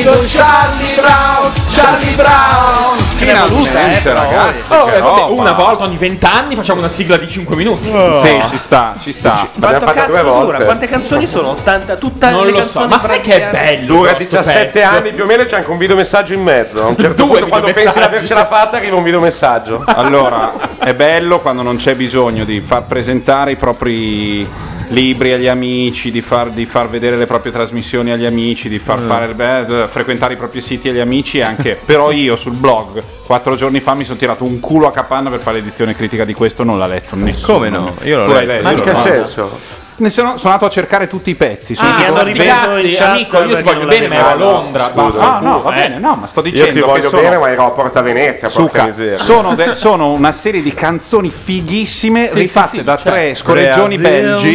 amico Charlie Brown. Finalmente, ragazzi. Una volta ogni 20 anni facciamo una sigla di 5 minuti. Sì, ci sta. Quanto cazzo dura? Quante canzoni sono? 80, tutte non le lo canzoni. so, ma sai che è bello? Dura 17 anni più o meno, c'è anche un videomessaggio in mezzo. A un certo punto, quando pensi di avercela fatta, arriva un videomessaggio. Allora, è bello quando non c'è bisogno di far presentare i propri libri agli amici, di far vedere le proprie trasmissioni agli amici, di far frequentare i propri siti agli amici anche. Però io sul blog 4 giorni fa mi sono tirato un culo a capanna per fare l'edizione critica di questo, non l'ha letto nessuno. Come no? Io l'ho letto. Ma in che senso? Sono andato a cercare tutti i pezzi. Cazzi, amico, io ti voglio bene, ma ero a Londra. No, va bene, no, ma sto dicendo io ti voglio che bene, ma ero a Porta Venezia. sono una serie di canzoni fighissime rifatte da 3 scorreggioni belgi.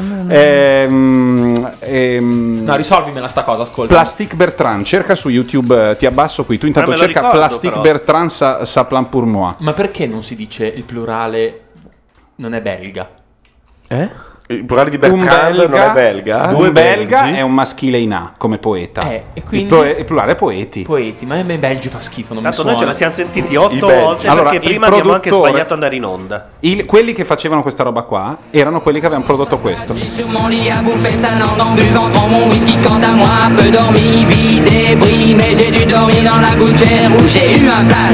No, risolvimela sta cosa, ascolta. Plastic Bertrand, cerca su YouTube, ti abbasso qui, tu intanto cerca Plastic Bertrand sa plan pour moi. Ma perché non si dice il plurale non è belga? Il plurale di Bertrand non è belga. Un belga è un maschile in A come poeta. E quindi il plurale è poeti. Poeti, ma a me belgi fa schifo, non Tanto mi noi ce suona. la siamo sentiti 8 volte Allora, perché il prima abbiamo anche produttore- sbagliato ad andare in onda. Quelli che facevano questa roba qua erano quelli che avevano prodotto questo. Sur mon lit à bouffer sa langue en buvant trop mon whisky. Quant à moi, peu dormi, vie débris. Mais j'ai dû dormir dans la gouttière où j'ai eu un flash.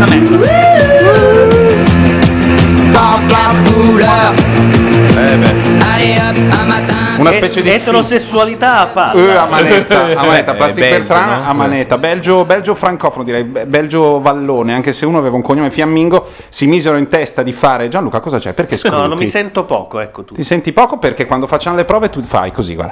Sans quatre couleurs. Allez hop, un matin. Una specie di eterosessualità a palla. a manetta, Plastic Belgio, Bertrand no? a manetta, Belgio francofono direi, Belgio vallone, anche se uno aveva un cognome fiammingo, si misero in testa di fare. Gianluca, cosa c'è? Perché scruti? No, non mi sento poco, ecco tu. Ti senti poco perché quando facciamo le prove tu fai così, guarda.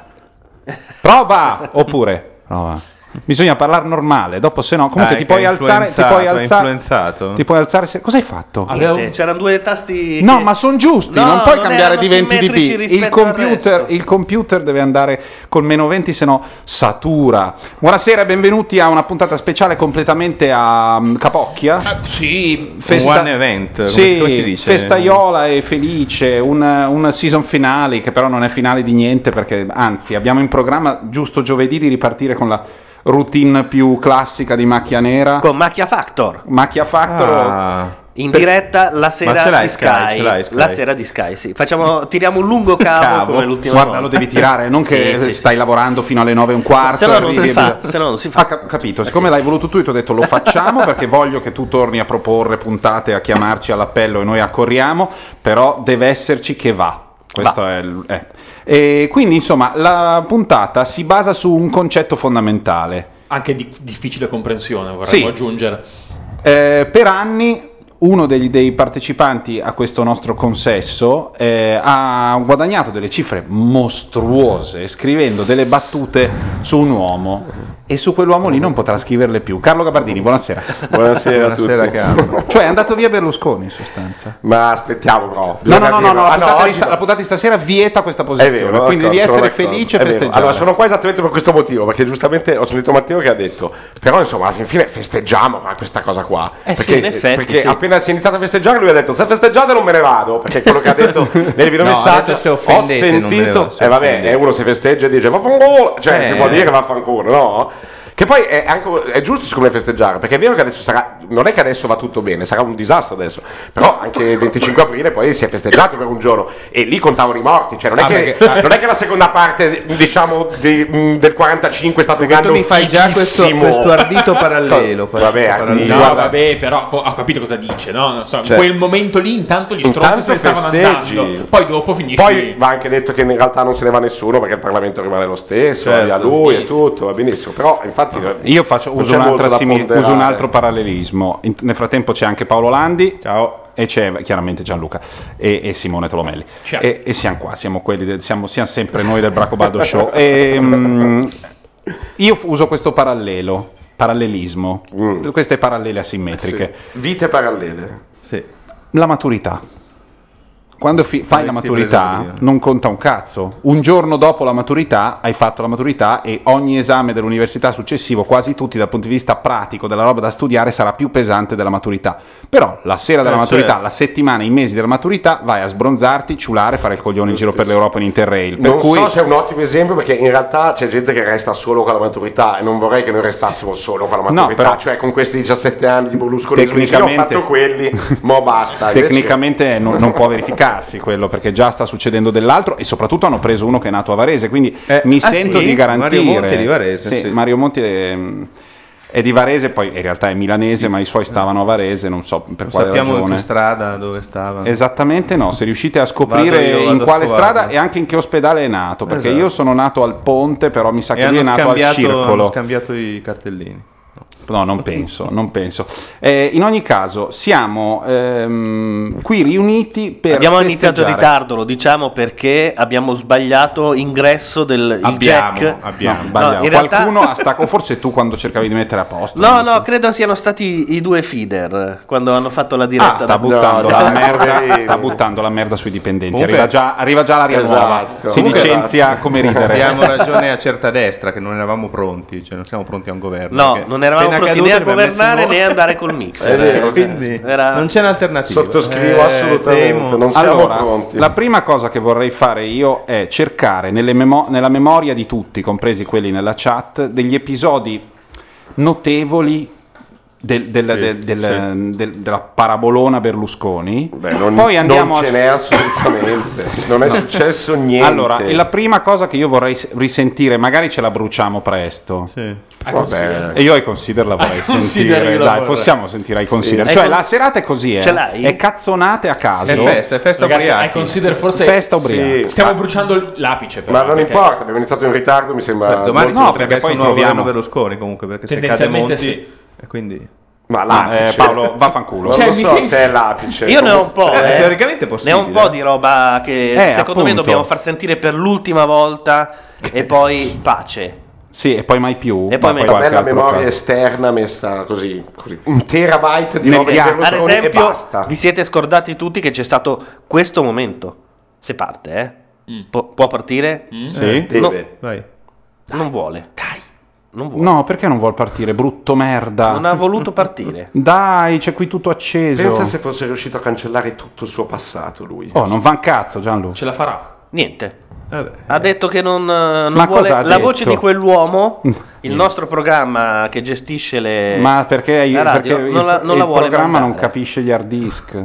Prova! Oppure prova. Bisogna parlare normale, dopo se no comunque ti puoi alzare, influenzato. ti puoi alzare cosa hai fatto? Niente, c'erano 2 tasti. No, ma sono giusti, No, non puoi non cambiare erano di 20 simmetrici dB. rispetto al resto. Il computer deve andare col meno 20, se no satura. Buonasera e benvenuti a una puntata speciale completamente a Capocchia. Sì, One event, come si dice? Festaiola e felice, un season finale che però non è finale di niente perché anzi abbiamo in programma giusto giovedì di ripartire con la routine più classica di Macchia Nera. Con Macchia Factor. Macchia Factor in diretta la sera ce l'hai di Sky. ce l'hai La sera di Sky, sì. Tiriamo un lungo cavo come l'ultima Guarda, volta. lo devi tirare, non che Sì. stai lavorando fino alle 9:15. Se no non si fa, se no non si fa. Capito, siccome l'hai voluto tu, ti ho detto lo facciamo perché voglio che tu torni a proporre puntate, a chiamarci all'appello e noi accorriamo, però deve esserci che va. Questo è E quindi insomma la puntata si basa su un concetto fondamentale. Anche di difficile comprensione, vorrei aggiungere. Per anni uno dei partecipanti a questo nostro consesso ha guadagnato delle cifre mostruose scrivendo delle battute su un uomo e su quell'uomo lì non potrà scriverle più. Carlo Gabardini, buonasera. Buonasera a tutti. Carlo. Cioè è andato via Berlusconi in sostanza. Ma aspettiamo però. No, la puntata di stasera vieta questa posizione, È vero, quindi devi essere felice e festeggiare. Allora sono qua esattamente per questo motivo, perché giustamente ho sentito Matteo che ha detto però insomma alla fine festeggiamo questa cosa qua, perché, in effetti, perché appena si è iniziato a festeggiare lui ha detto se festeggiate non me ne vado, perché quello che ha detto nel videomessaggio se ho offendete, non me ne sentito vado, se vabbè, offendete. uno si festeggia e dice vaffanculo, cioè si può dire vaffanculo, no? Che poi è giusto secondo me festeggiare, perché è vero che adesso non è che adesso va tutto bene, sarà un disastro adesso, però anche il 25 aprile poi si è festeggiato per un giorno e lì contavano i morti, cioè non è che la seconda parte diciamo del 45 è stato un anno mi fai già questo ardito parallelo. Vabbè, però ho capito cosa dice, no? Non so, in quel momento lì intanto gli stronzi se ne stavano andando, poi dopo finisce. Poi va anche detto che in realtà non se ne va nessuno perché il Parlamento rimane lo stesso, via lui e tutto, va benissimo, però infatti io uso un altro parallelismo. Nel frattempo c'è anche Paolo Landi. Ciao. E c'è chiaramente Gianluca e Simone Tolomelli. E siamo qua, siamo sempre noi del Bracobaldo Show. Io uso questo parallelismo, queste parallele asimmetriche. Vite parallele. La maturità. quando fai la maturità non conta un cazzo. Un giorno dopo la maturità hai fatto la maturità e ogni esame dell'università successivo, quasi tutti dal punto di vista pratico della roba da studiare, sarà più pesante della maturità. Però la sera della maturità, la settimana, i mesi della maturità vai a sbronzarti, ciulare, fare il coglione in giro per l'Europa in Interrail. Non so se è un ottimo esempio, perché in realtà c'è gente che resta solo con la maturità e non vorrei che noi restassimo solo con la maturità. No, però, cioè con questi 17 anni di Berlusconi ho fatto quelli, mo basta. Tecnicamente non può verificarsi quello, perché già sta succedendo dell'altro, e soprattutto hanno preso uno che è nato a Varese, quindi mi sento di garantire. Mario Monti è di Varese. Sì. Mario Monti è di Varese, poi in realtà è milanese, ma i suoi stavano a Varese, non so per quale ragione. Sappiamo in che strada, dove stavano. Esattamente no, se riuscite a scoprire in quale strada e anche in che ospedale è nato, perché io sono nato al Ponte, però mi sa che lui è nato al Circolo. Hanno scambiato i cartellini. No, non penso. In ogni caso, siamo qui riuniti per Abbiamo iniziato in ritardo, lo diciamo, perché abbiamo sbagliato ingresso del jack. Abbiamo. Qualcuno staccato, forse tu quando cercavi di mettere a posto. No, credo siano stati i due feeder quando hanno fatto la diretta. Sta buttando la merda sui dipendenti. Comunque, arriva già l'aria nuova. Si licenzia come ridere. Abbiamo ragione a certa destra che non eravamo pronti, cioè non siamo pronti a un governo. No, non eravamo pronti né a governare né a andare col mixer. Quindi non c'è un'alternativa. Sottoscrivo assolutamente. Non siamo pronti. La prima cosa che vorrei fare io è cercare nella memoria di tutti, compresi quelli nella chat, degli episodi notevoli della parabolona Berlusconi. Poi andiamo non ce n'è assolutamente. Non è successo niente. Allora, la prima cosa che io vorrei risentire, magari ce la bruciamo presto. Sì. E io iConsider la vorrei sentire. Dai, possiamo sentire iConsider. Cioè, la serata è così, è cazzonate a caso. È festa ubriaca. iConsider forse festa ubriaca. Stiamo bruciando l'apice, però. Ma non importa, abbiamo iniziato in ritardo, mi sembra. Domani potrebbe essere un nuovo governo Berlusconi, comunque, perché se cade Monti, sì. E quindi ma Paolo, vaffanculo. Cioè, non so se è l'apice. Io ne ho un po'. Teoricamente è possibile. Ne ho un po' di roba che secondo me dobbiamo far sentire per l'ultima volta e poi pace. Sì, e poi mai più. E poi la memoria esterna messa così. Un terabyte di roba. Ad esempio, vi siete scordati tutti che c'è stato questo momento. Se parte, può partire? Sì. Deve. Vai. Non vuole. Dai. Non vuole. No, perché non vuol partire? Brutto merda. Non ha voluto partire. Dai, c'è qui tutto acceso. Pensa se fosse riuscito a cancellare tutto il suo passato lui. Oh, non va un cazzo, Gianlu. Ce la farà. Niente. Ha detto che non vuole la voce di quell'uomo, il nostro programma che gestisce le. Ma perché la radio, perché non la il vuole programma mandare. non capisce gli hard disk.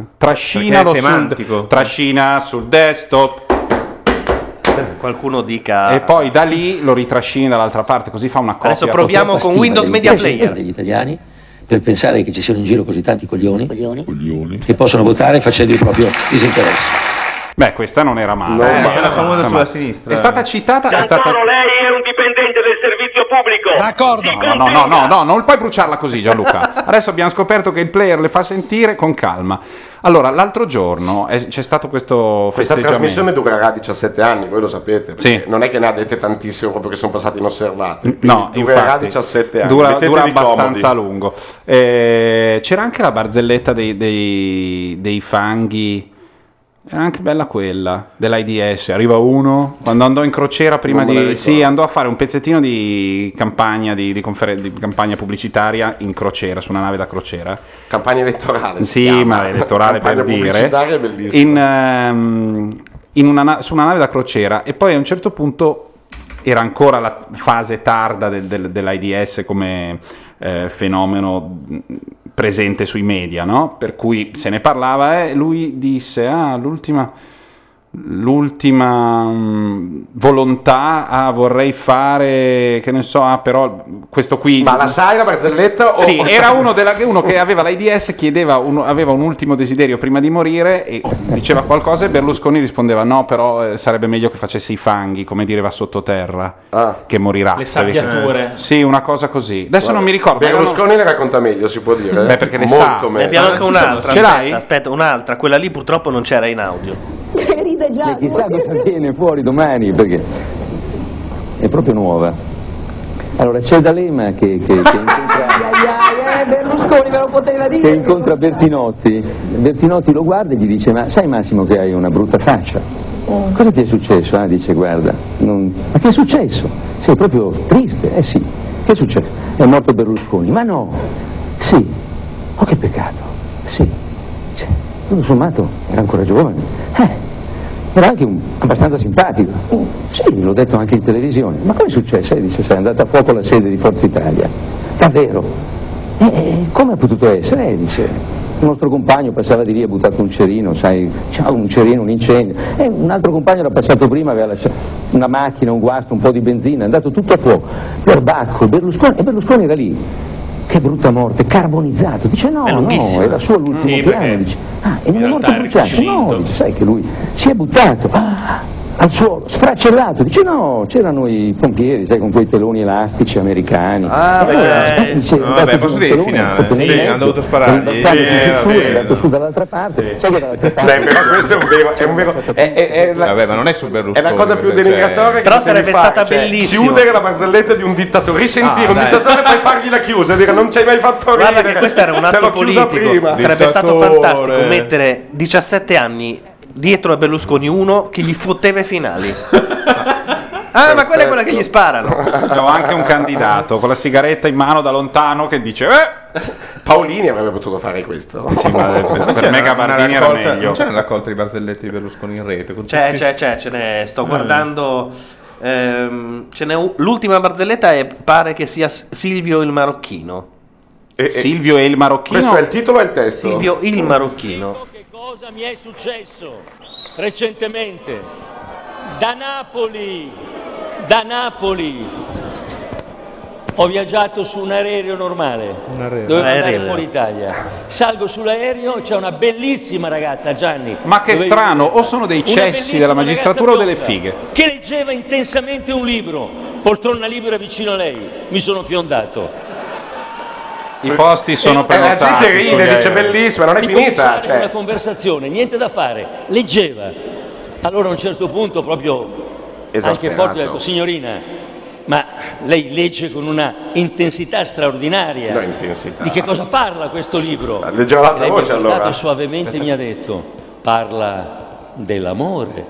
Trascina sul desktop. Qualcuno dica. E poi da lì lo ritrascini dall'altra parte, così fa una copia. Adesso proviamo con Windows Media Player. Degli italiani per pensare che ci siano in giro così tanti coglioni che possono votare facendo il proprio disinteresse. Beh, questa non era male. È la famosa sulla sinistra. È stata citata. Lei è un dipendente del servizio pubblico. D'accordo. No, non puoi bruciarla così, Gianluca. Adesso abbiamo scoperto che il player le fa sentire con calma. Allora, l'altro giorno c'è stato questo questa festeggiamento. trasmissione durerà 17 anni, voi lo sapete. Sì. Non è che ne ha dette tantissimo proprio che sono passati inosservati. No, durerà infatti, 17 anni. Dura abbastanza lungo. C'era anche la barzelletta dei fanghi. Era anche bella quella dell'AIDS. Arriva uno quando andò in crociera prima andò a fare un pezzettino di campagna di campagna pubblicitaria in crociera, su una nave da crociera. Campagna elettorale. Sì, ma elettorale per dire. È bellissima. Su una nave da crociera, e poi a un certo punto era ancora la fase tarda dell'AIDS come fenomeno presente sui media, no? Per cui se ne parlava e lui disse l'ultima volontà vorrei fare, che ne so, però questo qui. Ma la sai la barzelletta? Sì, era uno che aveva l'AIDS, aveva un ultimo desiderio prima di morire e diceva qualcosa e Berlusconi rispondeva no, però sarebbe meglio che facesse i fanghi, come dire va sottoterra, che morirà. Le sabbiature. Sì, una cosa così. Adesso non mi ricordo. Berlusconi le racconta meglio, si può dire. Beh, perché le sa. Ne abbiamo anche un'altra. Ce l'hai? Aspetta, un'altra. Quella lì purtroppo non c'era in audio. Ride già. Chissà cosa viene fuori domani, perché è proprio nuova. Allora c'è D'Alema che incontra Berlusconi me lo poteva dire. Che incontra Bertinotti. Bertinotti lo guarda e gli dice: ma sai Massimo che hai una brutta faccia? Cosa ti è successo? Dice: guarda, ma che è successo? Sei proprio triste? Sì. Che è successo? È morto Berlusconi. Ma no. Sì. Oh, che peccato. Sì. Cioè, tutto sommato era ancora giovane. Era anche abbastanza simpatico. Sì, l'ho detto anche in televisione. Ma come è successo? Dice: sei andata a fuoco la sede di Forza Italia. Davvero? Come ha potuto essere? Dice: il nostro compagno passava di lì e ha buttato un cerino, sai, c'era un cerino, un incendio. Un altro compagno era passato prima, aveva lasciato una macchina, un guasto, un po' di benzina, è andato tutto a fuoco. Perbacco, Berlusconi era lì. Che brutta morte, carbonizzato. Dice: no, era suo l'ultimo piano. Dice: e non è morto bruciato? No, dice: sai che lui si è buttato al suolo, sfracellato. Dice: no, c'erano i pompieri, sai, con quei teloni elastici americani. Posso dire il finale? Sì, hanno dovuto sparargli. È andato su dall'altra parte. Sai che dall'altra parte. Però questo è un vero. Vabbè, ma non è su Berlusconi. È la cosa più denigratoria. Però sarebbe stata bellissima. Chiudere la barzelletta di un dittatore, risentire un dittatore e poi fargli la chiusa e dire: non ci hai mai fatto ridere. Guarda che questo era un atto politico. Sarebbe stato fantastico mettere 17 anni dietro a Berlusconi uno che gli fotteva i finali. Ma quella è quella che gli sparano. Ho anche un candidato con la sigaretta in mano da lontano che dice: Paolini avrebbe potuto fare questo. Sì, ma per me Gabardini era meglio. Non c'è una raccolta di barzellette di Berlusconi in rete? C'è, ce n'è. Sto guardando. L'ultima barzelletta pare che sia Silvio il Marocchino. Silvio e il Marocchino? Questo è il titolo o il testo? Silvio il Marocchino. Che cosa mi è successo recentemente? Da Napoli ho viaggiato su un aereo normale, dovevo andare fuori Italia. Salgo sull'aereo, c'è una bellissima ragazza, Gianni. Ma che strano, o sono dei cessi della magistratura o delle fighe? Che leggeva intensamente un libro, poltrona libera vicino a lei, mi sono fiondato. I posti sono prenotati. La gente ride, dice bellissima, non è finita. Una conversazione, niente da fare, leggeva. Allora a un certo punto proprio anche forte ho detto: signorina, ma lei legge con una intensità straordinaria. No, intensità. Di che cosa parla questo libro? Leggeva l'altra lei voce allora. E suavemente mi ha detto: parla dell'amore.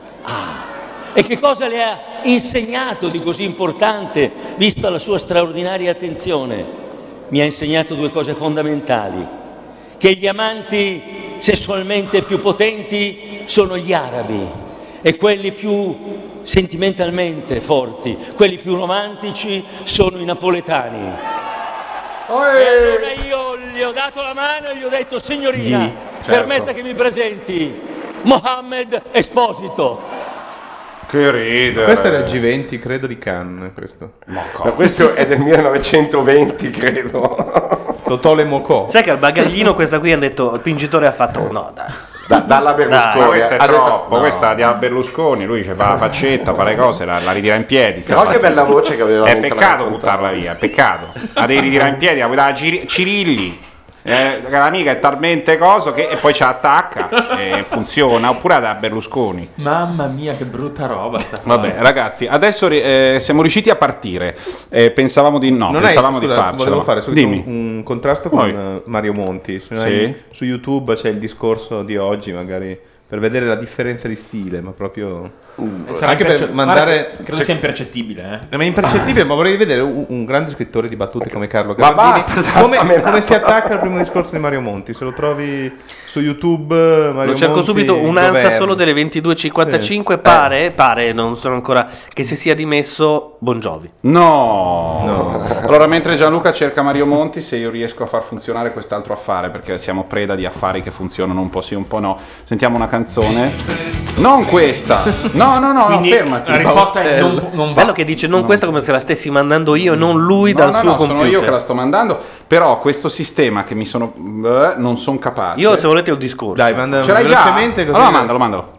E che cosa le ha insegnato di così importante, vista la sua straordinaria attenzione? Mi ha insegnato due cose fondamentali: che gli amanti sessualmente più potenti sono gli arabi e quelli più sentimentalmente forti, quelli più romantici sono i napoletani. E allora io gli ho dato la mano e gli ho detto: signorina, permetta che mi presenti Mohammed Esposito. Che ride. Questo era il G20, credo, di Cannes. Ma questo è del 1920, credo. Totole Mocò. Sai che al bagaglino questa qui hanno detto, il pingitore ha fatto no, dai. Dalla Berlusconi. Ma questa è troppo, questa diamo a Berlusconi, lui fa la faccetta, fa le cose, la ritira in piedi. Però che bella voce che aveva. È peccato buttarla via, è peccato. La devi ritirare in piedi, la vuoi dare a Cirilli. L'amica è talmente coso che e poi ci attacca e funziona, oppure da Berlusconi. Mamma mia, che brutta roba sta. Vabbè, ragazzi, adesso siamo riusciti a partire. Pensavamo di farcela. Volevo fare un contrasto con Mario Monti. Su YouTube c'è il discorso di oggi, magari per vedere la differenza di stile, ma proprio anche per mandare. Credo sia impercettibile. Ma è impercettibile, ma vorrei vedere un grande scrittore di battute come Carlo Gabardini. Come si attacca al primo discorso di Mario Monti? Se lo trovi su YouTube, Mario lo cerco Monti, subito. Un'ansa solo delle 22:55. Pare, non sono ancora, che si sia dimesso Bon Jovi. No. Allora, mentre Gianluca cerca Mario Monti, se io riesco a far funzionare quest'altro affare, perché siamo preda di affari che funzionano un po' sì, un po' no. Sentiamo una canzone. Non questa. No, fermati. La risposta è non va. Bello che dice non questa, come se la stessi mandando io e non lui dal suo computer. Sono io che la sto mandando. Però questo sistema che mi sono non sono capace. Io, se volete, ho il discorso. Dai, manda ce l'hai velocemente già? Allora mandalo.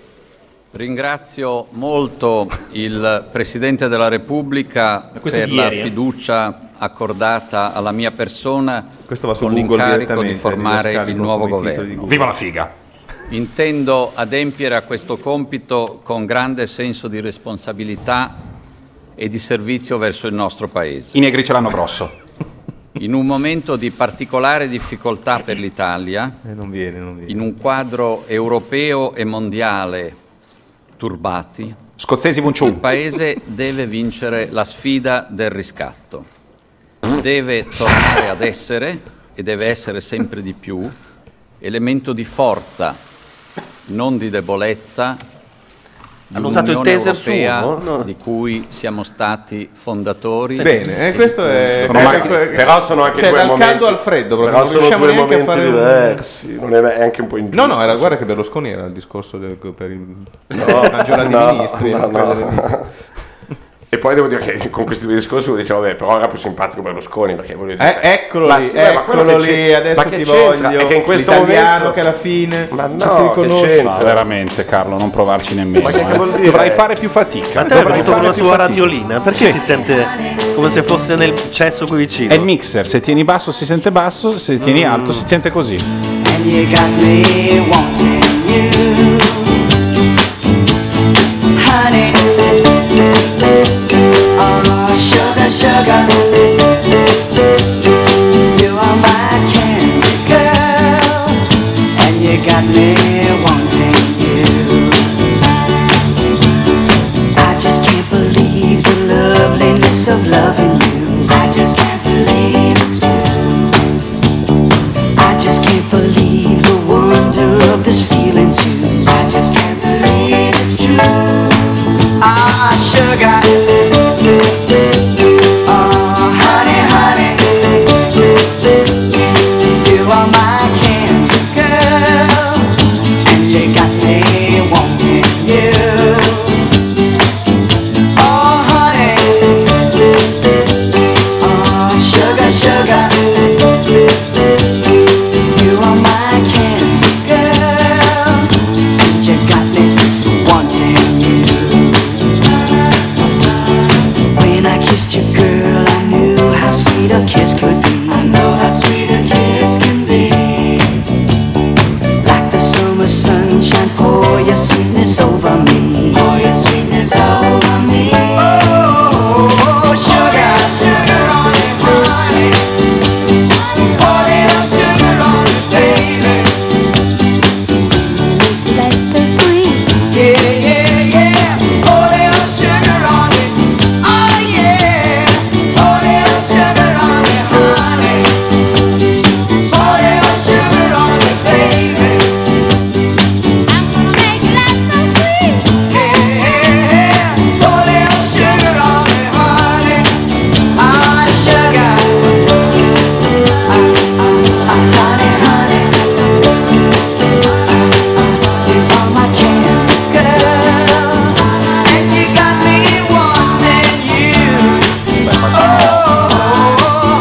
Ringrazio molto il Presidente della Repubblica per la fiducia accordata alla mia persona con l'incarico di formare il nuovo governo. Viva la figa! Intendo adempiere a questo compito con grande senso di responsabilità e di servizio verso il nostro Paese. I negri ce l'hanno grosso. in un momento di particolare difficoltà per l'Italia, non viene. in un quadro europeo e mondiale turbati, scozzesi il Paese deve vincere la sfida del riscatto. Deve tornare ad essere, e deve essere sempre di più, elemento di forza, non di debolezza, di Hanno usato il un'Unione taser europea suo, no? di cui siamo stati fondatori. Bene, questo è... però sono anche cioè, due dal momenti, caldo al freddo, proprio, però non sono riusciamo due neanche a momenti fare diversi, non è anche un po' ingiusto. No, era, guarda che Berlusconi era il discorso per il No, maggiorata no, di ministri. no, non no. credo. E poi devo dire che con questi due discorsi uno dice vabbè, però era più simpatico Berlusconi, perché voglio dire, Eccolo ma lì, sì, ma quello eccolo che lì, c'è- adesso ma che ti c'entra? voglio. È che in questo L'italiano momento che alla fine ma ci no, si che riconosce. c'entra? Ma veramente, Carlo, non provarci nemmeno. Ma che vuol dire? Dovrai fare più fatica. Ma te hai avuto con la sua radiolina? Perché Sì. si sente come se fosse nel cesso qui vicino? È il mixer, se tieni basso si sente basso, se tieni alto si sente così. And you got me wanting you, honey. Oh, sugar, sugar, you are my candy girl, and you got me wanting you. I just can't believe the loveliness of loving you. I just can't believe it's true. I just can't believe the wonder of this feeling too. I just can't believe it's true. Ah, sugar. Oh, honey, honey. You are my candy girl, and you got me wanting you. Oh, honey. Oh, sugar, sugar. You are my candy girl, and you got me wanting you. When I kissed you, girl, I knew how sweet a kiss could be. I know how sweet a kiss can be. Like the summer sunshine, pour your sweetness over me. Pour your sweetness over me. Oh, sugar, sugar on it, honey. Pour little sugar on it, baby. Life's so sweet. Yeah, yeah, yeah. Pour little sugar on it. Oh, yeah. Pour little sugar on it, honey. Pour little sugar on it, baby. I'm gonna make life so sweet. Yeah, yeah. Pour little sugar on it, honey. Ah, sugar. Honey, honey, you are my candy girl, and you got me wanting you. Oh,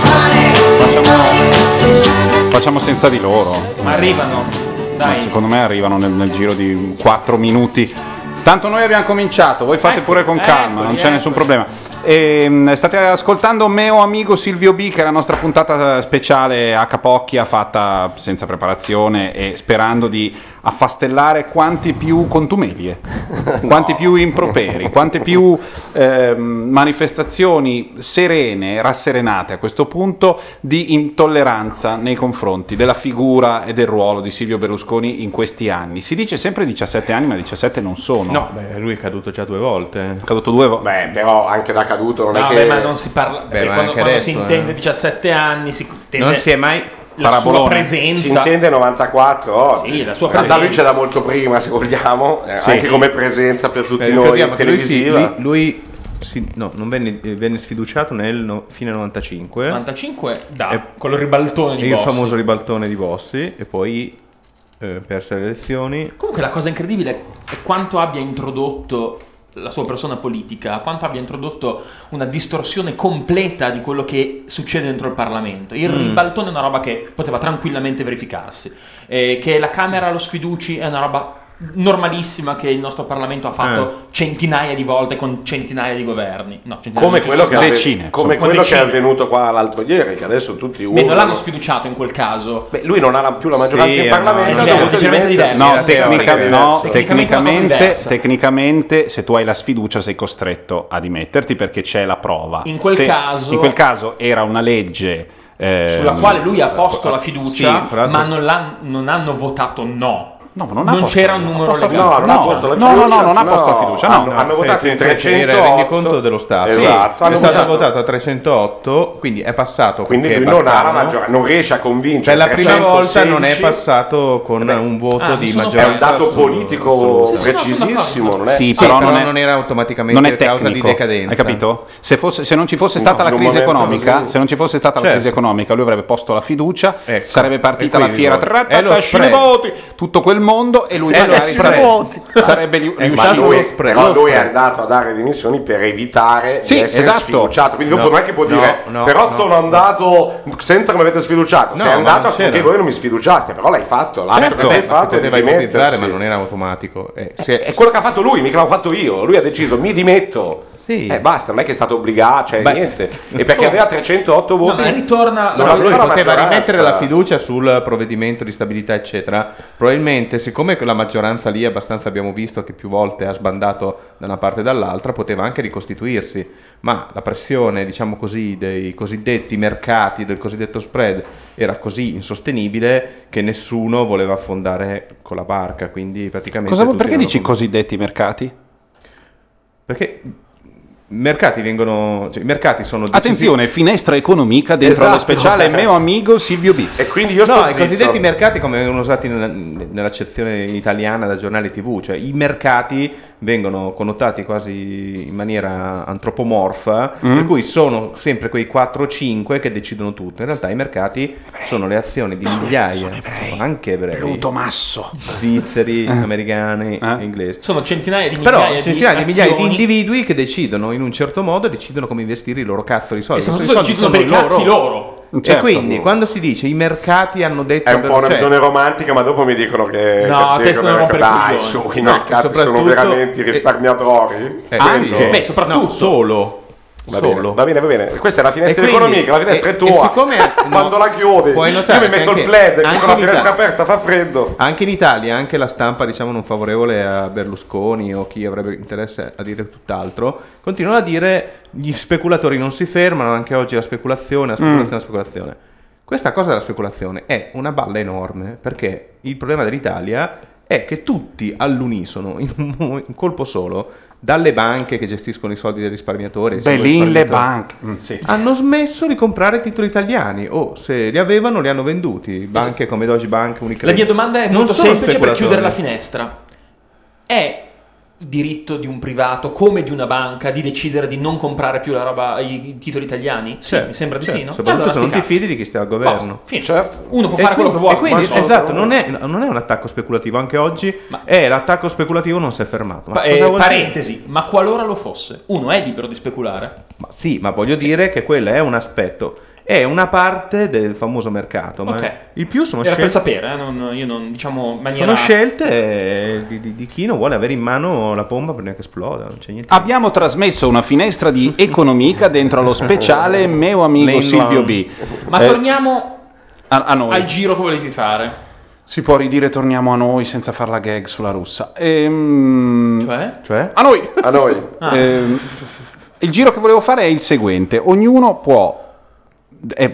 honey. Facciamo senza di loro. Ma arrivano. Ma Dai. secondo me arrivano nel giro di 4 minuti. Tanto noi abbiamo cominciato, voi fate pure con calma, non c'è nessun problema. State ascoltando Meo Amigo Silvio B, che è la nostra puntata speciale a capocchia, fatta senza preparazione e sperando di affastellare quanti più contumelie, quanti più improperi, quante più manifestazioni serene, rasserenate a questo punto, di intolleranza nei confronti della figura e del ruolo di Silvio Berlusconi in questi anni. Si dice sempre 17 anni, ma 17 non sono. No, beh, lui è caduto già 2 volte. È caduto 2 volte. Beh, però anche da caduto non No, è che... beh, ma non si parla. Beh, perché ma quando, anche quando adesso, si intende 17 anni, si intende Non si è mai la sua parabolone. presenza. Si intende 94 oggi. Sì, la sua In realtà lui presenza. c'è da molto prima, se vogliamo, Sì. anche come presenza per tutti noi ricordiamo che televisiva. lui non venne sfiduciato fine 95. 95 con il ribaltone di il Bossi. famoso ribaltone di Bossi, e poi perse le elezioni. Comunque la cosa incredibile è quanto abbia introdotto la sua persona politica, quanto abbia introdotto una distorsione completa di quello che succede dentro il Parlamento. Il ribaltone è una roba che poteva tranquillamente verificarsi, che la Camera lo sfiduci è una roba normalissima che il nostro Parlamento ha fatto centinaia di volte con centinaia di governi. No, centinaia Come non ci quello, sono che, stati. come Con quello che è decine. avvenuto qua l'altro ieri, che adesso tutti Beh, non urlano. l'hanno sfiduciato in quel caso. Beh, lui non ha più la maggioranza Sì, in Parlamento, no, ha no, dovuto leggermente dimettersi. diverso. Tecnicamente, se tu hai la sfiducia sei costretto a dimetterti perché c'è la prova. In quel caso era una legge sulla quale lui ha posto la fiducia, sì, tra l'altro- ma non hanno votato no. No, ma non ha posto- c'era un numero legato. non ha posto la fiducia. No, hanno votato in 308. Era il rendiconto dello Stato. Esatto, È hanno stato votato. votato a 308, quindi è passato. Quindi perché lui non ha la bastavano. maggioranza, non riesce a convincere. Per la prima volta non è 316. passato con un voto di È maggioranza. un dato politico Sì, sì, no, sono precisissimo. d'accordo. Non è... Sì, però però non era automaticamente non è causa di tecnico, decadenza. hai capito? Se non ci fosse stata No, la in un crisi momento economica, così. se non ci fosse stata la Certo. crisi economica, lui avrebbe posto la fiducia, Ecco. sarebbe partita E la qui fiera, è lo spread. voti, tutto quel mondo e lui magari sarebbe Ma lui, riuscito. però lui è andato a dare dimissioni per evitare Sì, di essere esatto. sfiduciato. Quindi dopo No, non è che può no, dire no, però no. sono andato senza che mi avete sfiduciato. No, Sei ma andato non affinché c'era. voi non mi sfiduciaste, però l'hai fatto. L'atto Certo, che hai fatto poteva di ipotizzare, dimettersi. ma non era automatico. È quello che ha fatto lui, mica l'ho fatto io. Lui ha deciso mi dimetto. Sì. Basta, non è che è stato obbligato, cioè niente. E perché aveva 308 voti. ma ritorna non No, aveva lui la poteva maggioranza. rimettere la fiducia sul provvedimento di stabilità, eccetera. Probabilmente, siccome la maggioranza lì abbastanza abbiamo visto che più volte ha sbandato da una parte e dall'altra, poteva anche ricostituirsi. Ma la pressione, diciamo così, dei cosiddetti mercati, del cosiddetto spread, era così insostenibile che nessuno voleva affondare con la barca. Quindi praticamente. Perché dici cosiddetti mercati? Perché i mercati sono Attenzione, finestra economica dentro Esatto. allo speciale mio amico Silvio B. E quindi io No, i cosiddetti mercati come vengono usati nell'accezione italiana da giornali TV, cioè i mercati vengono connotati quasi in maniera antropomorfa, per cui sono sempre quei 4 o 5 che decidono tutto. In realtà i mercati sono le azioni di migliaia, sono anche ebrei, Pluto Masso, svizzeri, americani, inglesi. Sono centinaia di Però migliaia centinaia di migliaia di azioni. individui che decidono in un certo modo, decidono come investire i loro cazzo di soldi. E soprattutto I soldi decidono sono per i cazzi loro. E Certo. quindi quando si dice i mercati hanno detto È un po' una cioè, visione romantica, ma dopo mi dicono che No, te stanno rompere i dai, coglioni. su, i No, mercati sono soprattutto- veramente i risparmiatori. Anche, Beh, soprattutto. no, solo. Va bene, va bene. Questa è la finestra E quindi- economica, la finestra è e tua. siccome- Quando no, la chiudi, puoi io notare mi metto che il plaid, anche con la in finestra Italia- aperta fa freddo. Anche in Italia, anche la stampa, diciamo, non favorevole a Berlusconi o chi avrebbe interesse a dire tutt'altro, continuano a dire gli speculatori non si fermano, anche oggi la speculazione. Questa cosa della speculazione è una balla enorme, perché il problema dell'Italia è che tutti all'unisono, in un colpo solo, dalle banche che gestiscono i soldi dei risparmiatori, le banche. Sì. hanno smesso di comprare titoli italiani, o se li avevano li hanno venduti, banche come Deutsche Bank, Unicredit. La mia domanda è Non molto sono semplice per speculatori. chiudere la finestra. È diritto di un privato come di una banca di decidere di non comprare più la roba, i titoli italiani? Sì, mi sembra di sì, no? Soprattutto Allora, se non sti ti cazzi. fidi di chi sta al governo. Basta, fine. Uno può fare quello che E vuole. quindi, ma- esatto, non è un attacco speculativo, anche oggi l'attacco speculativo non si è fermato. Ma cosa vuol dire? Parentesi, ma qualora lo fosse, uno è libero di speculare? Ma sì, ma voglio dire che quello è un aspetto, è una parte del famoso mercato, ma Ok. il più sono Era per scelte, sapere, io non diciamo in maniera... sono scelte di chi non vuole avere in mano la bomba prima che esploda, non c'è niente. Abbiamo trasmesso una finestra di economica dentro allo speciale mio amico Mainland. Silvio B. Ma torniamo a noi. al giro che volevi fare. Si può ridire torniamo a noi senza far la gag sulla russa. Cioè? A noi. A noi. Il giro che volevo fare è il seguente. Ognuno può è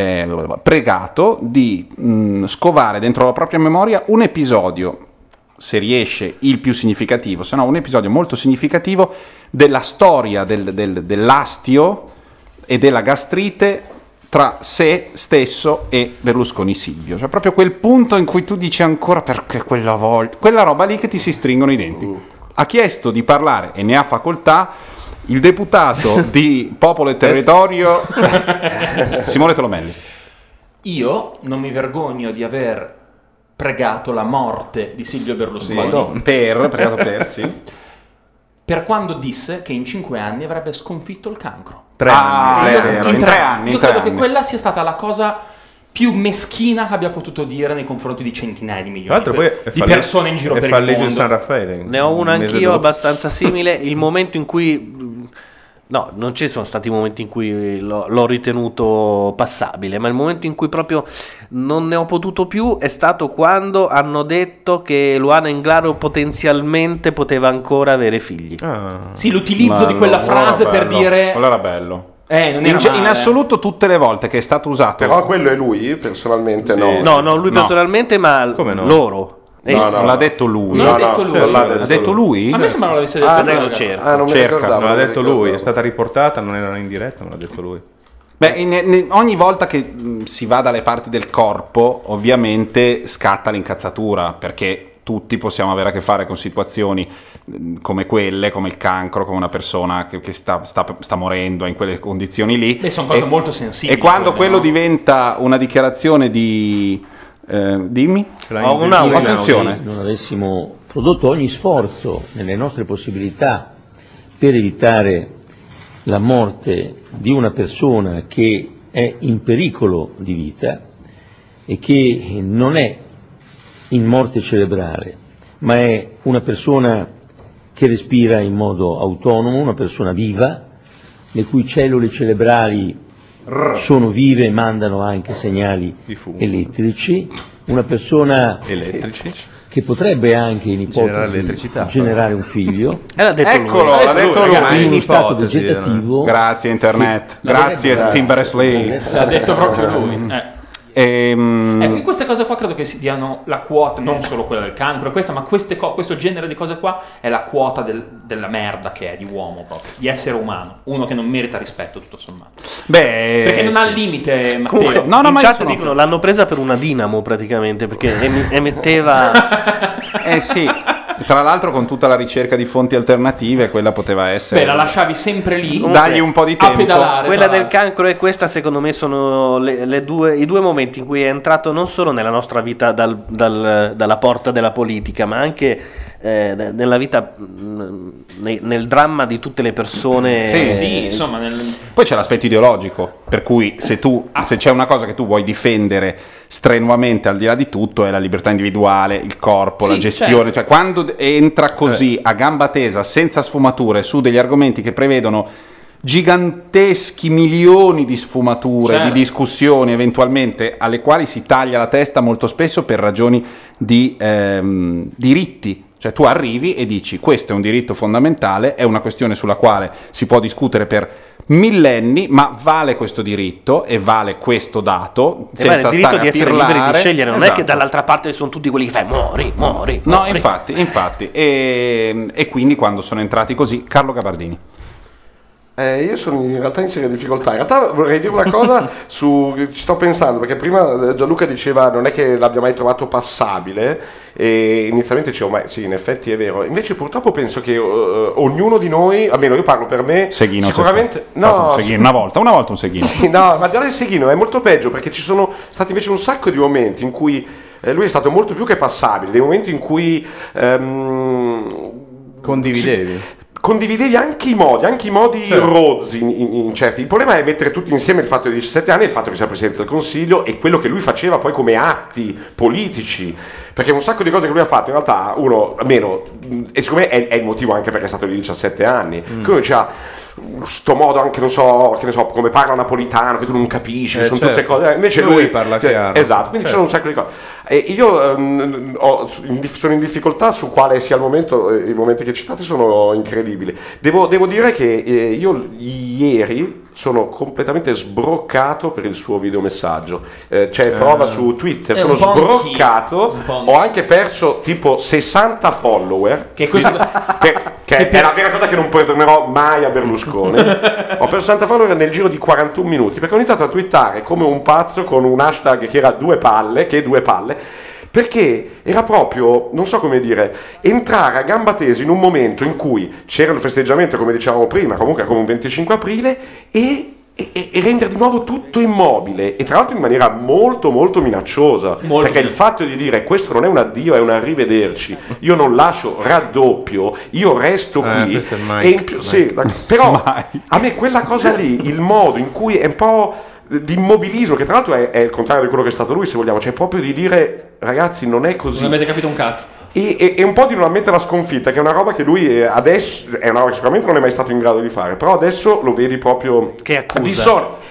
pregato di scovare dentro la propria memoria un episodio, se riesce il più significativo, se no un episodio molto significativo della storia dell'astio e della gastrite tra sé stesso e Berlusconi Silvio, cioè proprio quel punto in cui tu dici ancora perché quella volta, quella roba lì che ti si stringono i denti. Ha chiesto di parlare e ne ha facoltà il deputato di Popolo e Territorio Simone Tolomelli. Io non mi vergogno di aver pregato la morte di Silvio Berlusconi Pregato per, sì. per quando disse che in 5 anni avrebbe sconfitto il cancro. 3 anni. In 3 anni. Io credo che anni. quella sia stata la cosa più meschina che abbia potuto dire nei confronti di centinaia di milioni Tra l'altro poi è di persone in giro per il fallito il mondo. San Raffaele. Ne ho una un mese anch'io dopo. abbastanza simile. Il momento in cui no, non ci sono stati momenti in cui l'ho ritenuto passabile, ma il momento in cui proprio non ne ho potuto più è stato quando hanno detto che Luana Englaro potenzialmente poteva ancora avere figli. Sì, l'utilizzo di quella frase per dire quello era bello. Non era in male. assoluto tutte le volte che è stato usato. Però quello è lui, personalmente no. No, non lui personalmente, ma Come no? loro. Non l'ha detto lui. Non l'ha detto lui. Non l'ha detto lui? A me sembra l'avesse detto lui. non mi Cerca. ricordavo, Non l'ha detto lui, ricordavo. è stata riportata, non era in diretta, non l'ha detto lui. Beh, ogni volta che si va dalle parti del corpo, ovviamente scatta l'incazzatura, perché tutti possiamo avere a che fare con situazioni come quelle, come il cancro, come una persona che sta morendo in quelle condizioni lì. Beh, sono cose molto sensibili. E quando quelle, quello no? diventa una dichiarazione di... dimmi? Attenzione. Non avessimo prodotto ogni sforzo nelle nostre possibilità per evitare la morte di una persona che è in pericolo di vita e che non è in morte cerebrale, ma è una persona che respira in modo autonomo, una persona viva, le cui cellule cerebrali sono vive e mandano anche segnali elettrici, una persona che potrebbe anche in ipotesi generare un figlio. L'ha detto lui. In uno stato vegetativo. Grazie internet, grazie Tim Berners-Lee. L'ha detto proprio lui. In queste cose qua credo che si diano la quota, non solo quella del cancro, questa, ma questo genere di cose qua è la quota della merda che è di uomo proprio, di essere umano, uno che non merita rispetto tutto sommato. Perché non ha il limite, Matteo. Comunque, in chat dicono l'hanno presa per una dinamo praticamente, perché emetteva... sì. Tra l'altro con tutta la ricerca di fonti alternative, quella poteva essere... La lasciavi sempre lì. Dagli un po' di tempo. A pedalare. Quella del cancro e questa secondo me sono i due momenti in cui è entrato non solo nella nostra vita dalla porta della politica, ma anche nella vita, nel dramma di tutte le persone. Sì, insomma. Poi c'è l'aspetto ideologico, per cui se c'è una cosa che tu vuoi difendere strenuamente al di là di tutto è la libertà individuale, il corpo, la gestione, cioè quando entra così a gamba tesa, senza sfumature, su degli argomenti che prevedono giganteschi milioni di sfumature, di discussioni eventualmente alle quali si taglia la testa molto spesso per ragioni di diritti. Cioè tu arrivi e dici questo è un diritto fondamentale, è una questione sulla quale si può discutere per millenni, ma vale questo diritto e vale questo dato senza il diritto stare di a essere pirlare. liberi di scegliere, non è Esatto. che dall'altra parte sono tutti quelli che fai muori. No, infatti e quindi quando sono entrati così, Carlo Gabardini. Io sono in realtà in seria difficoltà. In realtà vorrei dire una cosa ci sto pensando, perché prima Gianluca diceva non è che l'abbia mai trovato passabile e inizialmente dicevo ma sì, in effetti è vero. Invece purtroppo penso che ognuno di noi, almeno io parlo per me, Seghino sicuramente un seghino, una volta un seghino. Sì, no, ma già il seghino è molto peggio, perché ci sono stati invece un sacco di momenti in cui lui è stato molto più che passabile, dei momenti in cui condividevi anche i modi rozzi in certi. Il problema è mettere tutti insieme il fatto di 17 anni e il fatto che sia Presidente del Consiglio e quello che lui faceva poi come atti politici, perché un sacco di cose che lui ha fatto in realtà uno, almeno, e secondo me è il motivo anche perché è stato di 17 anni, che uno diceva sto modo anche, non so, che ne so, come parla napolitano, che tu non capisci, sono tutte cose, invece lui parla chiaro. Esatto, quindi ci sono un sacco di cose. E io sono in difficoltà su quale sia il momento, i momenti che citate sono incredibili. Devo dire che io ieri sono completamente sbroccato per il suo videomessaggio, c'è prova su Twitter, sono sbroccato, ho anche perso tipo 60 follower, che è la vera cosa che non perdonerò mai a Berlusconi. Ho perso 60 follower nel giro di 41 minuti, perché ho iniziato a twittare come un pazzo con un hashtag che era due palle, perché era proprio, non so come dire, entrare a gamba tesa in un momento in cui c'era il festeggiamento, come dicevamo prima, comunque come un 25 aprile, e rendere di nuovo tutto immobile, e tra l'altro in maniera molto molto minacciosa, perché il fatto di dire questo non è un addio, è un arrivederci, io non lascio raddoppio, io resto qui, questo è Mike. e in più, sì, però a me quella cosa lì, il modo in cui è un po' di immobilismo, che tra l'altro è il contrario di quello che è stato lui, se vogliamo, cioè proprio di dire ragazzi non è così, non avete capito un cazzo, e un po' di non ammettere la sconfitta, che è una roba che lui adesso è una roba che sicuramente non è mai stato in grado di fare, però adesso lo vedi proprio che accusa.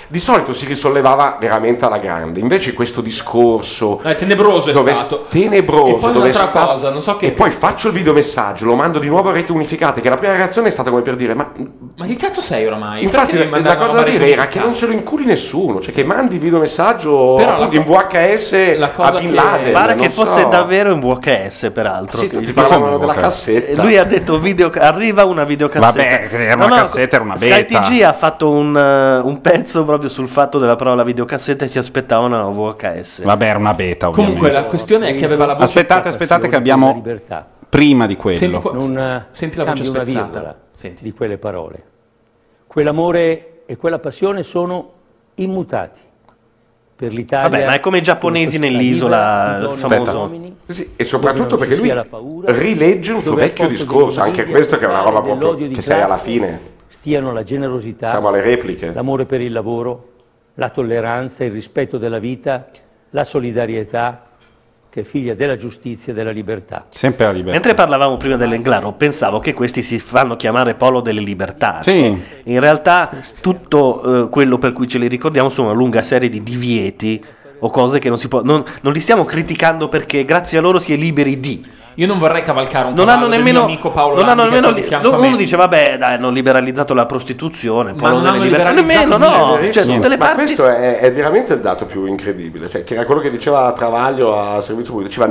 di solito si risollevava veramente alla grande. Invece questo discorso tenebroso è stato. Tenebroso. E poi dove un'altra cosa, non so che... E poi faccio il videomessaggio, lo mando di nuovo a Rete Unificate, che la prima reazione è stata come per dire ma che cazzo sei oramai? infatti Perché devi la mandare cosa una da roba dire era Rete che non se lo inculi nessuno, cioè che mandi il videomessaggio Però appunto in VHS a Bin Laden. Pare che non fosse so. davvero in VHS, peraltro. Sì, tutti parlavano della cassetta. Lui ha detto arriva una videocassetta. Vabbè, era una cassetta, era una Sky beta. TG ha fatto un pezzo proprio sul fatto della parola videocassetta e si aspettavano una VHS. Vabbè, era una beta, ovviamente. Comunque la questione è che aveva la voce... Aspettate che abbiamo prima di quello. Senti la voce cambia una spezzata. virgola di quelle parole. Quell'amore e quella passione sono immutati per l'Italia. Vabbè, ma è come i giapponesi nell'isola, il famoso. Sì, e soprattutto perché lui rilegge un suo vecchio discorso, anche questo che è una roba proprio che sei alla fine. Stiano la generosità, Siamo alle repliche. l'amore per il lavoro, la tolleranza, il rispetto della vita, la solidarietà, che è figlia della giustizia e della libertà. Sempre la libertà. Mentre parlavamo prima dell'Englaro, pensavo che questi si fanno chiamare Polo delle Libertà. Sì. In realtà tutto quello per cui ce li ricordiamo sono una lunga serie di divieti o cose che non si può. Non li stiamo criticando perché grazie a loro si è liberi di. Io non vorrei cavalcare un Non cavallo hanno del nemmeno. mio amico Paolo Non hanno Landi che nemmeno. sta di fianco a me. Uno dice, vabbè, dai, hanno liberalizzato la prostituzione. Ma Polo non delle hanno Libertà. liberalizzato Nemmeno, no. Niente. Cioè, tutte le Ma parti. questo è veramente il dato più incredibile, cioè, che era quello che diceva Travaglio a servizio pubblico, diceva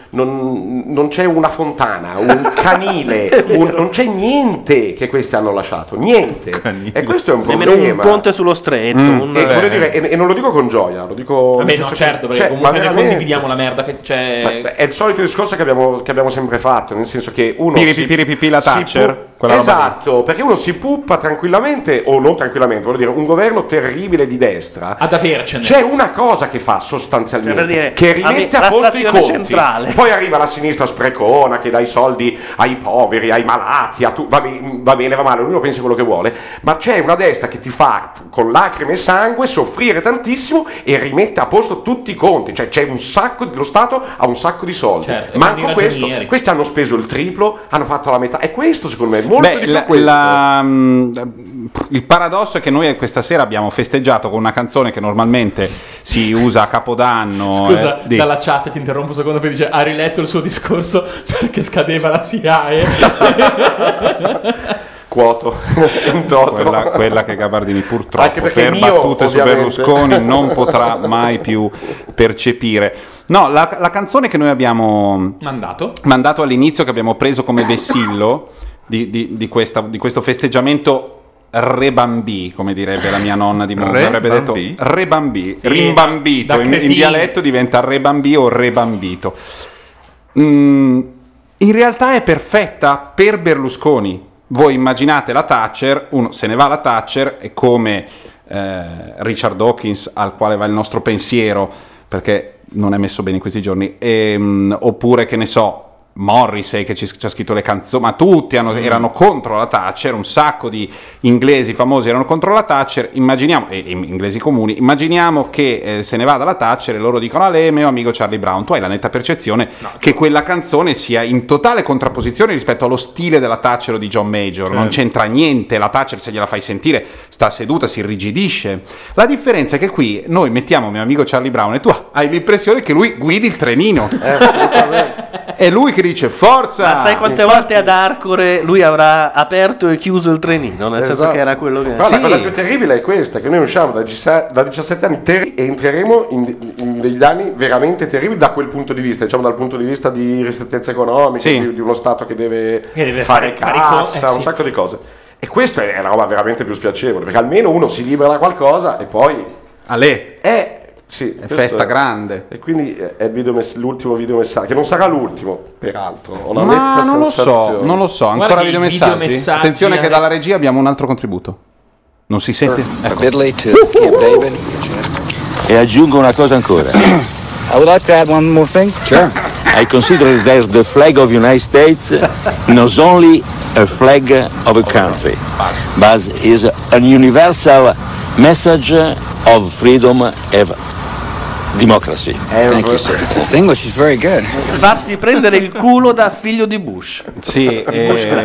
non c'è una fontana, un canile, non c'è niente che questi hanno lasciato, niente. E questo è un problema. Nemmeno un ponte sullo stretto. E, voglio dire, e non lo dico con gioia, lo dico... Vabbè, no, certo, perché cioè, comunque ma noi veramente- condividiamo la merda che c'è. Ma è il solito discorso che abbiamo sempre fatto, nel senso che uno Piripipi la Thatcher, quella roba lì. esatto, perché uno si puppa tranquillamente o non tranquillamente, voglio dire, un governo terribile di destra. Ad avercene. C'è una cosa che fa sostanzialmente, Cioè, per dire, che rimette la a posto i stazione conti. centrale. Poi arriva la sinistra sprecona che dà i soldi ai poveri, ai malati, va bene, va male, ognuno pensa quello che vuole, ma c'è una destra che ti fa con lacrime e sangue soffrire tantissimo e rimette a posto tutti i conti, cioè c'è un sacco, lo Stato ha un sacco di soldi. Certo, Manco fanno i questo, ragionieri. questi hanno speso il triplo, hanno fatto la metà, e questo secondo me è molto Beh, di più questo. il paradosso è che noi questa sera abbiamo festeggiato con una canzone che normalmente si usa a Capodanno. Scusa, dalla chat ti interrompo un secondo, poi dice ha riletto il suo discorso perché scadeva la SIAE. Quoto in toto. Quella che Gabardini purtroppo Anche perché per mio, battute su ovviamente. Berlusconi non potrà mai più percepire. No, la canzone che noi abbiamo mandato all'inizio, che abbiamo preso come vessillo di questo festeggiamento rebambì, come direbbe la mia nonna di Monza, avrebbe detto rebambì, Sì, rimbambito, da in cretini. dialetto diventa rebambì o rebambito. In realtà è perfetta per Berlusconi. Voi immaginate la Thatcher, uno se ne va la Thatcher, è come Richard Dawkins, al quale va il nostro pensiero perché non è messo bene in questi giorni, oppure che ne so, Morrissey che ci ha scritto le canzoni, ma tutti erano contro la Thatcher, un sacco di inglesi famosi erano contro la Thatcher. Immaginiamo, e inglesi comuni, immaginiamo che se ne va dalla Thatcher e loro dicono: "Ale, mio amico Charlie Brown, tu hai la netta percezione che quella canzone sia in totale contrapposizione rispetto allo stile della Thatcher o di John Major, non c'entra niente, la Thatcher se gliela fai sentire sta seduta, si irrigidisce. La differenza è che qui noi mettiamo mio amico Charlie Brown e tu hai l'impressione che lui guidi il trenino. È lui che dice forza. Ma sai quante volte ad Arcore lui avrà aperto e chiuso il trenino? Nel senso che era quello che. Però la cosa più terribile è questa, che noi usciamo da 17 anni e entreremo in degli anni veramente terribili da quel punto di vista, diciamo dal punto di vista di ristrettezza economica, di uno Stato che deve fare cassa, un sacco di cose. E questa è la roba veramente più spiacevole, perché almeno uno si libera da qualcosa e poi sì, è festa grande. E quindi è l'ultimo videomessaggio, che non sarà l'ultimo, peraltro. Ho una Ma netta non lo sensazione. so, ancora videomessaggi. Attenzione che dalla regia abbiamo un altro contributo. Non si sente? Ecco. E aggiungo una cosa ancora. I would like to add one more thing. Sure. I consider that the flag of the United States not only a flag of a country, but is a universal message of freedom and democracy. Thank you, sir. His English is very good. Farsi prendere il culo da figlio di Bush. Sì, Bush grab.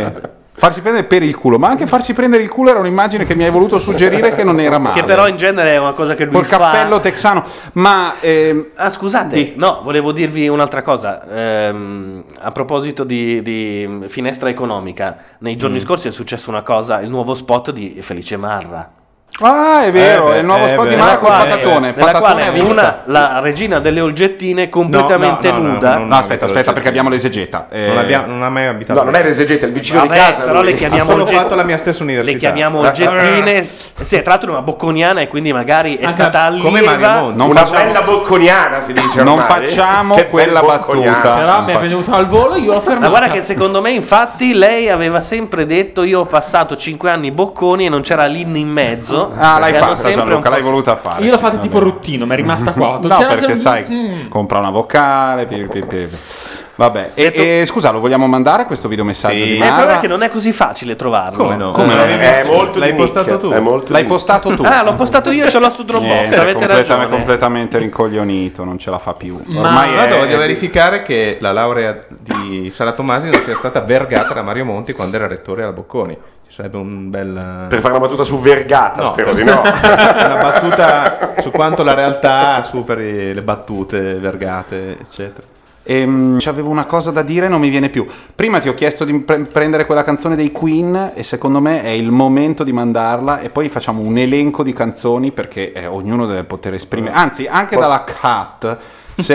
Farsi prendere per il culo, ma anche farsi prendere il culo era un'immagine che mi hai voluto suggerire che non era male. Che però in genere è una cosa che lui Col fa. cappello texano. Ma scusate, no, volevo dirvi un'altra cosa. A proposito di finestra economica, nei giorni scorsi è successa una cosa, il nuovo spot di Felice Marra. Ah, è vero, è il nuovo spot di Marco Patatone. Nella quale a vista. la regina delle olgettine completamente nuda. No, aspetta, perché abbiamo l'esegeta. Non ha mai abitato. No, non è l'esegeta, è il vicino Vabbè, di casa. però le chiamiamo Ho fatto la mia stessa università. Le chiamiamo oggettine. Sì, tra l'altro una bocconiana e quindi magari è stata come Mario allieva. Monti. Una bella bocconiana si dice. Non ormai. facciamo Che quella bel battuta. bocconiana. Però mi è venuto al volo, io l'ho fermato. Ma guarda che secondo me infatti lei aveva sempre detto io ho passato 5 anni bocconi e non c'era l'in in mezzo. Ah, l'hai Perché hanno fatta sempre Gianluca, un po' l'hai voluta fare. Io l'ho fatto tipo ruttino, mi è rimasta qua. No, perché sai, compra una vocale. Vabbè, e scusa, lo vogliamo mandare questo videomessaggio di Il problema Marra? è che non è così facile trovarlo. Come no? Come no? È molto L'hai di postato nicchia, tu? è molto L'hai di postato tu? Ah, l'ho postato io e ce l'ho su Dropbox. Avete ragione. Completamente rincoglionito, non ce la fa più. Ma Ormai voglio verificare che la laurea di Sara Tomasi non sia stata vergata da Mario Monti quando era rettore alla Bocconi. Ci sarebbe un bel... Per fare una battuta su Vergata, No, spero di no. una battuta su quanto la realtà superi le battute vergate, eccetera. C'avevo una cosa da dire, non mi viene più. Prima ti ho chiesto di prendere quella canzone dei Queen e secondo me è il momento di mandarla e poi facciamo un elenco di canzoni perché ognuno deve poter esprimere. Anzi, anche dalla Cat, se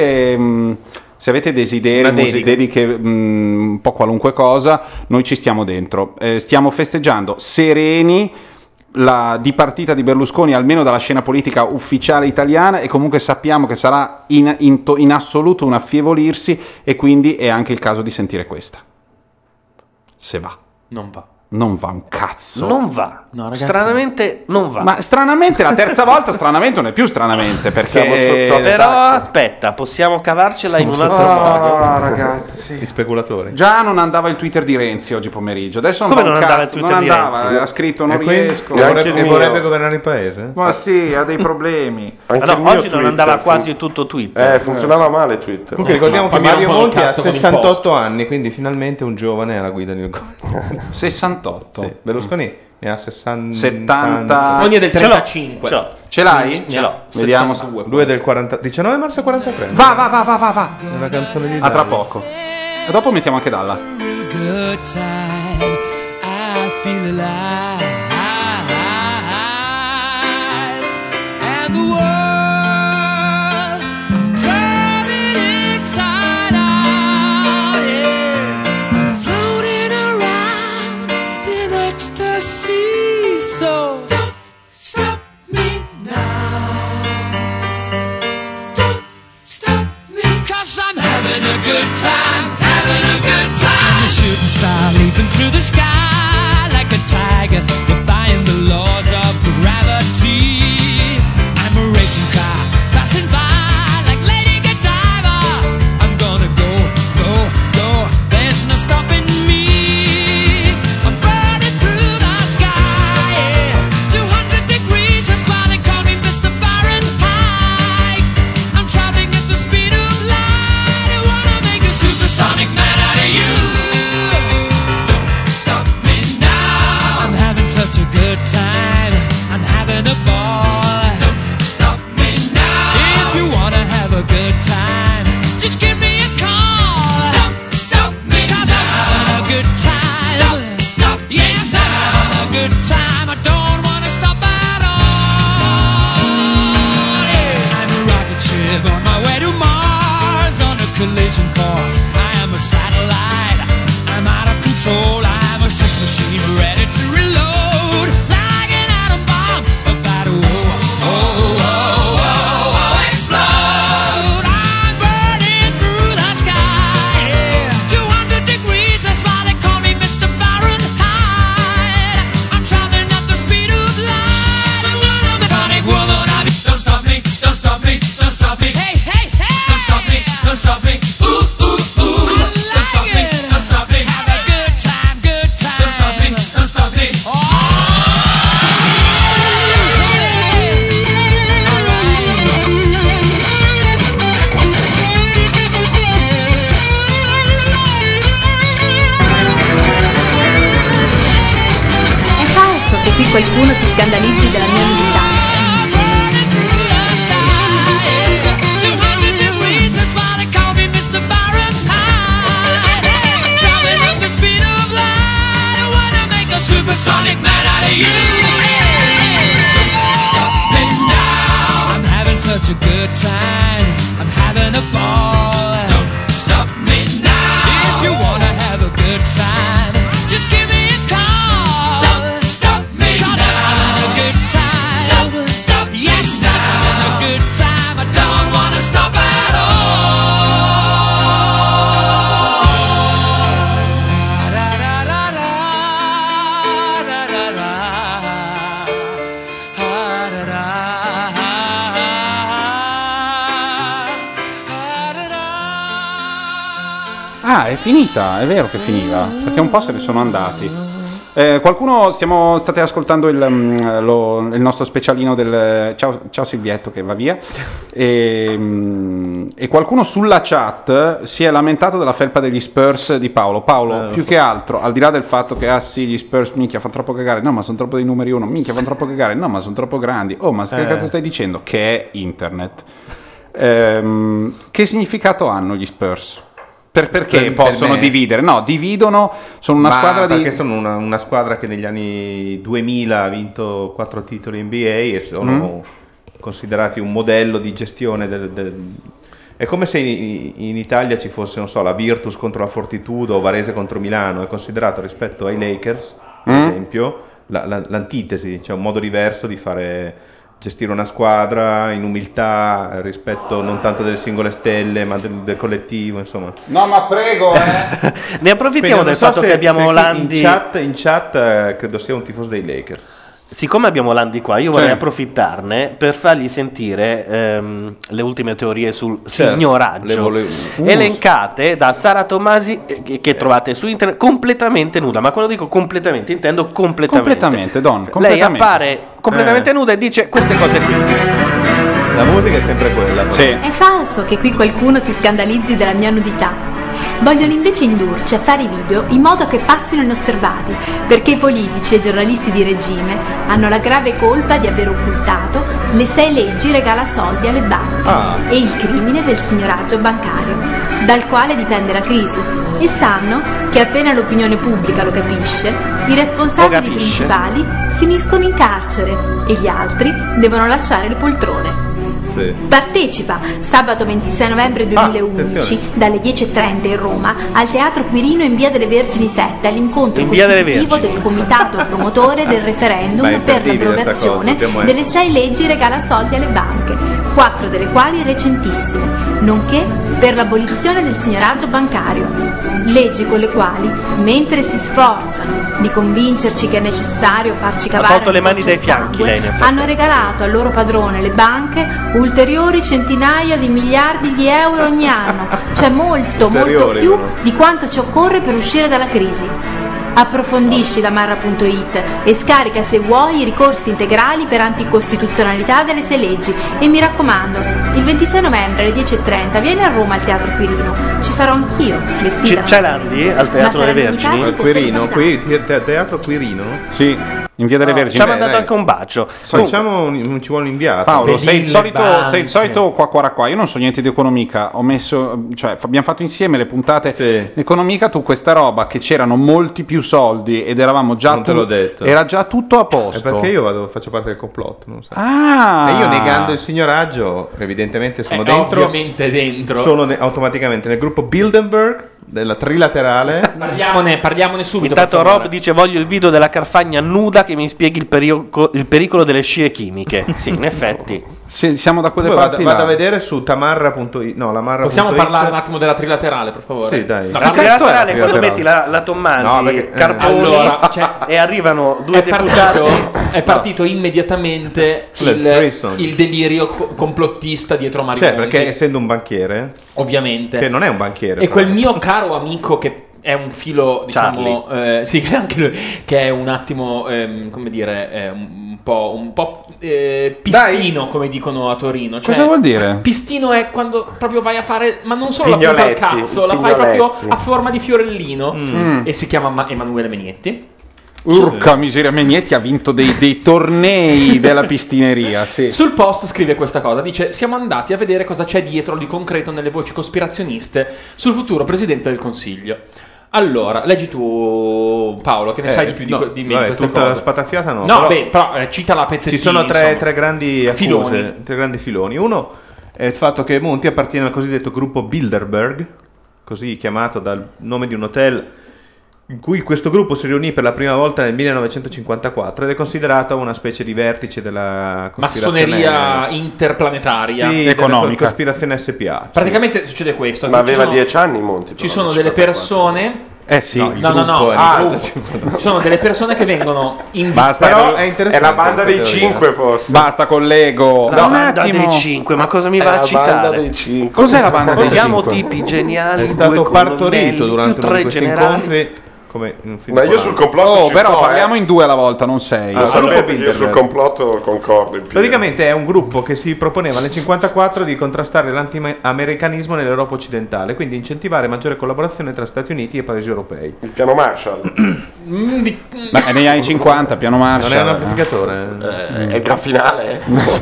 avete desideri, dediche, un po' qualunque cosa, noi ci stiamo dentro. Stiamo festeggiando sereni la dipartita di Berlusconi almeno dalla scena politica ufficiale italiana e comunque sappiamo che sarà in assoluto un affievolirsi e quindi è anche il caso di sentire questa. Se va. Non va. Non va un cazzo. Non va. No, ragazzi, stranamente non va. Ma stranamente la terza volta stranamente non è più stranamente perché però aspetta, possiamo cavarcela in un altro modo. Ragazzi, Gli speculatori. già non andava il Twitter di Renzi oggi pomeriggio. Adesso Come non non va un andava il cazzo, Twitter non di andava, Renzi? ha scritto non E quindi- riesco. e vorrebbe governare il paese? Ma sì, ha dei problemi. Anche Ma il no, mio oggi non Twitter andava quasi tutto Twitter. funzionava male Twitter. Comunque ricordiamo che poi mi Mario rompono il Monti ha cazzo con i 68 anni, quindi finalmente un giovane alla guida di un governo. 68. Sì, Berlusconi ne ha 60. 70. Ogni è del Ce l'ho, 35. ce l'ho. Ce l'ai? Ce l'ho. Vediamo. 2 del 40, 19 marzo 43. Va. È una canzone di A tra Dallas. poco. E dopo mettiamo anche Dalla. Good time, I feel alive, and the world I'm turning inside out. Yeah, I'm floating around in ecstasy. So don't stop me now. Don't stop me, 'cause I'm having a good time, having a good time. I'm a shooting star leaping through the sky like a tiger, defying the laws of gravity. I'm a racing car passing by like Lady Godiva. I'm gonna go, go, go. There's no stopping me. I'm burning through the sky, yeah. 200 degrees, that's why they call me Mr. Fahrenheit. I'm traveling at the speed of light. I wanna make a supersonic man out of you. Don't stop me now. I'm having such a good time. I'm having a ball. Don't stop me now. If you wanna have a good time, just give me a call. Don't stop me 'cause I'm having a good time. Don't stop me. Yes, I'm having a good time. I don't wanna stop at all. Yeah. I'm a rocket ship on my way to Mars on a collision course. I am a satellite. I'm out of control. I'm a sex machine ready to reload. Like an atom bomb about to explode. scandalizzi della mia nudità. 200 degrees, that's why they call me Mr. Fahrenheit. I'm traveling at the speed of light. I wanna make a supersonic man out of you. Don't stop me now. I'm having such a good time. I'm having a ball. Don't stop me now. If you wanna have a good time, just give me a call. Don't stop me now. I'm having a good time. Don't stop me now. I'm having a good time. I don't wanna stop at Ah, è finita, è vero che finiva, perché un po' se ne sono andati. Qualcuno, state ascoltando il nostro specialino del... Ciao Silvietto che va via. E qualcuno sulla chat si è lamentato della felpa degli Spurs di Paolo. Paolo, più che altro, al di là del fatto che sì, gli Spurs minchia fanno troppo cagare, no ma sono troppo dei numeri uno, minchia fanno troppo cagare, no ma sono troppo grandi, oh ma che cazzo stai dicendo? Che è internet. Che significato hanno gli Spurs? Perché possono dividere? No, dividono, sono una squadra perché sono una squadra che negli anni 2000 ha vinto 4 titoli NBA e sono considerati un modello di gestione È come se in Italia ci fosse, non so, la Virtus contro la Fortitudo o Varese contro Milano. È considerato rispetto ai Lakers, per esempio, l'antitesi, cioè un modo diverso di gestire una squadra in umiltà rispetto non tanto delle singole stelle ma del collettivo, insomma. No ma prego ne approfittiamo del fatto che abbiamo Landi in chat credo sia un tifoso dei Lakers. Siccome abbiamo Landi qua, io vorrei approfittarne per fargli sentire le ultime teorie sul signoraggio elencate da Sara Tomasi che trovate su internet completamente nuda, ma quando dico completamente intendo completamente. Lei appare completamente nuda e dice queste cose qui. La musica è sempre quella. Sì. È falso che qui qualcuno si scandalizzi della mia nudità. Vogliono invece indurci a fare i video in modo che passino inosservati, perché i politici e i giornalisti di regime hanno la grave colpa di aver occultato le 6 leggi regala soldi alle banche e il crimine del signoraggio bancario, dal quale dipende la crisi. E sanno che appena l'opinione pubblica lo capisce, i responsabili principali finiscono in carcere e gli altri devono lasciare le poltrone. Partecipa sabato 26 novembre 2011 dalle 10:30 in Roma al Teatro Quirino in Via delle Vergini 7 all'incontro costitutivo del comitato promotore del referendum per l'abrogazione delle 6 leggi regala soldi alle banche, 4 delle quali recentissime, nonché per l'abolizione del signoraggio bancario, leggi con le quali, mentre si sforzano di convincerci che è necessario farci cavare le mani dai fianchi, hanno regalato al loro padrone, le banche, ulteriori centinaia di miliardi di euro ogni anno, cioè molto più di quanto ci occorre per uscire dalla crisi. Approfondisci da marra.it e scarica se vuoi i ricorsi integrali per anticostituzionalità delle 6 leggi e mi raccomando, il 26 novembre alle 10:30 vieni a Roma al Teatro Quirino, ci sarò anch'io vestita. C'è Landi al Teatro delle Vergini? Al Quirino, Teatro Quirino? Sì, in Via delle Vergini. Ci ha mandato anche un bacio. Facciamo non ci vuole un inviato. Paolo, sei il solito qua. Io non so niente di economica. Abbiamo fatto insieme le puntate economica. Tu questa roba che c'erano molti più soldi ed eravamo già non te l'ho detto. Era già tutto a posto. È perché io faccio parte del complotto, non so. E io negando il signoraggio, evidentemente sono dentro. Ovviamente dentro. Sono automaticamente nel gruppo Bilderberg della trilaterale. Parliamone subito. Intanto Rob dice voglio il video della Carfagna nuda che mi spieghi il pericolo delle scie chimiche. Sì, in effetti. Siamo da quelle parti vado a vedere su tamarra.it. No, la marra. Possiamo parlare un attimo della trilaterale, per favore? Sì, dai. La trilaterale è quando metti la Tommaso, Carponi e arrivano due deputati. È partito immediatamente il delirio complottista dietro Mario Monti. Perché essendo un banchiere, ovviamente, che non è un banchiere, e quel mio caro amico che è un filo, diciamo, sì, anche lui, che è un attimo, come dire, un po' pistino, come dicono a Torino. Cioè, cosa vuol dire? Pistino è quando proprio vai a fare, ma non solo la punta al cazzo, la fai proprio a forma di fiorellino, e si chiama Emanuele Menietti. Urca miseria, Megnetti ha vinto dei tornei della pistineria, sì. Sul post scrive questa cosa, dice: siamo andati a vedere cosa c'è dietro di concreto nelle voci cospirazioniste sul futuro Presidente del Consiglio. Allora, leggi tu, Paolo, che ne sai di più di me di queste tutta cose. la spatafiata no. No, vabbè, però cita la pezzettini. Ci sono tre insomma. grandi accuse, Filoni. tre grandi filoni. Uno è il fatto che Monti appartiene al cosiddetto gruppo Bilderberg, così chiamato dal nome di un hotel in cui questo gruppo si riunì per la prima volta nel 1954 ed è considerato una specie di vertice della cospirazione Massoneria interplanetaria, sì, economica. Cospirazione SPA. Praticamente succede questo. Ma che ci aveva sono- 10 anni Monti. Ci sono delle persone. Sì. No, il No, gruppo è Ah, il ci sono delle persone che vengono Basta, Però è è interessante. È la banda dei questa 5 teoria. forse. Basta collego. La Un banda attimo. dei 5, ma cosa mi È va a la banda citare? dei 5. Cos'è la banda dei Siamo 5? tipi geniali. È stato due partorito colonnelli, durante più uno di tre questi generali. incontri come in un film Ma io polacco. sul complotto Oh, ci però sto, parliamo in due alla volta, non sei. Ah, Sapete, io Bilderberg. sul complotto concordo in pieno. Praticamente è un gruppo che si proponeva nel 1954 di contrastare l'anti-americanismo nell'Europa occidentale, quindi incentivare maggiore collaborazione tra Stati Uniti e paesi europei. Il piano Marshall. Ma è negli anni 50, piano Non è un Marshall. amplificatore? È il graffinale.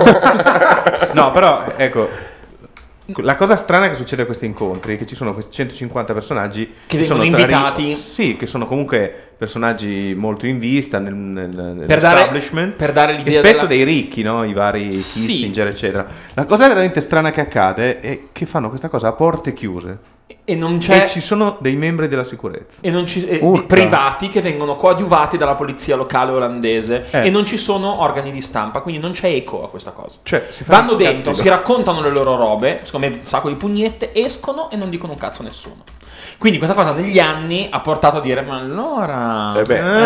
No, però ecco, la cosa strana che succede a questi incontri è che ci sono questi 150 personaggi Che vengono sono invitati. sì, che sono comunque personaggi molto in vista Per dare- nell'establishment per dare l'idea e spesso della- dei ricchi, no? I vari Sì. Kissinger eccetera. La cosa veramente strana che accade è che fanno questa cosa a porte chiuse E non c'è. e ci sono dei membri della sicurezza. E non ci, Urca. privati che vengono coadiuvati dalla polizia locale olandese e non ci sono organi di stampa, quindi non c'è eco a questa cosa. Cioè, si fanno Vanno dentro, cazzi si raccontano le loro robe, secondo me un sacco di pugnette, escono e non dicono un cazzo a nessuno. Quindi questa cosa negli anni ha portato a dire: ma allora.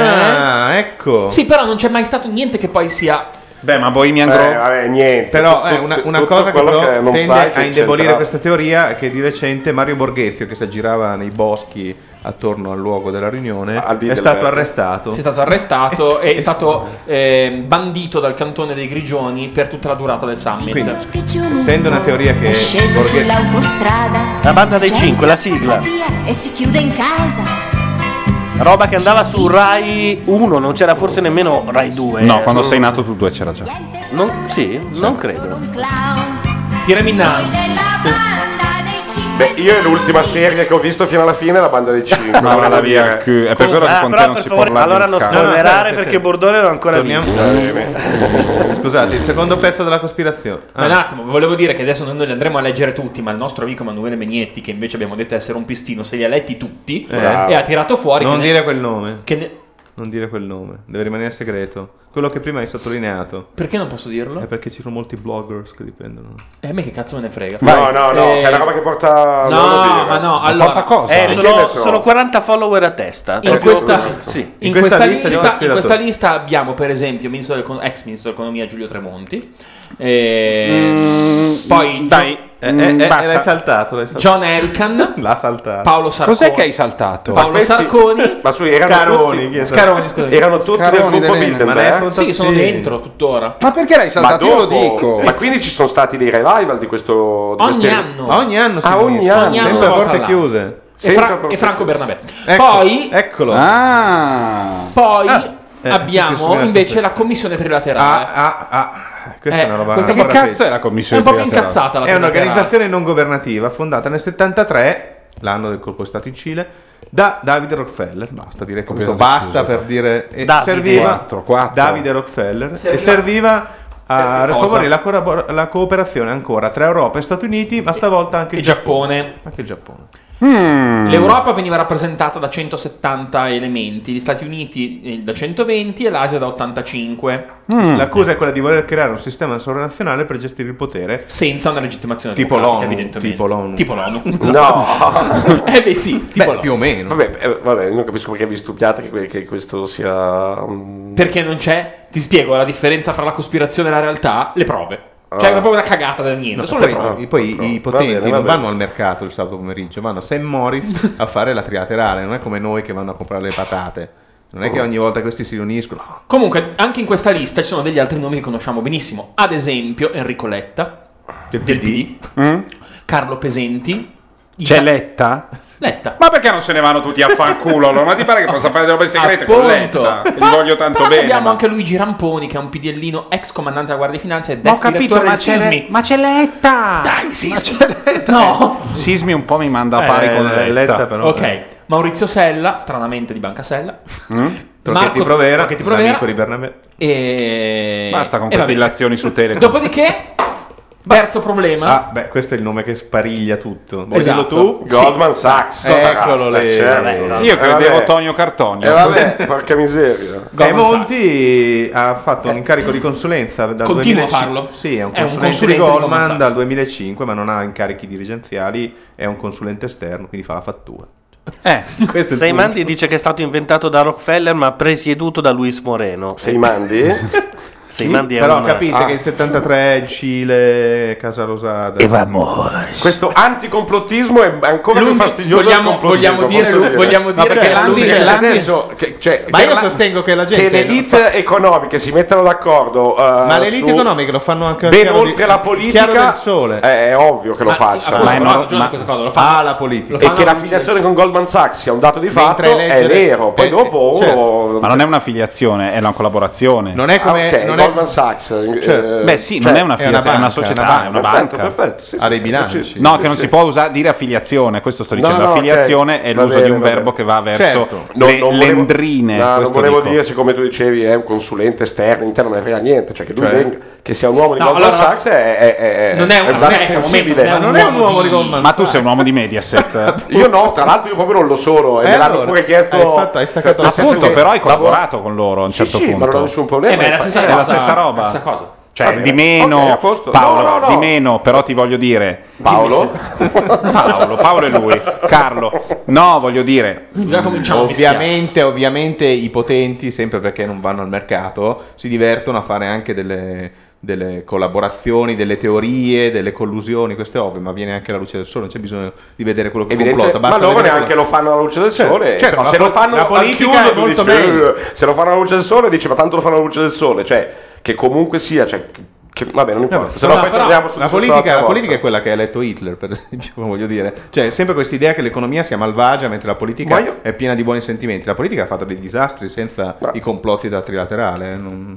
Ecco. Sì, però non c'è mai stato niente che poi sia. Beh, ma Bohemian Grove. Vabbè, niente. Però Tutto- una tutto cosa che quello però non tende sai che a indebolire c'entra- questa teoria è che di recente Mario Borghezio, che si aggirava nei boschi attorno al luogo della riunione, è Bilderberg. stato arrestato. Si è stato arrestato e è stato bandito dal cantone dei Grigioni per tutta la durata del summit. Quindi, essendo una teoria che Sceso Borghezio sull'autostrada. La banda dei 5, la sigla. E si chiude in casa. Roba che andava su Rai 1, non c'era forse nemmeno Rai 2. No, quando sei nato tu due c'era già. Sì, non credo. Tirami innanzi. Beh, io è l'ultima serie che ho visto fino alla fine, la banda dei 5. Ma vada via il culo. È per quello che con te non si può parlare allora del non cazzo. spoilerare perché Bordone l'ho ancora visto. Scusate, il secondo pezzo della cospirazione. Ma un attimo, volevo dire che adesso noi li andremo a leggere tutti, ma il nostro amico Emanuele Megnetti, che invece abbiamo detto essere un pistino, se li ha letti tutti e ha tirato fuori. Non che dire quel nome. Che ne- Non dire quel nome, deve rimanere segreto. Quello che prima hai sottolineato. Perché non posso dirlo? È perché ci sono molti bloggers che dipendono. E a me che cazzo me ne frega? No, sei una roba che porta. No, ma no, allora. Sono 40 follower a testa. In questa, sì. in questa lista abbiamo per esempio ex ministro dell'economia Giulio Tremonti, poi dai, l'hai saltato, John Elkann, l'ha saltato. Paolo Sarconi. Cos'è che hai saltato? Paolo Sarconi. Ma su, erano Scaroni, tutti, chi è stato? Scaroni, scusami. erano tutti Scaroni del gruppo dell'Enel. Bilderberg. Sì, sono dentro tuttora. Ma perché l'hai Ma saltato? Io lo dopo, dico. ma quindi ci sono stati dei revival di questo. Di Ogni questi- anno. Ma ogni anno si ogni uniscono, anno. sempre a una volta porte là. chiuse. E Franco Bernabé. Ecco, Poi, eccolo. poi questo abbiamo è invece stasera. la commissione trilaterale. Questa è una roba questa Che ancora cazzo è la È commissione un po' più trilaterale? incazzata la È trilaterale. un'organizzazione non governativa fondata nel 73, l'anno del colpo di stato in Cile, da Davide Rockefeller. Basta dire questo, basta per dire. E Davide. serviva 4. Davide Rockefeller Serviva- e serviva a Per cosa? favorire la cooperazione ancora tra Europa e Stati Uniti, ma stavolta anche E il Giappone. Anche il Giappone. L'Europa veniva rappresentata da 170 elementi, gli Stati Uniti da 120 e l'Asia da 85. L'accusa è quella di voler creare un sistema sovranazionale per gestire il potere. Senza una legittimazione Tipo democratica, l'ONU, evidentemente. tipo l'ONU. No. Beh sì, tipo l'ONU. Più o meno. Vabbè, io non capisco perché vi stupiate che questo sia. Perché non c'è, ti spiego la differenza fra la cospirazione e la realtà, le prove. Cioè è proprio una cagata da niente, sono le prove. Poi i potenti Va bene. non vanno al mercato il sabato pomeriggio, vanno a St. Moritz a fare la trilaterale, non è come noi che vanno a comprare le patate. Non è che ogni volta che questi si riuniscono. Comunque, anche in questa lista ci sono degli altri nomi che conosciamo benissimo. Ad esempio, Enrico Letta, del PD. Carlo Pesenti, C'è Letta? Ma perché non se ne vanno tutti a fanculo? Allora? Ma ti pare che possa fare delle robe segrete con Letta? Che gli voglio tanto Però bene. abbiamo anche Luigi Ramponi, che è un PDLino, ex comandante della Guardia di Finanza ed Ma ho ex capito, direttore ma del Sismi. Ma c'è Letta! Dai, Sismi! No! Sismi un po' mi manda a pari con Letta. però. Ok, Maurizio Sella, stranamente di Banca Sella. Tronchetti Provera, Tronchetti Provera. l'amico di Bernabé. E... Basta con e queste vabbè. illazioni su Telecom. Dopodiché, terzo problema. Questo è il nome che spariglia tutto. Vuoi Esatto. dirlo tu? Goldman Sachs. Eccolo lì. certo. Io credevo Tonio Cartonio. Vabbè, porca miseria. E Monti ha fatto un incarico di consulenza dal Continua a 2005. farlo? Sì, è un È un consulente consulente di di Goldman Goldman Sachs. dal 2005, ma non ha incarichi dirigenziali, è un consulente esterno, quindi fa la fattura. Questo è il Seimandi punto. dice che è stato inventato da Rockefeller ma presieduto da Luis Moreno. Seimandi? Seimandi è Però un... capite che il 73 il Cile, Casa Rosada. Questo anticomplottismo è ancora più fastidioso. vogliamo dire perché Landi adesso Ma io sostengo che la gente le elite economiche si mettano d'accordo, ma le elite economiche lo fanno anche al ben chiaro oltre la politica. chiaro del sole. È ovvio che lo faccia. La politica. E che l'affiliazione con Goldman Sachs sia un dato di fatto Mentre è eleggere- vero. Poi dopo certo. Ma non è una filiazione, è una collaborazione. Non è come ok, non è- Goldman Sachs. Beh sì, non è una filiazione, è una società, è una banca. Perfetto, sì, ha dei sì, bilanci. sì, No, sì, che non sì. si può dire affiliazione, questo sto dicendo. No, affiliazione ok. è Va l'uso bene, di un va verbo bene. che va verso Certo. le volevo- endrine. non questo volevo dico. dire, siccome tu dicevi è un consulente esterno, interno, non me ne frega niente, cioè che lui Cioè? venga, che sia un uomo di No, Goldman allora, Sachs è non è un- un dato aspetta, un sensibile. momento, Ma non è un uomo di Goldman Ma tu sei un uomo di Mediaset. Io no, tra l'altro io proprio non lo sono e me l'hanno allora, pure chiesto. hai staccato la Appunto, però hai collaborato con loro a un certo sì, punto. ma non ho nessun problema. ma è la stessa È cosa. la stessa roba. È la stessa cosa. Cioè, Va di bene. meno, Ok, a posto. Paolo, No. di meno, però ti voglio dire. Paolo? Paolo è lui. Carlo. No, voglio dire. Già cominciamo a mischiare. Ovviamente i potenti, sempre perché non vanno al mercato, si divertono a fare anche delle collaborazioni, delle teorie, delle collusioni, questo è ovvio, ma viene anche alla luce del sole, non c'è bisogno di vedere quello che complota. Ma basta loro vedere neanche lo fanno alla luce del sole. certo, se lo fanno la al politica chiuso, è tu molto dici, meglio. se lo fanno alla luce del sole, dici ma tanto lo fanno alla luce del sole, cioè che comunque sia, cioè, vabbè, non importa. Se no, poi torniamo sul la politica è quella che ha eletto Hitler, per esempio, voglio dire. Cioè, sempre questa idea che l'economia sia malvagia mentre la politica è piena di buoni sentimenti. La politica ha fatto dei disastri senza i complotti da trilaterale.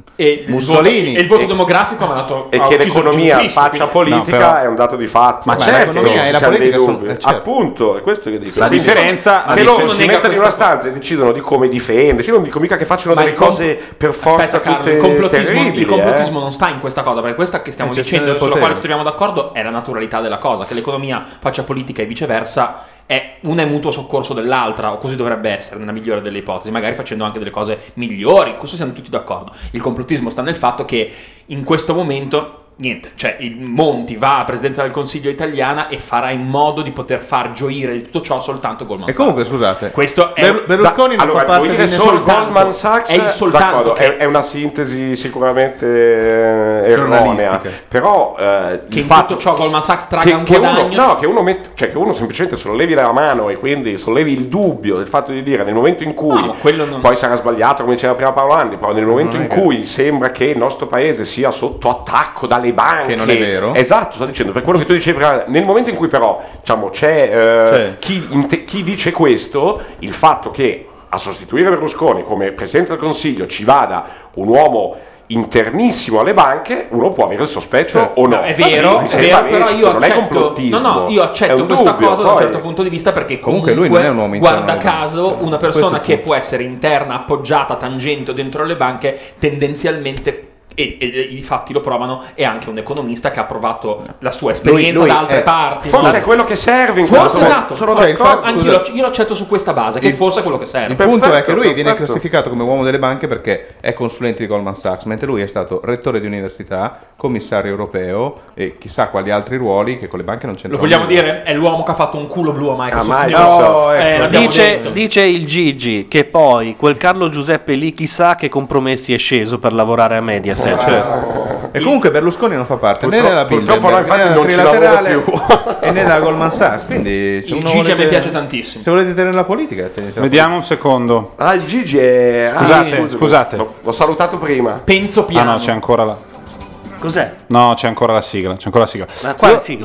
E Mussolini il voto demografico ha dato e che l'economia faccia politica è un dato di fatto. Ma certo, l'economia e la politica sono certo. Appunto, è questo che dico. La differenza che loro si mettono in una stanza e decidono di come difendere, non dico mica che facciano delle cose per forza Aspetta, Carlo, tutte il terribili, complottismo non sta in questa cosa, perché questa che stiamo L'eccezione dicendo, del sulla quale potere. ci troviamo d'accordo, è la naturalità della cosa, che l'economia faccia politica e viceversa. Una è mutuo soccorso dell'altra, o così dovrebbe essere nella migliore delle ipotesi, magari facendo anche delle cose migliori, questo siamo tutti d'accordo. Il complottismo sta nel fatto che in questo momento niente, cioè il Monti va a presidenza del Consiglio italiana e farà in modo di poter far gioire di tutto ciò soltanto Goldman Sachs. E comunque, scusate, questo è Berlusconi non fa parte gioire di solo Goldman Sachs, è il soltanto d'accordo, che è una sintesi sicuramente erronea, Giornalistica. però che il in fatto tutto ciò Goldman Sachs traga un guadagno. che uno semplicemente sollevi la mano e quindi sollevi il dubbio del fatto di dire nel momento in cui poi sarà sbagliato come diceva prima Paolo Landi, però nel momento in cui sembra che il nostro paese sia sotto attacco dalle banche, che non è vero. Esatto, sto dicendo, per quello che tu dicevi prima, nel momento in cui però diciamo, c'è chi dice questo, il fatto che a sostituire Berlusconi come Presidente del Consiglio ci vada un uomo internissimo alle banche, uno può avere il sospetto o no. No, è vero, però io non è accetto, complottismo. io accetto questa dubbio, cosa da un poi. certo punto di vista, perché Comunque comunque lui non è un uomo interno guarda alle banche. caso una persona che può essere interna, appoggiata, tangente o dentro le banche, tendenzialmente e i fatti lo provano, è anche un economista che ha provato la sua esperienza da altre parti. Forse è quello che serve in forse questo esatto, sono forse- d'accordo. anche io lo accetto su questa base, che forse è quello che serve. Il punto è che lui viene classificato come uomo delle banche perché è consulente di Goldman Sachs, mentre lui è stato rettore di università, commissario europeo e chissà quali altri ruoli che con le banche non c'entrano. Lo vogliamo nulla. dire? È l'uomo che ha fatto un culo blu a Microsoft. ecco. Dice il Gigi che poi quel Carlo Giuseppe lì chissà che compromessi è sceso per lavorare a Mediaset. Certo. E comunque Berlusconi non fa parte né della purtroppo Bilderberg, infatti né della non ci lavora Trilaterale e né della Goldman Sachs. Quindi Il Gigi a me piace tantissimo. Se volete tenere la politica, tenete la Vediamo un secondo. Ah, il Gigi è... Scusate. L'ho salutato prima. Penso Ah no, c'è ancora la... Cos'è? No, c'è ancora la sigla. Ma quale sigla?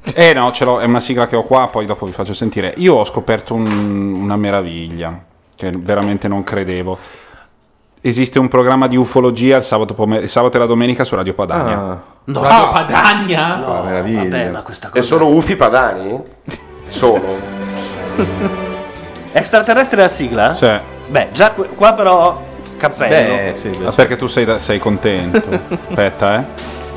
No, ce l'ho, è una sigla che ho qua, poi dopo vi faccio sentire. Io ho scoperto una meraviglia, che veramente non credevo. Esiste un programma di ufologia il sabato e la domenica su Radio Padania. No, Radio Padania? No, meraviglia. Vabbè, ma questa cosa... E sono UFI padani? Sono. Extraterrestre la sigla? Sì. Beh, già qua però cappello. Ma perché tu sei contento. Aspetta,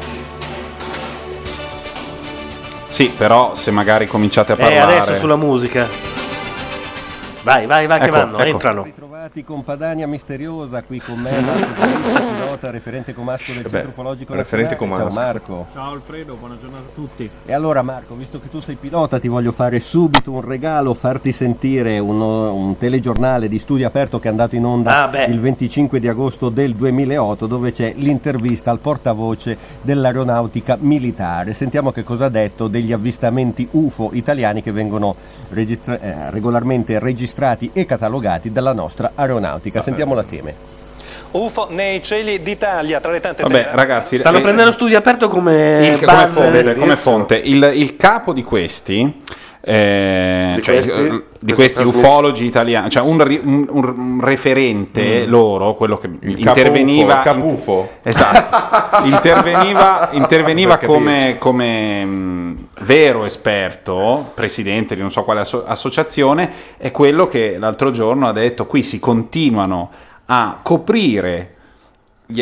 Sì, però se magari cominciate a parlare... adesso sulla musica. Vai, che vanno, entrano. Ritrovati con Padania Misteriosa, qui con me Marco pilota, referente comasco del Centro Ufologico Nazionale. Ciao Marco. Ciao Alfredo, buona giornata a tutti. E allora Marco, visto che tu sei pilota, ti voglio fare subito un regalo, farti sentire un telegiornale di Studio Aperto che è andato in onda il 25 di agosto del 2008, dove c'è l'intervista al portavoce dell'aeronautica militare. Sentiamo che cosa ha detto degli avvistamenti UFO italiani che vengono regolarmente registrati e catalogati dalla nostra aeronautica. Sentiamola assieme. UFO nei cieli d'Italia, tra le tante ragazzi, stanno prendendo Studio Aperto come fonte. Il capo di questi di questi ufologi italiani, cioè un referente loro, quello che interveniva, capufo. Esatto, interveniva come vero esperto, presidente di non so quale associazione, è quello che l'altro giorno ha detto: qui si continuano a coprire gli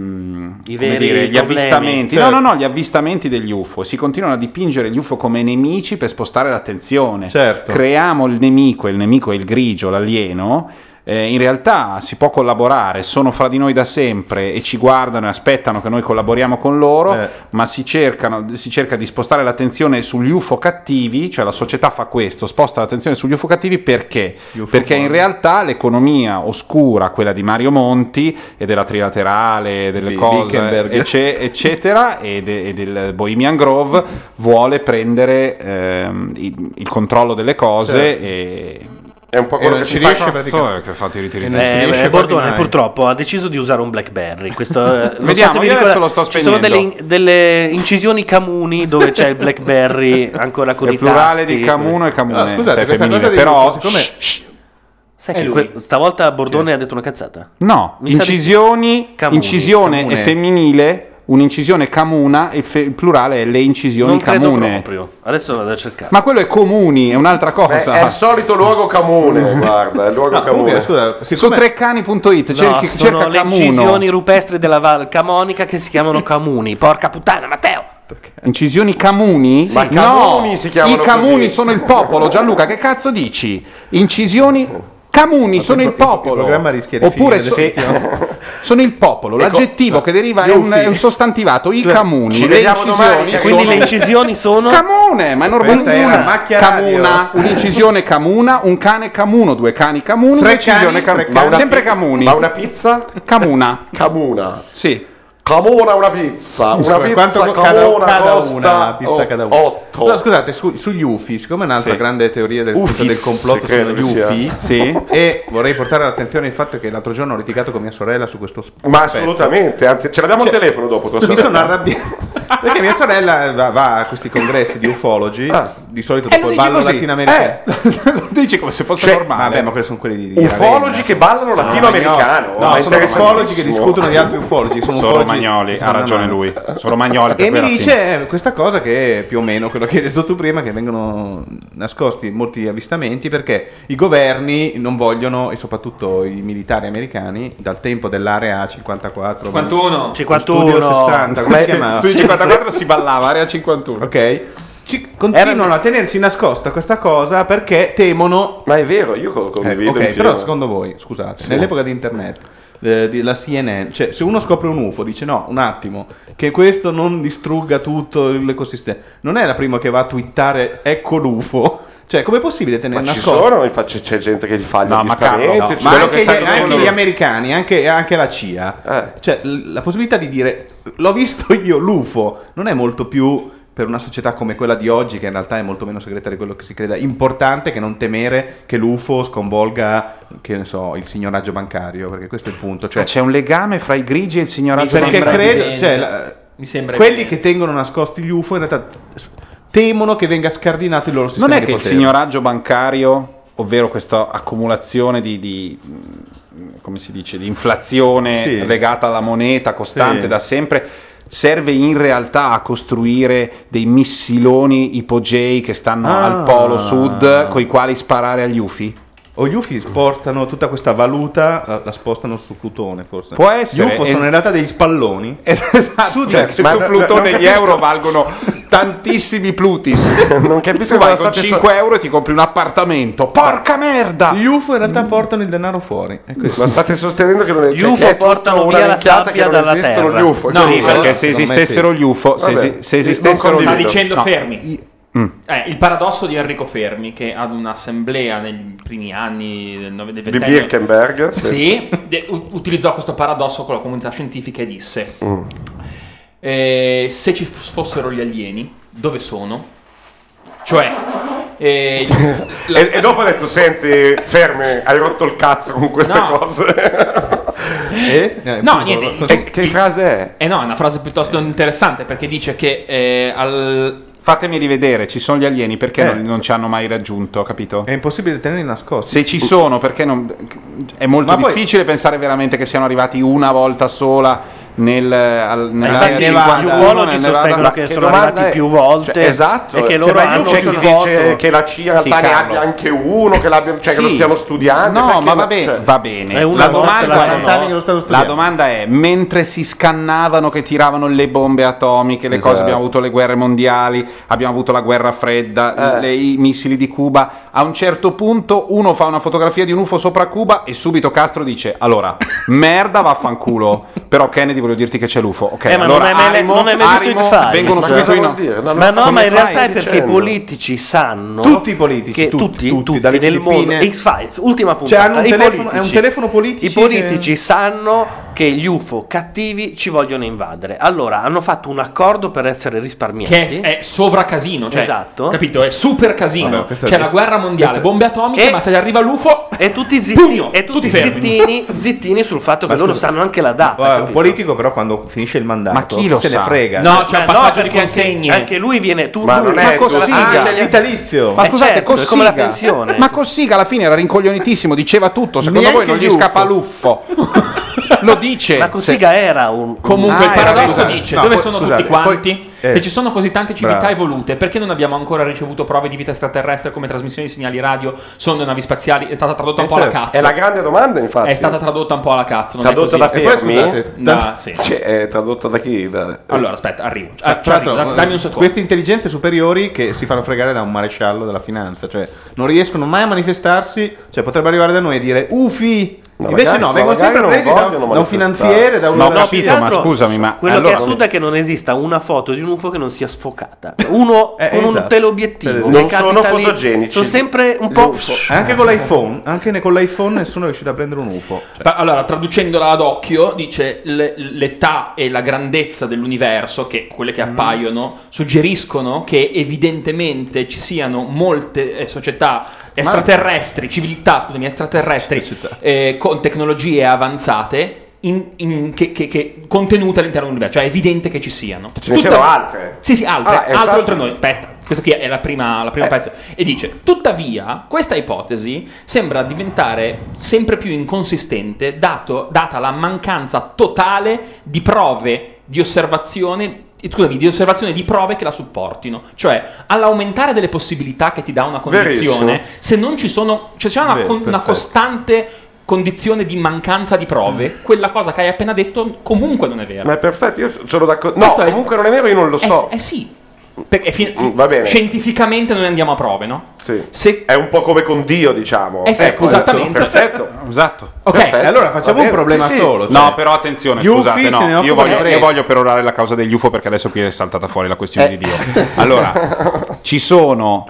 avvistamenti, certo. Gli avvistamenti degli UFO, si continuano a dipingere gli UFO come nemici per spostare l'attenzione. Certo. Creiamo il nemico è il grigio, l'alieno. In realtà si può collaborare, sono fra di noi da sempre e ci guardano e aspettano che noi collaboriamo con loro, ma si cerca di spostare l'attenzione sugli UFO cattivi, cioè la società fa questo, sposta l'attenzione sugli UFO cattivi perché in realtà l'economia oscura, quella di Mario Monti e della trilaterale, delle cose, eccetera, e del Bohemian Grove, vuole prendere il controllo delle cose e... È un po' quello che ci riesce che fate i Bordone purtroppo ha deciso di usare un BlackBerry. Vediamo, io adesso lo sto spegnendo. Ci sono delle incisioni Camuni dove c'è il BlackBerry ancora con i tasti. Il plurale di Camuno e Camune, scusate, se è femminile, però sai che stavolta Bordone ha detto una cazzata? No, incisione è femminile. Un'incisione camuna, il plurale è le incisioni non credo camune. Proprio. Adesso vado a cercare. Ma quello è comuni, è un'altra cosa. È il solito luogo camune, guarda, è il luogo camune. Scusa, su treccani.it cerca sono le Camuno. incisioni rupestri della Val Camonica che si chiamano Camuni. Porca puttana, Matteo! Incisioni camuni? Ma camuni si chiamano i camuni così. Sono il popolo, Gianluca, che cazzo dici? Incisioni... Camuni sono il popolo, oppure sono il popolo, l'aggettivo che deriva è un sostantivato, i camuni, le incisioni, quindi le incisioni sono camune, ma è normale. Camuna, un'incisione camuna, un cane camuno, due cani camuni, un'incisione camuna, sempre camuni. Ma una pizza? Camuna. Sì. Camona una pizza, quanto cada una pizza cada una? 8. No, scusate, sugli UFI, siccome è un'altra grande teoria del complotto sono gli UFI, e vorrei portare all'attenzione il fatto che l'altro giorno ho litigato con mia sorella su questo aspetto. Ma assolutamente, anzi ce l'abbiamo al telefono dopo tua sorella. Mi sono arrabbiato perché mia sorella va a questi congressi di ufologi, di solito dopo il ballo latinoamericano. Lo dici come se fosse normale. Vabbè, ma quelli sono quelli di ufologi che ballano latinoamericano. No, sono ufologi che discutono di altri ufologi, sono romagnoli, ha ragione lui. Sono romagnoli. E mi dice questa cosa che è più o meno quello che hai detto tu prima, che vengono nascosti molti avvistamenti perché i governi non vogliono, e soprattutto i militari americani, dal tempo dell'area 54 51 60, come si chiamava? Sui 54 si ballava area 51. Ok. Continuano a tenersi nascosta questa cosa perché temono. Ma è vero, io condivido. Ok, però secondo voi, scusate, nell'epoca di internet, la CNN, cioè se uno scopre un UFO dice no, un attimo, che questo non distrugga tutto l'ecosistema, non è la prima che va a twittare ecco l'UFO. Cioè, com'è possibile tenere nascosto? Ci sono, infatti c'è gente che gli fa gli avvistamenti. Ma anche gli americani, anche la CIA. Cioè, la possibilità di dire l'ho visto io l'UFO non è molto più, per una società come quella di oggi, che in realtà è molto meno segreta di quello che si creda, importante che non temere che l'UFO sconvolga, che ne so, il signoraggio bancario, perché questo è il punto. Cioè, c'è un legame fra i grigi e il signoraggio bancario. Perché bancario. credo, quelli che tengono nascosti gli UFO in realtà temono che venga scardinato il loro sistema Non è di che il potere. signoraggio bancario, ovvero questa accumulazione di come si dice, di inflazione Sì. legata alla moneta costante Sì. da sempre, serve in realtà a costruire dei missiloni ipogei che stanno al polo sud, coi quali sparare agli UFI? O gli UFI portano tutta questa valuta, la spostano su Plutone forse. Può essere. Gli UFO sono in realtà degli spalloni. Esatto, cioè, se su Plutone gli euro valgono tantissimi Plutis. Non capisco Tu vai cosa con state 5 euro e ti compri un appartamento. Porca merda! Gli UFO in realtà portano il denaro fuori. È questo. Ma state sostenendo che non è Gli UFO che è portano tutta una via la minchiata sabbia che non dalla esistono terra. gli UFO. No, Sì, sì, perché se secondo me esistessero sì. gli UFO, Vabbè, se esistessero Sta gli dicendo no. Fermi. Il paradosso di Enrico Fermi, che ad un'assemblea negli primi anni del di ventennio Birkenberg. utilizzò questo paradosso con la comunità scientifica e disse: se ci fossero gli alieni, dove sono? Cioè, E dopo ha detto: senti, Fermi, hai rotto il cazzo con queste No. cose. No, niente. Che frase è? No, è una frase piuttosto interessante, perché dice che Fatemi rivedere, ci sono gli alieni, perché non ci hanno mai raggiunto, capito? È impossibile tenerli nascosti. Se ci sono, perché non... È molto Ma poi- difficile pensare veramente che siano arrivati una volta sola nell'area Infatti, 51, gli ufologi nel Nevada. sostengono che che sono domanda arrivati è? più volte, Cioè, esatto, e che cioè, loro ma hanno c'è chi più dice foto. che la CIA in realtà ne Carlo. abbia anche uno, che, che lo Sì. stiamo studiando. No, perché ma no, va bene, cioè- va bene. È una La volta domanda, la è, anni che lo stanno la studiando. domanda è, mentre si scannavano che tiravano le bombe atomiche, le cose, Esatto. abbiamo avuto le guerre mondiali, abbiamo avuto la guerra fredda, i missili di Cuba, a un certo punto uno fa una fotografia di un UFO sopra Cuba e subito Castro dice: allora, merda, vaffanculo, però Kennedy, voglio dirti che c'è l'UFO. Ok, Ma allora non hai mai visto Arimo, X-Files? vengono Ma subito cosa in vuol dire? No, Ma no, come ma in fai? realtà è perché i dicendo? politici sanno. Tutti i politici, che tutti, dalle nel mondo. Filippine. X-Files, ultima Cioè, puntata. hanno un i telefono- politici- è un telefono politici I politici sanno che gli UFO cattivi ci vogliono invadere. Allora hanno fatto un accordo per essere risparmiati. che è sovracasino, cioè, Esatto. capito? È super casino. Vabbè, questa- C'è la guerra mondiale, questa- bombe atomiche, E- ma se gli arriva l'UFO, E tutti Pugno, zitti, tutti fermi. zittini sul fatto che Ma loro scusa, sanno anche la data. Guarda, un capito? politico però quando finisce il mandato Ma chi lo se sa? ne frega. No, c'è un passaggio di perché consegne. Anche lui viene tu. Ma lui- non è Cossiga. vitalizio. Ma scusate, certo, è Cossiga, come la pensione. ma Cossiga alla fine era rincoglionitissimo, diceva tutto. Secondo Neanche voi non gli gli UFO. scappa l'uffo? Lo dice. Ma Cossiga era un. Comunque il era paradosso vero. dice: No, dove poi, sono scusate, tutti quanti? poi- Se ci sono così tante civiltà bravo. evolute, perché non abbiamo ancora ricevuto prove di vita extraterrestre come trasmissioni di segnali radio, sonde, navi spaziali? È stata tradotta un po' alla certo. cazzo. È la grande domanda, infatti. È stata tradotta un po' alla cazzo. Non Tradotta è da così. E poi Fermi? scusate, Sì. Cioè, è tradotta da chi? Allora, aspetta, arrivo. Tra Ci arrivo, l'altro, dammi un secondo. queste intelligenze superiori che si fanno fregare da un maresciallo della finanza, cioè non riescono mai a manifestarsi, cioè potrebbero arrivare da noi e dire UFI. Ma Invece magari- no, ma vengono magari sempre non presi vogliono da un finanziere, manifestarsi. da uno Ma ho della capito, CIA. ma scusami, ma Quello allora- che assurda è che non esista una foto di un UFO che non sia sfocata. Uno con un esatto. teleobiettivo. Per che esempio. Non sono capita lì, fotogenici. sono sempre un po'. Anche con l'iPhone, con l'iPhone nessuno è riuscito a prendere un UFO. Cioè, Allora, traducendola ad occhio, dice l'età e la grandezza dell'universo, che quelle che appaiono, suggeriscono che evidentemente ci siano molte società extraterrestri, civiltà, scusami, extraterrestri, con tecnologie avanzate che contenute all'interno dell'universo. Cioè è evidente che ci siano. Ce ne siano altre? Sì, altre, Ah, altre infatti- oltre noi. Aspetta, questa qui è la prima pezzo. E dice: tuttavia, questa ipotesi sembra diventare sempre più inconsistente data la mancanza totale di prove di osservazione. Scusami, di osservazione di prove che la supportino. Cioè, all'aumentare delle possibilità che ti dà una condizione, Verissimo. se non ci sono, cioè c'è una perfetto. costante condizione di mancanza di prove, quella cosa che hai appena detto comunque non è vera. Ma è perfetto, io sono d'accordo. No, Questo è- comunque non è vero, io non lo so. sì. Perché va bene. scientificamente noi andiamo a prove, no? Sì. È un po' come con Dio, diciamo. Sì, Ecco, esattamente. Perfetto. Esatto. Ok, Perfetto. allora facciamo Va un bene, problema sì, sì. solo. No, però attenzione, gli UFI scusate, se ne no, io occupano voglio, tre. io voglio perorare la causa degli UFO perché adesso qui è saltata fuori la questione di Dio. Allora, ci sono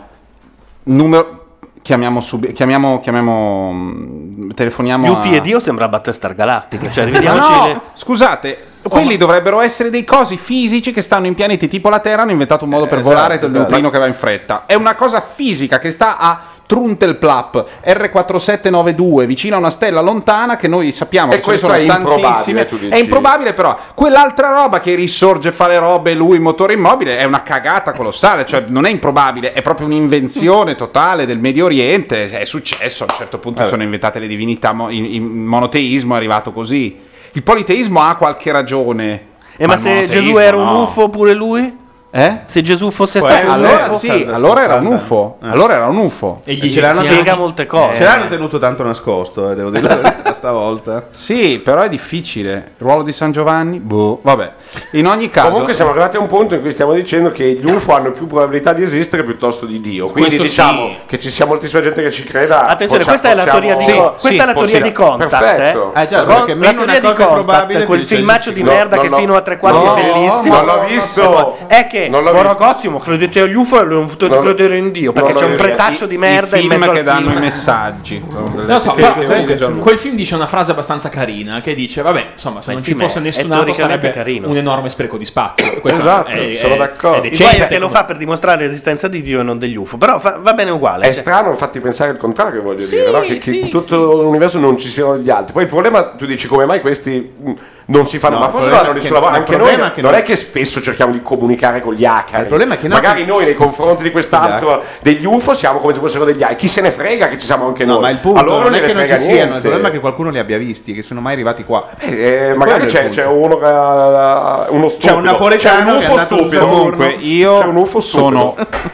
telefoniamo Gli UFI a... e Dio sembra Battlestar Galactica. Cioè, Ma vediamoci no, le- scusate, quelli dovrebbero essere dei cosi fisici che stanno in pianeti tipo la Terra, hanno inventato un modo per volare del esatto. neutrino che va in fretta. È una cosa fisica che sta a Truntelplap R4792 vicino a una stella lontana che noi sappiamo E che ce ne questo sono è improbabile, tantissime. tu dici. È improbabile, però quell'altra roba che risorge, fa le robe, lui motore immobile, è una cagata colossale, cioè non è improbabile, è proprio un'invenzione totale del Medio Oriente, è successo, a un certo punto sono inventate le divinità, il monoteismo è arrivato così. Il politeismo ha qualche ragione. Ma il se monoteismo Gesù era un no. UFO pure lui? Se Gesù fosse Poi, stato allora un UFO? sì, allora era un UFO. Allora era un UFO. E gli spiega molte cose. Ce l'hanno tenuto tanto nascosto, devo dire la verità, stavolta. Sì, però è difficile. Il ruolo di San Giovanni? Boh, vabbè. In ogni caso. Comunque siamo arrivati a un punto in cui stiamo dicendo che gli UFO hanno più probabilità di esistere piuttosto di Dio. Quindi Questo diciamo sì. che ci sia moltissima gente che ci creda. Attenzione, questa è la teoria di questa è la teoria di Contact. Perfetto. Certo, perché La meno teoria una di cosa Contact, probabile quel più filmaccio di no, merda no, che no. fino a 3 quarti No, è bellissimo. non l'ho visto. È che Non l'ho visto. Borogozzi, ma credete agli UFO e non potete credere in Dio, perché c'è un pretaccio di merda I in film mezzo che al danno film. i messaggi. Non lo so, però quel film dice una frase abbastanza carina che dice vabbè, insomma, se Ma non il ci film fosse è nessun altro storicamente sarebbe carino. un enorme spreco di spazio. Questo Esatto, sono d'accordo. Il guai è che lo fa per dimostrare l'esistenza di Dio e non degli UFO, però va bene uguale. È strano infatti pensare il contrario, voglio Sì, dire, no? che sì, in tutto l'universo non ci siano gli altri. Poi il problema, tu dici come mai questi non si fanno, No, ma il forse problema vanno è di che- sulla il anche noi, problema è che non noi- è che spesso cerchiamo di comunicare con gli hacker. Il problema è che magari noi nei confronti di quest'altro degli UFO siamo come se fossero degli hacker. Chi se ne frega che ci siamo anche No, noi? ma il punto allora non è ne che non ci frega siano, il niente. problema è che qualcuno li abbia visti, che sono mai arrivati qua. Magari Quello è il c'è punto. uno che uno stupido. C'è un napoletano C'è un che è UFO andato stupido. Comunque C'è io un UFO sono stupido.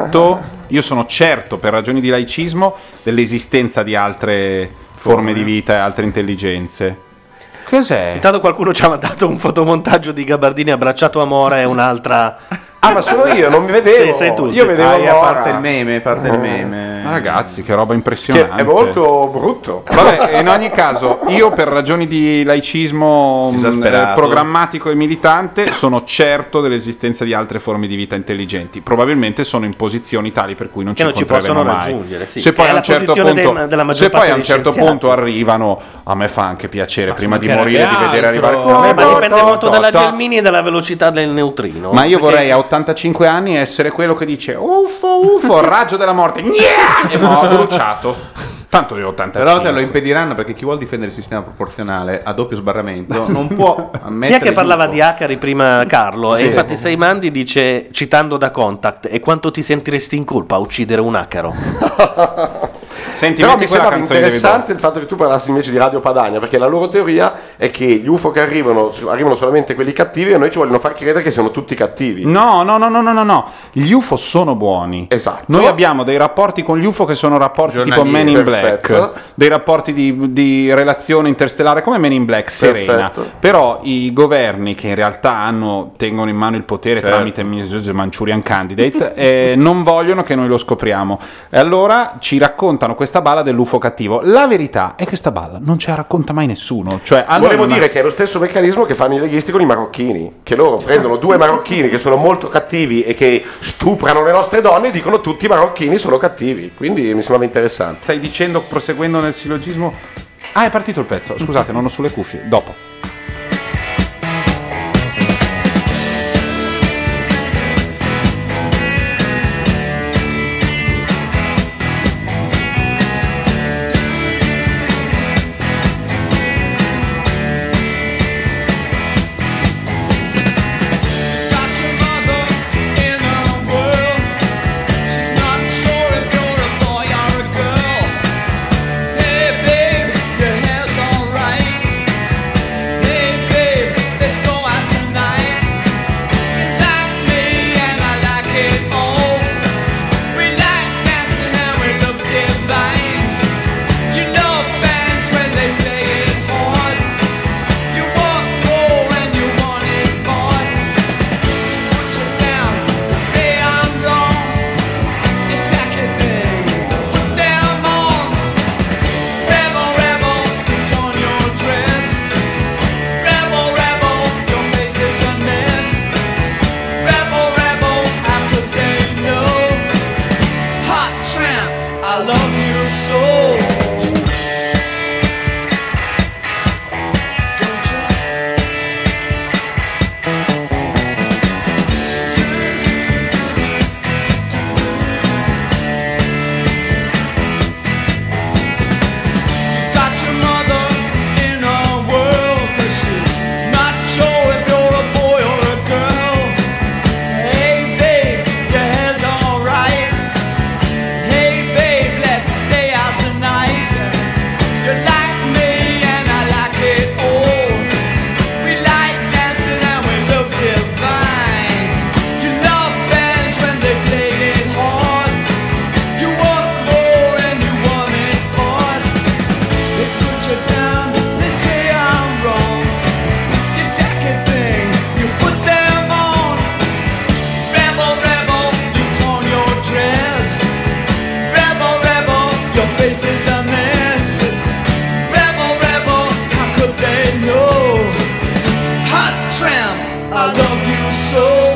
certo per ragioni di laicismo dell'esistenza di altre forme di vita e altre intelligenze. Cos'è? Intanto qualcuno ci ha mandato un fotomontaggio di Gabardini abbracciato a Mora e un'altra. Ah, ma sono io, non mi vedevo. Sì, sei tu. Io vedevo a Mora. parte il meme. Ma ragazzi, che roba Che impressionante. è molto brutto. Vabbè, in ogni caso, io per ragioni di laicismo Esasperato. programmatico e militante sono certo dell'esistenza di altre forme di vita intelligenti. Probabilmente sono in posizioni tali per cui non Che ci non ci incontreremo possono mai. raggiungere, sì, Se che poi è a un la certo posizione punto, della maggior se poi parte a un dei certo scienziati. punto arrivano, a me fa anche piacere prima di ci morire di vedere mancherebbe arrivare. Ma dipende molto dalla Gelmini e dalla velocità del neutrino. Ma io Perché- vorrei a 85 anni essere quello che dice UFO, raggio della morte, e mo' ho bruciato. Tanto io ho 85. Però te lo impediranno perché chi vuol difendere il sistema proporzionale a doppio sbarramento non può Chi ammettere è che parlava UFO. di Acari prima Carlo? Sì. E infatti Seimandi dice, citando da Contact, e quanto ti sentiresti in colpa a uccidere un acaro? Senti, Però metti mi quella sembra canzone di interessante il fatto che tu parlassi invece di Radio Padania, perché la loro teoria è che gli UFO che arrivano solamente quelli cattivi e noi ci vogliono far credere che siano tutti cattivi. No, gli UFO sono buoni. Esatto. Noi abbiamo dei rapporti con gli UFO che sono rapporti tipo Giornalieri. Men in Perfetto. Black, dei rapporti di relazione interstellare come Men in Black, serena. Perfetto. Però i governi che in realtà tengono in mano il potere Certo. tramite Manchurian Candidate non vogliono che noi lo scopriamo. E allora ci raccontano questa balla dell'UFO cattivo. La verità è che sta balla non ce la racconta mai nessuno. Cioè, a noi Volevo non- dire che è lo stesso meccanismo che fanno i leghisti con i marocchini, che loro prendono due marocchini che sono molto cattivi e che stuprano le nostre donne e dicono tutti i marocchini sono cattivi. Quindi mi sembrava interessante. Stai dicendo, proseguendo nel sillogismo. Ah, è partito il pezzo. Scusate, non ho sulle cuffie. Dopo. Hey babe, your hair's alright. faces a mess. It's rebel, rebel, how could they know? Hot tramp, I love you so.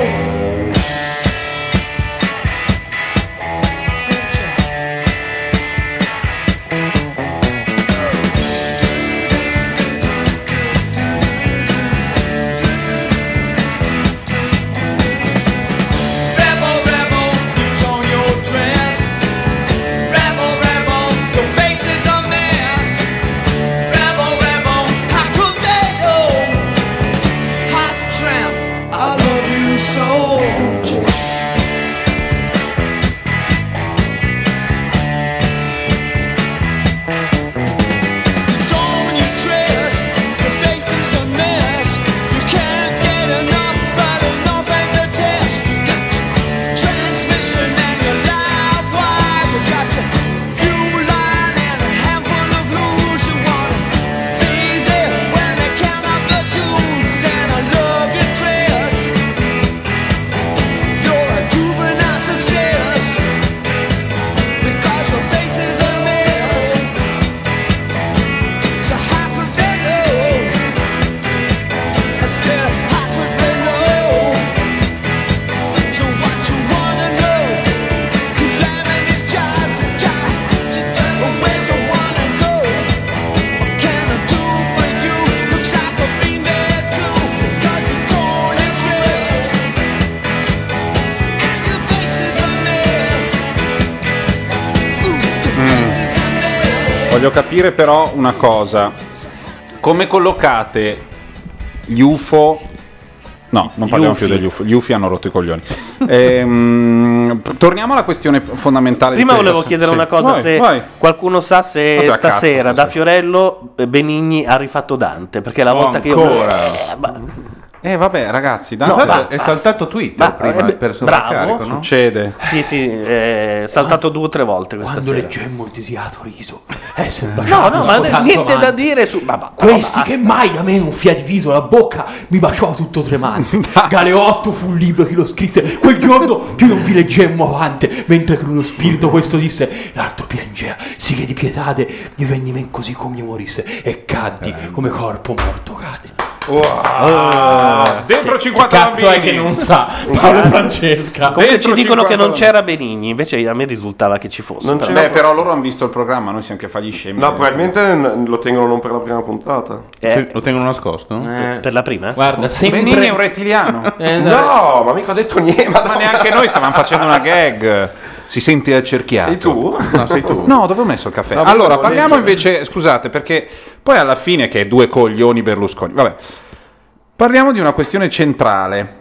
Voglio capire però una cosa. Come collocate gli UFO? No, non parliamo più degli UFO. Gli UFO hanno rotto i coglioni. Torniamo alla questione fondamentale. Prima di volevo questa- chiedere sì. una cosa, Vai, se vai. qualcuno sa se Vabbè, a cazzo, stasera da stasera. Fiorello Benigni ha rifatto Dante, perché la volta che io... Vabbè, ragazzi, No, Dante è saltato Twitter prima per sovraccarico, no? Succede. Sì, è saltato 2 o 3 volte questa Quando sera. leggemmo il disiato riso, sembra No, ma niente da dire su... Questi che mai a me non fia diviso la bocca mi baciò tutto tremante. Galeotto fu un libro che lo scrisse quel giorno più non vi leggemmo avanti, mentre che uno spirito questo disse, l'altro piangea, sì che di pietate mi venni men così come io morisse e caddi come corpo morto cade. Dentro Sì, 50 che cazzo bambini. è che non sa Paolo Francesca? Comunque Dentro ci dicono 50 che non c'era Benigni, invece a me risultava che ci fosse. Beh, però loro hanno visto il programma, noi siamo che fagli scemi. No, probabilmente lo tengono non per la prima puntata. Lo tengono nascosto? Per la prima? Guarda, Benigni è un rettiliano. No, ma mica ho detto niente. Ma neanche noi stavamo facendo una gag. Si sente accerchiato. Sei tu? No, sei tu. No, dove ho messo il caffè? No, Allora, volevo parliamo leggere. invece, scusate, perché poi alla fine che è due coglioni Berlusconi. Vabbè. Parliamo di una questione centrale.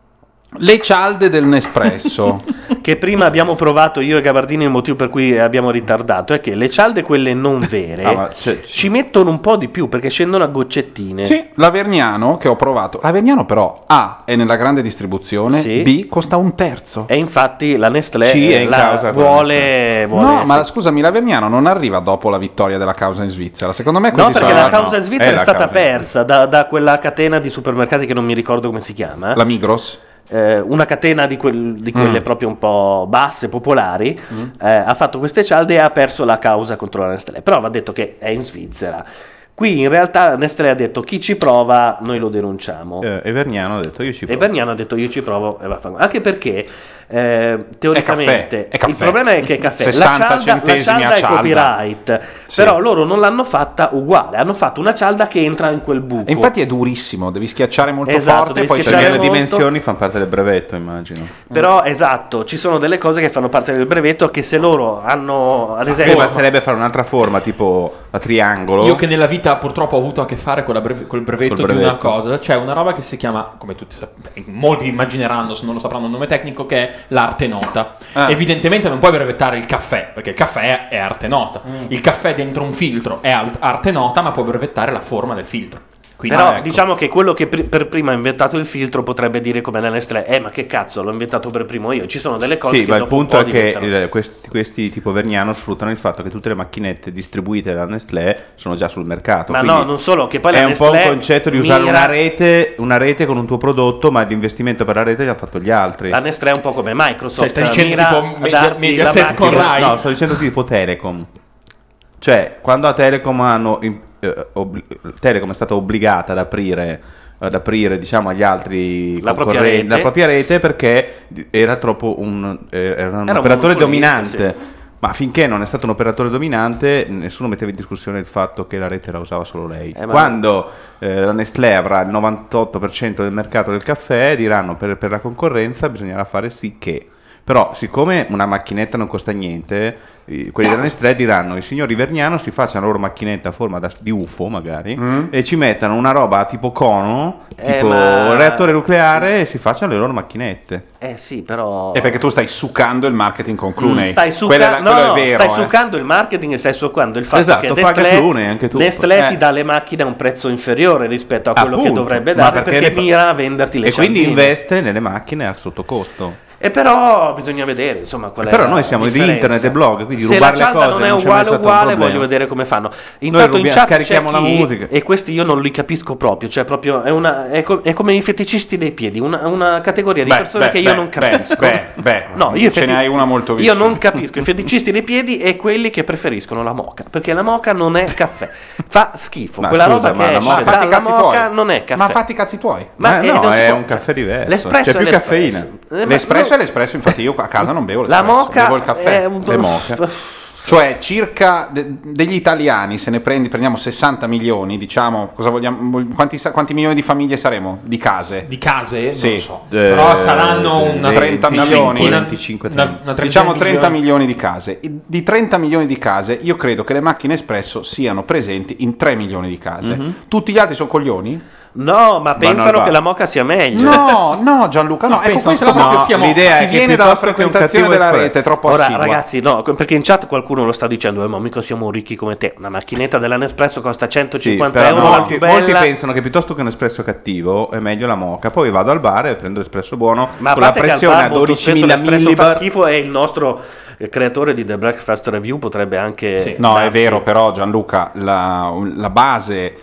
Le cialde del Nespresso. Che prima abbiamo provato io e Gabardini, il motivo per cui abbiamo ritardato è che le cialde, quelle non vere, ci mettono un po' di più perché scendono a goccettine. Sì, l'Averniano che ho provato. L'Averniano però A è nella grande distribuzione, Sì. B costa un terzo. E infatti la Nestlé Sì, è in causa con la vuole No, ma scusami, l'Averniano non arriva dopo la vittoria della causa in Svizzera. Secondo me No, così perché sono la causa in Svizzera è la stata causa in persa da quella catena di supermercati che non mi ricordo come si chiama. La Migros? Una catena di quelle proprio un po' basse, popolari, ha fatto queste cialde e ha perso la causa contro la Nestlé. Però va detto che è in Svizzera. Qui in realtà Nestlé ha detto chi ci prova noi lo denunciamo. E Vergnano ha detto io ci E provo. Vergnano ha detto io ci provo e vaffanculo. Anche perché teoricamente È caffè. il problema è che è caffè. 60 la centesimi cialda a è cialda. copyright, Sì. però loro non l'hanno fatta uguale, hanno fatto una cialda che entra in quel buco. E infatti è durissimo, devi schiacciare molto Esatto, forte, devi poi schiacciare se Le molto. dimensioni fanno parte del brevetto, immagino. Però esatto, ci sono delle cose che fanno parte del brevetto che se loro hanno ad Se esempio basterebbe fare un'altra forma, tipo a triangolo. Io che nella vita purtroppo ho avuto a che fare con col brevetto Col di una brevetto. cosa, c'è una roba che si chiama, come tutti molti immagineranno, se non lo sapranno il nome tecnico, che è l'arte nota. Evidentemente non puoi brevettare il caffè, perché il caffè è arte nota. Il caffè dentro un filtro è arte nota, ma puoi brevettare la forma del filtro. Quindi, Però ecco. diciamo che quello che per prima ha inventato il filtro potrebbe dire come la Nestlé, ma che cazzo, l'ho inventato per primo io. Ci sono delle cose Sì, che ma il dopo un punto po' è che diventano- questi tipo Vergnano sfruttano il fatto che tutte le macchinette distribuite dalla Nestlé sono già sul mercato. Ma quindi no, non solo, che poi la è un po' un Nestlé concetto di usare mira- una rete con un tuo prodotto, ma l'investimento per la rete li hanno fatto gli altri. La Nestlé è un po' come Microsoft. Cioè, stai dicendo mira tipo a darti Mediaset la con macchina- Rai? No, sto dicendo tipo Telecom. Cioè, quando a Telecom Telecom è stata obbligata ad aprire diciamo agli altri La propria concorrenti rete. la propria rete, perché era troppo era un operatore dominante. sì. Ma finché non è stato un operatore dominante, nessuno metteva in discussione il fatto che la rete la usava solo lei. Ma- Quando la Nestlé avrà il 98% del mercato del caffè, diranno per la concorrenza bisognerà fare sì che. Però, siccome una macchinetta non costa niente, quelli della Nestlé diranno: i signori Vergnano si facciano la loro macchinetta a forma di UFO magari e ci mettano una roba tipo cono, tipo reattore nucleare, e si facciano le loro macchinette. Sì, però... È perché tu stai succando il marketing con Clooney. Stai quello è vero. stai succando il marketing e stai succando il fatto Esatto, che paga Clooney, anche tu. Nestlé ti dà le macchine a un prezzo inferiore rispetto a quello che Appunto, dovrebbe ma dare, perché mira a venderti le e quindi cialdine. investe nelle macchine a sottocosto. E però bisogna vedere, insomma, qual è Però la noi siamo di differenza. internet e blog, quindi se rubare la cialda le cose non è non ci è mai stato un uguale, problema. voglio vedere come fanno. Intanto in rubiamo- chat scarichiamo c'è la chi- musica. e questi io non li capisco proprio, cioè proprio è come i feticisti dei piedi, una categoria di persone che io non capisco. No, io ce ne hai una molto Io vicina. non capisco i feticisti dei piedi e quelli che preferiscono la moka, perché la moka non è caffè, fa schifo. Ma Quella scusa, roba ma che la esce moka- dalla fatti i cazzi moka tuoi. non è caffè. Ma fatti i cazzi tuoi. Ma no, non si è può- un caffè diverso. L'espresso C'è è più l'espresso. caffeina. L'espresso è l'espresso, infatti io a casa non bevo La l'espresso, moka bevo il caffè. è un po'- Le moka. Cioè circa degli italiani, se ne prendiamo 60 milioni, diciamo, cosa vogliamo, quanti milioni di famiglie saremo? Di case? Di case? Sì. Non lo so. Però saranno una 30 milioni. 25, Diciamo 30 milioni di case. Di 30 milioni di case, io credo che le macchine espresso siano presenti in 3 milioni di case. Mhm. Tutti gli altri sono coglioni? No, ma pensano che la moka sia meglio. No, Gianluca, no. Ecco, pensano questo che la moka no, sia l'idea moka. è Chi che viene dalla piuttosto che un frequentazione della espresso. rete è troppo Ora, assidua. ragazzi, no, perché in chat qualcuno lo sta dicendo, ma mica siamo ricchi come te. Una macchinetta della Nespresso costa 150 Sì, però euro, la più molti bella. pensano che piuttosto che un espresso cattivo è meglio la moka. Poi vado al bar e prendo l'espresso buono Ma a con la parte che al pressione bar a molto spesso 12.000 l'espresso fa millibar. schifo e il nostro creatore di The Breakfast Review potrebbe anche... No, è darci- vero, però Gianluca, la base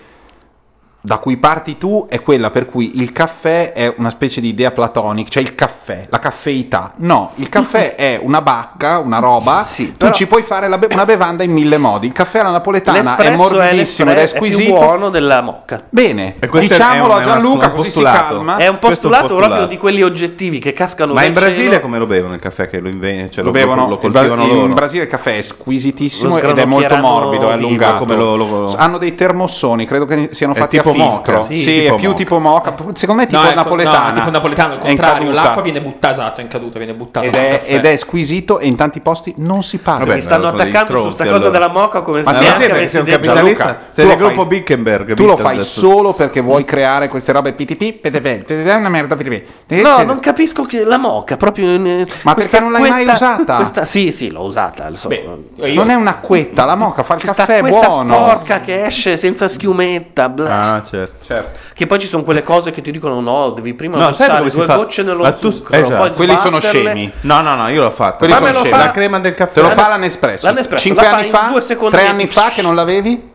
da cui parti tu è quella per cui il caffè è una specie di idea platonica, cioè il caffè, la caffeità. No, il caffè è una bacca, una roba, tu però- ci puoi fare una bevanda in 1000 modi. Il caffè alla napoletana è L'espresso morbidissimo ed è è squisito. più buono della moka. Bene, E questo diciamolo è a Gianluca un così si postulato. calma. È un Questo è un postulato proprio postulato. di quelli oggettivi che cascano Ma dal in Brasile cielo. come lo bevono il caffè? Che lo Lo bevono, lo coltivano in loro. Brasile il caffè è squisitissimo Lo ed è molto sgranocchieranno morbido, è vivo. allungato. Come lo- Hanno dei termossoni, credo che siano È fatti a tipo filtro. moka. Sì, Tipo è più moka. tipo moka. Secondo me è tipo No, napoletana. no, tipo napoletano, al È in contrario, caduta. l'acqua viene buttata, esatto, è in caduta, viene buttata nel caffè. Ed è squisito e in tanti posti non si parla. Vabbè, Mi stanno sono dei attaccando su tronzi, sta cosa allora. della moka come Ma se sì, neanche perché avessi sei un detto capitalista. Gianluca, Tu sei lo del fai- gruppo Bickenberg. Tu lo Beatles fai adesso. solo perché vuoi creare queste robe PTP, PTP, è una merda PTP. No, non capisco che la moka proprio Ma perché non l'hai mai usata? Sì, l'ho usata. Lo so. Non è un'acquetta, la moka fa il Questa caffè acquetta buono. sporca che esce senza schiumetta, bla. Ah, certo. Che poi ci sono quelle cose che ti dicono no, devi prima No, sai buttare come si 2 fa? gocce nello La tu- zucchero, esatto. poi Quelli sono sbatterle. scemi. No, io l'ho fatto. Quelli sono scemi. La crema del caffè. Te lo fa la Nespresso. La Nespresso 5 la fa anni in fa? 2 secondi 3 e anni ti- fa che non l'avevi?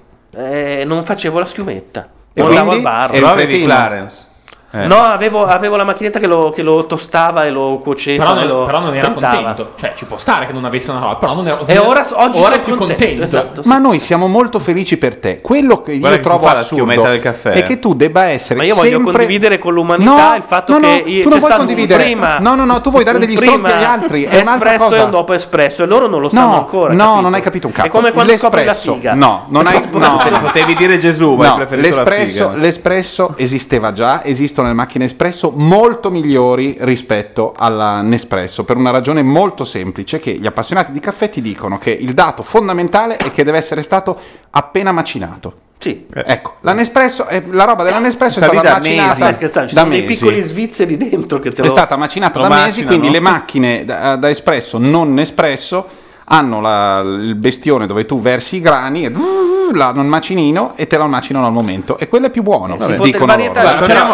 Non facevo la schiumetta. E E andavo al quindi? bar. Eri Però un avevi cretino. Clarence. No, avevo la macchinetta che lo tostava e lo cuoceva. Però non era frittava. contento. Cioè, ci può stare che non avesse una roba, però non era. E oggi sono è più contento. esatto, Ma noi siamo molto felici per te. Quello che Guarda io che si trovo fa la assurdo schiumetta del caffè. è che tu debba essere Ma io voglio sempre... condividere con l'umanità il fatto no, che tu c'è non puoi stato condividere. un prima. No, tu vuoi dare un degli stronzi prima agli altri. È un'altra espresso cosa. e un dopo espresso e loro non lo sanno ancora. No, capito? non hai capito un cazzo. È come quando scopri la L'espresso- figa. No, non hai. No, Potevi dire Gesù, ma hai No, preferito la figa. l'espresso esisteva già, esistono le macchine espresso molto migliori rispetto alla Nespresso per una ragione molto semplice, che gli appassionati di caffè ti dicono che il dato fondamentale è che deve essere stato appena macinato. Sì. Ecco, la roba della Nespresso è Stavi stata da mesi. macinata Stai scherzando, ci da sono dei mesi. piccoli svizzeri dentro che te È lo... stata macinata Lo da mesi, macinano. quindi le macchine da espresso non Nespresso hanno il bestione dove tu versi i grani e l'hanno il macinino e te lo macinano al momento, e quello è più buono, si fotte dicono il varietà- loro. Guarda,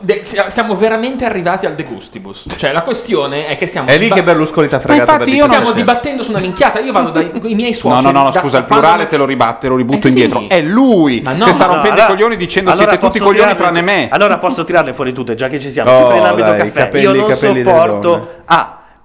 siamo veramente arrivati al De Gustibus. Cioè, la questione è che stiamo. È lì che Berlusconi t'ha fregato infatti per io non- Stiamo sempre. dibattendo su una minchiata. Io vado dai i miei suoceri. No, da- scusa, il quando- plurale te lo ributto Eh sì. indietro. È lui Ma no, che sta no, rompendo i coglioni dicendo allora siete tutti posso coglioni tirarle- tranne me. Allora posso tirarle fuori tutte, già che ci siamo. Oh, Sempre in ambito dai, i caffè. capelli- Io i non capelli delle sopporto donne.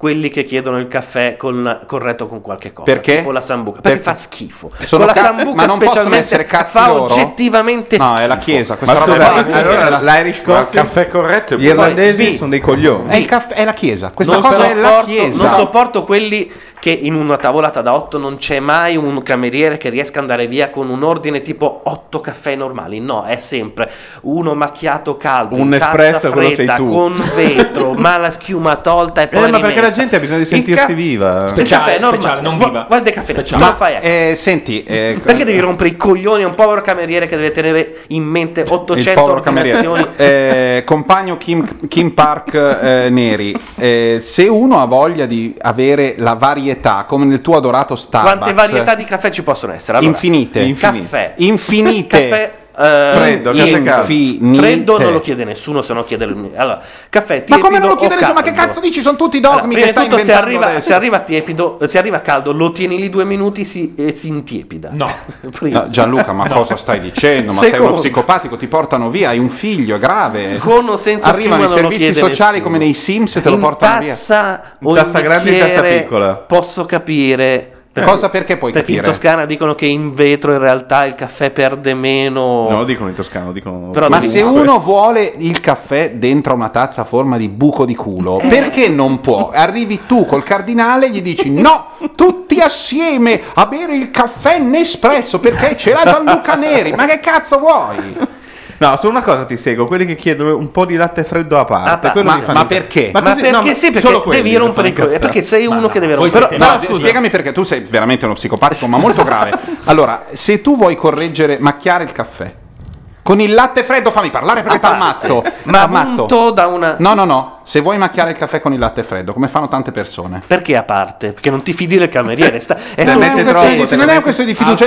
quelli che chiedono il caffè corretto con qualche cosa. Perché? Tipo la sambuca. Perché fa schifo. Sono Con la cazzi- sambuca ma non possono specialmente essere cazzi fa loro? oggettivamente schifo. No, è la Chiesa. Questa Ma roba scusa, qua- allora l'Irish Ma il Coffee, caffè corretto è gli irlandesi Poi, sono dei coglioni. È, il caffè, è la Chiesa. Questa Non cosa è la sopporto- Chiesa. Non sopporto quelli che in una tavolata da 8 non c'è mai un cameriere che riesca ad andare via con un ordine tipo 8 caffè normali. No, è sempre uno macchiato caldo, Un in tazza espresso, quello sei fredda, tu. con vetro, ma la schiuma tolta e poi Ma perché la rimessa. gente ha bisogno di Il sentirsi viva. Il caffè è normale, speciale, non Gu- viva. Guarda il caffè, Speciale. te lo fai, ecco. Senti, Perché devi rompere i coglioni a un povero cameriere che deve tenere in mente il 800 povero cameriere. ordinazioni? Compagno Kim Park Neri, se uno ha voglia di avere la varietà come nel tuo adorato Starbucks, Quante varietà di caffè ci possono essere? Allora, infinite. Caffè. Infinite. Caffè Freddo, caffè caldo. Infinite. Freddo non lo chiede nessuno, se no chiede lui. Allora, caffè Ma tiepido come non lo o chiede nessuno? Ma che caldo? cazzo dici? Sono tutti Allora, dogmi prima che di stai tutto, se inventando arriva, adesso. se arriva tiepido, se arriva caldo, lo tieni lì 2 minuti e si intiepida. No. No, Gianluca, ma cosa stai dicendo? Ma sei Secondo. uno psicopatico, ti portano via, hai un figlio, è grave. Con o senza Arrivano i schiuma non lo servizi chiede sociali nessuno. come nei Sims e te lo In portano via. tazza o In tazza in grande e in tazza bicchiere piccola. posso capire. Cosa perché puoi Perché capire? in Toscana dicono che in vetro in realtà il caffè perde meno. No, lo dicono in toscano, dicono. Però Ma devi- se uno vuole il caffè dentro una tazza a forma di buco di culo, perché non può? Arrivi tu col cardinale e gli dici no, tutti assieme a bere il caffè Nespresso perché ce l'ha Gianluca Neri. Ma che cazzo vuoi? No, solo una cosa ti seguo, quelli che chiedono un po' di latte freddo a parte. quello ma- mi fa ma ridere. perché? Ma così- perché no, ma sì, perché solo quelli devi che rompere i fanno coglioni. Perché sei uno che deve voi rompere. siete- No, No, scusa. spiegami perché tu sei veramente uno psicopatico, ma molto grave. Allora, se tu vuoi correggere, macchiare il caffè con il latte freddo, fammi parlare perché t'ammazzo. Ma T'ammazzo. punto da una. No. Se vuoi macchiare il caffè con il latte freddo, come fanno tante persone. Perché a parte? Perché non ti fidi del cameriere. È Non è tutto- una questione di- non è una questione di fiducia.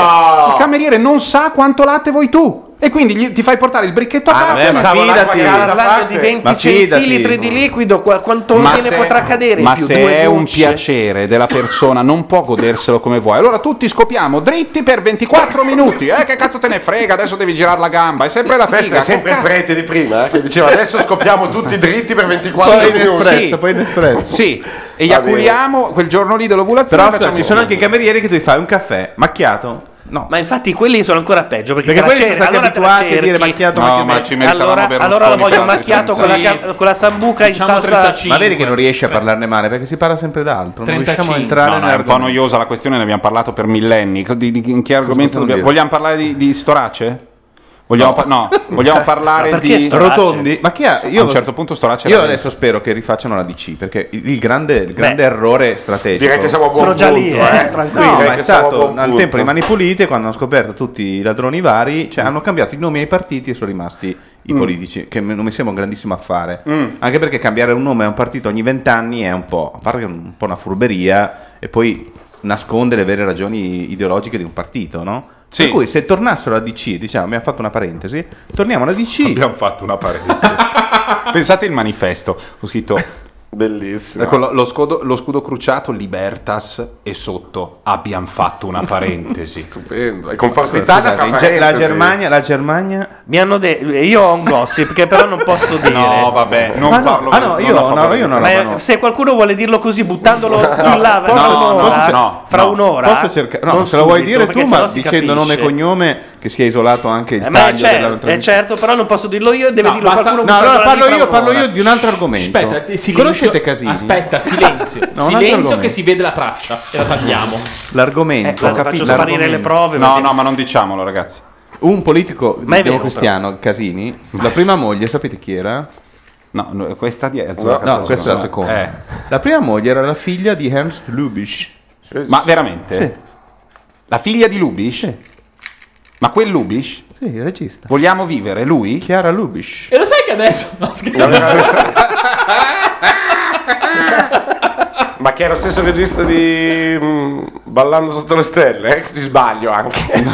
Il cameriere non sa quanto latte vuoi tu. E quindi ti fai portare il bricchetto a parte. ma Stavo fidati. parlando di 20 Ma fidati. centilitri di liquido, quanto Ma gliene se- potrà cadere in ma più? se 2 è un gocce? piacere della persona, non può goderselo come vuoi. Allora tutti scopiamo dritti per 24 minuti. Che cazzo te ne frega? Adesso devi girare la gamba. È sempre la Questo figa. è sempre il Che prete di prima, che diceva adesso scoppiamo tutti dritti per 24 Poi in minuti. espresso, poi in espresso. Sì, eiaculiamo quel giorno lì dell'ovulazione. Però facciamo ci sono anche i camerieri che tu gli fai un caffè macchiato. No. Ma infatti quelli sono ancora peggio perché, Perché te la quelli sono cerchi, stati allora te la abituati a dire cerchi. macchiato, No, macchiato. ma ci meritavamo Allora, Berlusconi allora lo per voglio altri macchiato tempi. con la sambuca in Facciamo salsa. 35. Ma vedi che non riesci a parlarne male perché si parla sempre d'altro. Non riusciamo a 35. entrare No, è un po' nell'argomento. noiosa la questione, ne abbiamo parlato per millenni. In che argomento possiamo dire? vogliamo parlare di Storace? Vogliamo, vogliamo parlare Ma perché di Storace? Rotondi? Ma chi ha? A un certo punto Storace Io era adesso spero che rifacciano la DC perché il grande Beh, errore strategico. Direi che siamo a buon Sono già punto, lì, tranquilli. No, direi ma è che siamo a stato buon al punto. tempo di Mani Pulite quando hanno scoperto tutti i ladroni vari, cioè hanno cambiato i nomi ai partiti e sono rimasti i politici, che non mi sembra un grandissimo affare. Anche perché cambiare un nome a un partito ogni 20 anni è un po', a parte che è un po' una furberia e poi nasconde le vere ragioni ideologiche di un partito, no? Sì. Per cui se tornassero alla DC, diciamo, abbiamo fatto una parentesi, torniamo alla DC. Abbiamo fatto una parentesi. Pensate il manifesto, ho scritto Bellissimo. ecco, lo scudo cruciato Libertas e sotto abbiamo fatto una parentesi. Stupendo. E con Forza Italia Scusate, fa la Germania Mi hanno detto, io ho un gossip che però non posso dire. No, vabbè, non Ah, no. farlo. Ah, no, non io- a favore no, io di- non Ma roba, no. se qualcuno vuole dirlo così, buttandolo più in là, no, fra no, un'ora, Posso cercare? No, non se lo vuoi subito, dire perché tu, ma sennò si dicendo nome e capisce. cognome, che sia isolato anche il Ma è taglio della certo, è certo, però non posso dirlo io, deve No, dirlo basta- qualcuno. No, allora buttandola lì fra parlo un'ora. io di un altro argomento. Aspetta, silenzio. Conoscete Casini? Aspetta, silenzio. No, un altro Silenzio argomento. che si vede la traccia e la tagliamo. L'argomento. Faccio capito? sparire le prove. No, perché- no, ma non diciamolo, ragazzi. Un politico Ma è vero, democristiano, Casini, la prima moglie, sapete chi era? No, questa di No, questa è la seconda. La prima moglie era la figlia di Ernst Lubitsch. Ma veramente? Sì. La figlia di Lubitsch? Sì. Ma quel Lubitsch? Sì, il regista. Vogliamo vivere lui? Chiara Lubitsch. E lo sai che adesso... No, scherzo. Ma che è lo stesso regista di Ballando sotto le stelle? Ci sbaglio anche.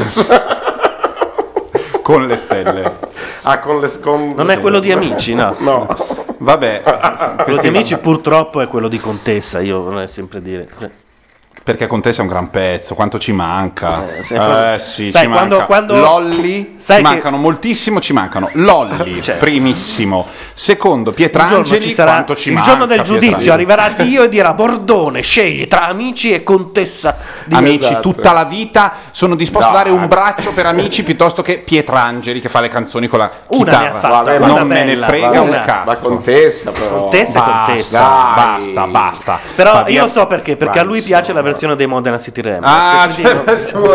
Con le stelle. Ah, con le Non è quello di Amici, no. No. Vabbè. Quello di Amici purtroppo è quello di Contessa, io vorrei sempre dire. Perché Contessa è un gran pezzo, quanto ci manca. Sì, sai, ci manca. quando Lolli, sai ci che- mancano moltissimo, ci mancano. Lolli, Certo. primissimo. Secondo, Un giorno Pietrangeli, ci sarà quanto ci il manca. giorno del giudizio, Pietrangeli. arriverà Dio e dirà: Bordone, scegli tra Amici e Contessa di Amici, Esatto. tutta la vita sono disposto No, a dare un braccio per Amici piuttosto che Pietrangeli che fa le canzoni con la Una ne ha chitarra. fatta, una non me ne bella, frega un una. cazzo. Ma Contessa però. Contessa e Contessa. Basta. Però Va via. io so perché a lui piace la versione dei Modena City Ramblers. Ah, quindi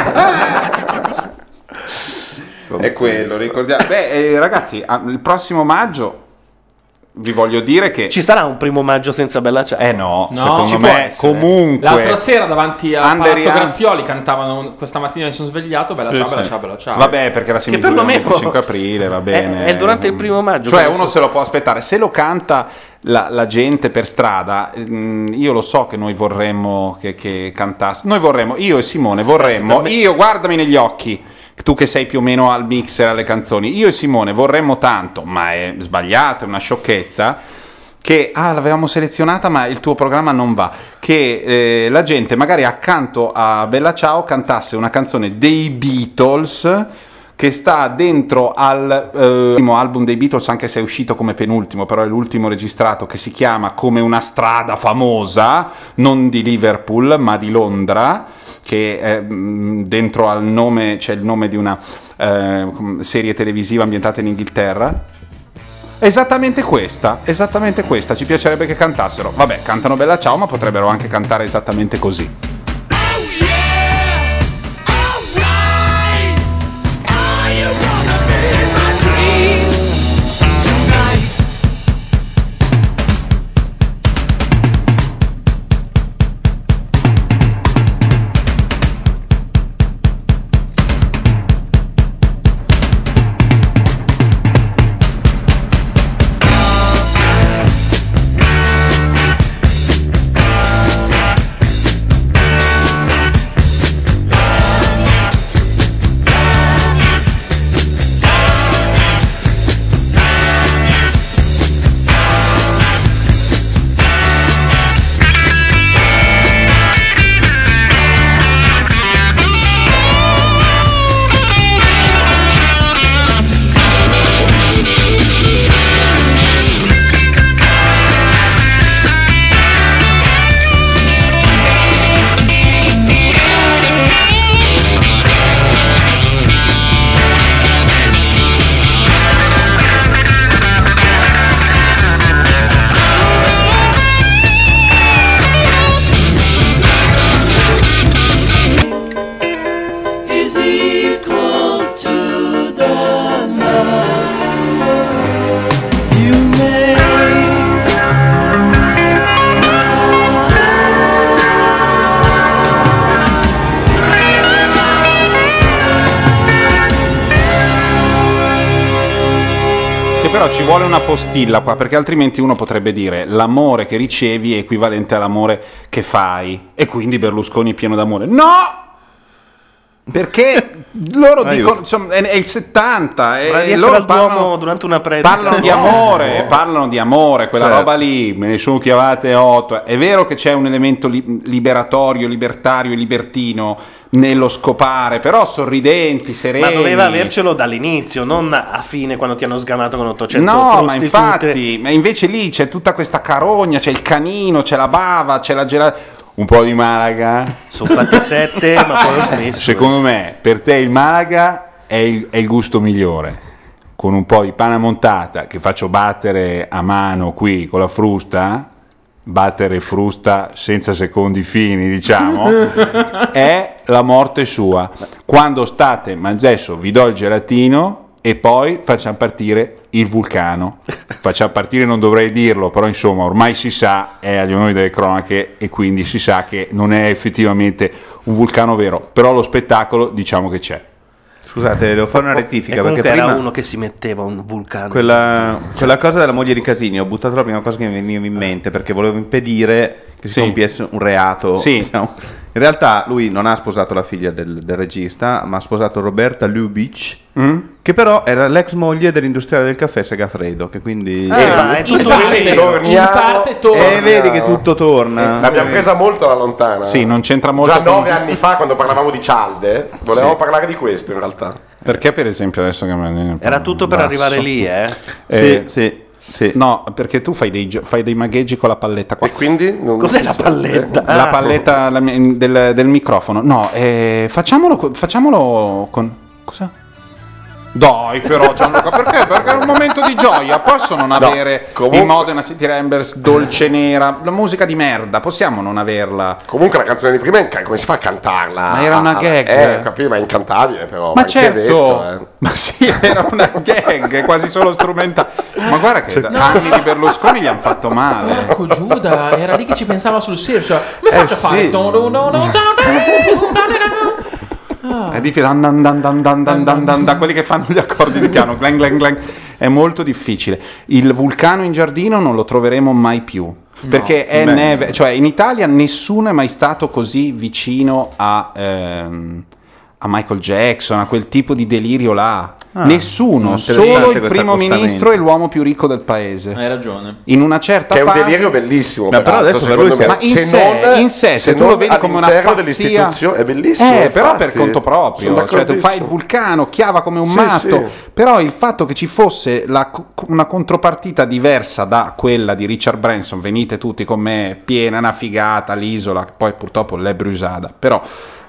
è quello, ricordiamo. Ragazzi, il prossimo maggio vi voglio dire che ci sarà un 1 maggio senza Bella Ciao. No, No, secondo ci può me essere. comunque L'altra sera davanti a Underian- Palazzo Grazioli cantavano, questa mattina mi sono svegliato, bella ciao, bella ciao, bella ciao. Vabbè, perché la si Che perlomeno il 25 aprile, va bene. è durante il 1 maggio. Cioè questo. uno se lo può aspettare. Se lo canta la gente per strada, io lo so che noi vorremmo che cantasse. Noi vorremmo, io e Simone vorremmo, io guardami negli occhi, tu che sei più o meno al mixer alle canzoni, io e Simone vorremmo tanto, ma è sbagliato, è una sciocchezza, che l'avevamo selezionata ma il tuo programma non va, che la gente magari accanto a Bella Ciao cantasse una canzone dei Beatles che sta dentro al primo album dei Beatles, anche se è uscito come penultimo, però è l'ultimo registrato, che si chiama Come una strada famosa, non di Liverpool ma di Londra, che dentro al nome c'è il nome di una serie televisiva ambientata in Inghilterra. Esattamente questa, ci piacerebbe che cantassero. Vabbè, cantano Bella Ciao, ma potrebbero anche cantare esattamente così. Is equal to the love you Che però ci vuole una postilla qua, perché altrimenti uno potrebbe dire l'amore che ricevi è equivalente all'amore che fai, e quindi Berlusconi è pieno d'amore. No! Perché loro dicono, insomma, è il 70 Vorrei e essere loro al Duomo durante una predica. parlano di amore, quella Certo. roba lì, me ne sono chiavate 8. È vero che c'è un elemento liberatorio, libertario e libertino nello scopare, però sorridenti, sereni. Ma doveva avercelo dall'inizio, non a fine quando ti hanno sgamato con 800 No, ma prostitute. infatti, ma invece lì c'è tutta questa carogna, c'è il canino, c'è la bava, c'è la gelatina. Un po' di Malaga. Sono fatti 7, ma poi ho smesso. Secondo me, per te il Malaga è il gusto migliore. Con un po' di panna montata che faccio battere a mano qui con la frusta, battere frusta senza secondi fini, diciamo, è la morte sua. Quando state, ma adesso vi do il gelatino e poi facciamo partire il vulcano. Facciamo partire, non dovrei dirlo, però insomma ormai si sa, è agli onori delle cronache, e quindi si sa che non è effettivamente un vulcano vero, però lo spettacolo diciamo che c'è. Scusate, devo fare una rettifica, E perché comunque prima era uno che si metteva un vulcano. quella cosa della moglie di Casini, ho buttato la prima cosa che mi veniva in mente, perché volevo impedire che si compiesse un reato, Sì. diciamo, In realtà lui non ha sposato la figlia del regista, ma ha sposato Roberta Lubitsch, che però era l'ex moglie dell'industriale del caffè Segafredo, che quindi è tutto in parte torna. E vedi che tutto torna. L'abbiamo presa molto alla lontana. Sì, non c'entra molto. Già 9 anni fa, quando parlavamo di cialde, volevamo parlare di questo in realtà. Perché per esempio adesso che Era tutto per arrivare lì, Sì. No, perché tu fai dei magheggi con la palletta qua. E quindi? Cos'è la palletta? La palletta del microfono. No, facciamolo con... Cosa? Dai però Gianluca, perché? Perché è un momento di gioia. Posso non avere in Modena City Rambers Dolce Nera, la musica di merda, possiamo non averla? Comunque la canzone di prima, come si fa a cantarla? Ma era una gag. Capito, ma è incantabile però. Ma certo, ma sì, era una gag, quasi solo strumentale. Ma guarda che anni di Berlusconi gli hanno fatto male. Marco Giuda, era lì che ci pensava sul serio, cioè, come faccio a fare? È difficile, da quelli che fanno gli accordi di piano, glang, glang, glang. È molto difficile. Il vulcano in giardino non lo troveremo mai più, perché è neve, cioè in Italia nessuno è mai stato così vicino a Michael Jackson, a quel tipo di delirio là. Nessuno, solo il primo ministro e l'uomo più ricco del paese. Hai ragione. In una certa che è un fase, delirio bellissimo. Ma però adesso per lui ma in sé se tu lo vedi come una pazzia, è bellissimo. Però per conto proprio, cioè tu fai il vulcano, chiava come un matto, però il fatto che ci fosse una contropartita diversa da quella di Richard Branson, venite tutti con me, piena, una figata, l'isola, poi purtroppo l'è brusata, però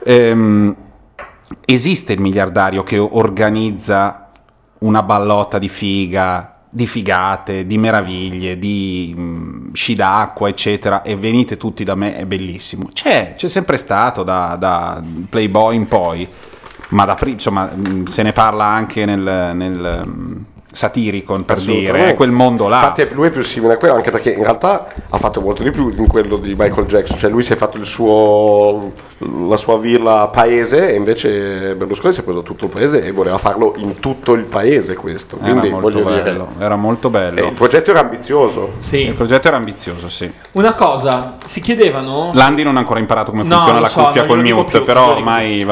esiste il miliardario che organizza una ballotta di figa, di figate, di meraviglie, di sci d'acqua, eccetera, e venite tutti da me, è bellissimo. C'è sempre stato da Playboy in poi, ma da prima, insomma, se ne parla anche nel Satiricon, per dire, è quel mondo là. Infatti lui è più simile a quello, anche perché in realtà ha fatto molto di più in quello di Michael Jackson, cioè lui si è fatto la sua villa paese, e invece Berlusconi si è preso tutto il paese e voleva farlo in tutto il paese questo, quindi era molto bello. Il progetto era ambizioso. Sì. Il progetto era ambizioso, sì. Una cosa, si chiedevano... Landi non ha ancora imparato come funziona la cuffia col mute, però ormai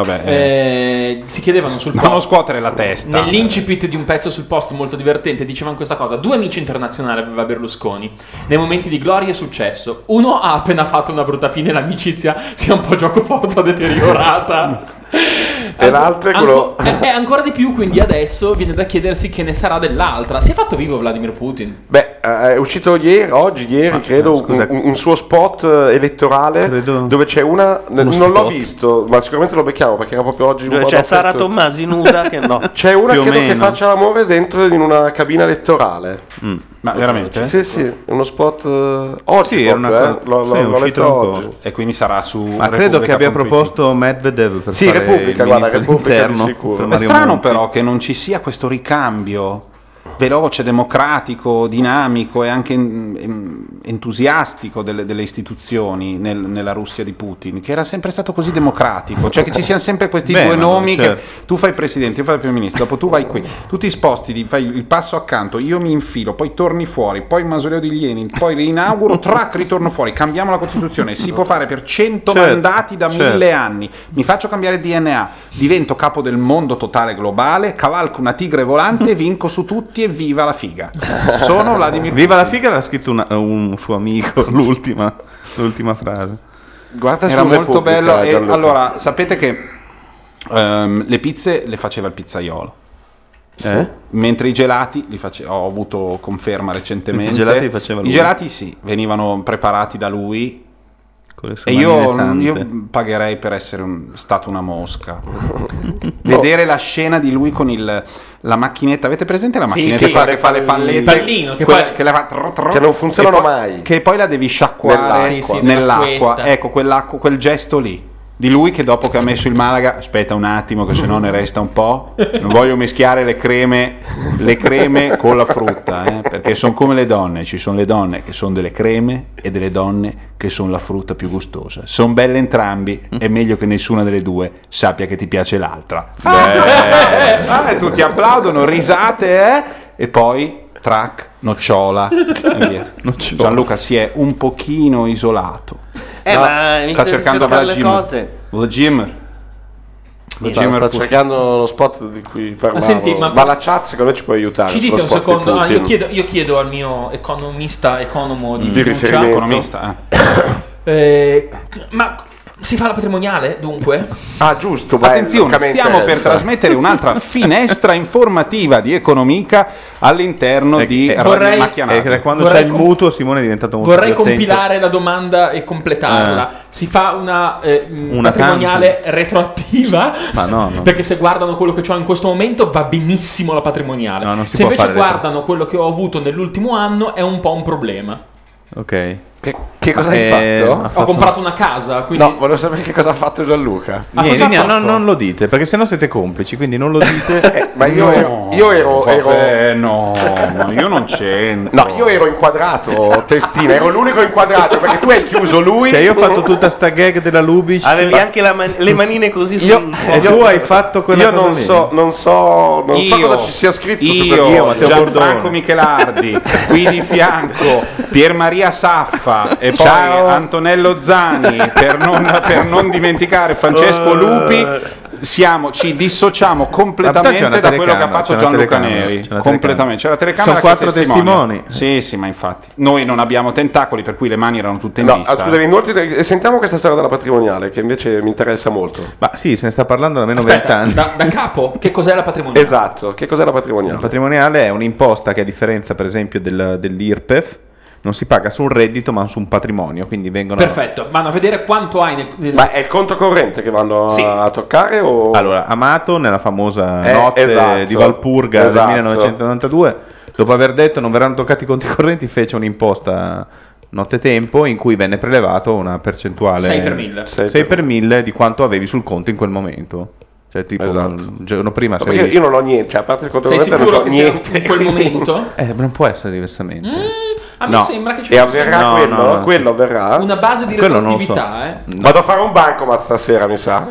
si chiedevano sul non scuotere la testa. Nell'incipit di un pezzo sul post molto divertente dicevano questa cosa: 2 amici internazionali aveva Berlusconi nei momenti di gloria e successo. Uno ha appena fatto una brutta fine, l'amicizia si è un po' gioco forza deteriorata. E l'altro è ancora di più, quindi adesso viene da chiedersi che ne sarà dell'altra. Si è fatto vivo Vladimir Putin? Beh, è uscito ieri credo un suo spot elettorale dove c'è non l'ho visto, ma sicuramente lo becchiamo perché era proprio oggi c'è Sara Tommasi nuda che no. C'è una che faccia l'amore dentro in una cabina elettorale. Ma veramente? Sì, è uno spot oggi, l'ho letto oggi. E quindi sarà su ma credo che abbia proposto Medvedev per fare Repubblica, Repubblica di sicuro. È strano però che non ci sia questo ricambio veloce, democratico, dinamico e anche entusiastico delle istituzioni nella Russia di Putin, che era sempre stato così democratico, cioè che ci siano sempre questi due nomi, che tu fai il presidente, io fai il primo ministro, dopo tu vai qui, tu ti sposti, fai il passo accanto, io mi infilo, poi torni fuori, poi il mausoleo di Lenin, poi rinauguro, ritorno fuori, cambiamo la Costituzione, si può fare per 100 mandati da 1000 anni, mi faccio cambiare DNA, divento capo del mondo totale globale, cavalco una tigre volante, vinco su tutti e viva la figa. Sono Vladimir Viva la figa l'ha scritto un suo amico, l'ultima frase. Guarda, era molto bello. E allora, sapete che le pizze le faceva il pizzaiolo. Mentre i gelati ho avuto conferma recentemente. I gelati sì, venivano preparati da lui. E io pagherei per essere stato una mosca. Vedere la scena di lui con la macchinetta, avete presente la macchinetta che fa le pallette? Il pallino che non funzionano mai, che poi la devi sciacquare nell'acqua. Ecco, quel gesto lì di lui, che dopo che ha messo il Malaga, aspetta un attimo che se no ne resta un po', non voglio mischiare le creme con la frutta, perché sono come le donne, ci sono le donne che sono delle creme e delle donne che sono la frutta più gustosa, sono belle entrambi, è meglio che nessuna delle due sappia che ti piace l'altra. Tutti applaudono, risate, e poi nocciola. Gianluca si è un pochino isolato. ma sta cercando Vladimir. Sta cercando lo spot di cui parlavo. Senti, ma la chat secondo me ci può aiutare. Ci dite sullo un spot di secondo, Putin. io chiedo al mio economo di fiducia. riferimento. Economista. Ma si fa la patrimoniale dunque? Ah, giusto. Attenzione, stiamo per trasmettere un'altra finestra informativa di Economica all'interno di Radio Macchia Nera. Da quando c'è il mutuo Simone è diventato molto Vorrei più attento. compilare la domanda e completarla. Si fa una patrimoniale retroattiva? Ma no. Perché se guardano quello che ho in questo momento va benissimo la patrimoniale. No, non si se può invece fare guardano quello che ho avuto nell'ultimo anno è un po' un problema. Ok. Che cosa hai fatto? Ho comprato una casa, quindi... No, volevo sapere che cosa ha fatto Gianluca. Non lo dite, perché sennò siete complici, quindi non lo dite. Ma io ero no, io non c'entro. No, io ero inquadrato, testina, ero l'unico inquadrato perché tu hai chiuso lui. Cioè io ho fatto tutta sta gag della Lubitsch. Avevi anche le manine così E tu hai fatto quella io cosa non so cosa ci sia scritto su Gianfranco Michelardi, qui di fianco Pier Maria Saffa e poi Antonello Zani, per non dimenticare Francesco Lupi. Ci dissociamo completamente da quello che ha fatto Gianluca Neri. Completamente. C'è la telecamera. Sono 4 testimoni. Sì, ma infatti noi non abbiamo tentacoli, per cui le mani erano tutte in vista. Scusami, inoltre sentiamo questa storia della patrimoniale che invece mi interessa molto. Ma sì, se ne sta parlando da almeno 20 anni. Da capo, che cos'è la patrimoniale? Esatto, che cos'è la patrimoniale? La patrimoniale è un'imposta che, a differenza per esempio dell'IRPEF, non si paga su un reddito ma su un patrimonio, quindi vengono... Perfetto, vanno a vedere quanto hai nel... Ma è il conto corrente che vanno a toccare o... Allora, Amato nella famosa notte esatto, di Valpurga esatto. del 1992, dopo aver detto non verranno toccati i conti correnti, fece un'imposta nottetempo in cui venne prelevato una percentuale 6 per 1000. 6 per 1000 di quanto avevi sul conto in quel momento. Cioè tipo un giorno prima perché io non ho niente, cioè a parte il conto sei corrente sicuro non ho che niente sia in quel momento? Non può essere diversamente. A me sembra che ci e fosse avverrà quello avverrà? una base di Quello non lo so. retroattività. Vado a fare un bancomat stasera, mi sa.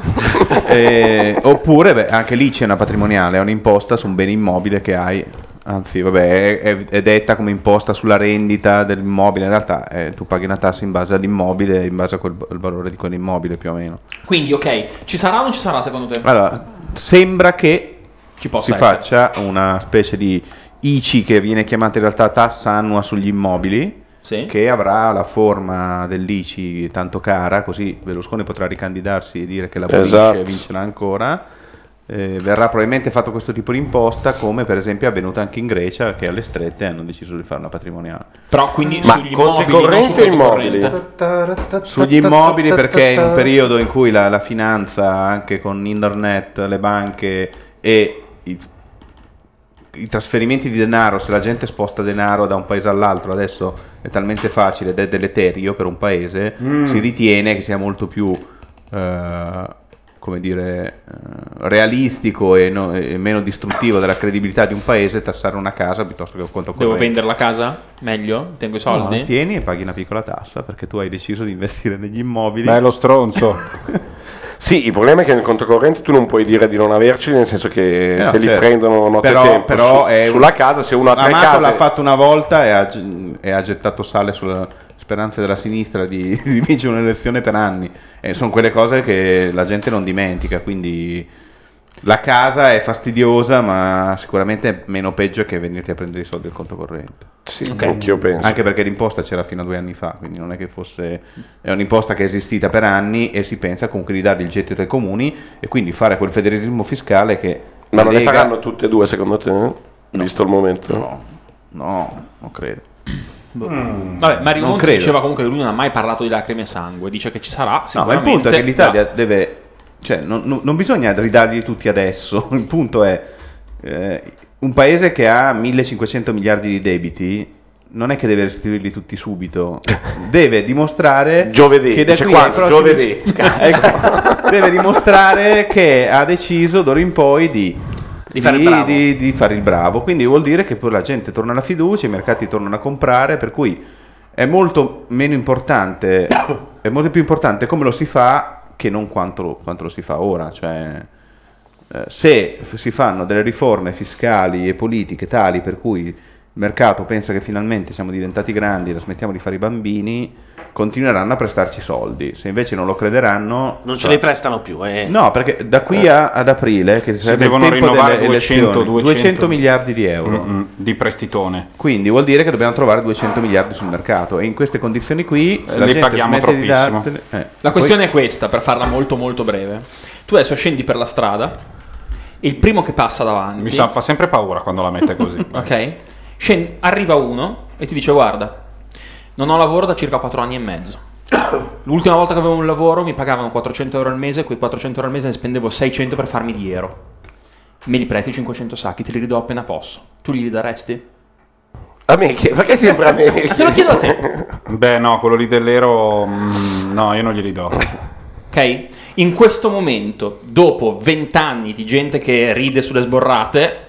Oppure anche lì c'è una patrimoniale, è un'imposta su un bene immobile che hai. Anzi, vabbè, è detta come imposta sulla rendita dell'immobile. In realtà tu paghi una tassa in base all'immobile, in base al valore di quell'immobile più o meno. Quindi, ok, ci sarà o non ci sarà secondo te? Allora, sembra che ci possa si faccia una specie di ICI che viene chiamata in realtà tassa annua sugli immobili, che avrà la forma dell'ICI tanto cara, così Berlusconi potrà ricandidarsi e dire che la abolisce e vincerà ancora. Verrà probabilmente fatto questo tipo di imposta, come per esempio è avvenuto anche in Grecia, che alle strette hanno deciso di fare una patrimoniale. Però quindi Ma sugli conti immobili, non correnti su o conto immobili? corrente? Sugli immobili, perché in un periodo in cui la finanza, anche con internet, le banche e i trasferimenti di denaro, se la gente sposta denaro da un paese all'altro adesso è talmente facile ed è deleterio per un paese, si ritiene che sia molto più come dire, realistico e meno distruttivo della credibilità di un paese tassare una casa piuttosto che un conto corrente. Devo vendere la casa? Meglio? Tengo i soldi? No, tieni e paghi una piccola tassa perché tu hai deciso di investire negli immobili. Ma è lo stronzo. Sì, il problema è che nel conto corrente tu non puoi dire di non averci, nel senso che no, te li certo. prendono nottetempo. Però sulla casa, se uno ha 3 Amato case... l'ha fatto una volta e ha gettato sale sulla speranze della sinistra di vincere un'elezione per anni. E sono quelle cose che la gente non dimentica, quindi la casa è fastidiosa, ma sicuramente è meno peggio che venirti a prendere i soldi del conto corrente. Sì, anch'io penso. Anche perché l'imposta c'era fino a 2 anni fa, quindi non è che fosse... È un'imposta che è esistita per anni e si pensa comunque di dargli il gettito ai comuni e quindi fare quel federalismo fiscale che... Ma non le faranno tutte e due secondo te? No. Visto il momento? No, non credo. Vabbè, Mario Non Monti credo. diceva comunque che lui non ha mai parlato di lacrime e sangue, dice che ci sarà No, ma il sicuramente. punto è che l'Italia deve... Cioè, non bisogna ridarli tutti adesso. Il punto è un paese che ha 1500 miliardi di debiti non è che deve restituirli tutti subito, deve dimostrare giovedì, che da dice qui ai quando? prossimi Giovedì. deve dimostrare che ha deciso d'ora in poi di fare il bravo. di fare il bravo. Quindi vuol dire che poi la gente torna alla fiducia, i mercati tornano a comprare, per cui è molto meno importante, è molto più importante come lo si fa che non quanto lo si fa ora. Cioè, se si fanno delle riforme fiscali e politiche tali per cui mercato pensa che finalmente siamo diventati grandi, la smettiamo di fare i bambini, continueranno a prestarci soldi. Se invece non lo crederanno, Non ce li prestano più. No, perché da qui ad aprile, che sarebbe devono il tempo rinnovare delle 200 200 miliardi di euro di prestitone. Quindi vuol dire che dobbiamo trovare 200 miliardi sul mercato, e in queste condizioni qui se la li gente paghiamo smette di troppissimo. dartene- La questione è questa, per farla molto molto breve. Tu adesso scendi per la strada, il primo che passa davanti... Fa sempre paura quando la mette così. Ok? Arriva uno e ti dice: guarda, non ho lavoro da circa 4 anni e mezzo. L'ultima volta che avevo un lavoro mi pagavano 400 euro al mese, quei 400 euro al mese ne spendevo 600 per farmi di euro. Me li presti 500 sacchi, te li ridò appena posso. Tu li daresti? A me? Perché sempre a me? Te lo chiedo a te. Beh, no, quello lì dell'ero, no, io non glieli do. Ok? In questo momento, dopo 20 anni di gente che ride sulle sborrate,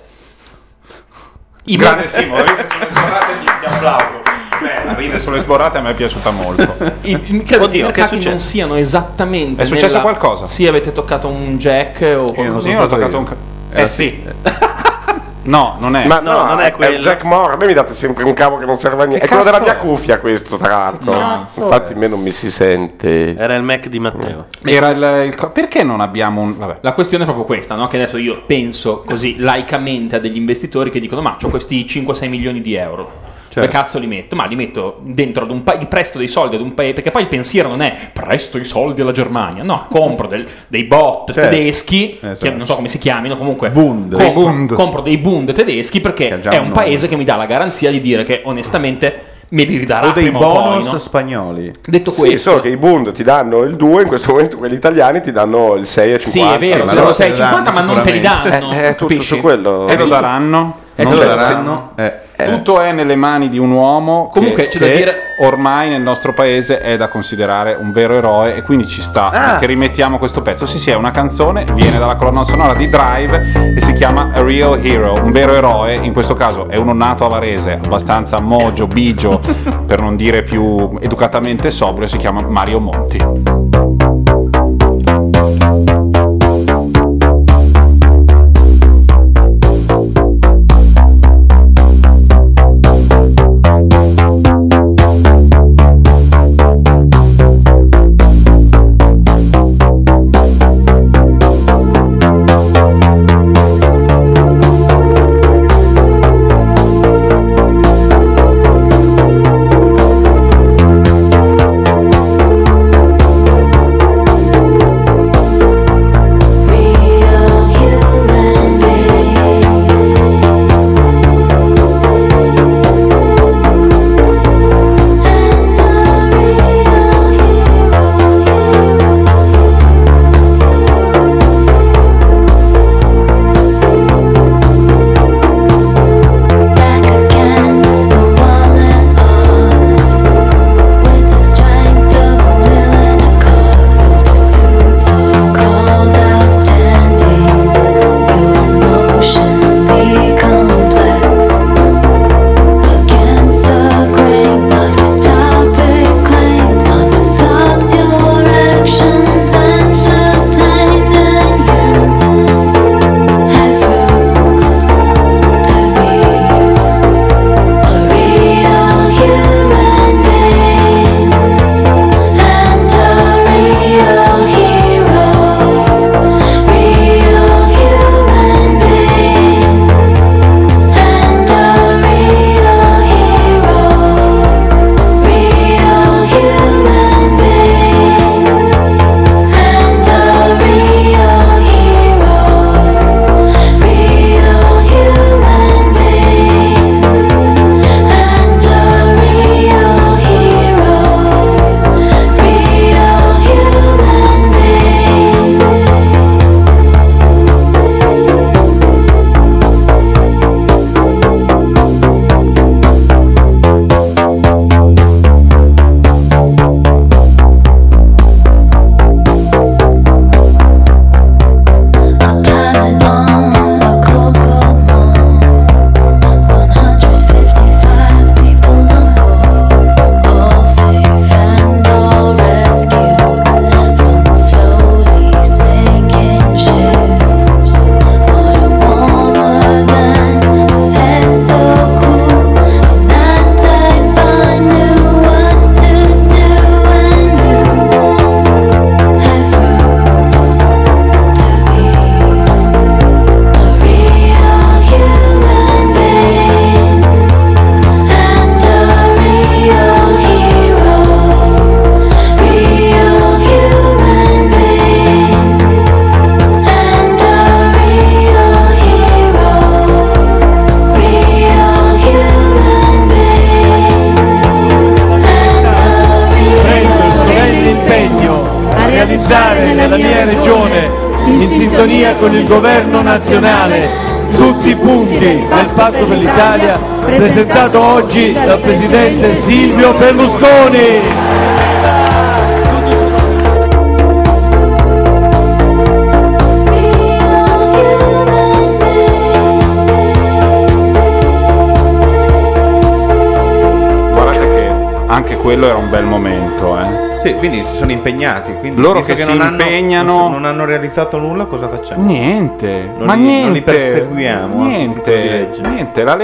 Grande Simo, ride sulle sborrate, ti applaudo. Beh, ride sulle sborrate a me è piaciuta molto. credo che i mercati non siano esattamente... È successo qualcosa? Sì, avete toccato un jack o qualcosa. Io ho toccato un sì. No, non è. Ma no, non è quello. Jack Moore. A me mi date sempre un cavo che non serve a niente. È quello della mia cuffia, questo, tra l'altro. Infatti, a me non mi si sente. Era il Mac di Matteo. Era perché non abbiamo un. Vabbè. La questione è proprio questa, no? Che adesso io penso così laicamente a degli investitori che dicono: ma c'ho questi 5-6 milioni di euro. Dove cazzo li metto? Ma li metto dentro ad li presto dei soldi ad un paese, perché poi il pensiero non è presto i soldi alla Germania, no, compro dei bot tedeschi, che non so come si chiamino, comunque compro dei Bund tedeschi, perché è un paese che mi dà la garanzia di dire che onestamente me li ridarà o dei prima bonus o poi, no? spagnoli. Detto Sì, questo, solo che i Bund ti danno il 2, in questo momento quelli italiani ti danno il 6,50. sì, è vero, sono 6,50, ma non te li danno, È tutto capisci? su quello. E lo daranno? Non lo daranno? Tutto è nelle mani di un uomo Comunque, che c'è da dire- ormai nel nostro paese è da considerare un vero eroe, e quindi ci sta che rimettiamo questo pezzo. Sì, è una canzone, viene dalla colonna sonora di Drive e si chiama A Real Hero, un vero eroe. In questo caso è uno nato a Varese, abbastanza mogio, bigio, per non dire più educatamente sobrio, si chiama Mario Monti. nella mia regione, in sintonia con il governo nazionale, tutti i punti del Patto per l'Italia presentato oggi dal presidente Silvio Berlusconi. Anche quello era un bel momento, Sì, quindi si sono impegnati. Quindi, loro visto che si non impegnano. non hanno realizzato nulla, cosa facciamo? Niente, Non ma li- niente. non li perseguiamo, Niente. La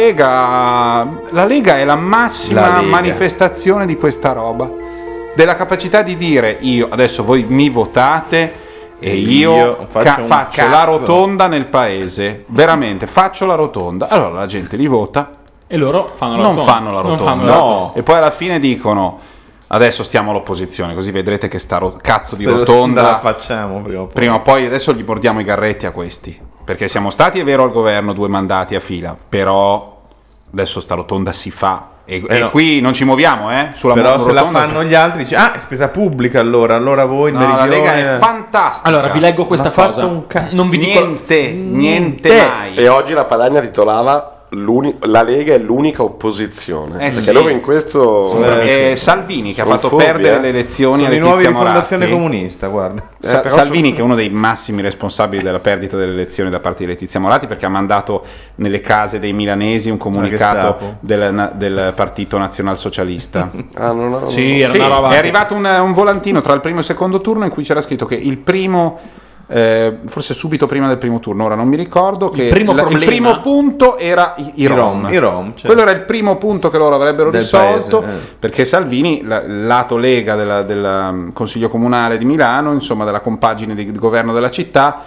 Lega è la massima La Lega. manifestazione di questa roba. Della capacità di dire: io adesso voi mi votate e io faccio un faccio cazzo. la rotonda nel paese. Veramente, faccio la rotonda. Allora la gente li vota. E loro fanno la Non rotonda. fanno la Non rotonda. fanno la rotonda. E poi alla fine dicono: adesso stiamo all'opposizione, così vedrete che sta cazzo di Se rotonda la facciamo prima o poi. adesso gli mordiamo i garretti a questi. Perché siamo stati, è vero, al governo 2 mandati a fila, però adesso sta rotonda si fa. E no. qui non ci muoviamo, sulla Però se la rotonda fanno gli altri dice è spesa pubblica allora voi il No, la meridione Lega è fantastica. Allora, vi leggo questa Ma ha cosa. fatto un Non vi dico niente mai. E oggi la Padania titolava la Lega è l'unica opposizione. Perché sì. loro in questo Salvini che ha sono fatto furbi, perdere le elezioni sono a i nuovi Letizia di Fondazione Moratti. Comunista, guarda. però Salvini che è uno dei massimi responsabili della perdita delle elezioni da parte di Letizia Moratti, perché ha mandato nelle case dei milanesi un comunicato Gestapo. del Partito Nazionalsocialista. Sì, era una roba è che- arrivato un volantino tra il primo e il secondo turno in cui c'era scritto che il primo forse subito prima del primo turno, ora non mi ricordo, che primo il problema- primo punto era i Rom. I Rom, certo. Quello era il primo punto che loro avrebbero Del risolto, paese, perché Salvini, il lato Lega del Consiglio Comunale di Milano, insomma della compagine di governo della città,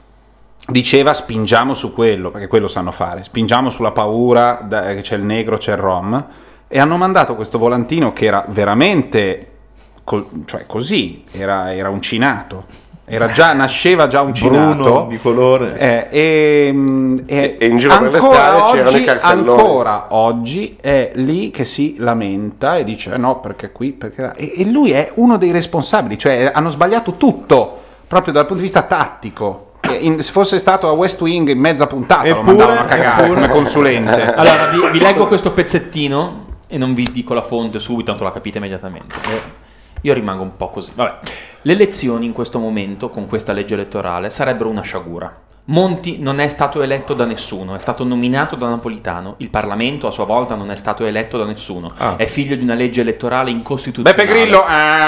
diceva spingiamo su quello, perché quello sanno fare, spingiamo sulla paura che c'è il negro, c'è il Rom, e hanno mandato questo volantino che era veramente cioè così, era uncinato. Nasceva già uncinato, Bruno di colore. e in giro per le ancora strade c'erano i oggi, cartelloni. ancora oggi è lì che si lamenta e dice no perché qui, perché là. E lui è uno dei responsabili, cioè hanno sbagliato tutto proprio dal punto di vista tattico. Se fosse stato a West Wing in mezza puntata lo mandavano a cagare come consulente. Allora, vi leggo questo pezzettino e non vi dico la fonte subito, tanto la capite immediatamente. Io rimango un po' così. Vabbè. Le elezioni in questo momento, con questa legge elettorale, sarebbero una sciagura. Monti non è stato eletto da nessuno, è stato nominato da Napolitano. Il Parlamento a sua volta non è stato eletto da nessuno. È figlio di una legge elettorale incostituzionale. Beppe Grillo,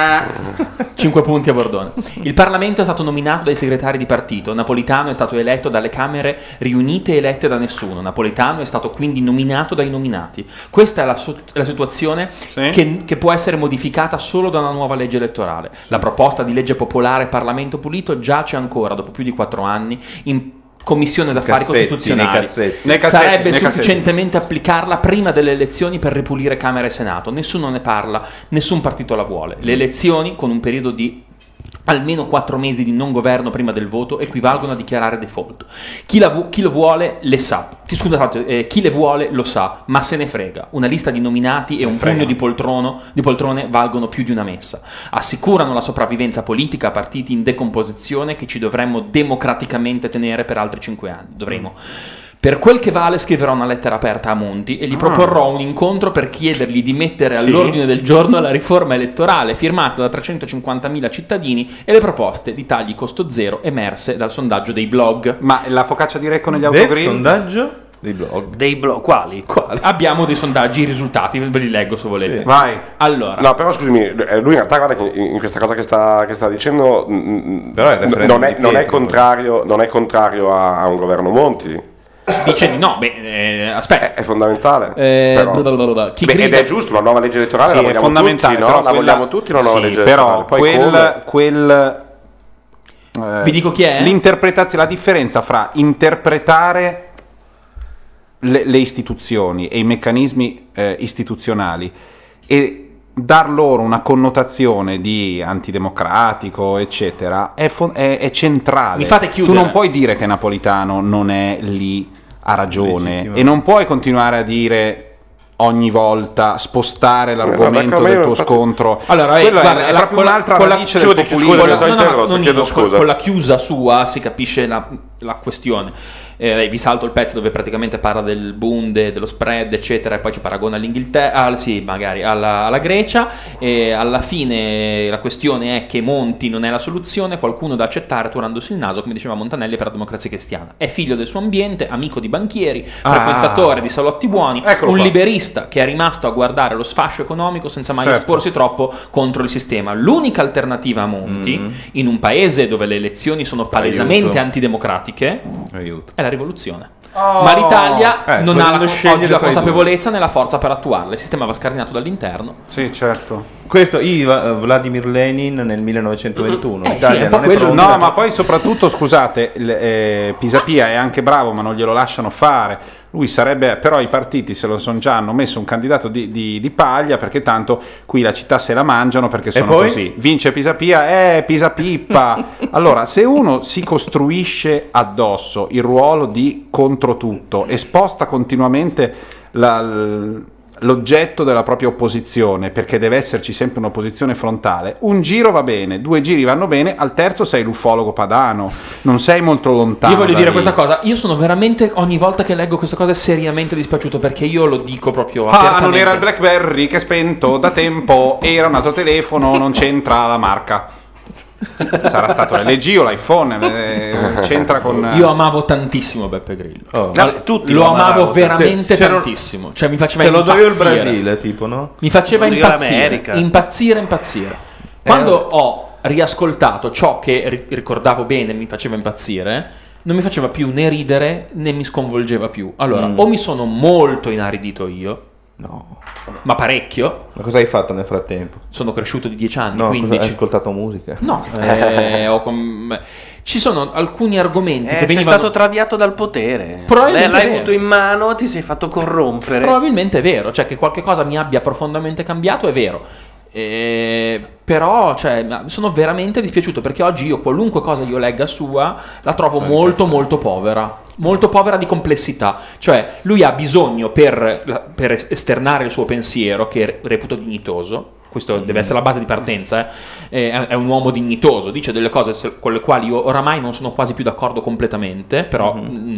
5 punti a Bordone. Il Parlamento è stato nominato dai segretari di partito. Napolitano è stato eletto dalle Camere riunite elette da nessuno. Napolitano è stato quindi nominato dai nominati. Questa è la situazione che può essere modificata solo da una nuova legge elettorale. La proposta di legge popolare Parlamento pulito giace ancora, dopo più di 4 anni, in Commissione d'affari costituzionali. Sarebbe sufficientemente applicarla prima delle elezioni per ripulire Camera e Senato. Nessuno ne parla, nessun partito la vuole. Le elezioni, con un periodo di almeno 4 mesi di non governo prima del voto, equivalgono a dichiarare default. Chi lo vuole le sa. Chi le vuole lo sa, ma se ne frega. Una lista di nominati e un pugno di poltrone valgono più di una messa. Assicurano la sopravvivenza politica a partiti in decomposizione che ci dovremmo democraticamente tenere per altri 5 anni. Dovremo. Per quel che vale scriverò una lettera aperta a Monti e gli proporrò un incontro per chiedergli di mettere all'ordine del giorno la riforma elettorale firmata da 350.000 cittadini e le proposte di tagli costo zero emerse dal sondaggio dei blog. Ma la focaccia di Recco negli Del autogrill? sondaggio dei blog. Dei blog quali? Abbiamo dei sondaggi, i risultati, ve li leggo se volete. Sì. Vai. Allora, No, però scusami, lui in realtà guarda che in questa cosa che sta dicendo Però è non è contrario a un governo Monti. dice di no, aspetta. È fondamentale. Chi Ed grida- è giusto, la nuova legge elettorale Sì, la è vogliamo fondamentale, tutti, no? però La vogliamo tutti una nuova sì, legge però elettorale. Poi Vi dico chi è? L'interpretazione, la differenza fra interpretare le istituzioni e i meccanismi istituzionali e dar loro una connotazione di antidemocratico, eccetera, è centrale. Mi fate chiudere. Tu non puoi dire che Napolitano non è lì a ragione e non puoi continuare a dire ogni volta spostare l'argomento del tuo scontro. Allora, Quello guarda, è proprio un'altra con radice del populismo. Con la chiusa sua si capisce la questione. Vi salto il pezzo dove praticamente parla del Bunde, dello spread, eccetera, e poi ci paragona all'Inghilterra, sì, magari alla Grecia, e alla fine la questione è che Monti non è la soluzione, qualcuno da accettare turandosi il naso, come diceva Montanelli per la Democrazia Cristiana. È figlio del suo ambiente, amico di banchieri, frequentatore di salotti buoni, un liberista che è rimasto a guardare lo sfascio economico senza mai esporsi troppo contro il sistema. L'unica alternativa a Monti, in un paese dove le elezioni sono palesemente antidemocratiche, è la rivoluzione. Ma l'Italia non ha oggi la consapevolezza né la forza per attuarla. Il sistema va scardinato dall'interno. Sì, certo. Questo Vladimir Lenin nel 1921. L'Italia non è pronta. No, ma poi soprattutto, scusate, Pisapia è anche bravo, ma non glielo lasciano fare. Lui sarebbe, però i partiti se lo sono già hanno messo un candidato di paglia, perché tanto qui la città se la mangiano, perché sono così. Vince Pisapia, Pisapippa. Allora, se uno si costruisce addosso il ruolo di controtutto e sposta continuamente l'oggetto della propria opposizione, perché deve esserci sempre un'opposizione frontale, un giro va bene, 2 giri vanno bene, al terzo sei l'ufologo padano, non sei molto lontano. Io voglio da dire lì. questa cosa, io sono veramente, ogni volta che leggo questa cosa, seriamente dispiaciuto, perché io lo dico proprio apertamente. Non era il BlackBerry che è spento da tempo, era un altro telefono, non c'entra la marca. Sarà stato l'LG o l'iPhone, c'entra con... Io amavo tantissimo Beppe Grillo. Tutti lo amavo veramente tantissimo. Cioè mi faceva te lo impazzire. do io il Brasile, tipo, no? Mi faceva Lo do io l'America. impazzire. Quando ho riascoltato ciò che ricordavo bene mi faceva impazzire, non mi faceva più né ridere né mi sconvolgeva più. Allora, o mi sono molto inaridito io, ma parecchio. Ma cosa hai fatto nel frattempo? Sono cresciuto di 10 anni, No, 15. hai ascoltato musica? No, ci sono alcuni argomenti che sei venivano... stato traviato dal potere. Probabilmente L'hai è vero. avuto in mano, ti sei fatto corrompere. Probabilmente è vero, cioè che qualche cosa mi abbia profondamente cambiato è vero. Però sono veramente dispiaciuto, perché oggi io qualunque cosa io legga sua la trovo molto povera di complessità. Cioè lui ha bisogno per esternare il suo pensiero, che reputo dignitoso, questo deve essere la base di partenza, è un uomo dignitoso, dice delle cose con le quali io oramai non sono quasi più d'accordo completamente, però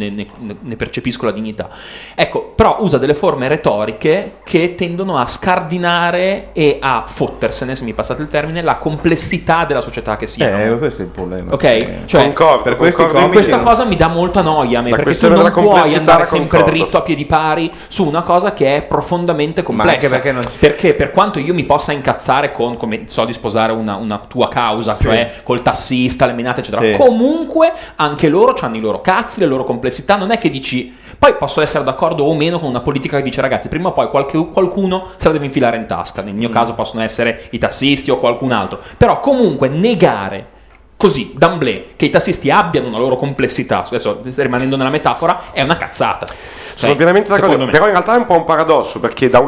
ne percepisco la dignità. Ecco, però usa delle forme retoriche che tendono a scardinare e a fottersene, se mi passate il termine, la complessità della società che siamo. Questo è il problema. Ok? Cioè, per questa cosa mi dà molta noia a me, perché tu non puoi andare sempre dritto a piedi pari su una cosa che è profondamente complessa. Perché per quanto io mi possa incazzare con, come so di sposare una tua causa, cioè col tassista, le menate eccetera, comunque anche loro hanno i loro cazzi, le loro complessità. Non è che dici, poi posso essere d'accordo o meno con una politica che dice ragazzi prima o poi qualcuno se la deve infilare in tasca, nel mio caso possono essere i tassisti o qualcun altro, però comunque negare così d'amblè che i tassisti abbiano una loro complessità, adesso rimanendo nella metafora, è una cazzata. Sono pienamente d'accordo, però in realtà è un po' un paradosso, perché da un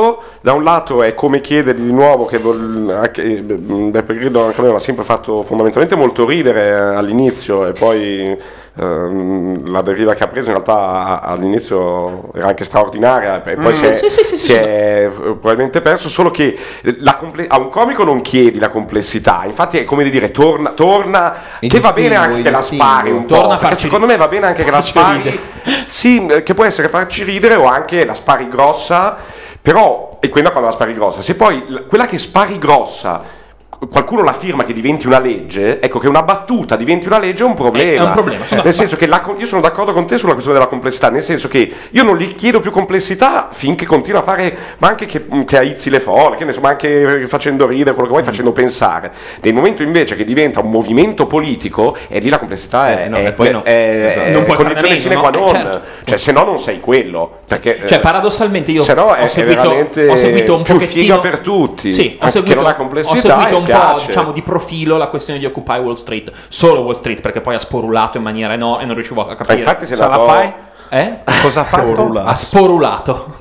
lato è come chiedere di nuovo che Beppe Grillo anche lui ha sempre fatto fondamentalmente molto ridere all'inizio, e poi la deriva che ha preso in realtà all'inizio era anche straordinaria, e poi si è probabilmente perso, solo che a un comico non chiedi la complessità, infatti è come dire torna che va bene anche che la spari un po', perché secondo me va bene anche che la spari, sì, che può essere farci ridere o anche la spari grossa, però, e quella quando la spari grossa, se poi quella che spari grossa qualcuno la firma che diventi una legge, ecco, che una battuta diventi una legge è un problema. È un problema. Nel senso che io sono d'accordo con te sulla questione della complessità, nel senso che io non gli chiedo più complessità finché continua a fare, ma anche che aizzi le folle, che ne so, ma anche facendo ridere, quello che vuoi, facendo pensare. Nel momento invece che diventa un movimento politico, e lì la complessità è condizione sine qua non. Certo. Cioè, se no non sei quello. Perché, paradossalmente io ho seguito un più figa per tutti. Sì, ho seguito un po', diciamo, di profilo la questione di Occupy Wall Street, solo Wall Street, perché poi ha sporulato in maniera enorme e non riuscivo a capire. Infatti cosa la fai? Cosa ha fatto? Ha sporulato.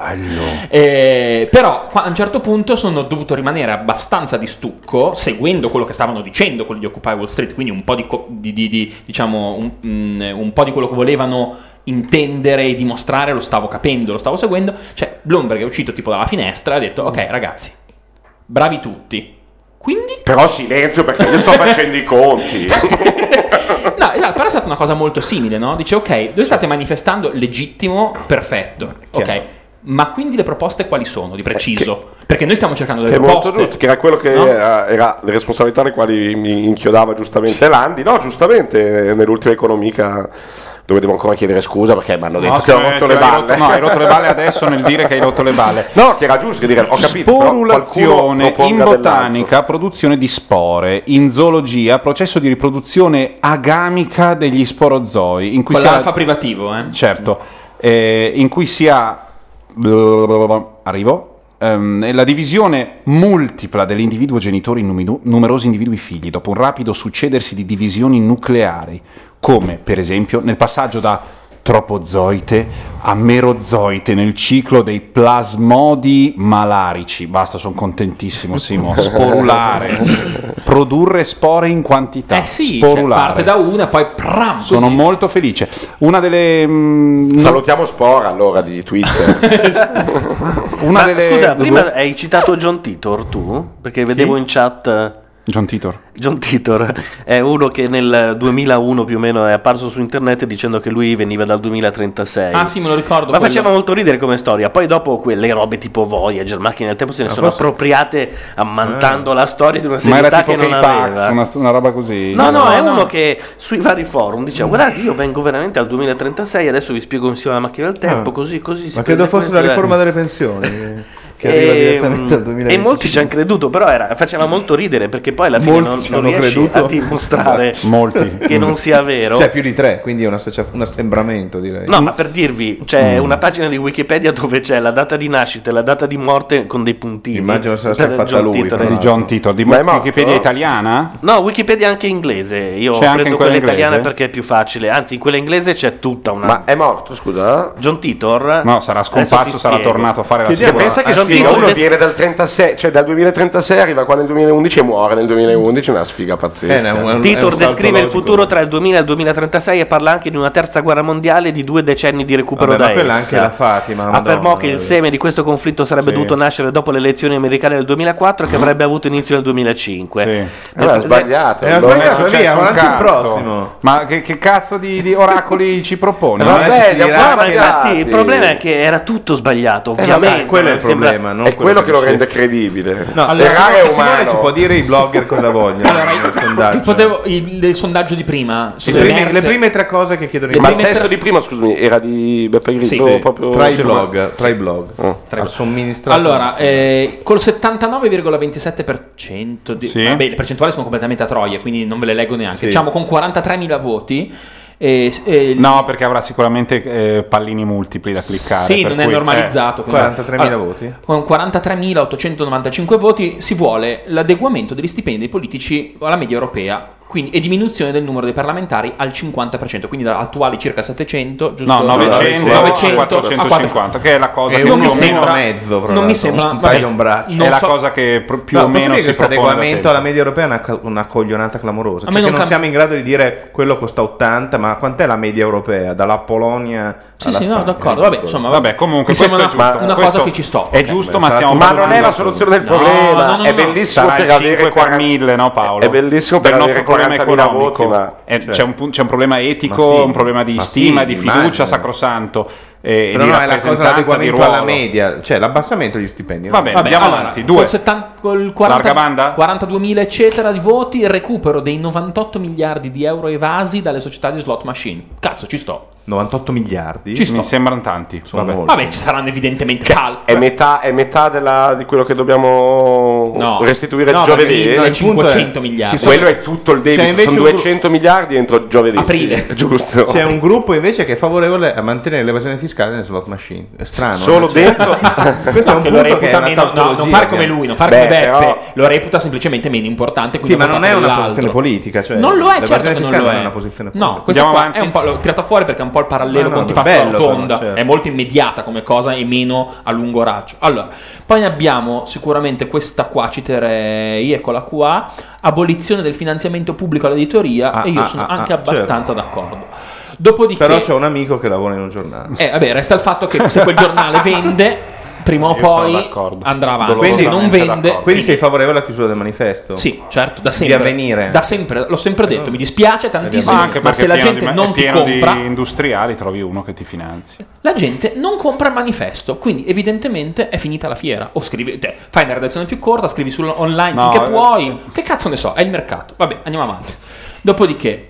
Però a un certo punto sono dovuto rimanere abbastanza di stucco, seguendo quello che stavano dicendo quelli di Occupy Wall Street, quindi un po' di diciamo un po' di quello che volevano intendere e dimostrare, lo stavo capendo, lo stavo seguendo. Cioè, Bloomberg è uscito tipo dalla finestra e ha detto: ok, ragazzi, bravi tutti. Quindi? Però silenzio, perché io sto facendo i conti. No, però è stata una cosa molto simile, no? Dice: ok, voi state manifestando, legittimo, perfetto. Ok, ma quindi le proposte quali sono di preciso? Perché noi stiamo cercando delle Che è proposte. molto giusto, che era quello che no? era le responsabilità alle quali mi inchiodava giustamente Landi. No, giustamente nell'ultima economica, dove devo ancora chiedere scusa perché mi hanno detto che ho rotto le balle. Hai rotto le balle adesso nel dire che hai rotto le balle. No, che era giusto che dire, ho capito. Sporulazione in botanica, produzione di spore; in zoologia, processo di riproduzione agamica degli sporozoi, in cui Con si ha l'alfa privativo, certo, in cui si ha la divisione multipla dell'individuo genitore in numerosi individui figli, dopo un rapido succedersi di divisioni nucleari, come per esempio nel passaggio da tropozoite a merozoite nel ciclo dei plasmodi malarici. Basta, sono contentissimo, Simo. Sporulare, produrre spore in quantità. Sì, sporulare. parte da una, poi pram, Sono così. molto felice. Una delle Salutiamo Spora allora di Twitter. Una delle Scusa, prima hai citato John Titor tu? Perché vedevo in chat John Titor. John Titor è uno che nel 2001 più o meno è apparso su internet dicendo che lui veniva dal 2036. Ah sì, me lo ricordo. Ma quello. faceva molto ridere come storia. Poi dopo quelle robe tipo Voyager, macchine del tempo se ne sono forse- appropriate ammantando la storia di una Ma era serietà tipo che non K-Pax, aveva. una roba così. No, è uno che sui vari forum diceva: guardate, io vengo veramente al 2036, adesso vi spiego come si fa la macchina del tempo, così si Ma prende credo fosse la questo, riforma delle pensioni. Che arriva direttamente al 2025. e molti ci hanno creduto, però faceva molto ridere perché poi alla fine Molti non ci hanno riesci creduto. a dimostrare Molti. che non sia vero. Cioè più di 3, quindi è un assembramento, direi. No, ma per dirvi, c'è una pagina di Wikipedia dove c'è la data di nascita e la data di morte con dei puntini. Immagino se la sia Per fatta John lui, Titor. fra Di John Titor, di Ma è morto? Wikipedia italiana? No, Wikipedia anche inglese. Io C'è ho anche preso in quella quella italiana inglese? perché è più facile. Anzi, in quella inglese c'è tutta una. Ma è morto, scusa? John Titor. No, sarà Adesso ti scomparso, sarà spiego. tornato a fare la Che pensa che John sfiga, Titor uno viene dal 36, cioè dal 2036 arriva qua nel 2011 e muore nel 2011, una sfiga pazzesca. Titor descrive il futuro tra il 2000 e il 2036 e parla anche di una terza guerra mondiale e di 2 decenni di recupero Vabbè, ma da quella essa. anche la Fatima, Affermò Madonna, che il seme di questo conflitto sarebbe Sì. dovuto nascere dopo le elezioni americane del 2004 e che avrebbe avuto inizio nel 2005. Aveva sbagliato. Era Non è sbagliato, successo via, un avanti il cazzo. prossimo. Ma che cazzo di oracoli ci propone? Vabbè, li ha No, ma sbagliati. infatti il problema è che era tutto sbagliato, ovviamente. quello è il Sembra- problema, non È quello che lo sceglie. rende credibile. No, Allora, Errare è Simone umano. ci può dire i blogger cosa vogliono nel sondaggio. Il sondaggio di prima. Le prime 3 cose che chiedono i Ma il blogger. testo di prima, scusami, era di Beppe Grillo? Sì. Proprio Tra i blog, al somministratore. Allora, col 79,27% di... Sì. Vabbè, le percentuali sono completamente a troie, quindi non ve le leggo neanche. Sì. Diciamo con 43.000 voti. No, perché avrà sicuramente pallini multipli da cliccare. Sì, per non è cui- normalizzato. quindi- 43.000 voti? Con 43.895 voti si vuole l'adeguamento degli stipendi dei politici alla media europea. Quindi, e diminuzione del numero dei parlamentari al 50%, quindi da attuali circa 700, giusto? No, 900 a 450, 400, che è la cosa E che non più mi o meno sembra mezzo, fra non mi l'altro, sembra un vabbè, taglio un braccio. non è la so- cosa che più o No, posso meno dire si che questo propone da adeguamento tempo. alla media europea è una coglionata clamorosa. A Cioè me che non non siamo in grado di dire quello costa 80, ma quant'è la media europea? Dalla Polonia Sì, alla sì, no, Spagna. d'accordo. Vabbè, insomma, Vabbè, comunque mi questo sembra è giusto. una Questo cosa che ci sto. È giusto, ma stiamo Ma non è parlando la soluzione del No, problema. no, no, È no. bellissimo Sarà per il avere 5 per 1000, no Paolo? È bellissimo per Del avere nostro problema 40.000 economico. voti, ma C'è un problema etico, Ma sì, un problema di ma stima, sì, di immagino. fiducia sacrosanto e Però di no, è la cosa rappresentanza di l'adeguamento alla ruolo. media, cioè l'abbassamento degli stipendi. no? Va bene, Vabbè, andiamo allora, avanti. Due. Col Larga banda? 42.000 eccetera di voti, il recupero dei 98 miliardi di euro evasi dalle società di slot machine. Cazzo, ci sto. 98 miliardi? Ci sto. Mi sembrano tanti. Sono Vabbè. molti. Vabbè, ci saranno evidentemente è metà di quello che dobbiamo No. restituire No, giovedì. perché il punto è- 500 miliardi. Ci sono- Quello è tutto il C'è debito, invece sono un 200 miliardi entro giovedì. Aprile. Giusto. C'è un gruppo invece che è favorevole a mantenere l'evasione fiscale nelle slot machine. È strano. Solo cioè. dentro. Questo è un che punto lo che è reputa una meno, no, non tautologia, fare come che- lui, non fare Beh, come Beppe, però- lo reputa semplicemente meno importante. Sì, quindi ma non va è una dall'altro. posizione politica. Cioè, Non lo è, l'evasione certo che non fiscale lo non è. è una posizione No, politica. questo Andiamo qua avanti. è un po', l'ho tirato fuori perché è un po' il parallelo No, con no, Ti faccio bello la rotonda, però, certo. è molto immediata come cosa e meno a lungo raggio. Allora, poi ne abbiamo sicuramente questa qua, citerei, eccola qua, abolizione del finanziamento pubblico all'editoria, e io sono anche abbastanza d'accordo. Dopodiché, Però c'è un amico che lavora in un giornale. vabbè, resta il fatto che se quel giornale vende, prima o Io sono poi d'accordo. andrà avanti. Quindi Se non vende, quindi sei favorevole alla chiusura del manifesto? Sì, certo, da sempre. Di avvenire? Da sempre, l'ho sempre detto, mi dispiace tantissimo, Ma anche ma perché se la è pieno gente di- non è ti pieno compra, di industriali, trovi uno che ti finanzia. la gente non compra il manifesto, quindi evidentemente è finita la fiera. O scrivi, fai una redazione più corta, scrivi su online No, finché puoi. Che cazzo ne so, è il mercato. Vabbè, andiamo avanti. Dopodiché,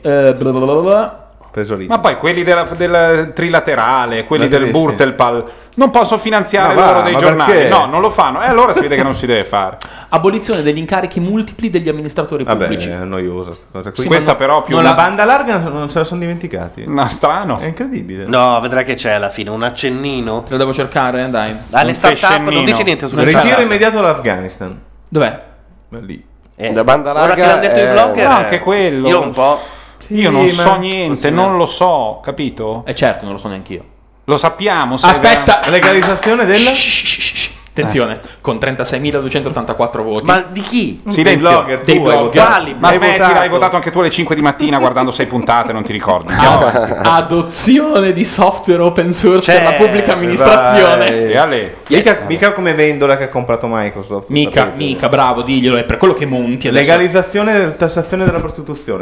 Ma poi quelli del trilaterale, quelli La del Tressi. Burtelpal, non posso finanziare Ma va, loro dei ma giornali. perché? No, non lo fanno. E allora si vede che non si deve fare. abolizione degli incarichi multipli degli amministratori pubblici. Vabbè, è noiosa sta cosa. Sì, questa ma però più non una- la banda larga non se la sono dimenticati. No, strano. È incredibile. No, vedrai che c'è alla fine un accennino. Lo devo cercare, dai. Alle start-up non dice niente su questa Ritiro roba. immediato dall'Afghanistan. Dov'è? Lì. La banda Ora larga che l'hanno detto i blogger, No, anche quello. io un po'. Io non Sì, so ma- niente, non lo so, capito? Certo, non lo so neanche io. Lo sappiamo. Se Aspetta, legalizzazione della... Attenzione, con 36.284 voti. Ma di chi? Silenzio. blogger, dei tu hai blogger. votato. Ma Hai smettila, votato. hai votato anche tu alle 5 di mattina guardando 6 puntate, non ti ricordi. Adozione di software open source per la pubblica amministrazione. Vai. E Ale. Mica come Vendola che ha comprato Microsoft. Mica, sapete. mica, bravo, diglielo, è per quello che monti adesso. Legalizzazione, tassazione della prostituzione,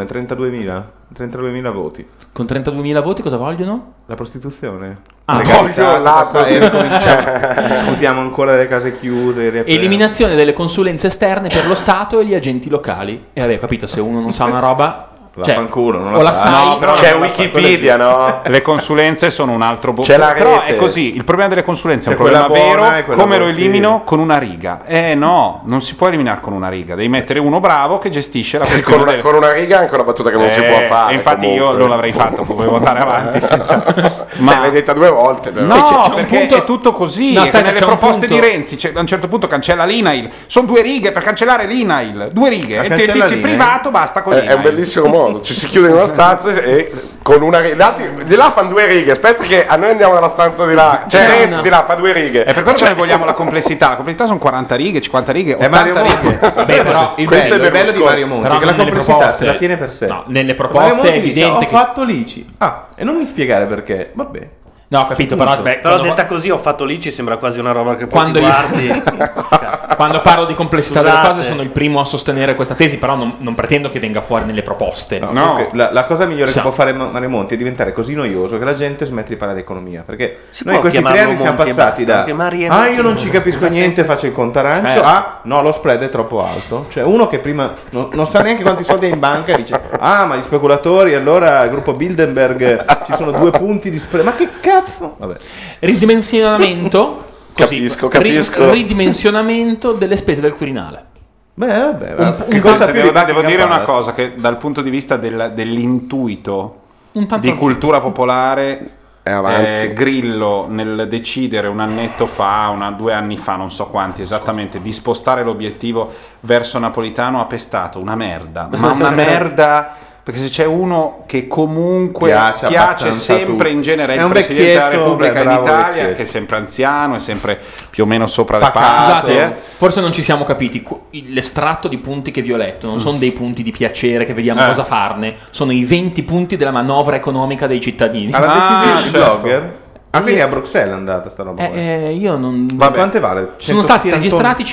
32.000 voti. Con 32.000 voti cosa vogliono? La prostituzione. Ah, Legalità, la e ricominciamo. Discutiamo ancora delle case chiuse. Eliminazione delle consulenze esterne per lo Stato e gli agenti locali. E vabbè, capito, se uno non sa una roba... Vaffanculo, non o la fa. sai... No, però C'è non la fa- Wikipedia, no? Le consulenze sono un altro C'è la Però rete. è così, il problema delle consulenze è un C'è quella problema buona vero. e quella Come lo brutta. elimino? Con una riga. No, non si può eliminare con una riga. Devi mettere uno bravo che gestisce la Con questione una, delle- con una riga è anche una battuta che non si può fare. E infatti io comunque. non l'avrei fatto, potevo andare avanti senza... Ma l'hai detta 2 volte, però. No, c'è un perché punto- è tutto così. No, è che aspetta, nelle c'è un proposte punto- di Renzi a un certo punto cancella l'INAIL. Sono 2 righe per cancellare l'INAIL. 2 righe. E cancella il l'INAIL? privato basta con È l'INAIL. un bellissimo modo. Ci si chiude in una stanza e con una riga. Di là fanno 2 righe. Aspetta, che a noi andiamo nella stanza di là. C'è C'è Renzi una- di là, fa 2 righe. E per quello che noi vogliamo la complessità. La complessità sono 40 righe, 50 righe, 80 Mario righe. Monti. Vabbè, però il questo bello, è il bello di Berlusconi. Mario Monti Però è che la nelle complessità proposte- se la tiene per sé. No, nelle Mario proposte Monti è dice, evidente ho che... fatto l'ICI. E non mi spiegare perché. Vabbè. No, ho capito, però... beh, Però quando- detta così ho fatto lì, ci sembra quasi una roba che poi Quando ti io- guardi. Quando parlo di complessità delle Scusate. cose sono il primo a sostenere questa tesi, però non pretendo che venga fuori nelle proposte. No, comunque, la cosa migliore Sì. che può fare Mario Monti è diventare così noioso che la gente smette di parlare di economia. Perché Si noi in può questi 3 chiamarlo anni siamo Monti e passati basta, da perché Mario io non ci capisco niente, faccio il contarancio, no, lo spread è troppo alto. Cioè uno che prima non sa neanche quanti soldi ha in banca e dice ma gli speculatori, allora il gruppo Bilderberg ci sono 2 punti di spread. Ma che cazzo? Vabbè. Ridimensionamento così, Capisco. ridimensionamento delle spese del Quirinale. Beh, vabbè, un costa Devo, più di devo Buckingham dire una Palace? cosa, che dal punto di vista dell'intuito Un tanto di cultura popolare È avanti. Grillo nel decidere un annetto fa, 2 anni fa, non so quanti esattamente, di spostare l'obiettivo verso Napolitano ha pestato una merda, ma una merda, perché se c'è uno che comunque Piace piace abbastanza sempre tu. in genere È il un Presidente della vecchietto, Repubblica beh, in bravo Italia, vecchietto. che è sempre anziano, è sempre più o meno sopra le Pacato. palle. Forse non ci siamo capiti. L'estratto di punti che vi ho letto non sono dei punti di piacere che vediamo cosa farne, sono i 20 punti della manovra economica dei cittadini. Alla decisione di certo. blogger? Quindi a Bruxelles è andata sta roba. Io non... Quante vale? Sono stati 171? registrati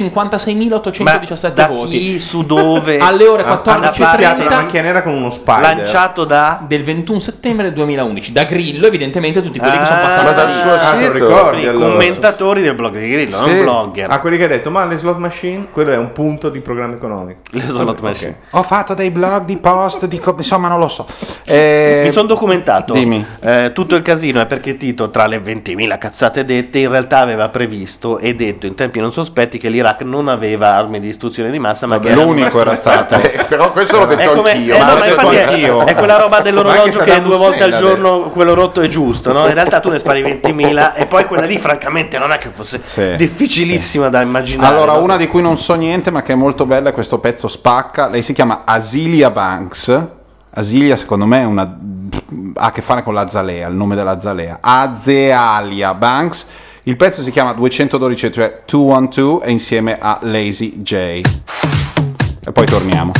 56.817 da voti. chi, su dove? Alle ore Hanno 14.30 la macchina nera con uno spider. Lanciato da del 21 settembre del 2011 da Grillo, evidentemente tutti quelli che sono passati ma da dal lì. suo te lo sito, ricordi, i allora? commentatori del blog di Grillo, non blogger. Quelli che hai detto, ma le slot machine, quello è un punto di programma economico. Le slot machine. Ho fatto dei blog, di post, insomma non lo so. Mi sono documentato. Dimmi. Tutto il casino è perché Tito, tra le 20.000 cazzate dette, in realtà aveva previsto e detto in tempi non sospetti che l'Iraq non aveva armi di distruzione di massa, ma che L'unico era stato. Però questo l'ho detto è come, anch'io. no, l'ho ma detto infatti anch'io. è quella roba Ma dell'orologio anche che Saddam 2 volte al Hussein giorno quello rotto è giusto, no? In realtà tu ne spari 20.000 e poi quella lì francamente non è che fosse Sì, difficilissima da immaginare. Allora, no? una di cui non so niente, ma che è molto bella, è questo pezzo spacca. Lei si chiama Azealia Banks. Azealia, secondo me, è ha a che fare con l'azalea, il nome dell'azalea, Azealia Banks. Il pezzo si chiama 212, cioè 212, e insieme a Lazy J. E poi torniamo.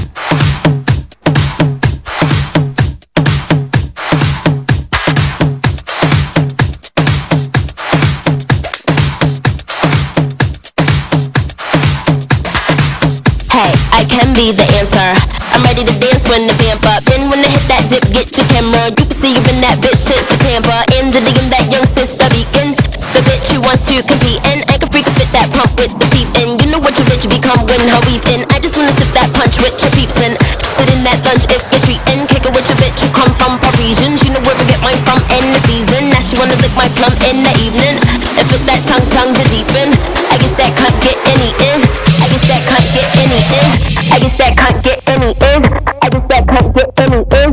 I can be the answer. I'm ready to dance when the vamp up. Then when I hit that dip, get your camera. You can see even that bitch shit's the camper. In the digging that young sister beacon. The bitch who wants to compete and I can freak fit that pump with the peep. And you know what your bitch become when her weeping. I just wanna sip that punch with your peeps and sit in that lunch if you're treating. Kick it with your bitch who come from Parisian. She know where we get mine from in the season. Now she wanna lick my plum in the evening. And fit that tongue to deepen. I guess that can't get any in. I guess that can't get any in. I guess that can't get any in. I guess that can't get any in.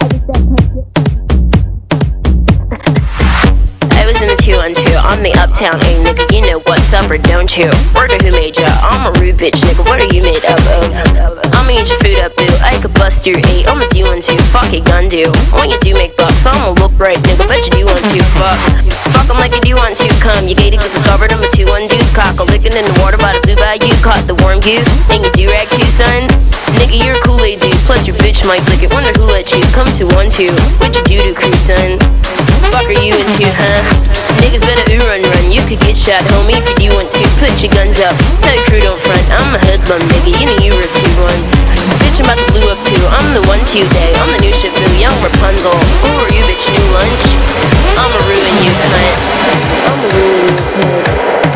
I was in the 212 on the uptown, hey nigga, you know what's up or don't you? Word of who made ya? I'm a rude bitch, nigga, what are you made up of? I'ma eat your food up, boo, I could bust your 8, I'ma do 1 2, fuck it, gun do. When you do make bucks, I'ma look right, nigga, bet you do 1 2, fuck. Fuck 'em like you do 1 2, come, you gated get discovered, I'm a 2 1 deuce, cock, a lickin' in the water by the blue bayou, caught the warm goose, and you do rag too, son. Nigga, you're a Kool-Aid dude, plus your bitch might lick it, wonder who let you come to 1 2, what you do to crew, son? Fuck are you into, huh? Niggas better run, you could get shot, homie, if you do want to. Put your guns up, tell your crew don't front. I'm a hoodlum, nigga, you know you were 2 1s. Bitch, I'm about to blue up too, I'm the 1 2 day. I'm the new ship, new young Rapunzel. Who are you, bitch, new lunch? I'ma ruin you, cunt. I'ma ruin you, cunt.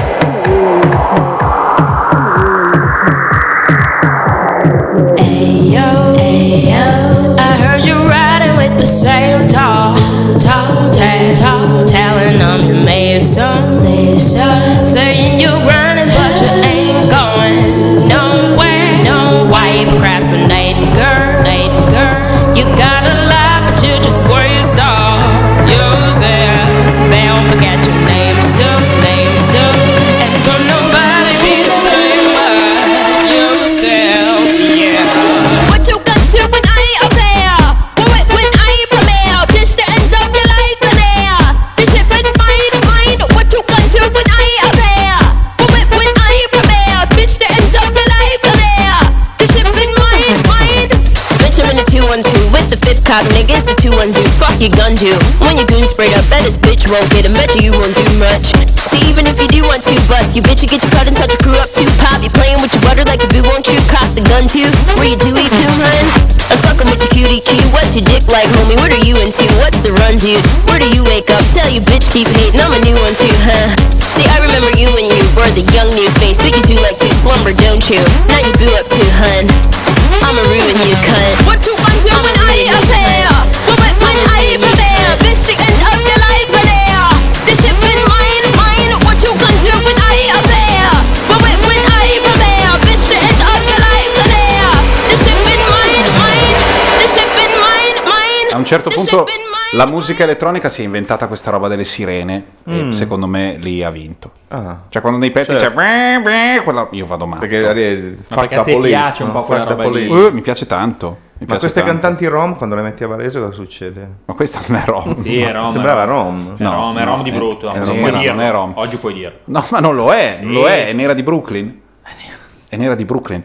Ayo, ayo, I heard you riding with the same tall talent. I'm your mason, saying you're grinding, but you ain't going nowhere. No, why you procrastinating, girl? You got a lot, but you just waste all yourself. They'll forget your name soon, and don't nobody be the same but yourself, yeah. What you got to when I ain't up there? When I ain't premiere, bitch, the ends of your life in there. This shit been mine. What you got to when I ain't up there? When I ain't premiere, bitch, the ends of your life in there. This shit been mine. Bitch, I'm in the 212 with the 5th cop, nigga, it's the 210. Fuck your gun, you. When your goon sprayed up, bet this bitch won't get him. Bet you won't do much. See, even if you do want to bust, you bitch, you get your cut and touch your crew up too. Pop, you playing with your butter like a boo, won't you? Cock the gun too. Where you do eat coon, hun? I'm fucking with your cutie cue. What's your dick like, homie? What are you into? What's the run, dude? Where do you wake up? Tell you bitch keep hating, I'm a new one too, huh? See, I remember you when you were the young new face, but you do like to slumber, don't you? Now you boo up too, hun. I'ma ruin you, cunt. What you want to when I ain't up here? When I ain't prepare, bitch, the end of your life in there. This shit been mine. What you gonna do when I ain't up here? When I ain't prepare, bitch, the end of your life in there. This shit been mine. This shit been mine. A un certo punto la musica elettronica si è inventata questa roba delle sirene e secondo me lì ha vinto. Cioè quando nei pezzi c'è quella, io vado matto. Perché a te piace un po' quella roba lì? Mi piace tanto. Ma queste cantanti rom, quando le metti a Varese, cosa succede? Ma questa non è rom. Sì, è rom. Sembrava rom. No, è rom di brutto. Non è rom. Oggi puoi dirlo. No, ma non lo è. Non lo è nera di Brooklyn. È nera di Brooklyn.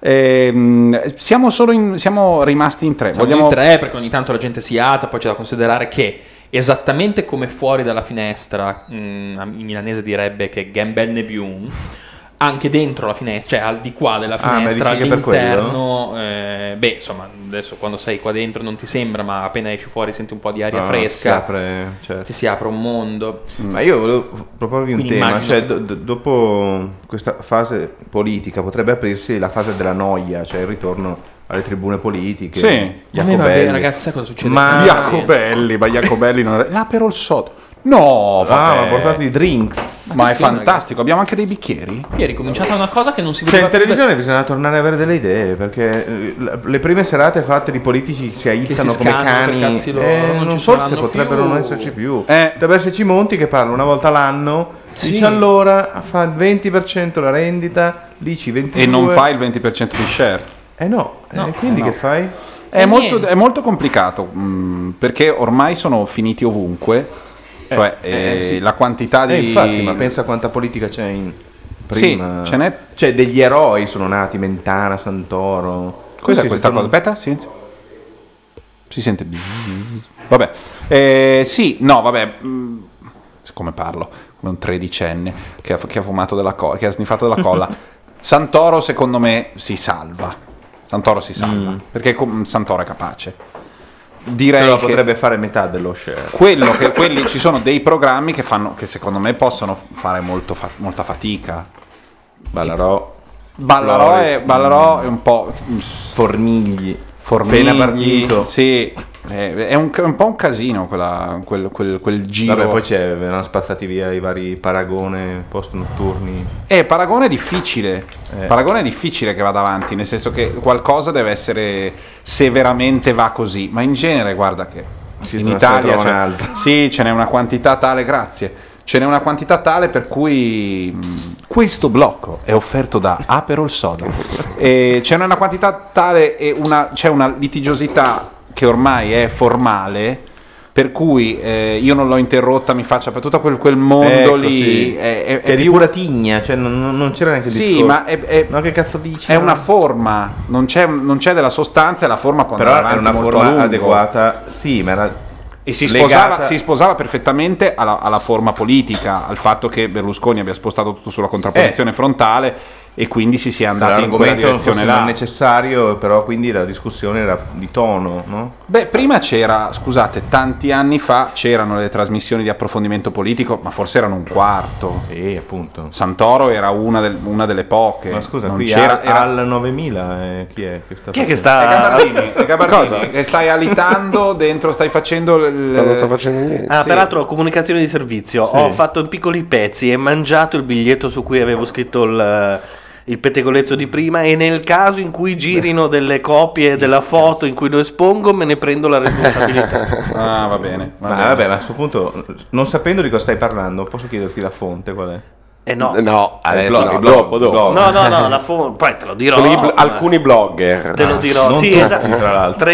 Siamo rimasti in 3. Vogliamo in 3 perché ogni tanto la gente si alza, poi c'è da considerare che esattamente come fuori dalla finestra, in milanese direbbe che Gambel Nebiun, anche dentro la finestra, cioè al di qua della finestra, all'interno, insomma, adesso quando sei qua dentro non ti sembra, ma appena esci fuori senti un po' di aria fresca, ti si apre un mondo. Ma io volevo proporvi un tema, cioè dopo questa fase politica potrebbe aprirsi la fase della noia, cioè il ritorno alle tribune politiche. Sì, Jacobelli. Ragazzi, sai cosa succede? Ma Jacobelli non è... L'Aperol Soda. No, vabbè. Ha portato i drinks. Ma è fantastico, abbiamo anche dei bicchieri. Ieri è cominciata una cosa che non si vedeva. vedeva. In televisione bisogna tornare a avere delle idee, perché le prime serate fatte di politici che si aizzano come cani, non forse potrebbero non esserci più. Deve esserci Monti che parla una volta l'anno. Dice allora fa il 20% la rendita, l'ICI 22%. E non fa il 20% di share. Quindi che fai? È molto complicato, perché ormai sono finiti ovunque, cioè sì. la quantità di... infatti, ma pensa quanta politica c'è in prima. Sì, ce n'è... Cioè degli eroi sono nati, Mentana, Santoro. Cos'è questa cosa? Aspetta, silenzio. Si sente... Vabbè, come parlo? Come un tredicenne che ha fumato che ha sniffato della colla. Santoro secondo me si salva. Perché Santoro è capace. Direi Però che potrebbe fare metà dello share. quelli ci sono dei programmi che secondo me possono fare molta fatica. Ballarò è un po' Formigli appena partito. Sì, è un po' un casino quel giro. Vabbè, poi verranno spazzati via i vari Paragone post notturni. Paragone è difficile. Paragone è difficile che vada avanti, nel senso che qualcosa deve essere, se veramente va così, ma in genere guarda che in Italia ce n'è una quantità tale, ce n'è una quantità tale per cui questo blocco è offerto da Aperol Soda e c'è una quantità tale e c'è una litigiosità che ormai è formale, per cui io non l'ho interrotta, mi faccia per tutto quel mondo lì. Sì. È di pura tigna, cioè non c'era neanche discorso. Sì, ma no, che cazzo dici? È una forma, non c'è della sostanza e la forma può andare avanti molto a lungo. Però è una forma adeguata, sì, ma era... E si sposava perfettamente alla forma politica, al fatto che Berlusconi abbia spostato tutto sulla contrapposizione frontale e quindi si sia andati in quella direzione là. Non necessario, però quindi la discussione era di tono, no? Beh, prima tanti anni fa c'erano le trasmissioni di approfondimento politico, ma forse erano un quarto. Sì, appunto. Santoro era una delle poche. Ma scusa, non qui c'era al 9000 chi è che sta? È Gabardini che stai alitando dentro, stai facendo non sto facendo niente. Peraltro comunicazione di servizio, ho fatto in piccoli pezzi e mangiato il biglietto su cui avevo scritto il pettegolezzo di prima, e nel caso in cui girino delle copie della foto in cui lo espongo me ne prendo la responsabilità. Va bene. Vabbè, ma a questo punto, non sapendo di cosa stai parlando, posso chiederti la fonte qual è? No, adesso dopo. No, la poi te lo dirò. Sono alcuni blogger. Te lo dirò. Non sì, tutti, esatto. tra l'altro.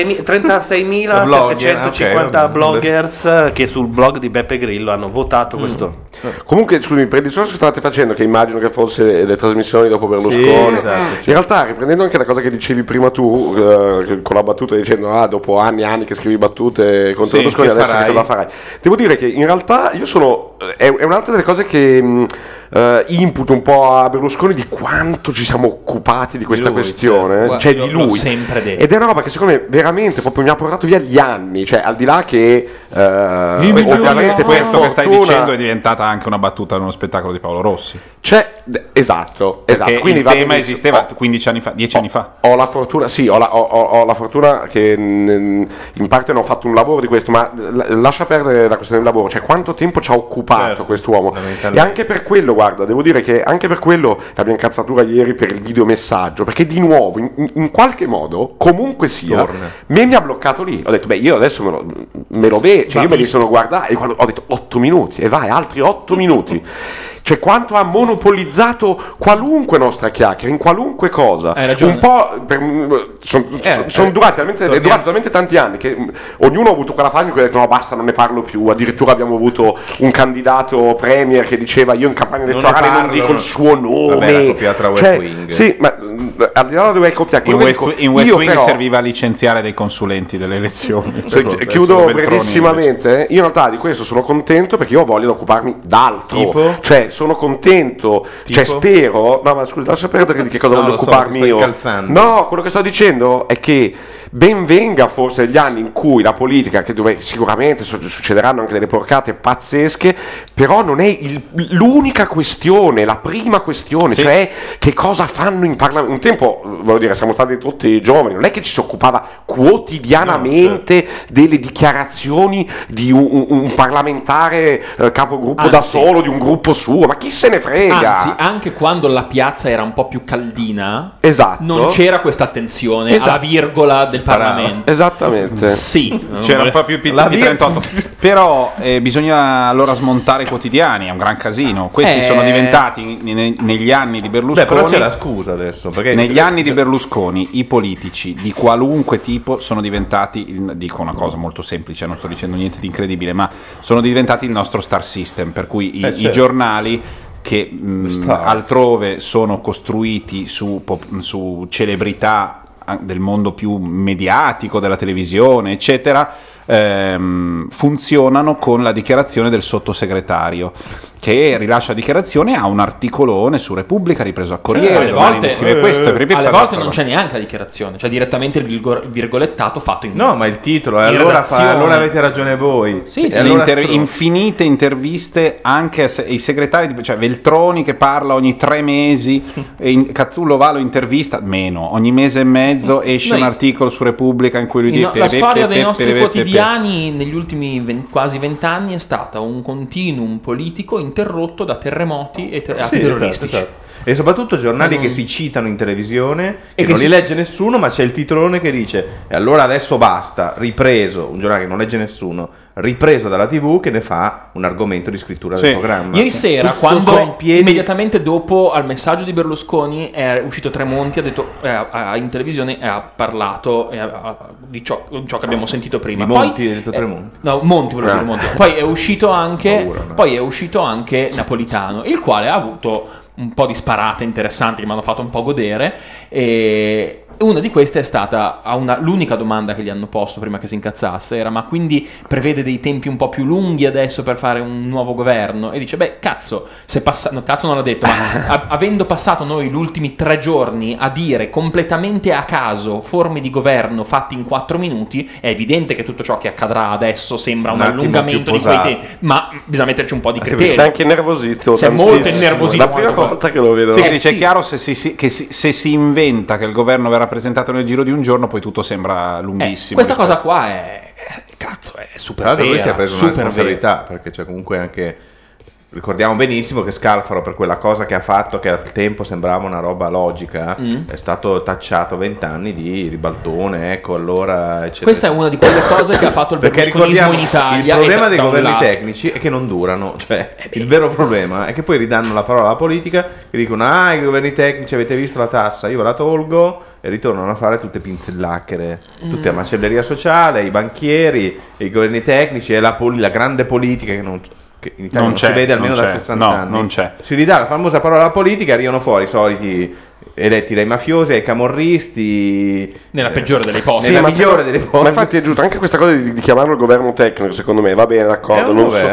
36.750 bloggers che sul blog di Beppe Grillo hanno votato questo. Comunque, scusami, per il discorso che state facendo, che immagino che fosse le trasmissioni dopo Berlusconi, sì, esatto, in realtà, riprendendo anche la cosa che dicevi prima tu, con la battuta dicendo dopo anni e anni che scrivi battute contro Berlusconi, adesso che cosa farai? Devo dire che in realtà io è un'altra delle cose che imputo un po' a Berlusconi, di quanto ci siamo occupati di questa questione, cioè di lui, sempre detto. ed è una roba che secondo me veramente proprio mi ha portato via gli anni, cioè al di là che ovviamente questo che stai dicendo è diventata anche una battuta in uno spettacolo di Paolo Rossi. Esatto. Quindi il tema esisteva 15 anni fa, 10 anni fa. Ho la fortuna, ho la fortuna che in parte non ho fatto un lavoro di questo, ma lascia perdere la questione del lavoro, cioè quanto tempo ci ha occupato quest'uomo, e anche per quello, guarda, devo dire che anche per quello la mia incazzatura ieri per il videomessaggio, perché di nuovo in qualche modo, comunque sia, mi ha bloccato lì. Ho detto, io adesso me lo vedo, cioè io me li sono guardati, e quando ho detto 8 minuti e vai altri 8 minuti. Cioè quanto ha monopolizzato qualunque nostra chiacchiera, in qualunque cosa. Hai ragione. Un po' sono durati talmente tanti anni che ognuno ha avuto quella fase in cui ha detto no basta, non ne parlo più. Addirittura abbiamo avuto un candidato premier che diceva io in campagna elettorale non dico il suo nome. Vabbè, la coppia tra West Wing. Sì, ma al di là da dove è coppia, in West Wing serviva a licenziare dei consulenti delle elezioni. Chiudo brevissimamente. Io in realtà di questo sono contento, perché io ho voglia di occuparmi d'altro. Cioè sono contento, cioè spero, no ma scusa, lascia perdere di che cosa voglio occuparmi io. No, quello che sto dicendo è che ben venga forse gli anni in cui la politica, dove sicuramente succederanno anche delle porcate pazzesche, però non è l'unica questione, la prima questione, cioè che cosa fanno in Parlamento. Un tempo, voglio dire, siamo stati tutti giovani, non è che ci si occupava quotidianamente delle dichiarazioni di un parlamentare capogruppo da solo, di un gruppo suo, ma chi se ne frega? Anzi, anche quando la piazza era un po' più caldina, esatto, non c'era questa attenzione alla virgola del Parlamento. Esattamente. Sì, C'era un po' più P38. Però bisogna allora smontare i quotidiani, è un gran casino. Questi sono diventati negli anni di Berlusconi. Beh, però c'è la scusa adesso. Perché negli anni di Berlusconi i politici di qualunque tipo sono diventati, dico una cosa molto semplice, non sto dicendo niente di incredibile, ma sono diventati il nostro star system, per cui i giornali che altrove sono costruiti su celebrità del mondo più mediatico, della televisione, eccetera, funzionano con la dichiarazione del sottosegretario che rilascia dichiarazione, ha un articolone su Repubblica ripreso a Corriere, alle domani volte, scrive questo, alle volte non c'è neanche la dichiarazione, c'è direttamente il virgolettato fatto in no, ma il titolo è allora avete ragione voi. Sì, allora infinite interviste anche ai segretari, cioè Veltroni che parla ogni 3 mesi, Cazzullo va, lo intervista meno, ogni mese e mezzo esce un articolo su Repubblica in cui lui dice la storia dei nostri quotidiani negli ultimi quasi 20 anni è stata un continuum politico interrotto da terremoti e atti terroristici. Esatto. E soprattutto giornali che si citano in televisione e che non li legge nessuno, ma c'è il titolone che dice e allora adesso basta, ripreso, un giornale che non legge nessuno, ripreso dalla TV, che ne fa un argomento di scrittura del programma. Ieri sera, quando immediatamente dopo al messaggio di Berlusconi è uscito Tremonti, ha detto in televisione, ha parlato di ciò che abbiamo sentito prima. Di Monti, hai detto Tremonti? No, Monti volevo dire Monti. Poi è uscito anche Napolitano, il quale ha avuto un po' di sparate interessanti che mi hanno fatto un po' godere, e una di queste è stata l'unica domanda che gli hanno posto prima che si incazzasse era: ma quindi prevede dei tempi un po' più lunghi adesso per fare un nuovo governo? E dice: beh, cazzo non l'ha detto, ma avendo passato noi gli ultimi 3 giorni a dire completamente a caso forme di governo fatti in 4 minuti, è evidente che tutto ciò che accadrà adesso sembra un allungamento di quei tempi, ma bisogna metterci un po' di criteri. Si è anche innervosito, si è molto innervosito la prima volta che lo vedo. Sì, dice, è chiaro, se si inventa che il governo verrà presentato nel giro di un giorno, poi tutto sembra lunghissimo. Questa cosa qua è super vera. Lui si è preso una responsabilità, perché c'è comunque anche, ricordiamo benissimo che Scalfaro, per quella cosa che ha fatto, che al tempo sembrava una roba logica, è stato tacciato 20 anni di ribaltone, ecco, allora eccetera. Questa è una di quelle cose che ha fatto il berlusconismo in Italia. Il problema dei governi tecnici è che non durano, cioè il vero problema è che poi ridanno la parola alla politica, che dicono i governi tecnici, avete visto la tassa, io la tolgo, e ritornano a fare tutte pinzellacchere, tutte la macelleria sociale, i banchieri, i governi tecnici e la grande politica che in Italia non si vede almeno da 60 anni. Non c'è. Si ridà la famosa parola alla politica, arrivano fuori i soliti eletti dai mafiosi, ai camorristi, nella peggiore delle ipotesi. Nella migliore delle ipotesi. Ma infatti è giusto anche questa cosa di chiamarlo il governo tecnico, secondo me va bene, d'accordo.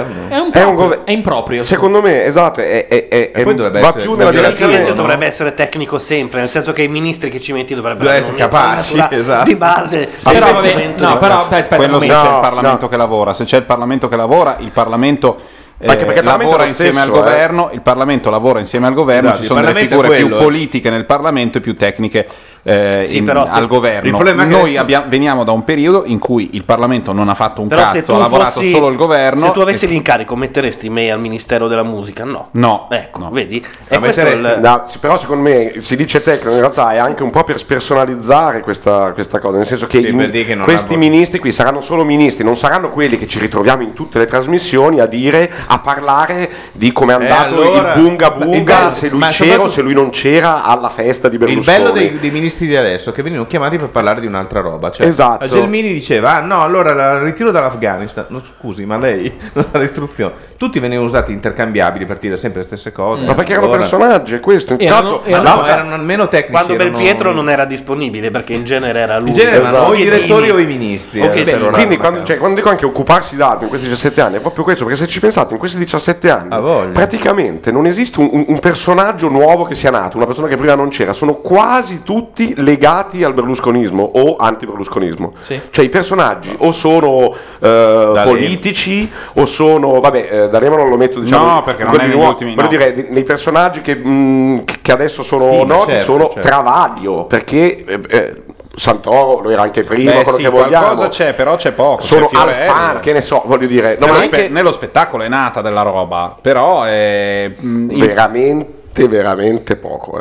È improprio. Secondo me, esatto, va più nella direzione. Dovrebbe essere tecnico sempre, nel senso che i ministri che ci metti dovrebbero essere capaci, esatto. Di base. Però aspetta, quello se c'è il Parlamento che lavora, se c'è il Parlamento che lavora, il Parlamento lavora insieme al governo, il Parlamento lavora insieme al governo, esatto, ci sono delle figure più politiche nel Parlamento e più tecniche al governo. Noi veniamo da un periodo in cui il Parlamento non ha fatto un cazzo, ha lavorato solo il governo. Se tu avessi l'incarico, metteresti me al Ministero della Musica? No. Ecco, no. Vedi? Però secondo me si dice tecnico, in realtà è anche un po' per spersonalizzare questa cosa, nel senso che questi ministri qui saranno solo ministri, non saranno quelli che ci ritroviamo in tutte le trasmissioni a parlare di come è andato il bunga bunga, se lui c'era o se lui non c'era alla festa di Berlusconi. Il bello dei ministri di adesso è che venivano chiamati per parlare di un'altra roba, cioè esatto. Gelmini diceva no, allora ritiro dall'Afghanistan, no, scusi, ma lei non sta l'istruzione, tutti venivano usati intercambiabili per dire sempre le stesse cose, ma perché erano personaggi, questo erano almeno tecnici. Quando Belpietro non era disponibile, perché in genere era lui, in genere erano o i direttori o i ministri. Quindi quando dico anche occuparsi d'altro in questi 17 anni è proprio questo, perché se ci pensate in questi 17 anni praticamente non esiste un personaggio nuovo che sia nato, una persona che prima non c'era, sono quasi tutti legati al berlusconismo o anti-berlusconismo. Sì. Cioè i personaggi o sono politici o sono D'Alema non lo metto, diciamo, no, perché non è negli ultimi, voglio dire, nei personaggi che adesso sono noti, sono Travaglio, perché Santoro lo era anche prima, quello che vogliamo. Qualcosa c'è, però c'è poco. Sono Alfano, che ne so, voglio dire. No, nello spettacolo è nata della roba, però è veramente poco.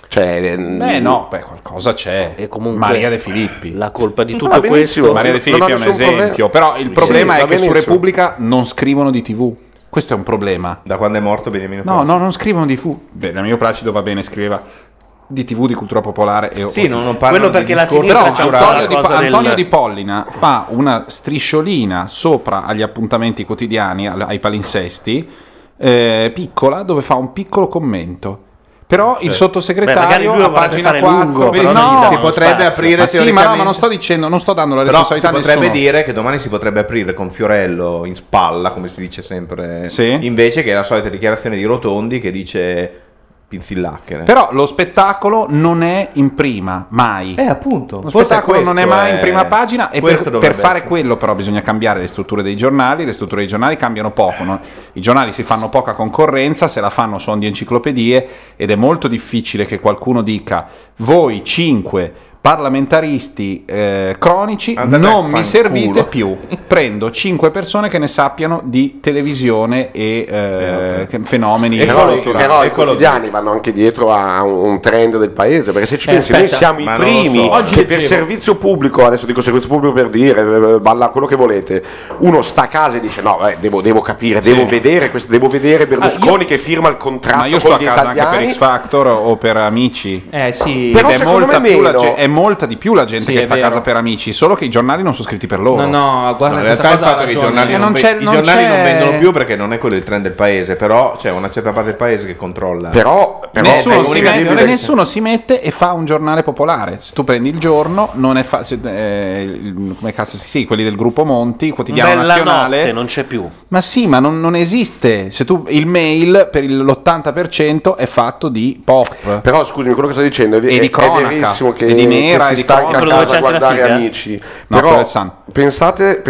Cioè, qualcosa c'è. E comunque Maria De Filippi. La colpa di Va tutto benissimo, questo. Maria De Filippi è un esempio. Però il problema è che su Repubblica non scrivono di TV. Questo è un problema. Da quando è morto Beniamino No, non scrivono di TV. Beh, da mio placido va bene, scriveva di TV, di cultura popolare. Sì, non parlano quello perché di la discorsi sinistra Però c'ha Antonio, una cosa Antonio Di Pollina fa una strisciolina sopra agli appuntamenti quotidiani, ai palinsesti, piccola, dove fa un piccolo commento. Però il sottosegretario a pagina 4 si potrebbe aprire ma non sto dicendo, non sto dando la responsabilità a si nessuno. potrebbe dire che domani si potrebbe aprire con Fiorello in spalla, come si dice sempre, invece che la solita dichiarazione di Rotondi che dice pinzillacchere. Però lo spettacolo non è in prima, mai. Appunto. Lo spettacolo non è mai in prima pagina e per fare essere. quello però bisogna cambiare le strutture dei giornali. Le strutture dei giornali cambiano poco, no? I giornali si fanno poca concorrenza, se la fanno sono di enciclopedie ed è molto difficile che qualcuno dica voi 5 parlamentaristi cronici non mi servite più, prendo 5 persone che ne sappiano di televisione e fenomeni però i quotidiani vanno anche dietro a un trend del paese, perché se ci pensi noi siamo i primi che per servizio pubblico, adesso dico servizio pubblico per dire, balla quello che volete, uno sta a casa e dice no devo capire, devo vedere Berlusconi che firma il contratto. Ma io sto a casa anche per X Factor o per Amici. Sì. Ed è molta di più la gente che sta a casa per Amici, solo che i giornali non sono scritti per loro. No, guarda, in realtà il fatto che i giornali non vendono più perché non è quello il trend del paese, però c'è una certa parte del paese che controlla. Però nessuno si mette e fa un giornale popolare. Se tu prendi il Giorno, non è come cazzo quelli del gruppo Monti, quotidiano Bella nazionale, Notte non c'è più. Ma sì, ma non esiste. Se tu il Mail per l'80% è fatto di pop. Però scusami, quello che sto dicendo è di cronaca, è verissimo che e di nera, si stanca a casa a guardare Amici. No, però pensate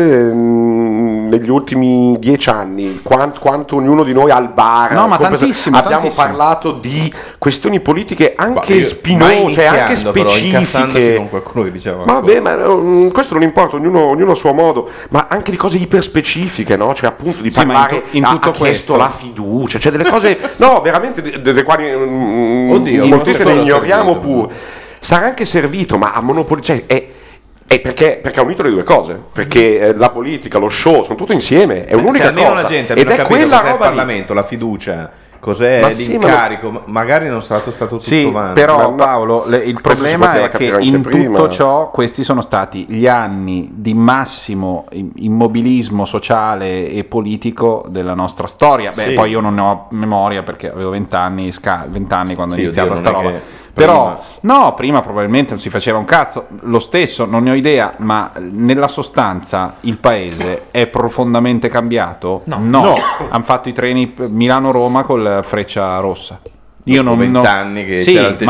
negli ultimi 10 anni quanto ognuno di noi al bar abbiamo parlato di questioni politiche anche spinose, anche specifiche, con qualcuno che diceva vabbè, ma questo non importa, ognuno a suo modo, ma anche di cose iperspecifiche, no? Cioè appunto di parlare in tutto ha chiesto questo la fiducia, cioè delle cose no, veramente delle quali moltissime ne ignoriamo pure. Sarà anche servito, ma a monopolizzare è perché ha unito le due cose, perché la politica, lo show, sono tutto insieme, è un'unica cosa. La gente ed è quella roba il Parlamento, la fiducia, cos'è l'incarico, magari non sarà stato tutto vano. Però Paolo, il problema è che in tutto ciò questi sono stati gli anni di massimo immobilismo sociale e politico della nostra storia. Poi io non ne ho memoria perché avevo 20 anni quando è iniziata sta roba. Però prima probabilmente non si faceva un cazzo, lo stesso, non ne ho idea, ma nella sostanza il paese è profondamente cambiato? No. Hanno fatto i treni Milano-Roma col Freccia Rossa. Io non 20 anni che c'era il TGV. Ma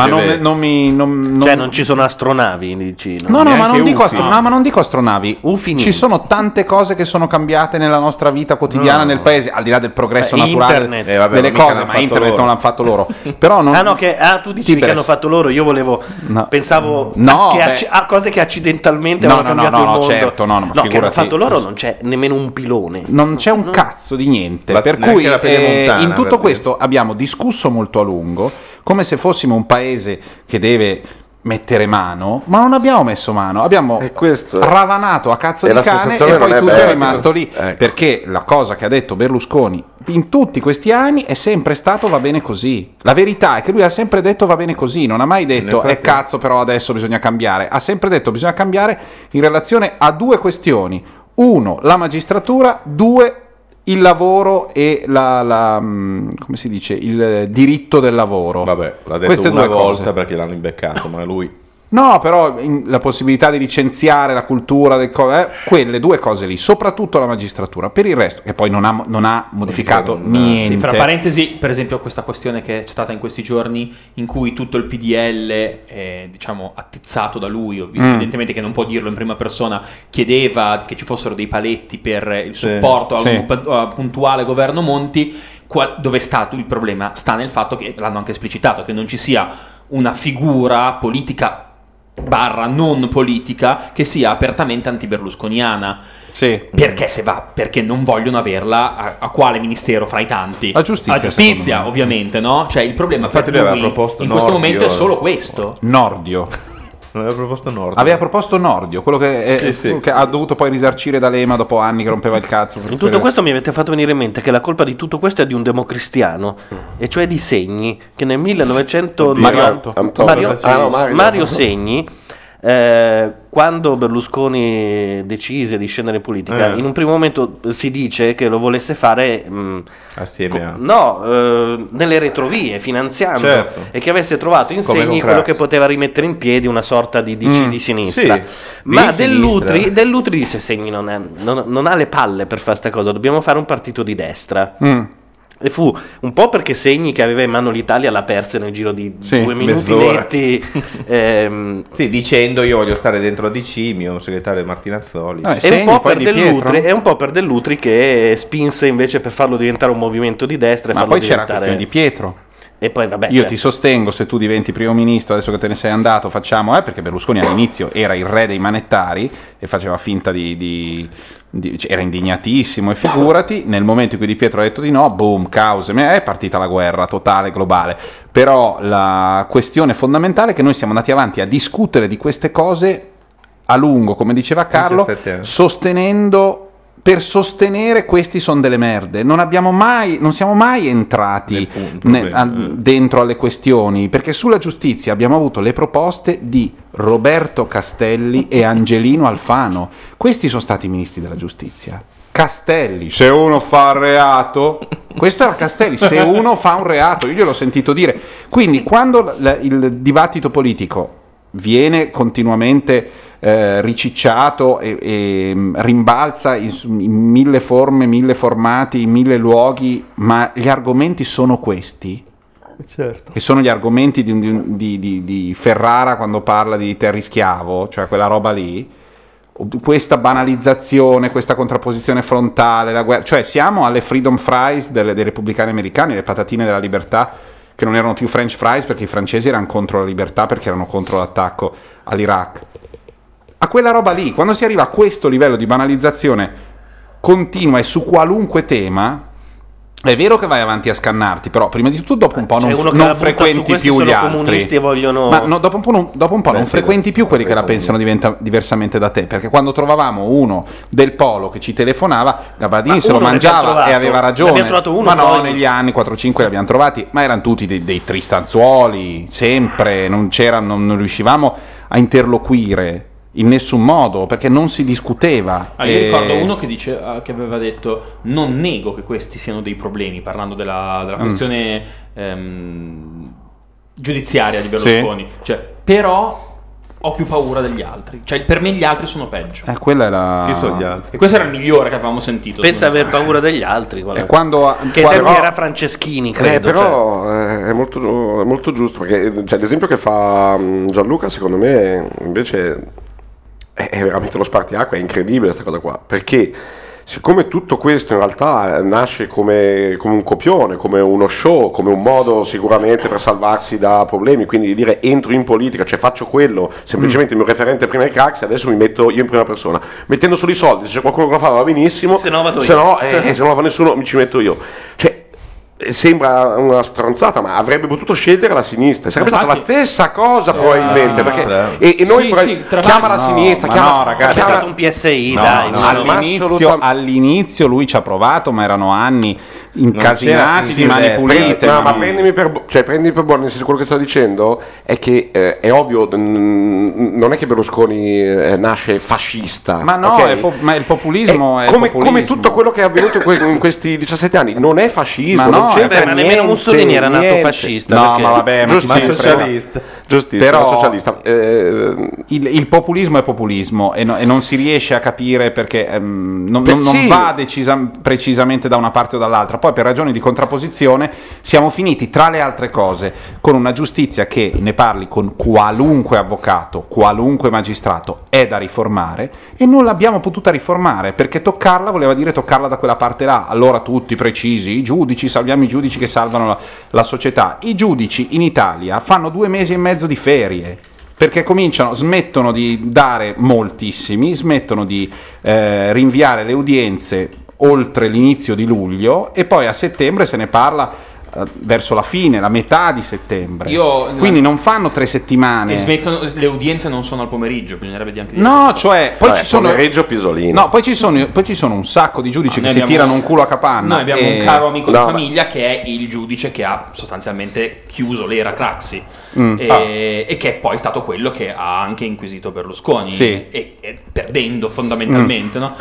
non cioè non ci sono astronavi, dici? No, ma non dico astronavi. Ci sono tante cose che sono cambiate nella nostra vita quotidiana nel paese, al di là del progresso naturale delle cose, ma internet non l'hanno fatto loro. Però tu dici che hanno fatto loro, io pensavo a cose che accidentalmente hanno cambiato il mondo. Certo, ma che hanno fatto loro non c'è nemmeno un pilone. Non c'è un cazzo di niente. Per cui in tutto questo abbiamo discusso molto a lungo, come se fossimo un paese che deve mettere mano, ma non abbiamo messo mano, abbiamo ravanato a cazzo di cane e poi tutto è rimasto lì, perché la cosa che ha detto Berlusconi in tutti questi anni è sempre stato va bene così. La verità è che lui ha sempre detto va bene così, non ha mai detto cazzo però adesso bisogna cambiare, ha sempre detto bisogna cambiare in relazione a due questioni: uno, la magistratura; due, il lavoro e come si dice, il diritto del lavoro. Vabbè, l'ha detto queste una due volta cose. perché l'hanno imbeccato, ma lui No, però la possibilità di licenziare la cultura, quelle due cose lì, soprattutto la magistratura. Per il resto, che poi non ha modificato niente. Sì, fra parentesi, per esempio, questa questione che c'è stata in questi giorni, in cui tutto il PDL, diciamo, attizzato da lui, evidentemente che non può dirlo in prima persona, chiedeva che ci fossero dei paletti per il supporto a un puntuale governo Monti. Dove è stato il problema? Sta nel fatto che, l'hanno anche esplicitato, che non ci sia una figura politica barra non politica che sia apertamente anti-berlusconiana. Sì. Perché se va? Perché non vogliono averla a quale ministero fra i tanti? La giustizia, ovviamente, no? Cioè il problema Infatti per lui lui aveva proposto in questo Nordio. momento è solo questo. Nordio. Aveva proposto Nordio. Aveva proposto Nordio, quello che, che ha dovuto poi risarcire D'Alema dopo anni che rompeva il cazzo. In tutto questo mi avete fatto venire in mente che la colpa di tutto questo è di un democristiano, e cioè di Segni, che nel 1990 Mario Segni, quando Berlusconi decise di scendere in politica, in un primo momento si dice che lo volesse fare assieme nelle retrovie, finanziando, Certo. e che avesse trovato in Come Segni con quello Craxi. che poteva rimettere in piedi una sorta di DC di sinistra. Sì, Ma di Dell'Utri disse: Segni non ha le palle per fare sta cosa, dobbiamo fare un partito di destra. E fu un po' perché Segni, che aveva in mano l'Italia, la perse nel giro di 2 minuti mezz'ora. netti. Sì, dicendo io voglio stare dentro DC, mio segretario Martinazzoli. E un po' per Dell'Utri che spinse invece per farlo diventare un movimento di destra. E Ma farlo poi c'era la diventare... questione di Pietro. E poi vabbè, Io ti sostengo, se tu diventi primo ministro, adesso che te ne sei andato, facciamo, perché Berlusconi all'inizio era il re dei manettari e faceva finta era indignatissimo, e figurati, nel momento in cui Di Pietro ha detto di no, boom, cause, è partita la guerra totale, globale. Però la questione fondamentale è che noi siamo andati avanti a discutere di queste cose a lungo, come diceva Carlo, 17 anni. per sostenere questi sono delle merde. Non siamo mai entrati dentro alle questioni, perché sulla giustizia abbiamo avuto le proposte di Roberto Castelli e Angelino Alfano. Questi sono stati i ministri della giustizia. Castelli, se uno fa un reato, questo era Castelli, se uno fa un reato, io gliel'ho sentito dire. Quindi quando il dibattito politico viene continuamente ricicciato e rimbalza in mille forme, mille formati, in mille luoghi, ma gli argomenti sono questi, Certo. che sono gli argomenti di Ferrara quando parla di terrischiavo, cioè quella roba lì, questa banalizzazione, questa contrapposizione frontale, la guerra, cioè siamo alle freedom fries dei repubblicani americani, le patatine della libertà, che non erano più French fries perché i francesi erano contro la libertà, perché erano contro l'attacco all'Iraq. A quella roba lì, quando si arriva a questo livello di banalizzazione continua e su qualunque tema, è vero che vai avanti a scannarti, però prima di tutto dopo un po' non frequenti più gli altri. E vogliono... Ma no, dopo un po' non frequenti più quelli che la pensano diversamente da te, perché quando trovavamo uno del Polo che ci telefonava, Gabardini se lo mangiava e aveva ragione. Ma no, negli anni 4-5 li abbiamo trovati, ma erano tutti dei tristanzuoli, sempre, non riuscivamo a interloquire in nessun modo, perché non si discuteva. Io ricordo uno che aveva detto: non nego che questi siano dei problemi, parlando della questione giudiziaria di Berlusconi, cioè, però ho più paura degli altri, cioè per me gli altri sono peggio. Quella è la... Chi sono gli altri? E questo era il migliore che avevamo sentito. Pensa aver paura degli altri. E quando era Franceschini, credo. Però è molto giusto, perché cioè, l'esempio che fa Gianluca, secondo me, invece è veramente lo spartiacque, è incredibile questa cosa qua, perché siccome tutto questo in realtà nasce come un copione, come uno show, come un modo sicuramente per salvarsi da problemi, quindi di dire entro in politica, cioè faccio quello, semplicemente il mio referente prima è Craxi, adesso mi metto io in prima persona, mettendo solo i soldi, se c'è qualcuno che lo fa va benissimo, se no vado io, se no non lo fa nessuno mi ci metto io. Cioè, sembra una stronzata, ma avrebbe potuto scegliere la sinistra, sarebbe stata la stessa cosa probabilmente, perché e noi chiama la sinistra, no, ragazzi, è stato un PSI, dai, all'inizio lui ci ha provato, ma erano anni incasinati di mani pulite. Ma prendimi per buono, nel senso, quello che sto dicendo è che è ovvio, non è che Berlusconi nasce fascista, ma no, okay? Ma il populismo è come tutto quello che è avvenuto in questi 17 anni non è fascismo, ma no, ma nemmeno Mussolini era nato fascista. No, ma vabbè, ma socialista. Però socialista. Il populismo è populismo e non si riesce a capire perché non va precisamente da una parte o dall'altra. Poi per ragioni di contrapposizione siamo finiti, tra le altre cose, con una giustizia che, ne parli con qualunque avvocato, qualunque magistrato, è da riformare, e non l'abbiamo potuta riformare perché toccarla voleva dire toccarla da quella parte là. Allora tutti precisi, i giudici, salviamo i giudici che salvano la società. I giudici in Italia fanno 2 mesi e mezzo di ferie. perché smettono di dare moltissimi, smettono di rinviare le udienze oltre l'inizio di luglio e poi a settembre se ne parla verso la fine, la metà di settembre. Quindi non fanno 3 settimane. E smettono, le udienze non sono al pomeriggio, bisognerebbe dire anche No, cioè poi ci sono pomeriggio Pisolino. No, poi ci sono un sacco di giudici che si tirano un culo a capanna. Noi abbiamo un caro amico di famiglia che è il giudice che ha sostanzialmente chiuso l'era Craxi. E che è poi stato quello che ha anche inquisito Berlusconi, e perdendo fondamentalmente, no?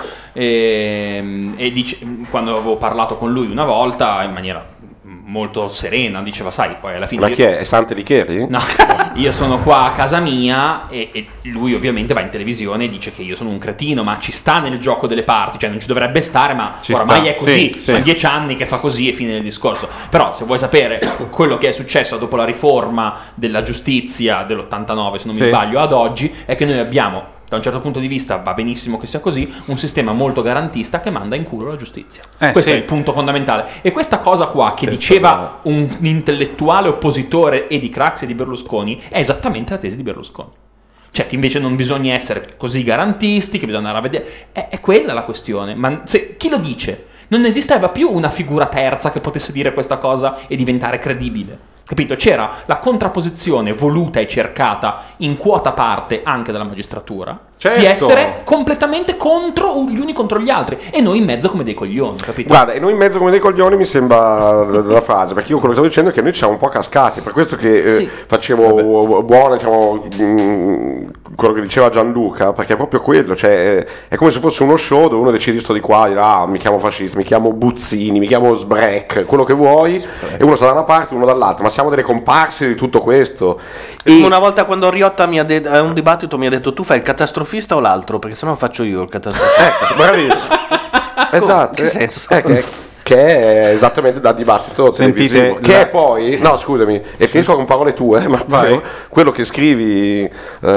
E dice, quando avevo parlato con lui una volta in maniera molto serena, diceva, sai, poi alla fine... Ma chi è? È Sante Licheri? No, io sono qua a casa mia e lui ovviamente va in televisione e dice che io sono un cretino, ma ci sta nel gioco delle parti, cioè non ci dovrebbe stare, ma oramai è così, sono 10 anni che fa così e fine del discorso. Però se vuoi sapere quello che è successo dopo la riforma della giustizia dell'89, se non mi sbaglio, ad oggi, è che noi abbiamo, da un certo punto di vista va benissimo che sia così, un sistema molto garantista che manda in culo la giustizia. Questo è il punto fondamentale. E questa cosa qua che diceva un intellettuale oppositore e di Craxi e di Berlusconi è esattamente la tesi di Berlusconi. Cioè che invece non bisogna essere così garantisti, che bisogna andare a vedere. È quella la questione. Ma chi lo dice? Non esisteva più una figura terza che potesse dire questa cosa e diventare credibile. Capito? C'era la contrapposizione voluta e cercata in quota parte anche dalla magistratura di essere completamente contro gli uni contro gli altri e noi in mezzo come dei coglioni, capito? Guarda, e noi in mezzo come dei coglioni mi sembra la frase, perché io quello che stavo dicendo è che noi ci siamo un po' cascati, per questo che facevo buona, diciamo, quello che diceva Gianluca, perché è proprio quello, cioè è come se fosse uno show dove uno decide sto di qua, dirà mi chiamo fascista, mi chiamo Buzzini, mi chiamo Sbrek, quello che vuoi, e uno sta da una parte e uno dall'altra, ma siamo delle comparse di tutto questo. Una volta quando Riotta a un dibattito mi ha detto tu fai il catastrofista o l'altro, perché sennò faccio io il catastrofista. Bravissimo. Esatto. Che senso? Che è esattamente da dibattito televisivo, che è poi, no scusami, e finisco con parole tue, ma quello che scrivi,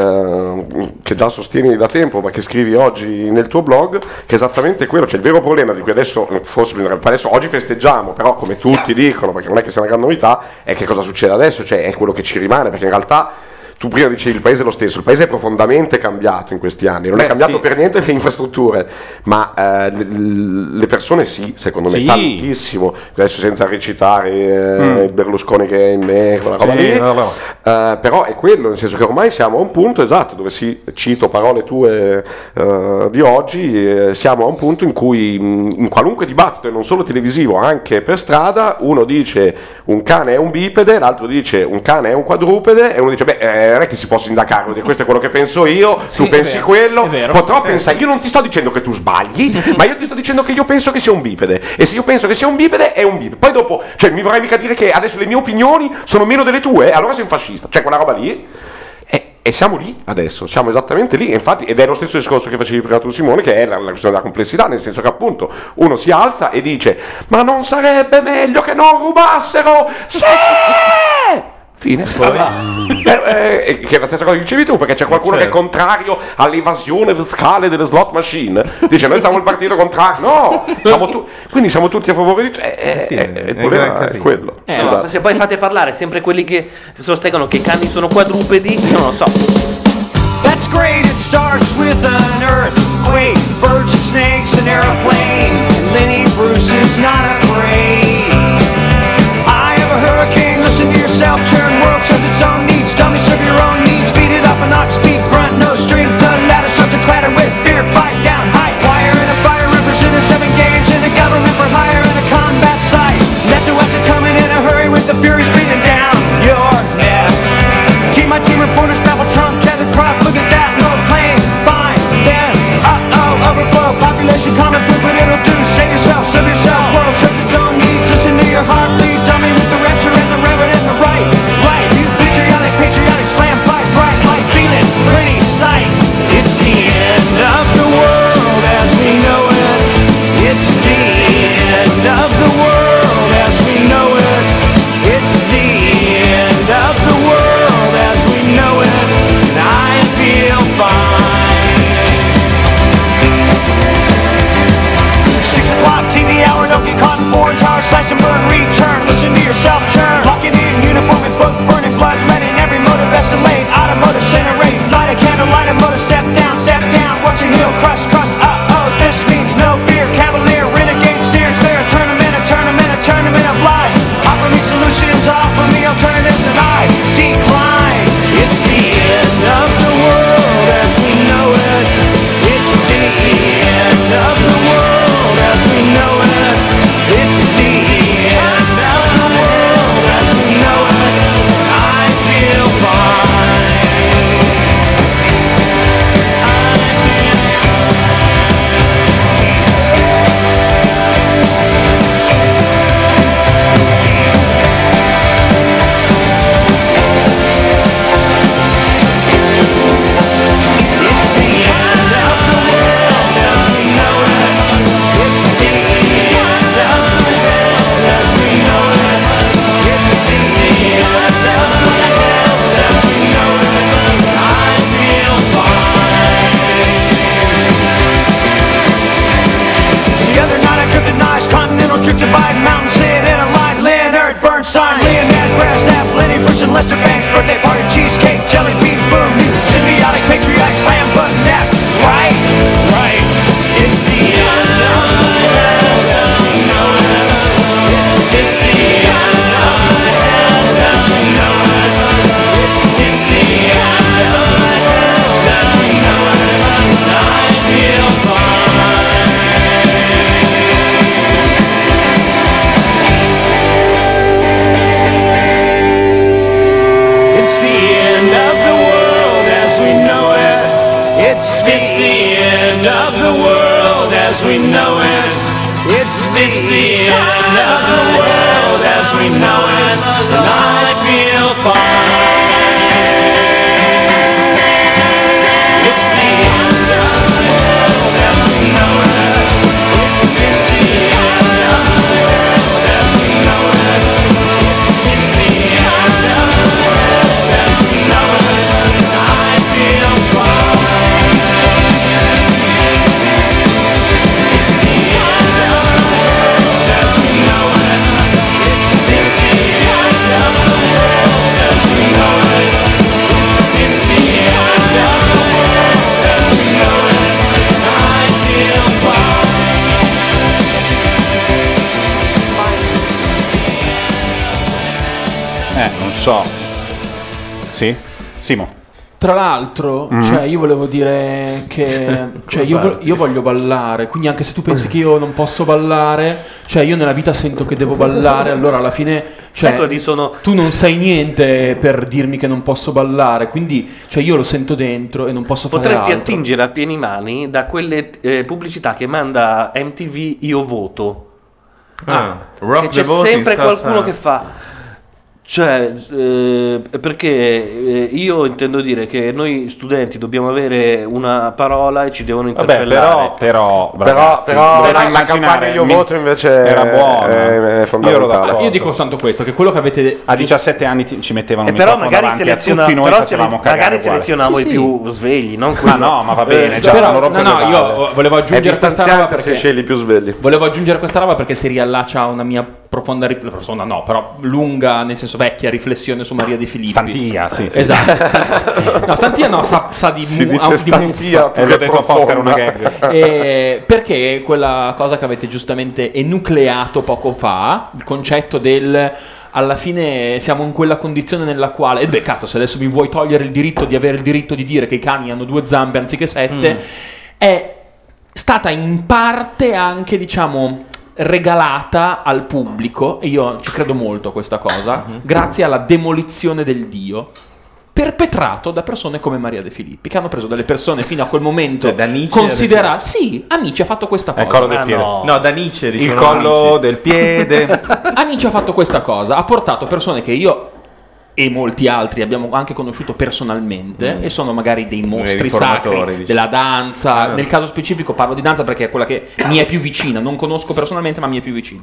che già sostieni da tempo, ma che scrivi oggi nel tuo blog, che è esattamente quello, cioè il vero problema di cui adesso, forse adesso oggi festeggiamo, però come tutti dicono, perché non è che sia una gran novità, è che cosa succede adesso, cioè è quello che ci rimane, perché in realtà tu prima dicevi il paese è lo stesso, il paese è profondamente cambiato in questi anni, non è cambiato per niente le infrastrutture, ma le persone secondo me tantissimo, adesso senza recitare il Berlusconi che è in me, quella roba lì, però è quello, nel senso che ormai siamo a un punto esatto, dove cito parole tue di oggi, siamo a un punto in cui in qualunque dibattito, e non solo televisivo, anche per strada, uno dice un cane è un bipede, l'altro dice un cane è un quadrupede, e uno dice non è che si può sindacare, questo è quello che penso io, tu pensi quello, potrò pensare, io non ti sto dicendo che tu sbagli, ma io ti sto dicendo che io penso che sia un bipede, e se io penso che sia un bipede è un bipede, poi dopo, cioè mi vorrai mica dire che adesso le mie opinioni sono meno delle tue, allora sei un fascista, cioè quella roba lì, e siamo lì adesso, siamo esattamente lì, infatti, ed è lo stesso discorso che facevi prima tu Simone, che è la questione della complessità, nel senso che appunto uno si alza e dice ma non sarebbe meglio che non rubassero? Sì! Fine. Che è la stessa cosa che dicevi tu, perché c'è qualcuno che è contrario all'evasione fiscale delle slot machine, dice noi siamo il partito contrario, no, quindi siamo tutti a favore di il problema è quello. No, se poi fate parlare sempre quelli che sostengono che i cani sono quadrupedi, non lo so. That's great, it starts with an earthquake, birds and snakes, an airplane, Lenny Bruce is not afraid. I have a hurricane, listen to yourself, churn, world serves its own needs, dummy serve your own needs, beat it up an ox, speed, grunt, no strength, the ladder starts to clatter with fear, fight down, high wire in a fire, representing 7 games in the government for hire in a combat site, left to west coming in a hurry with the furies breathing down your neck. Team my team reporters babble Trump, tether crop, look at that, no plane, fine, then, overflow, population common food, but it'll do, save yourself, serve yourself, world serves its own needs, listen to your heartbeat, dummy with the rapture and the reverend and the right, you patriotic, slam pipe, bright light, feeling pretty sight. It's the end of the world as we know it. It's the end of the world as we know it. It's the end of the world as we know it. And I feel fine. 6 o'clock TV hour, don't get caught in foreign tower, slash and burn, return, listen to yourself churn, locking in uniform and book, burning blood, letting every motive escalate, automotive center of the world as we know it. It's the end of the world as we know it. And I feel fine. It's the end of the world as we know it. It's the end of the world as we know it. It's the end of the world as we know it. And I feel fine. It's the end of the world as we know it. It's the end of the world as we know it. It's the end of the world as we know it. And I feel fine. Non so. Sì? Simo. Tra l'altro, cioè, io volevo dire che cioè, io voglio ballare, quindi anche se tu pensi che io non posso ballare, cioè io nella vita sento che devo ballare, allora alla fine cioè, tu non sai niente per dirmi che non posso ballare, quindi cioè, io lo sento dentro e non posso fare Potresti altro. attingere a pieni mani da quelle pubblicità che manda MTV Io Voto. Rock Che the c'è voting, sempre sta- qualcuno che fa. Cioè, perché io intendo dire che noi studenti dobbiamo avere una parola e ci devono interpellare. però ragazzi, la campagna Io Voto invece era buona. è fondamentale. Io dico soltanto questo, che quello che avete a 17 anni ci mettevano un però microfono magari davanti a tutti noi, facevamo cagare magari uguale. selezionavo Sì, i sì. più svegli, non Ma quello. no, ma va bene, già però, non rompe no, le io balle. volevo aggiungere questa roba se perché scegli i più svegli. volevo aggiungere questa roba perché si riallaccia a una mia profonda riflessione, no, però lunga, nel senso vecchia riflessione su Maria De Filippi. Stantia, sì. Esatto. No, Stantia no, sa di Si mu- dice di stantia muffa. più E che l'ho detto apposta, era una profonda. gag. Perché quella cosa che avete giustamente enucleato poco fa, il concetto del alla fine siamo in quella condizione nella quale, beh cazzo, se adesso mi vuoi togliere il diritto di avere il diritto di dire che i cani hanno 2 zampe anziché 7, è stata in parte anche, diciamo, regalata al pubblico, e io ci credo molto a questa cosa, grazie alla demolizione del Dio perpetrato da persone come Maria De Filippi, che hanno preso delle persone fino a quel momento Cioè, da Nietzsche considerate. Sì, Amici ha fatto questa cosa. Il collo del piede. No, da Nietzsche Il dicono collo Amici. del piede. Amici ha fatto questa cosa, ha portato persone che io e molti altri abbiamo anche conosciuto personalmente e sono magari dei mostri riformatori, sacri dici. della danza. Nel caso specifico parlo di danza perché è quella che mi è più vicina, non conosco personalmente ma mi è più vicina.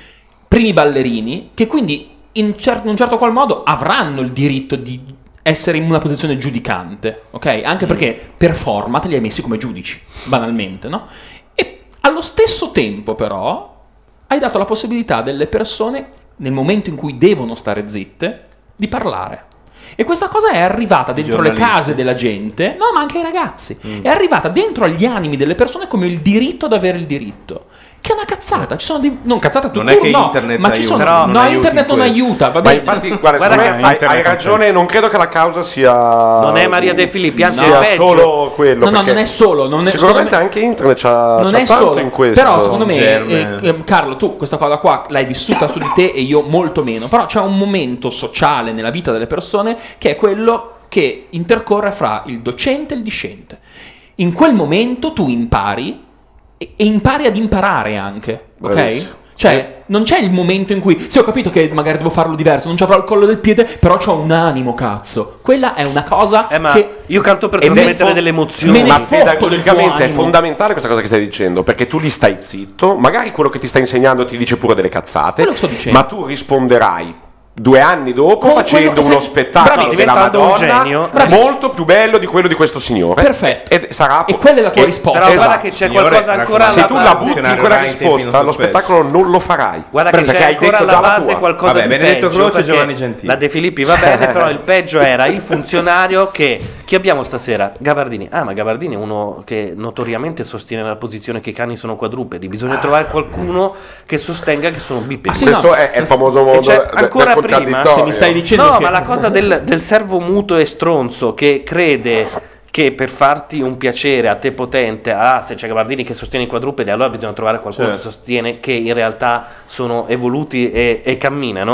Primi ballerini che quindi in un certo qual modo avranno il diritto di essere in una posizione giudicante, ok? Anche perché per format li hai messi come giudici, banalmente, no? E allo stesso tempo però hai dato la possibilità delle persone, nel momento in cui devono stare zitte, di parlare. E questa cosa è arrivata dentro le giornalisti. case della gente, no, ma anche ai ragazzi. È arrivata dentro agli animi delle persone come il diritto ad avere il diritto. Che è una cazzata. Ci sono non cazzata Non tutto, è che no, internet ma ci aiuta, sono, però no, non aiuta internet in non questo. aiuta. Va Ma bene. infatti, guarda, Guarda secondo me che hai ragione, non credo che la causa sia Non è Maria De Filippi, anzi sia è peggio. solo quello. No, no, perché non è solo. Non è, sicuramente secondo me- anche internet c'ha non c'ha è tanto solo in questo. però secondo me Germe. Carlo, tu questa cosa qua l'hai vissuta su di te e io molto meno, però c'è un momento sociale nella vita delle persone che è quello che intercorre fra il docente e il discente. In quel momento tu impari e impari ad imparare anche, ok? Bravissimo. Cioè, non c'è il momento in cui sì, ho capito che magari devo farlo diverso, non ci avrò il collo del piede, però c'ho un animo, cazzo. Quella è una cosa Ma che io canto per Ed è trasmettere delle emozioni. me ne Ma fotto del tuo pedagogicamente è animo. fondamentale questa cosa che stai dicendo, perché tu gli stai zitto, magari quello che ti sta insegnando ti dice pure delle cazzate, Quello che sto dicendo. ma tu risponderai 2 anni dopo Con facendo quello- uno se- spettacolo bravissimo. della Diventando un Madonna genio. Bravissimo. molto più bello di quello di questo signore. Perfetto. Ed sarà E quella è la tua risposta. Però guarda Esatto. che c'è Signore, qualcosa ancora Se alla tu la base. butti in Funzionare quella Rai in tempi risposta, non lo sospetti. spettacolo non lo farai. Guarda che perché c'è hai ancora detto alla già la base tua. qualcosa Vabbè, di Benedetto peggio, Croce e perché Giovanni Gentili. La De Filippi va bene, però il peggio era il funzionario che... Chi abbiamo stasera? Gabardini. Ah, ma Gabardini è uno che notoriamente sostiene la posizione che i cani sono quadrupedi. Bisogna trovare qualcuno che sostenga che sono bipedi. Ah, sì, Questo no. è il famoso E mondo c'è del ancora prima, contraddittorio. se mi stai dicendo No, che- ma la cosa del servo muto e stronzo che crede che per farti un piacere a te potente, se c'è Gabardini che sostiene i quadrupedi, allora bisogna trovare qualcuno Certo. che sostiene che in realtà sono evoluti e camminano.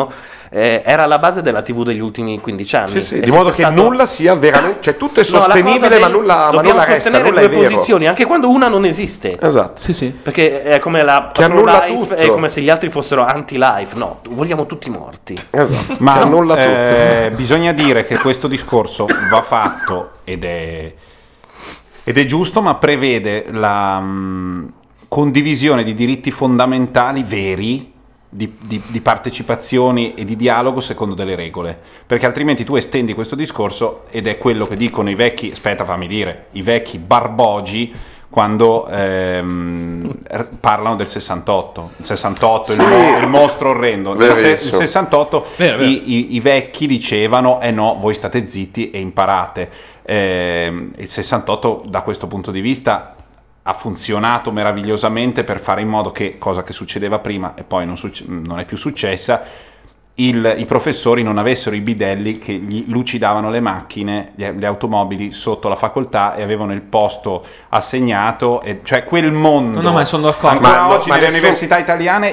era la base della TV degli ultimi 15 anni. Sì, sì, È di modo sempre che nulla sia veramente, cioè tutto è No, la cosa sostenibile, ma nulla dobbiamo resta, sostenere nulla è due vero. posizioni, anche quando una non esiste. Esatto. Sì, sì. Perché è come la Che annulla pro-life, tutto. è come se gli altri fossero anti-life. No, vogliamo tutti morti. Esatto. Ma Che annulla tutto. bisogna dire che questo discorso va fatto ed è giusto, ma prevede la condivisione di diritti fondamentali veri, di partecipazioni e di dialogo secondo delle regole, perché altrimenti tu estendi questo discorso, ed è quello che dicono i vecchi, i vecchi barbogi quando parlano del 68, il 68 Sì. il mostro orrendo. Il Verissimo. 68 Vero. I vecchi dicevano no, voi state zitti e imparate. Il 68 da questo punto di vista ha funzionato meravigliosamente per fare in modo che, cosa che succedeva prima e poi non è più successa, i professori non avessero i bidelli che gli lucidavano le macchine, le automobili sotto la facoltà, e avevano il posto assegnato, cioè quel mondo. No, ma sono d'accordo. Ancora Ma oggi ma nelle adesso- università italiane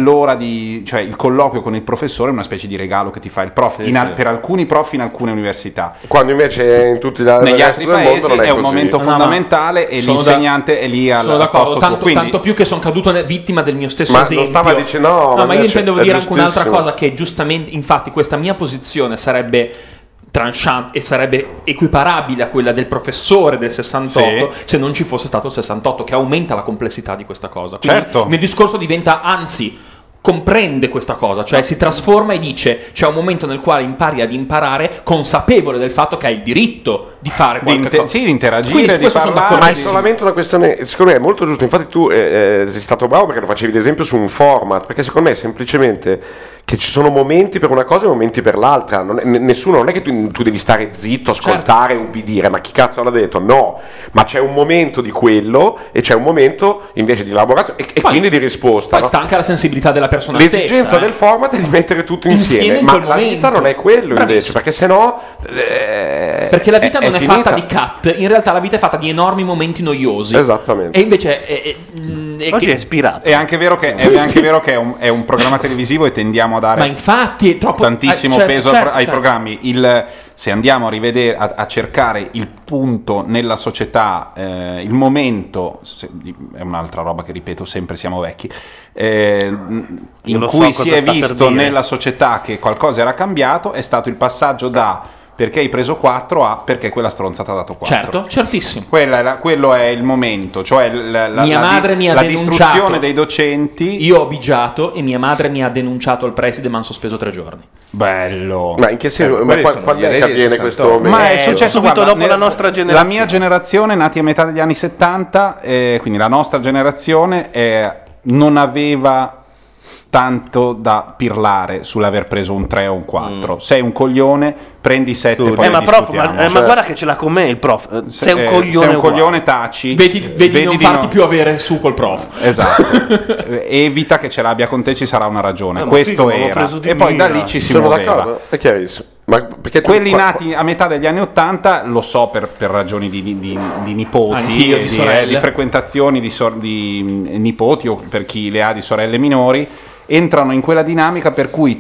cioè il colloquio con il professore è una specie di regalo che ti fa il prof, per alcuni prof in alcune università. Quando invece in tutti gli Negli altri del mondo paesi non è un così. momento fondamentale e sono l'insegnante è lì sono al d'accordo, posto tuo. Quindi tanto più che sono caduto vittima del mio stesso Ma non esempio. stava dicendo- no, ma io invece intendevo è dire anche un'altra giustissimo. cosa, che giustamente, infatti questa mia posizione sarebbe tranchant e sarebbe equiparabile a quella del professore del 68 se non ci fosse stato il 68, che aumenta la complessità di questa cosa. Quindi Certo. il mio discorso diventa, anzi, comprende questa cosa, cioè si trasforma e dice c'è un momento nel quale impari ad imparare consapevole del fatto che hai il diritto di fare qualche cosa. Sì, di interagire, Quindi su di questo sono parlare. Ma è d'accordissimo. solamente una questione, secondo me è molto giusto. Infatti tu sei stato bravo perché lo facevi l'esempio su un format, perché secondo me è semplicemente che ci sono momenti per una cosa e momenti per l'altra. Nessuno, non è che tu devi stare zitto, ascoltare, ubbidire, ma chi cazzo l'ha detto? No, ma c'è un momento di quello e c'è un momento invece di elaborazione e quindi di risposta. Poi no? sta anche la sensibilità della persona L'esigenza stessa. del format è di mettere tutto Insieme insieme, in ma quel la vita momento. non è quello invece, Bravissimo. perché sennò Perché la vita non è finita. fatta di cut, in realtà la vita è fatta di enormi momenti noiosi. Esattamente. E invece Oggi è ispirato. È anche vero che, è un programma televisivo e tendiamo a dare Ma infatti è troppo tantissimo certo, peso certo, ai certo. programmi. Se andiamo a rivedere, a cercare il punto nella società, il momento, è un'altra roba che ripeto sempre, siamo vecchi, in lo cui so si cosa è sta per visto dire. nella società che qualcosa era cambiato, è stato il passaggio da perché hai preso 4 a perché quella stronza ti ha dato 4. Certo, certissimo. Quello è il momento, cioè Mia madre mi ha la denunciato. distruzione dei docenti. Io ho bigiato e mia madre mi ha denunciato al preside, mi hanno sospeso 3 giorni. Bello. Ma in che senso? quelli sono Quando gli è che eredi del avviene questo 68. momento? Ma è successo subito guarda, dopo la nostra generazione. La mia generazione, nati a metà degli anni 70, quindi la nostra generazione, non aveva tanto da pirlare sull'aver preso un 3 o un 4. Sei un coglione, prendi 7 e poi ma ne prof, discutiamo. ma guarda che ce l'ha con me il prof. Sei un coglione. sei un uguale. coglione, taci. Vedi di non farti più avere su col prof. Esatto. Evita che ce l'abbia con te, ci sarà una ragione. ma Questo figo, avevo era. preso di E poi da mira. lì ci si Sono muoveva. d'accordo, è chiarissimo. Ma perché tu- Quelli nati a metà degli anni 80, lo so per ragioni di nipoti, Anch'io, e di sorelle. di frequentazioni di nipoti, o per chi le ha di sorelle minori, entrano in quella dinamica per cui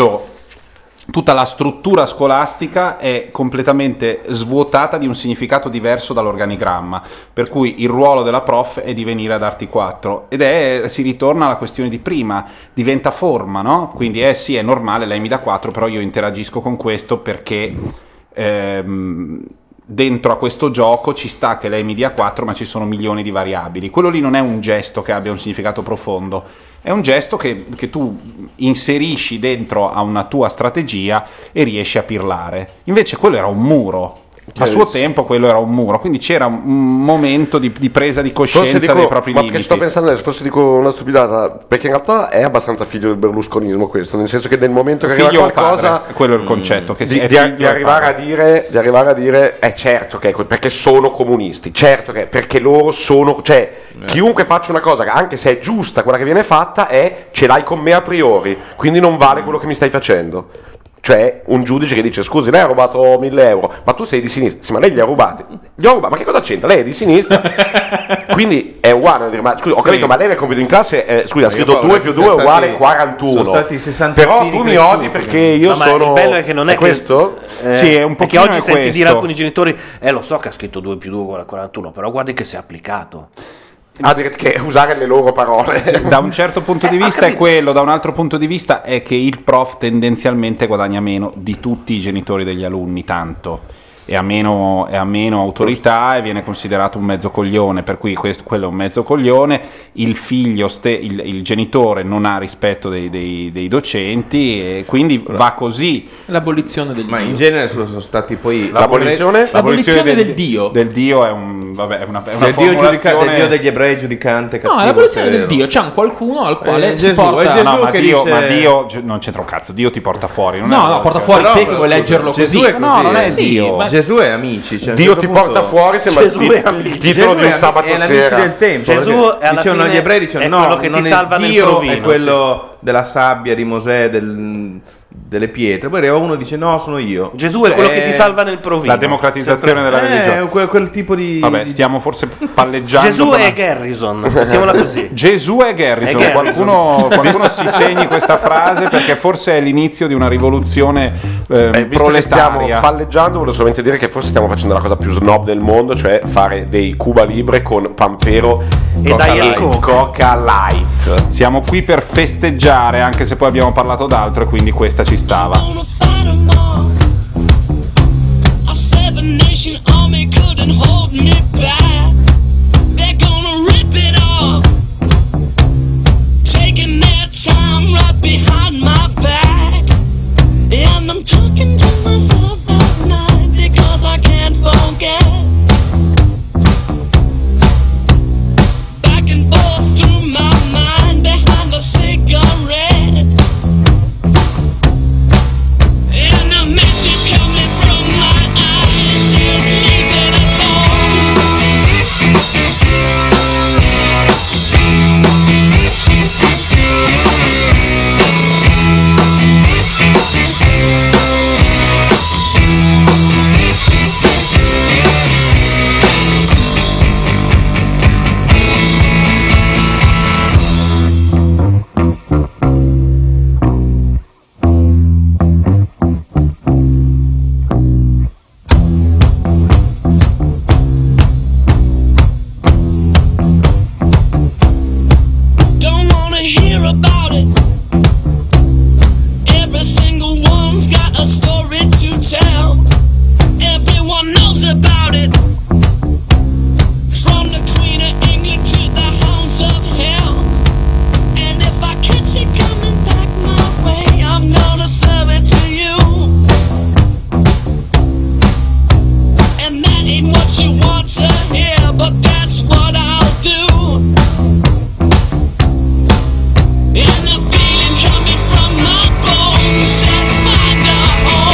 tutta la struttura scolastica è completamente svuotata di un significato diverso dall'organigramma, per cui il ruolo della prof è di venire a darti 4 si ritorna alla questione di prima, diventa forma, no? Quindi sì, è normale, lei mi dà 4, però io interagisco con questo perché dentro a questo gioco ci sta che lei mi dia 4, ma ci sono milioni di variabili. Quello lì non è un gesto che abbia un significato profondo, è un gesto che tu inserisci dentro a una tua strategia e riesci a pirlare. Invece quello era un muro. A suo tempo quello era un muro, quindi c'era un momento di presa di coscienza dei propri ma limiti. perché sto pensando adesso, forse dico una stupidata, perché in realtà è abbastanza figlio del berlusconismo questo, nel senso che nel momento che Figlio arriva o qualcosa, padre, quello è il concetto, che di, è di- figlio di o arrivare padre. di arrivare a dire è certo che è perché sono comunisti, certo che perché loro sono, cioè chiunque faccia una cosa, anche se è giusta quella che viene fatta, ce l'hai con me a priori, quindi non vale quello che mi stai facendo. Cioè un giudice che dice scusi lei ha rubato 1.000 euro ma tu sei di sinistra, sì ma lei li ha rubati, ma che cosa c'entra? Lei è di sinistra quindi è uguale a dire ma scusi ho capito ma lei aveva compito in classe scusi ha scritto 2 più 2 è uguale 41 sono stati 60 però tu mi odi perché io ma sono il bello è che non è questo? Sì, è un perché pochino oggi è senti questo. dire alcuni genitori lo so che ha scritto 2 più 2 uguale 41 però guardi che si è applicato. Che usare le loro parole Sì, da un certo punto di vista è quello, da un altro punto di vista è che il prof tendenzialmente guadagna meno di tutti i genitori degli alunni, tanto e ha meno autorità e viene considerato un mezzo coglione, per cui quello è un mezzo coglione, il figlio il genitore non ha rispetto dei docenti e quindi va così. L'abolizione del Ma Dio. in genere sono stati poi L'abolizione del Dio. Del Dio è una del Dio del Dio degli ebrei giudicante cattivo. No, è l'abolizione del Dio. C'è un qualcuno al quale si Gesù, porta. è Gesù No, ma che Dio, dice- ma Dio non c'entra un cazzo. Dio ti porta fuori. Non No, porta fuori te che vuoi leggerlo Gesù così. è così, No, non è sì, Dio. ma Gesù è amici. Cioè, a un Dio certo ti punto- porta fuori sembra Gesù è amici. il titolo di un sabato è l'amici sera del tempo. Gesù perché alla dicevano fine gli ebrei dicevano è no, quello che non ti è salva nel Dio, provino, è quello della sabbia di Mosè, delle pietre. Poi arriva uno e dice no, sono io. Gesù è quello che ti salva nel provino. La democratizzazione della religione. Quel tipo di Vabbè, stiamo forse palleggiando. Gesù è Garrison, mettiamola così. Gesù è Garrison. È Garrison. Qualcuno si segni questa frase perché forse è l'inizio di una rivoluzione Visto che stiamo proletaria. palleggiando, volevo solamente dire che forse stiamo facendo la cosa più snob del mondo, cioè fare dei Cuba Libre con Pampero E Diet Coke. Coca Light. Siamo qui per festeggiare, anche se poi abbiamo parlato d'altro e quindi questa ci stava. A seven-nation army couldn't hold me back. They're gonna rip it off, taking their time right behind my back. And I'm talking to myself at night because I can't forget. Back and forth through my mind behind a cigarette. And a message coming from my eyes says leave it don't wanna hear about it. Every single one's got a story to tell. Everyone knows about it. From the Queen of England to the hounds of hell. And if I catch it coming back my way, I'm gonna serve it to you. And that ain't what you want to hear, but that's what I'll do. And the feeling coming from my bones says find a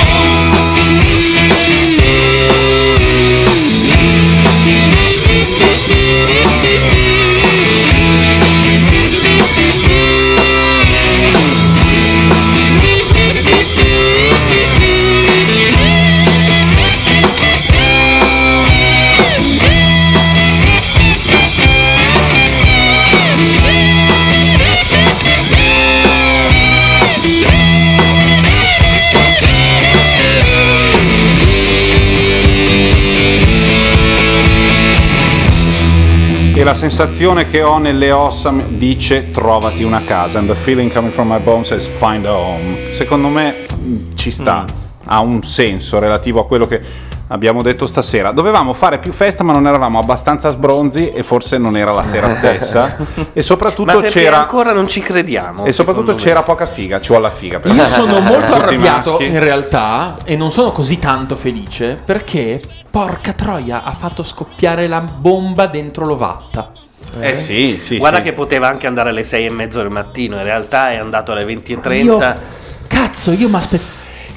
E la sensazione che ho nelle ossa dice trovati una casa. And the feeling coming from my bones says find a home. Secondo me ci sta, ha un senso relativo a quello che abbiamo detto stasera. Dovevamo fare più festa ma non eravamo abbastanza sbronzi e forse non era la sera stessa. E soprattutto Ma perché c'era ancora non ci crediamo. e soprattutto secondo c'era poca figa, ci vuole la figa per Io tutti sono molto i arrabbiato maschi. in realtà e non sono così tanto felice perché porca troia ha fatto scoppiare la bomba dentro l'ovatta. Sì, sì, Guarda sì. che poteva anche andare alle 6:30 del mattino, in realtà è andato alle 20:30. Cazzo, io mi aspettavo.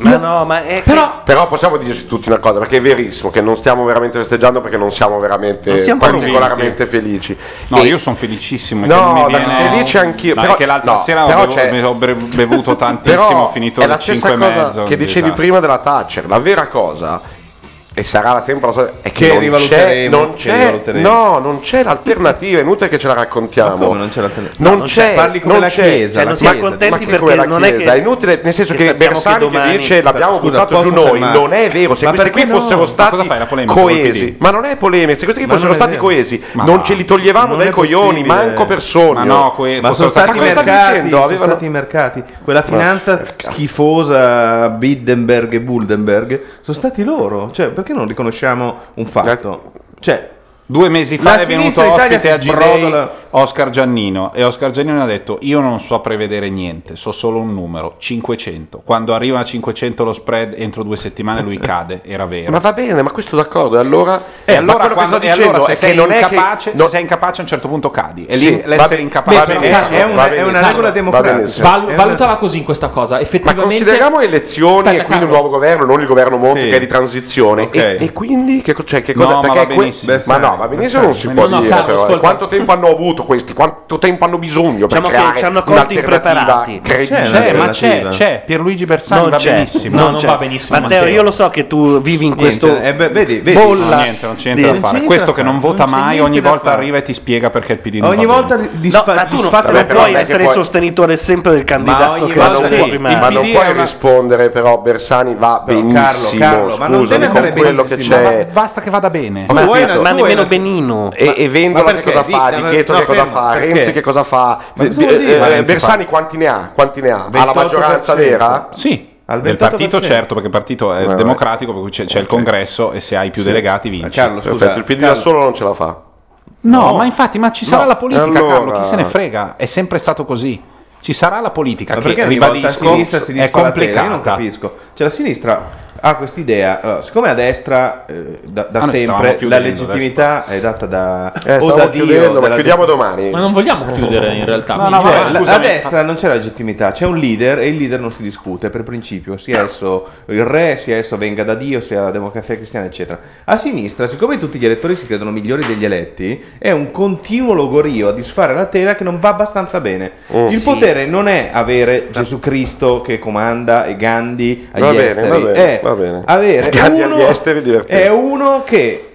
Ma no, ma è Però possiamo dirci tutti una cosa, perché è verissimo che non stiamo veramente festeggiando perché non siamo veramente Non siamo particolarmente felici. No, E- io sono felicissimo. No, che mi viene... felice anch'io. No, Però, è che l'altra no, sera però ho bevuto tantissimo, però ho finito è alle la stessa 5 e cosa mezzo. che un dicevi disastro. prima della Thatcher. La vera cosa, e sarà sempre la solita, è Che che non rivaluteremo, c'è, non che c'è, rivaluteremo. no, non c'è l'alternativa, è inutile che ce la raccontiamo. Ma come non c'è l'alternativa? Non No, c'è, parli come non la c'è. Chiesa, Cioè, la non siamo Chiesa. contenti Ma che perché come la non è Chiesa? che È inutile, nel senso che sappiamo Bersani che domani- dice l'abbiamo Scusa, buttato giù posso noi, fermare? non è vero. Se Ma questi qui perché no? fossero Ma stati cosa fai, la polemica col coesi, PD? ma non è polemica, se questi qui Ma fossero non è stati vero. coesi, Ma non va. ce li toglievamo Non dai è coglioni, possibile. manco per sogno. Ma no, Ma fossero sono stati i stati mercati, dicendo? sono Avevano- stati i mercati. Quella finanza schifosa, Bilderberg e Buldenberg, sono stati loro. Cioè, perché non riconosciamo un fatto? Cioè, 2 mesi fa la è venuto sinistra Italia ospite a si G-Day sbrodola. Oscar Giannino e Oscar Giannino ha detto io non so prevedere niente, so solo un numero, 500. Quando arriva a 500 lo spread entro 2 settimane lui cade, era vero. Ma va bene, ma questo d'accordo, e allora E ma allora, quello che quando, sto e allora dicendo se è sei che non è che incapace, non- se sei incapace a un certo punto cadi. E Sì, lì l'essere va incapace benissimo, è una va benissimo, regola va democratica. benissimo. Valutala così in questa cosa. Ma Effettivamente. consideriamo le elezioni Aspetta, e quindi un Carlo. nuovo governo, non il governo Monti Sì. che è di transizione. Ok. E quindi che cosa? No, ma perché va benissimo. ma no, va benissimo non si può No, no, dire. Carlo, Però, ascolta. quanto tempo hanno avuto questi? Quanto tempo hanno bisogno per Diciamo che creare ci hanno colti un'alternativa impreparati. credibile? Ma c'è, Pierluigi Bersani non va c'è, benissimo. No, non va benissimo, Matteo, Matteo. io lo so che tu vivi in questo vedi, bolla. No, niente, non c'è niente da di- fare. c'è Questo niente che da non fare, vota non c'è mai, niente ogni da volta fare. arriva e ti spiega perché il PD non ogni va volta bene. No, ma tu non Vabbè, però puoi non è che essere poi- sostenitore sempre del candidato ogni che volta non sì, può il primare. Ma non PD puoi è una- rispondere, però Bersani va Però, benissimo. Carlo, ma non scusami, deve andare con quello che benissimo. c'è. Basta che vada bene. Tu vuoi Ma tu vuoi nemmeno una- Benino. E Vendola Ma che perché? cosa fa? Di Pietro no, che cosa fermo, fa? perché? Renzi che cosa fa? Ma cosa vuol dire? Renzi Bersani quanti ne ha? Quanti ne ha? Ha la 28%. maggioranza vera? Sì, Al del 28%. partito certo, perché il partito è Vabbè. democratico, per cui c'è il congresso e se hai più delegati vinci. Carlo, scusa, Perfetto, il PD da Carlo. solo non ce la fa. No, ma infatti, ma ci sarà No, la politica, allora- Carlo, chi se ne frega? È sempre stato così. Ci sarà la politica Ma che, perché ogni volta a ribadisco, sinistra si è disfa la tela? Io non complicata. capisco. Cioè la sinistra ha quest'idea, siccome a destra da noi stavamo sempre la chiudendo legittimità è data da o Stavo da Dio, chiudendo, ma dalla chiudiamo destra. domani. Ma non vogliamo chiudere in realtà. No, no, quindi- vabbè, Cioè, a scusami. destra non c'è la legittimità, c'è un leader e il leader non si discute per principio, sia esso il re, sia esso venga da Dio, sia la democrazia cristiana, eccetera. A sinistra, siccome tutti gli elettori si credono migliori degli eletti, è un continuo logorio a disfare la tela che non va abbastanza bene. Il potere non è avere Gesù Cristo che comanda e Gandhi agli Va bene, esteri, va bene, è va bene. avere Gandhi uno, agli esteri è divertente. è uno che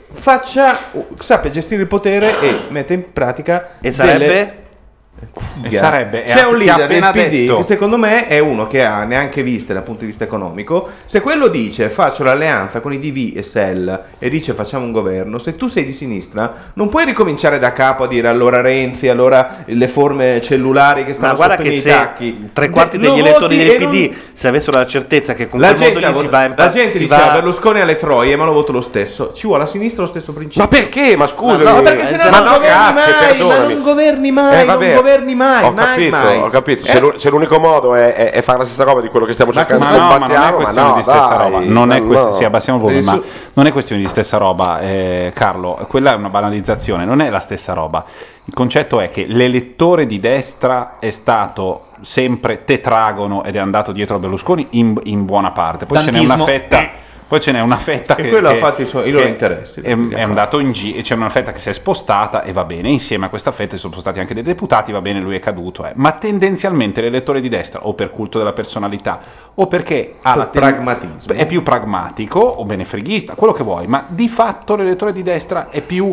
sappia gestire il potere e mette in pratica E sarebbe? E sarebbe, c'è un ti ha leader del appena PD detto. che secondo me è uno che ha neanche viste dal punto di vista economico. Se quello dice faccio l'alleanza con i DV e SEL e dice facciamo un governo, se tu sei di sinistra non puoi ricominciare da capo a dire allora Renzi, allora le forme cellulari che Ma stanno guarda sotto i che miei se tacchi. 3/4 Lo degli elettori voti del e PD non- se avessero la certezza che con la quel modo gente, lì si va in la gente si diceva va- Berlusconi alle troie, ma lo voto lo stesso. Ci vuole a sinistra lo stesso principio. Ma perché? Ma scusami. Ma no, perché se no Ma non governi grazie, mai, perdonami. ma non governi mai, vabbè, non governi mai, ho mai, capito, mai. Ho capito. Se l'unico modo è fare la stessa roba di quello che stiamo cercando Ma di no, ma non è combattere, questione di stessa roba. Non è sì, abbassiamo il volume, Devi ma non è questione di stessa roba, Carlo. Quella è una banalizzazione, non è la stessa roba. Il concetto è che l'elettore di destra è stato sempre tetragono ed è andato dietro a Berlusconi in buona parte. Poi ce n'è una fetta. Poi ce n'è una fetta E che quello ha fatto i loro che interessi. È andato in giro e c'è una fetta che si è spostata e va bene. Insieme a questa fetta si sono spostati anche dei deputati, va bene, lui è caduto. Ma tendenzialmente l'elettore di destra, o per culto della personalità, o perché ha la pragmatismo, è più pragmatico o benefreghista, quello che vuoi, ma di fatto l'elettore di destra è più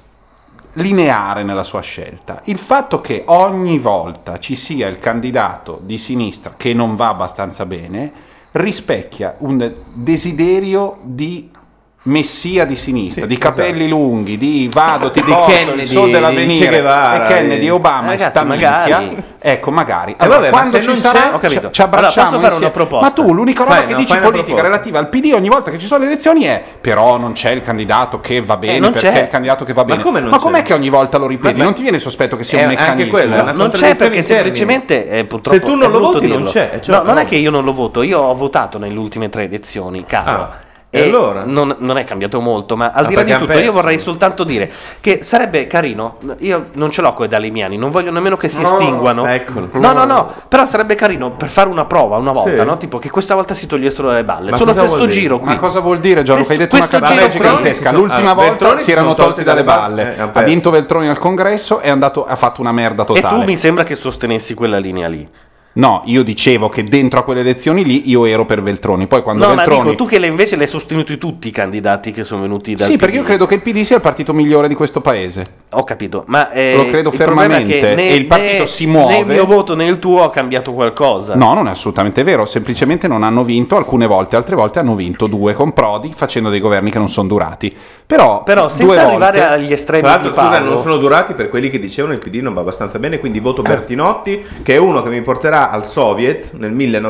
lineare nella sua scelta. Il fatto che ogni volta ci sia il candidato di sinistra che non va abbastanza bene rispecchia un desiderio di messia di sinistra, Sì, di capelli lunghi, di vado, ti Di porto Kennedy, il sol di dell'avvenire, Che Guevara, e Kennedy, e- Obama Ragazzi, e sta magari. minchia. Ecco, magari. vabbè, ma quando se ci non sarà, c'è- ho capito. ci abbracciamo Allora, posso fare una insieme. proposta? Ma tu l'unica roba Fai, che no, dici fai una politica proposta. relativa al PD ogni volta che ci sono le elezioni è però non c'è il candidato che va bene, non perché c'è. è il candidato che va bene. come non Ma com'è c'è? che ogni volta lo ripeti? Vabbè. Non ti viene il sospetto che sia È un anche meccanismo? quello, è una Non c'è contraddizione perché in termini. semplicemente purtroppo Se tu non è lo brutto voti, non dirlo. c'è, cioè, No, non no. è che io non lo voto, io ho votato nelle ultime 3 elezioni, caro. E allora? Non è cambiato molto, ma al Ma di là di perché tutto, han io perso. vorrei soltanto dire che sarebbe carino. Io non ce l'ho con i dalemiani, non voglio nemmeno che si No, estinguano. eccolo. No, però sarebbe carino per fare una prova una volta, Sì. no? Tipo che questa volta si togliessero le balle. Ma Solo cosa questo vuol dire? giro qui. Ma cosa vuol dire, Gianluca? Hai detto una questo cazzata giro gigantesca. Veltroni- L'ultima allora, volta Veltroni si erano sono tolti tolti dalle dalle balle. balle, hanno Ha perso. vinto Veltroni al congresso e ha fatto una merda E tu totale. mi sembra che sostenessi quella linea lì. No, io dicevo che dentro a quelle elezioni lì io ero per Veltroni. Poi quando No, Veltroni... ma dico, tu che invece l'hai sostenuti tutti i candidati che sono venuti dal Sì, perché PD. io credo che il PD sia il partito migliore di questo paese. Ho capito, ma Lo credo il problema è che fermamente. né- E il partito né- si muove. Né il mio voto né il tuo ha cambiato qualcosa. No, non è assolutamente vero. Semplicemente non hanno vinto alcune volte, altre volte hanno vinto 2 con Prodi, facendo dei governi che non sono durati. Però senza due arrivare volte... agli estremi Tra l'altro, di scusa, Paolo. non sono durati per quelli che dicevano il PD non va abbastanza bene, quindi voto Bertinotti, che è uno che mi porterà al Soviet nel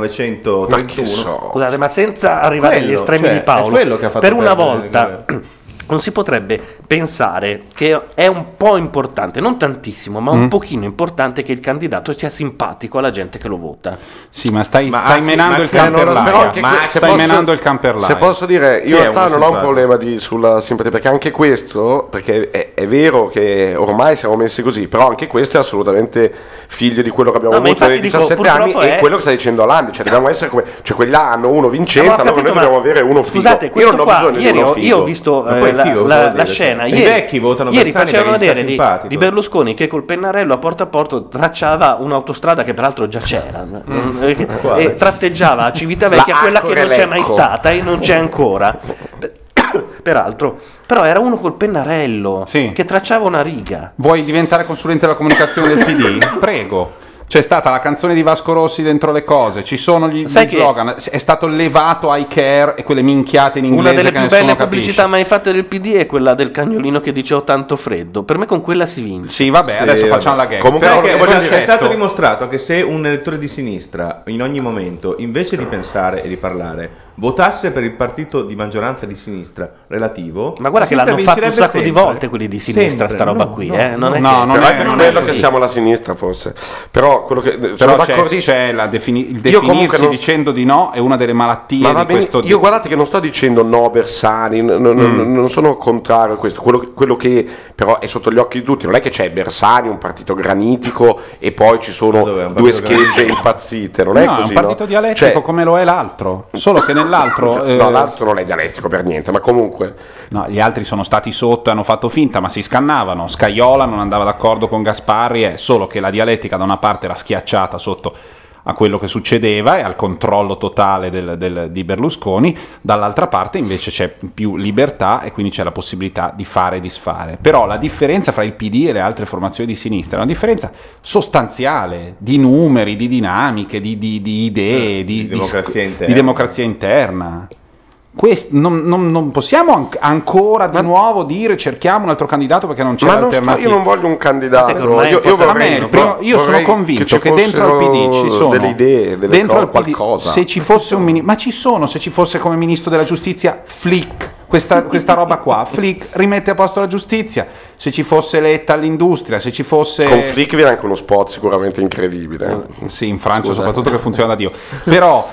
1931. Scusate, ma senza arrivare agli Quello, estremi cioè, di Paolo, è quello che ha fatto per una perdere il volta non si potrebbe pensare che è un po' importante, non tantissimo, ma un pochino importante che il candidato sia simpatico alla gente che lo vota. Sì, ma stai anche- menando ma il che camper allora- l'aria. Però anche que- se Stai posso- menando il camper Se l'aria. posso dire, io Chi in è realtà uno non ho un simpatico? problema sulla simpatia, perché anche questo, perché è vero che ormai siamo messi così, però anche questo è assolutamente figlio di quello che abbiamo No, ma avuto nei infatti dico, 17 anni purtroppo e è- quello che sta dicendo Landi, cioè dobbiamo essere come, cioè quelli là hanno uno vincente, Ho allora capito, noi ma- dobbiamo avere uno figo. Scusate, Io questo non ho qua, bisogno ieri di uno io figo. ho visto Ma poi la, figo, cosa la- vuol la dire? scena. I Ieri, vecchi votano ieri Bersani facevano perché gli sta vedere simpatico. di Berlusconi che col pennarello a porto tracciava un'autostrada che peraltro già c'era e tratteggiava a Civitavecchia La quella che non c'è mai Accorelecco. stata e non c'è ancora. Peraltro, però era uno col pennarello che tracciava una riga. Vuoi diventare consulente della comunicazione del PD? Prego. C'è stata la canzone di Vasco Rossi dentro le cose, ci sono gli Sai che- slogan, è stato levato I care e quelle minchiate in Una inglese delle che più nessuno belle capisce. pubblicità mai fatte del PD è quella del cagnolino che dice ho tanto freddo. Per me con quella si vince. Sì, vabbè, adesso facciamo la gag. Comunque Però è voglio stato dire- dimostrato che se un elettore di sinistra in ogni momento, invece di pensare e di parlare, votasse per il partito di maggioranza di sinistra relativo, Ma guarda che la l'hanno sinistra fatto un vincerebbe sacco di sempre. volte quelli di sinistra, sta roba qui, no, non è no, che... non Però è- è per non quello è che così. siamo la sinistra forse. Però quello che Però sono c'è, d'accordissimo. c'è il Io definirsi comunque non- dicendo di no è una delle malattie Ma va di bene, questo. io guardate che non sto dicendo no Bersani, non sono contrario a questo, quello che però è sotto gli occhi di tutti, non è che c'è Bersani, un partito granitico e poi ci sono due partito schegge granitico? impazzite, non è No, così, è un partito no? dialettico Cioè, come lo è l'altro, solo che nell'altro no, l'altro non è dialettico per niente, ma comunque no, gli altri sono stati sotto e hanno fatto finta, ma si scannavano. Scaiola non andava d'accordo con Gasparri, è solo che la dialettica da una parte era schiacciata sotto a quello che succedeva e al controllo totale di Berlusconi, dall'altra parte invece c'è più libertà e quindi c'è la possibilità di fare e disfare. Però la differenza fra il PD e le altre formazioni di sinistra è una differenza sostanziale di numeri, di dinamiche, di idee, di democrazia interna. Non possiamo ancora di nuovo dire cerchiamo un altro candidato perché non c'è ma l'alternativa. io non voglio un candidato. Io sono convinto che dentro al PD ci sono delle idee, delle dentro al PD, qualcosa. se ci fosse ma ci sono, se ci fosse come ministro della giustizia Flick, questa roba qua, Flick rimette a posto la giustizia, se ci fosse Letta all'industria, se ci fosse Con Flick viene anche uno spot sicuramente incredibile. Sì, in Francia Scusa. soprattutto che funziona da Dio. Però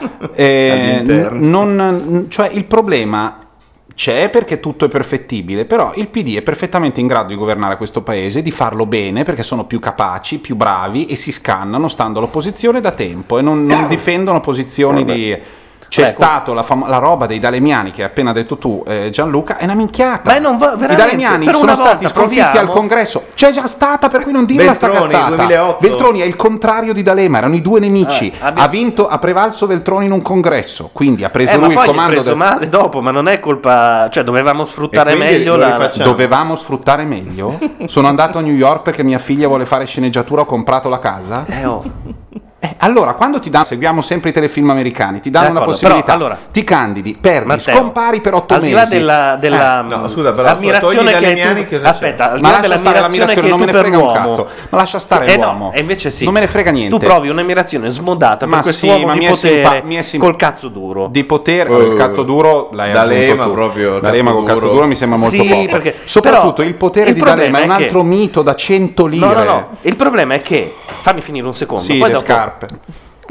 cioè il problema c'è perché tutto è perfettibile, però il PD è perfettamente in grado di governare questo paese, di farlo bene perché sono più capaci, più bravi e si scannano stando all'opposizione da tempo e non difendono posizioni di... C'è stato la roba dei dalemiani che hai appena detto tu, Gianluca, è una minchiata. Ma non va, I veramente, dalemiani per sono una stati volta sconfitti proviamo. al congresso. C'è già stata, per cui non dirla sta Veltroni, cazzata. 2008. Veltroni è il contrario di D'Alema, erano i due nemici. Ha prevalso Veltroni in un congresso, quindi ha preso ma lui il poi comando è preso male dopo, ma non è colpa, cioè dovevamo sfruttare E quindi meglio lo la... rifacciamo. Dovevamo sfruttare meglio? Sono andato a New York perché mia figlia vuole fare sceneggiatura, ho comprato la casa. Allora, quando ti danno, seguiamo sempre i telefilm americani, ti danno una D'accordo, possibilità, però, allora, ti candidi, perdi, Matteo, scompari per 8 al di mesi. là della no, scusa, però ammirazione togli i che hai dalemiani, tu, cosa aspetta, al di Ma là lascia stare dell'ammirazione che l'ammirazione, non me hai ne tu per frega un l'uomo. cazzo. Ma lascia stare l'uomo. No, e invece sì. Non me ne frega niente. Tu provi un'ammirazione smodata Ma per sì, quest'uomo ma di mi è potere col cazzo duro. Di potere, il cazzo duro l'hai D'Alema aggiunto tu. proprio, il D'Alema cazzo col cazzo duro. duro mi sembra molto Sì, poco. perché- Soprattutto però il potere il di D'Alema problema è un è che- altro mito da 100 lire. No, il problema è che fammi finire un secondo, Sì, poi le dopo scarpe.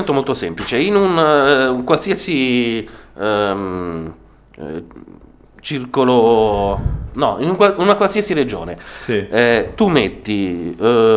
ragionamento molto semplice. In un qualsiasi circolo, no, in una qualsiasi regione, tu metti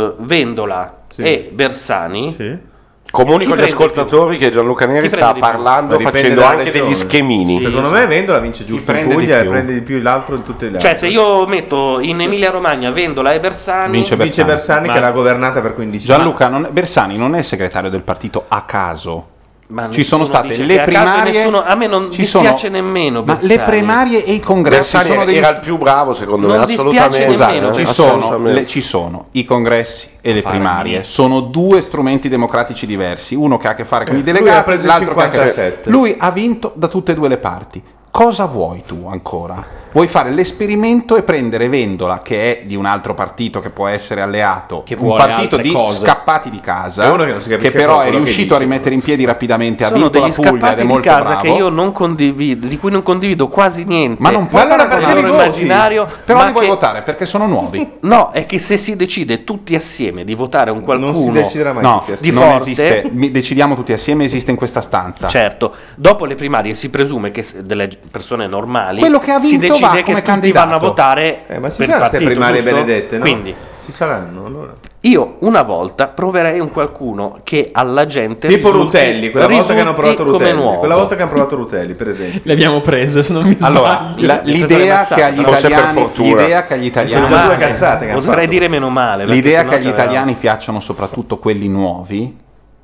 Vendola e Bersani. Comunico agli ascoltatori che Gianluca Neri sta parlando facendo anche degli schemini. Secondo me Vendola vince giusto in Puglia e prende di più l'altro in tutte le altre. Cioè, se io metto in Emilia Romagna Vendola e Bersani, vince Bersani che l'ha governata per 15 anni. Gianluca, Bersani non è segretario del partito a caso. Ma ci sono nessuno state dice le che a caso primarie. a me non dispiace nemmeno Ma Bersani. le primarie e i congressi Bersani sono degli era il più bravo, secondo me, Non dispiace assolutamente. nemmeno. Scusate, ci sono i congressi e le primarie, sono due strumenti democratici diversi, uno che ha a che fare con i Lui ha delegati, preso il l'altro che ha a che 57. lui ha vinto da tutte e due le parti. Cosa vuoi tu ancora? Vuoi fare l'esperimento e prendere Vendola, che è di un altro partito che può essere alleato, Che un vuole partito altre di cose. scappati di È casa, uno che non si capisce che però è quello che riuscito a dice. rimettere in piedi rapidamente, ha Sono vinto la degli Puglia ed scappati è di molto casa bravo. che io non condivido, di cui non condivido quasi niente. Ma non puoi allora paragonare il loro i voti. immaginario, Però ma li vuoi che- votare perché sono nuovi. No, è che se si decide tutti assieme di votare un qualcuno Non si deciderà mai No, tutti di non forte, esiste. Decidiamo tutti assieme, esiste in questa stanza. certo, dopo le primarie si presume che delle persone normali Quello che ha si vinto decide va che come tutti candidato. vanno a votare Ma ci per il saranno queste partito, primarie giusto? benedette, no? Quindi Ci saranno allora. io una volta proverei un qualcuno che alla gente Tipo risulti- Rutelli, quella volta che hanno provato risulti come Rutelli. nuovo. Quella volta che hanno provato Rutelli, per esempio. Le abbiamo prese, se non mi Allora, sbaglio. l'idea che agli Forse per italiani, fortuna. l'idea che agli Sono italiani, già due cazzate che hanno Oserei fatto. dire meno male. perché l'idea sennò che agli c'aveva- italiani piacciono soprattutto quelli nuovi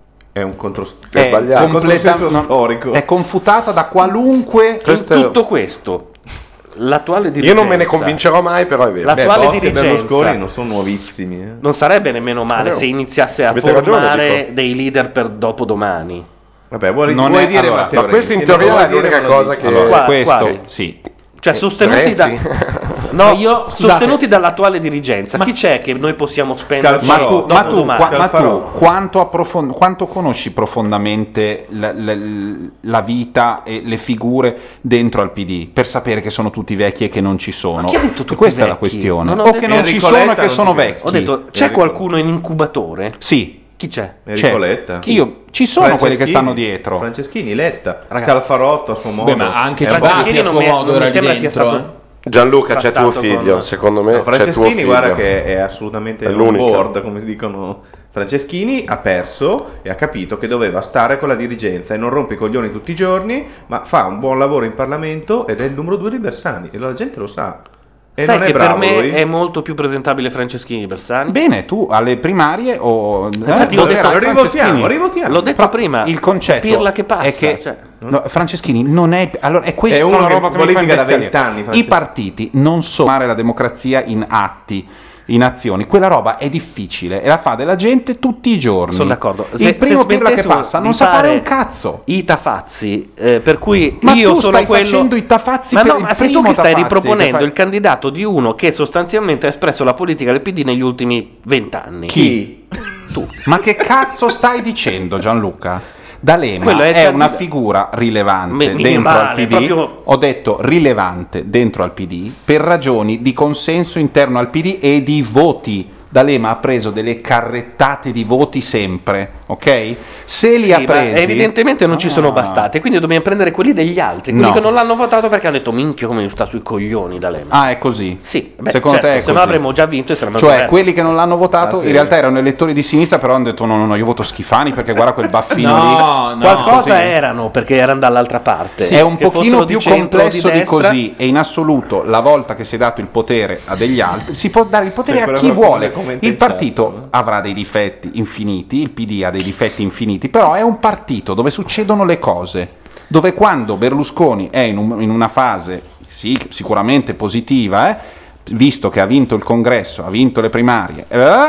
È un contro è, sbagliato. controsenso storico. è confutata da qualunque. In tutto questo, l'attuale Io dirigenza, non me ne convincerò mai, però è vero. l'attuale Bossi e dirigenza Berlusconi non sono nuovissimi. non sarebbe nemmeno male Vero. se iniziasse a Avete ragione, formare dico. dei leader per dopodomani. Vabbè, vuoi Non vuoi è- dire allora, Matteo ma questo in Renzi? teoria Non è vuoi dire, l'unica me lo cosa dici. che- Allora, Quale? questo Quale? sì. Cioè sostenuti, Renzi. no, io- scusate. sostenuti dall'attuale dirigenza. Chi c'è che noi possiamo spendere? Ma tu, Scalfarotto. ma tu, dopodomani? ma tu Scalfarotto. quanto conosci profondamente la vita e le figure dentro al PD per sapere che sono tutti vecchi e che non ci sono? chi ha detto tutti Questa è la vecchi? questione. Non ho O detto- che non ci Enrico sono e Letta che non sono ti piace. vecchi. Ho detto, c'è Enrico- qualcuno in incubatore? Sì. Chi c'è? Enrico C'è. Letta. Io, ci sono quelli che Franceschini. stanno dietro. Franceschini, Letta, Scalfarotto a suo modo. Beh, ma anche È Giovanni abbastanza- a suo non mi- modo non era mi sembra lì sia dentro. stato Gianluca, c'è tuo trattato figlio, con- secondo me No, c'è tuo Franceschini, figlio. guarda che è assolutamente È on l'unico. board, come dicono. Franceschini ha perso e ha capito che doveva stare con la dirigenza e non rompe i coglioni tutti i giorni, ma fa un buon lavoro in Parlamento ed è il numero 2 di Bersani e la gente lo sa. E Sai non che è bravo per me lui. è molto più presentabile Franceschini di Bersani? Bene, tu alle primarie o Infatti l'ho detto- rivotiamo. L'ho detto Però prima. il concetto Pirla che passa, è che cioè. no, Franceschini non è allora è questa È uno la che roba che mi fa politica da imbestialire. 20 anni, I Francesco. partiti non sono fare la democrazia in atti, in azioni, quella roba è difficile e la fa della gente tutti i giorni. Sono d'accordo. Il primo Pirla che smettessimo passa di non sa fare fare un cazzo. I tafazzi, per cui Ma io tu sono stai quello. facendo i tafazzi ma per no, il ma sei tu primo che stai Tafazzi riproponendo che fai- il candidato di uno che sostanzialmente ha espresso la politica del PD negli ultimi 20 anni. Chi? Tu. Ma che cazzo stai dicendo, Gianluca? D'Alema Quello è il è una candidato- figura rilevante Mi- dentro al minimale, PD. proprio- Ho detto rilevante dentro al PD per ragioni di consenso interno al PD e di voti. D'Alema ha preso delle carrettate di voti sempre, ok? Se li Sì, ha ma presi evidentemente non ci sono bastate, quindi dobbiamo prendere quelli degli altri, quelli No. che non l'hanno votato perché hanno detto minchia come sta sui coglioni D'Alema. Ah, è così? Sì, beh, Secondo certo, te è se no così? avremmo già vinto e sarebbe Cioè, andato quelli che non l'hanno votato Ah, sì. in realtà erano elettori di sinistra, però hanno detto no, io voto Schifani perché guarda quel baffino lì. Qualcosa Così. erano perché erano dall'altra parte. Sì, è un Che pochino fossero più di centro o complesso di destra. così e in assoluto la volta che si è dato il potere a degli altri si può dare il potere Sì, a quello chi che vuole. commenta Il in chat, partito avrà dei difetti infiniti, il PD ha dei difetti infiniti, però è un partito dove succedono le cose, dove quando Berlusconi è in una fase sì, sicuramente positiva, visto che ha vinto il congresso, ha vinto le primarie,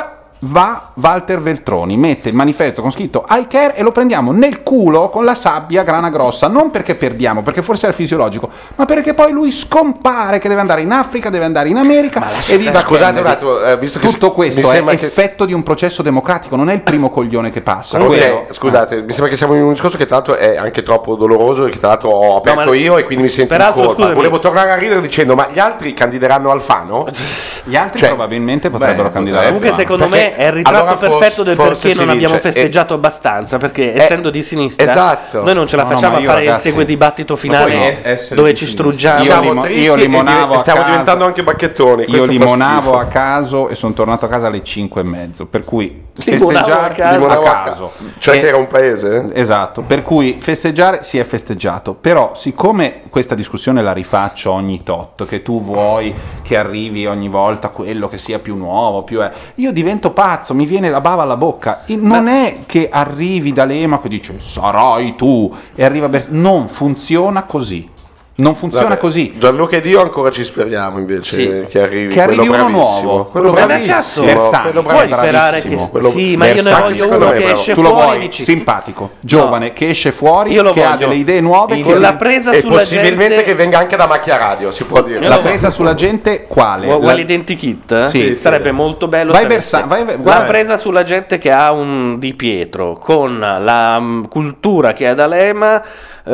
va Walter Veltroni, mette il manifesto con scritto I care e lo prendiamo nel culo con la sabbia grana grossa, non perché perdiamo, perché forse era fisiologico, ma perché poi lui scompare che deve andare in Africa, deve andare in America e viva Scusate Kennedy. un attimo, visto che Tutto questo mi è sembra che- effetto di un processo democratico, non è il primo coglione che passa. Ok, quello- scusate, mi sembra che siamo in un discorso che tra l'altro è anche troppo doloroso e che tra l'altro ho aperto ma- io e quindi mi sento in peraltro, colpa. scusami. Volevo tornare a ridere dicendo ma gli altri candideranno Alfano? Gli altri probabilmente potrebbero candidare. Comunque secondo me è il ritratto perfetto del perché non abbiamo festeggiato abbastanza, perché essendo di sinistra noi non ce la facciamo a fare il segue dibattito finale dove ci struggiamo. Io limonavo a stiamo casa, diventando anche bacchettoni. io questo fa limonavo schifo. a caso e sono tornato a casa alle 5:30, per cui Limonavo festeggiare limonavo a caso, cioè che era un paese? Esatto, per cui festeggiare si è festeggiato, però siccome questa discussione la rifaccio ogni tot, che tu vuoi che arrivi ogni volta quello che sia più nuovo, io divento pazzo, mi viene la bava alla bocca. Non è che arrivi D'Alema che dice sarai tu e arriva non funziona così. Non funziona così. Gianluca ed io ancora ci speriamo invece che arrivi, che arrivi quello uno bravissimo. nuovo, quello bravissimo, Bersani, quello puoi sperare che sì, ma io ne voglio uno che esce tu lo fuori vuoi dici, simpatico, giovane, che esce fuori, Io lo che ha voglio. delle idee nuove, Con la presa e sulla possibilmente gente- che venga anche da Macchia Radio, si può dire. la presa sulla gente quale? Vuoi l'identikit? Sì. Sarebbe molto bello Vai se Bersani, avesse vai. la presa sulla gente che ha un Di Pietro con la cultura che ha D'Alema,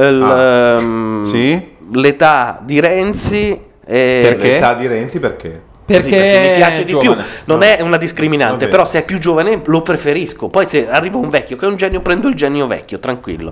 l'età di Renzi Perché? L'età di Renzi perché? Perché mi piace di più, giovane. non è una discriminante, Va bene. però se è più giovane lo preferisco. Poi se arriva un vecchio che è un genio, prendo il genio vecchio, tranquillo.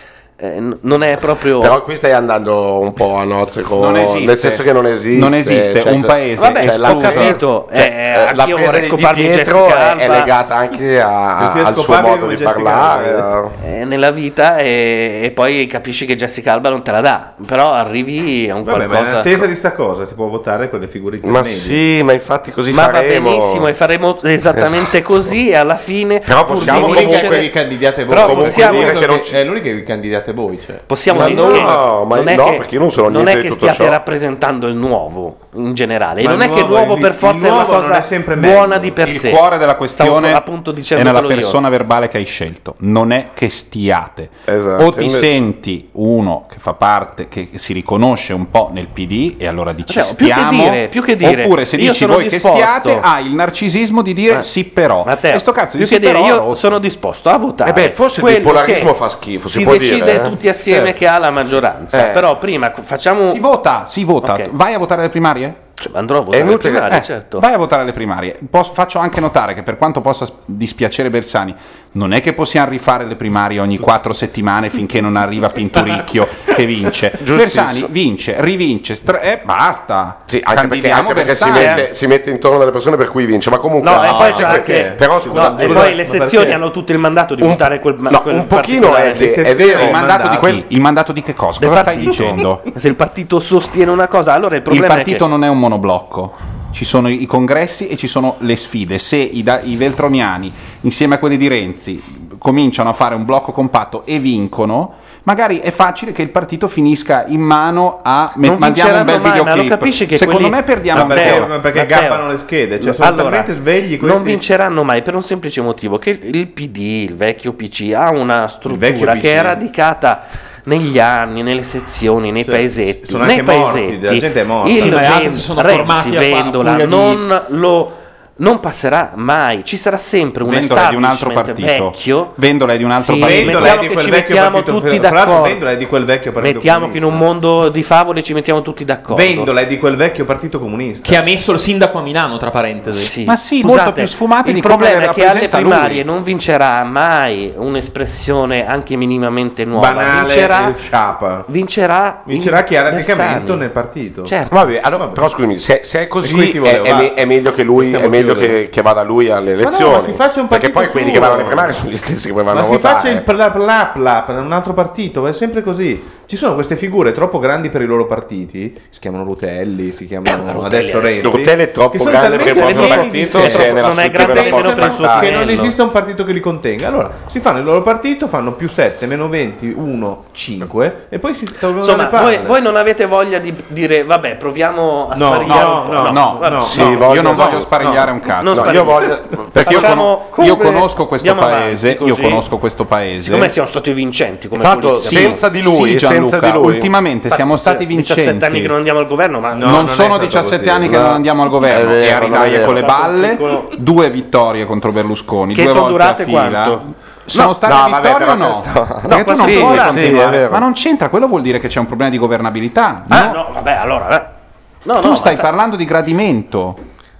Non è proprio. Però qui stai andando un po' a nozze con. Non esiste. Nel senso che non esiste. Non esiste un paese. Vabbè, ho capito. la Anch'io presa vorrei di scoparmi Pietro Jessica è Alba. legata anche al suo scopabile modo come di Jessica parlare. Alba, Nella vita e poi capisci che Jessica Alba non te la dà, però arrivi a un Vabbè, ma qualcosa. in attesa di sta cosa si può votare con le figure Ma intermedie. sì, ma infatti così Ma va faremo. benissimo e faremo esattamente così e alla fine Però pur possiamo di L'unica vincere- che vi candidiate voi. Però Comunque possiamo dire che non è l'unica che vi candidate voi. Cioè. Possiamo Ma dire no, che ma non è no, che, perché io non sono non niente è di che tutto stiate ciò. rappresentando il nuovo in generale, Ma non il è che il nuovo nuovo è per il forza è una nuovo non cosa è sempre buona meglio. di per Il sé. cuore della questione Stavo appunto è dicendo nella quello io. persona verbale che hai scelto, non è che stiate. Esatto. O ti Invece- senti uno che fa parte, che si riconosce un po' nel PD e allora dici Cioè, stiamo, più che dire, oppure se io dici sono voi disposto. che stiate hai il narcisismo di dire sì però. Matteo, e sto cazzo di più sì che dire, però io rotto. sono disposto a votare. Forse il quello bipolarismo che fa schifo, si si può decide dire, tutti assieme che ha la maggioranza. Però prima facciamo si vota. Ok. Vai a votare le primarie? Andrò a votare le inutile, primarie, certo. Vai a votare le primarie. Faccio anche notare che per quanto possa dispiacere Bersani, non è che possiamo rifare le primarie ogni 4 settimane finché non arriva Pinturicchio che vince. Bersani vince, rivince, basta. Sì, anche perché Bersani. si mette intorno delle persone per cui vince, ma comunque No, e poi c'è anche però scusa, no, e poi le sezioni hanno tutto il mandato di votare quel un pochino è che è vero il mandato di chi? Il mandato di che cosa? Del Cosa stai partito. dicendo? Se il partito sostiene una cosa, allora il Il problema partito è che non è un monoblocco. Ci sono i congressi e ci sono le sfide. Se i veltroniani, insieme a quelli di Renzi, cominciano a fare un blocco compatto e vincono, magari è facile che il partito finisca in mano a Non mandiamo un bel vinceranno mai, ma lo videoclip. capisci che Secondo quelli- me perdiamo Matteo, ancora. Perché Matteo. gabbano le schede, cioè sono Allora, talmente svegli questi. non vinceranno mai per un semplice motivo che il PD, il vecchio PC, ha una struttura vecchio che è PC. radicata negli anni, nelle sezioni, nei Cioè, paesetti, sono nei anche morti, paesetti. la gente è morta. Il Sì, ma gli altri Ven- si sono Renzi, formati a Vendola furia di- non passerà mai, ci sarà sempre un Vendola è di un altro establishment partito. vecchio. Vendola è di un altro Sì, partito. Vendola è mettiamo di che quel ci vecchio mettiamo partito. tutti Fra l'altro d'accordo. Vendola è di quel vecchio partito Mettiamo che in un mondo di favole ci mettiamo tutti d'accordo. Vendola è di quel vecchio partito comunista. Che ha messo il sindaco a Milano, tra parentesi. Sì. Ma sì, Scusate, molto più sfumate il di come le problema è che alle rappresenta lui. primarie non vincerà mai un'espressione anche minimamente nuova. Banale il sciapa. Vincerà chi ha radicamento Bersani. nel partito. Certo. Vabbè, allora, però scusami, se è E così qui ti volevo, basta. è meglio che lui, Possiamo è meglio chiudere. che vada lui alle elezioni. Ma si faccia un perché partito poi quelli suo. che vanno alle primarie sono gli stessi che poi vanno Ma a si votare. faccia il plap un altro partito, è sempre così. Ci sono queste figure troppo grandi per i loro partiti, si chiamano Rutelli, si chiamano adesso Renzi. Rutelli è troppo che sono grande per il talmente proprio pieni di partito, sé, se è nella non è struttura grande della nemmeno per il suo forza che non fratello. esiste un partito che li contenga. Allora si fanno il loro partito, fanno più 7, meno 20, 1, 5 e poi si tolgono Insomma, le palle. voi non avete voglia di dire vabbè, proviamo a No, sparigliare no, un po'. no, Sì, no, io non no, voglio sparigliare no, un cazzo. non No, sparigliare. io voglio perché Facciamo io come conosco questo andiamo paese, avanti, io così. conosco questo paese. Siccome siamo stati vincenti come Tra l'altro, politica. senza di lui, Sì, senza Gianluca, di lui. ultimamente siamo stati 17 vincenti. anni che non andiamo al governo, ma non sono 17 anni che non andiamo al governo È vero, e a ridaglie non è con le vero. balle, 2 vittorie contro Berlusconi, Che 2 sono volte a durate fila. quanto? Sono No, state no, vabbè, vittorie però o no? questo- Perché No, tu non sì, puoi sì, continuare. è vero. Ma non c'entra, quello vuol dire che c'è un problema di governabilità. Ah, No? no, vabbè, allora. No, Tu no, stai ma- parlando di gradimento.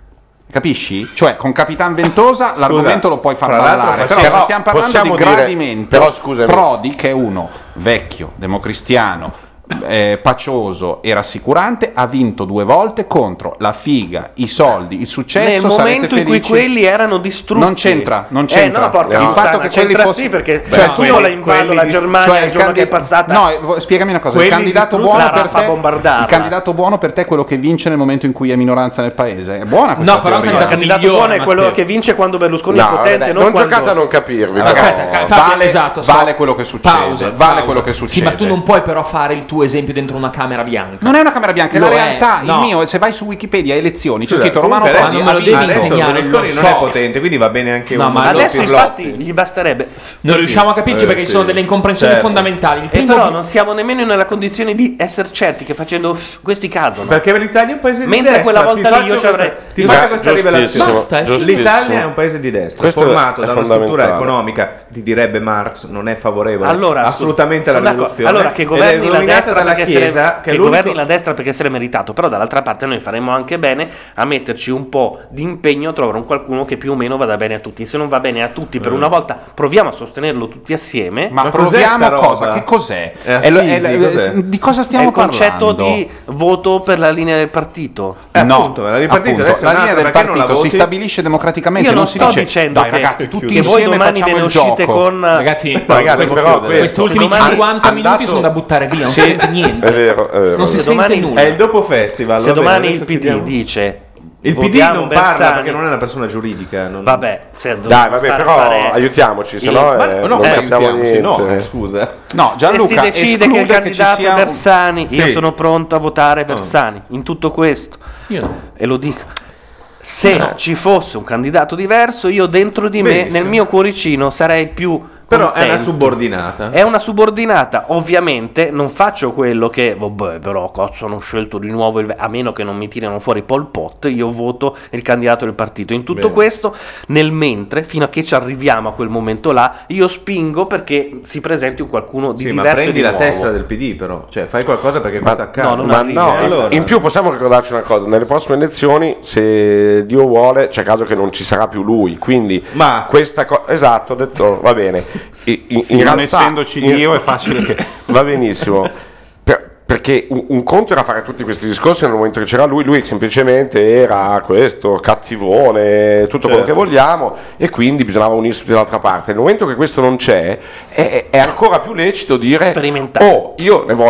Capisci? Cioè, con Capitan Ventosa l'argomento lo puoi far fra l'altro ballare. Però facciamo- se stiamo parlando di possiamo dire- gradimento, però scusami. Prodi, che è uno vecchio, democristiano, pacioso e rassicurante, ha vinto 2 volte contro la figa, i soldi, il successo. Nel sarete momento in cui felici? quelli erano distrutti. Non c'entra, non c'entra. No, porca il puttana, fatto che quelli c'entra fossero, sì, perché cioè, io la invado la Germania il giorno che è passata. No, spiegami una cosa, il Quelli candidato distrutti, buono la per Raffa te, bombardarla. il candidato buono per te è quello che vince nel momento in cui è minoranza nel paese. È buona questa No, però teoria. il candidato buono è quello che vince quando Berlusconi è No, potente, vabbè, non non quando... giocate a non capirvi. Ragazzi, Esatto, vale quello che succede, vale quello che succede. Sì, ma tu non puoi però fare il tuo esempio dentro una camera bianca. Non è una camera bianca, è la Lo è, realtà. no. Il mio, se vai su Wikipedia elezioni, c'è Scusa, scritto Romano comunque Prodi. non me lo devi adesso insegnare, Berlusconi lo non so. è potente, quindi va bene anche No, un ma Adesso doppio infatti blocchi. gli basterebbe. Non riusciamo a capirci perché ci sono delle incomprensioni certo. fondamentali. Il E primo però non siamo nemmeno nella condizione di essere certi che facendo questi cadono. Perché l'Italia è un paese di Mentre destra. quella volta Ti lì io faccio ci avrei- questa- Ti faccio questa rivelazione. Basta, L'Italia è un paese di destra, Questo formato è da una struttura fondamentale. economica, ti direbbe Marx, non è favorevole Allora, assolutamente alla sono d'accordo. rivoluzione. Allora che ed governi è la dominata destra dalla perché Chiesa, che che è l'unico- governi la destra perché se l'è meritato, però dall'altra parte noi faremo anche bene a metterci un po' di impegno a trovare un qualcuno che più o meno vada bene a tutti. Se non va bene a tutti per una volta proviamo a sostenerlo tutti assieme. Ma cos'è proviamo sta roba? cosa? Che cos'è? Assisi, cos'è? Di cosa È stiamo il concetto parlando? di voto per la linea del partito. No, appunto, la ripartita appunto, adesso è la nata, linea del perché non la partito si voti? stabilisce democraticamente, Io non si sto dice dicendo dai che, ragazzi, tutti che voi insieme domani facciamo ve ne il uscite gioco. con Ragazzi, Ragazzi, però questi ultimi domani 50 minuti sono da buttare via, non si sente niente. È vero, è vero. Non si Se sente domani- nulla. È il dopo festival. Se va bene, domani adesso il PD chiudiamo. dice Il PD votiamo non parla Bersani, perché non è una persona giuridica. non- vabbè, se Dai, dobbiamo vabbè, stare a però fare aiutiamoci, se il- no Ma non no, capiamo aiutiamoci, no, niente. scusa. No, Gianluca, se si decide che esclude il che ci candidato sia è Bersani, io Sì. sono pronto a votare Bersani in tutto questo. Io no. E lo dico. Se ci fosse un candidato diverso, io dentro di me, Benissimo. nel mio cuoricino, sarei più Però è una contento. subordinata. È una subordinata, ovviamente non faccio quello che, vabbè, però cazzo hanno scelto di nuovo, a meno che non mi tirano fuori Pol Pot, io voto il candidato del partito. In tutto Bene. questo, nel mentre, fino a che ci arriviamo a quel momento là, io spingo perché si presenti un qualcuno di Sì, ma diverso e prendi di la nuovo. testa del PD però, cioè fai qualcosa perché questo accade. no, non Ma arrivi, no, allora. in più possiamo ricordarci una cosa: nelle prossime elezioni, se Dio vuole, c'è caso che non ci sarà più lui. Quindi, Ma- questa cosa, esatto, ho detto va bene. In non realtà, essendoci Dio è facile che va benissimo. Perché un conto era fare tutti questi discorsi nel momento che c'era lui semplicemente era questo cattivone, tutto quello che vogliamo, e quindi bisognava unirsi dall'altra parte. Nel momento che questo non c'è, è ancora più lecito dire: oh, io ne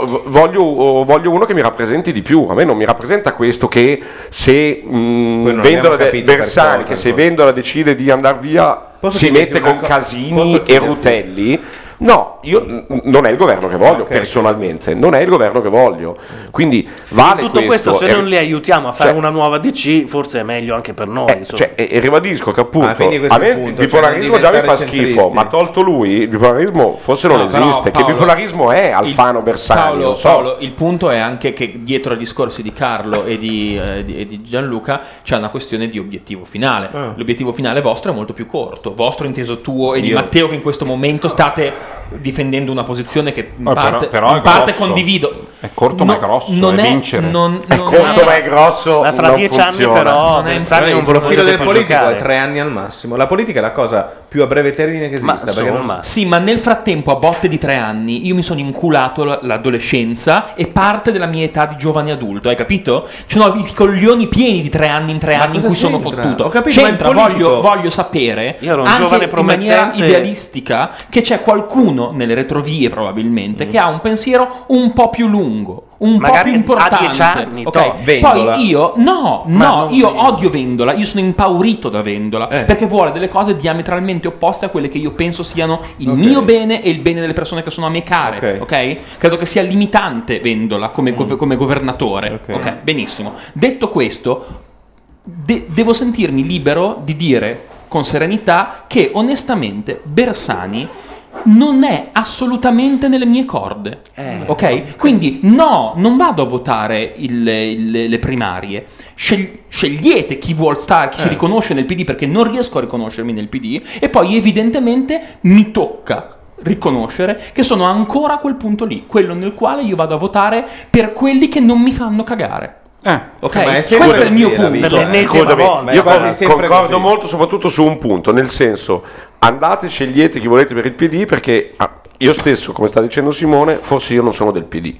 voglio uno che mi rappresenti di più. A me non mi rappresenta questo che se non Vendola abbiamo capito per Bersani, cosa, che se cosa. Vendola decide di andare via, Posso si chiederti mette una con cosa? Casini Posso e chiederti? Rutelli. No, io non è il governo che voglio, Ok. personalmente, non è il governo che voglio. Quindi vale In tutto questo, se e- non li aiutiamo a fare cioè- una nuova DC, forse è meglio anche per noi. insomma. cioè, e ribadisco che appunto quindi questo a è me il punto, il cioè bipolarismo non già mi fa diventare schifo, centristi. ma tolto lui il bipolarismo forse non No, però, esiste. Che Paolo, il bipolarismo è Alfano Bersani, Paolo, non so. Paolo, il punto è anche che dietro ai discorsi di Carlo e di Gianluca c'è una questione di obiettivo finale. L'obiettivo finale vostro è molto più corto, vostro inteso tuo e di Io- Matteo, che in questo momento state difendendo una posizione che in parte, però è in parte grosso. condivido. È corto ma è grosso, non è è vincere. È corto ma è grosso, Ma fra non 10 anni funziona. però Non è- Bersani Il non ve lo profilo potete del più politico giocare. è 3 anni al massimo. La politica è la cosa più a breve termine che Ma esista. Perché non- insomma, Sì, ma nel frattempo, a botte di 3 anni, io mi sono inculato l'adolescenza e parte della mia età di giovane adulto, hai capito? Ce n'ho i coglioni pieni di 3 anni in 3 Ma anni in cosa cui sono c'entra? fottuto. Ho capito, ma il C'entra, politico- voglio sapere, Io ero un anche giovane in maniera promettente. idealistica, che c'è qualcuno nelle retrovie probabilmente che ha un pensiero un po' più lungo, un po' Magari più importante. a 10 anni, ok? to, Vendola. Poi io, no, Ma non io Vendola. odio Vendola, io sono impaurito da Vendola, perché vuole delle cose diametralmente opposte a quelle che io penso siano il mio bene e il bene delle persone che sono a me care, ok? Credo che sia limitante Vendola come, come governatore, ok? Benissimo. Detto questo, devo sentirmi libero di dire con serenità che onestamente Bersani non è assolutamente nelle mie corde, ok? Quindi no, non vado a votare le primarie. Scegliete chi vuol stare, chi si riconosce nel PD, perché non riesco a riconoscermi nel PD, e poi evidentemente mi tocca riconoscere che sono ancora a quel punto lì, quello nel quale io vado a votare per quelli che non mi fanno cagare. Ok, Ma è questo è il mio punto. Scusami, io concordo molto soprattutto su un punto, nel senso, andate, scegliete chi volete per il PD, perché io stesso, come sta dicendo Simone, forse io non sono del PD.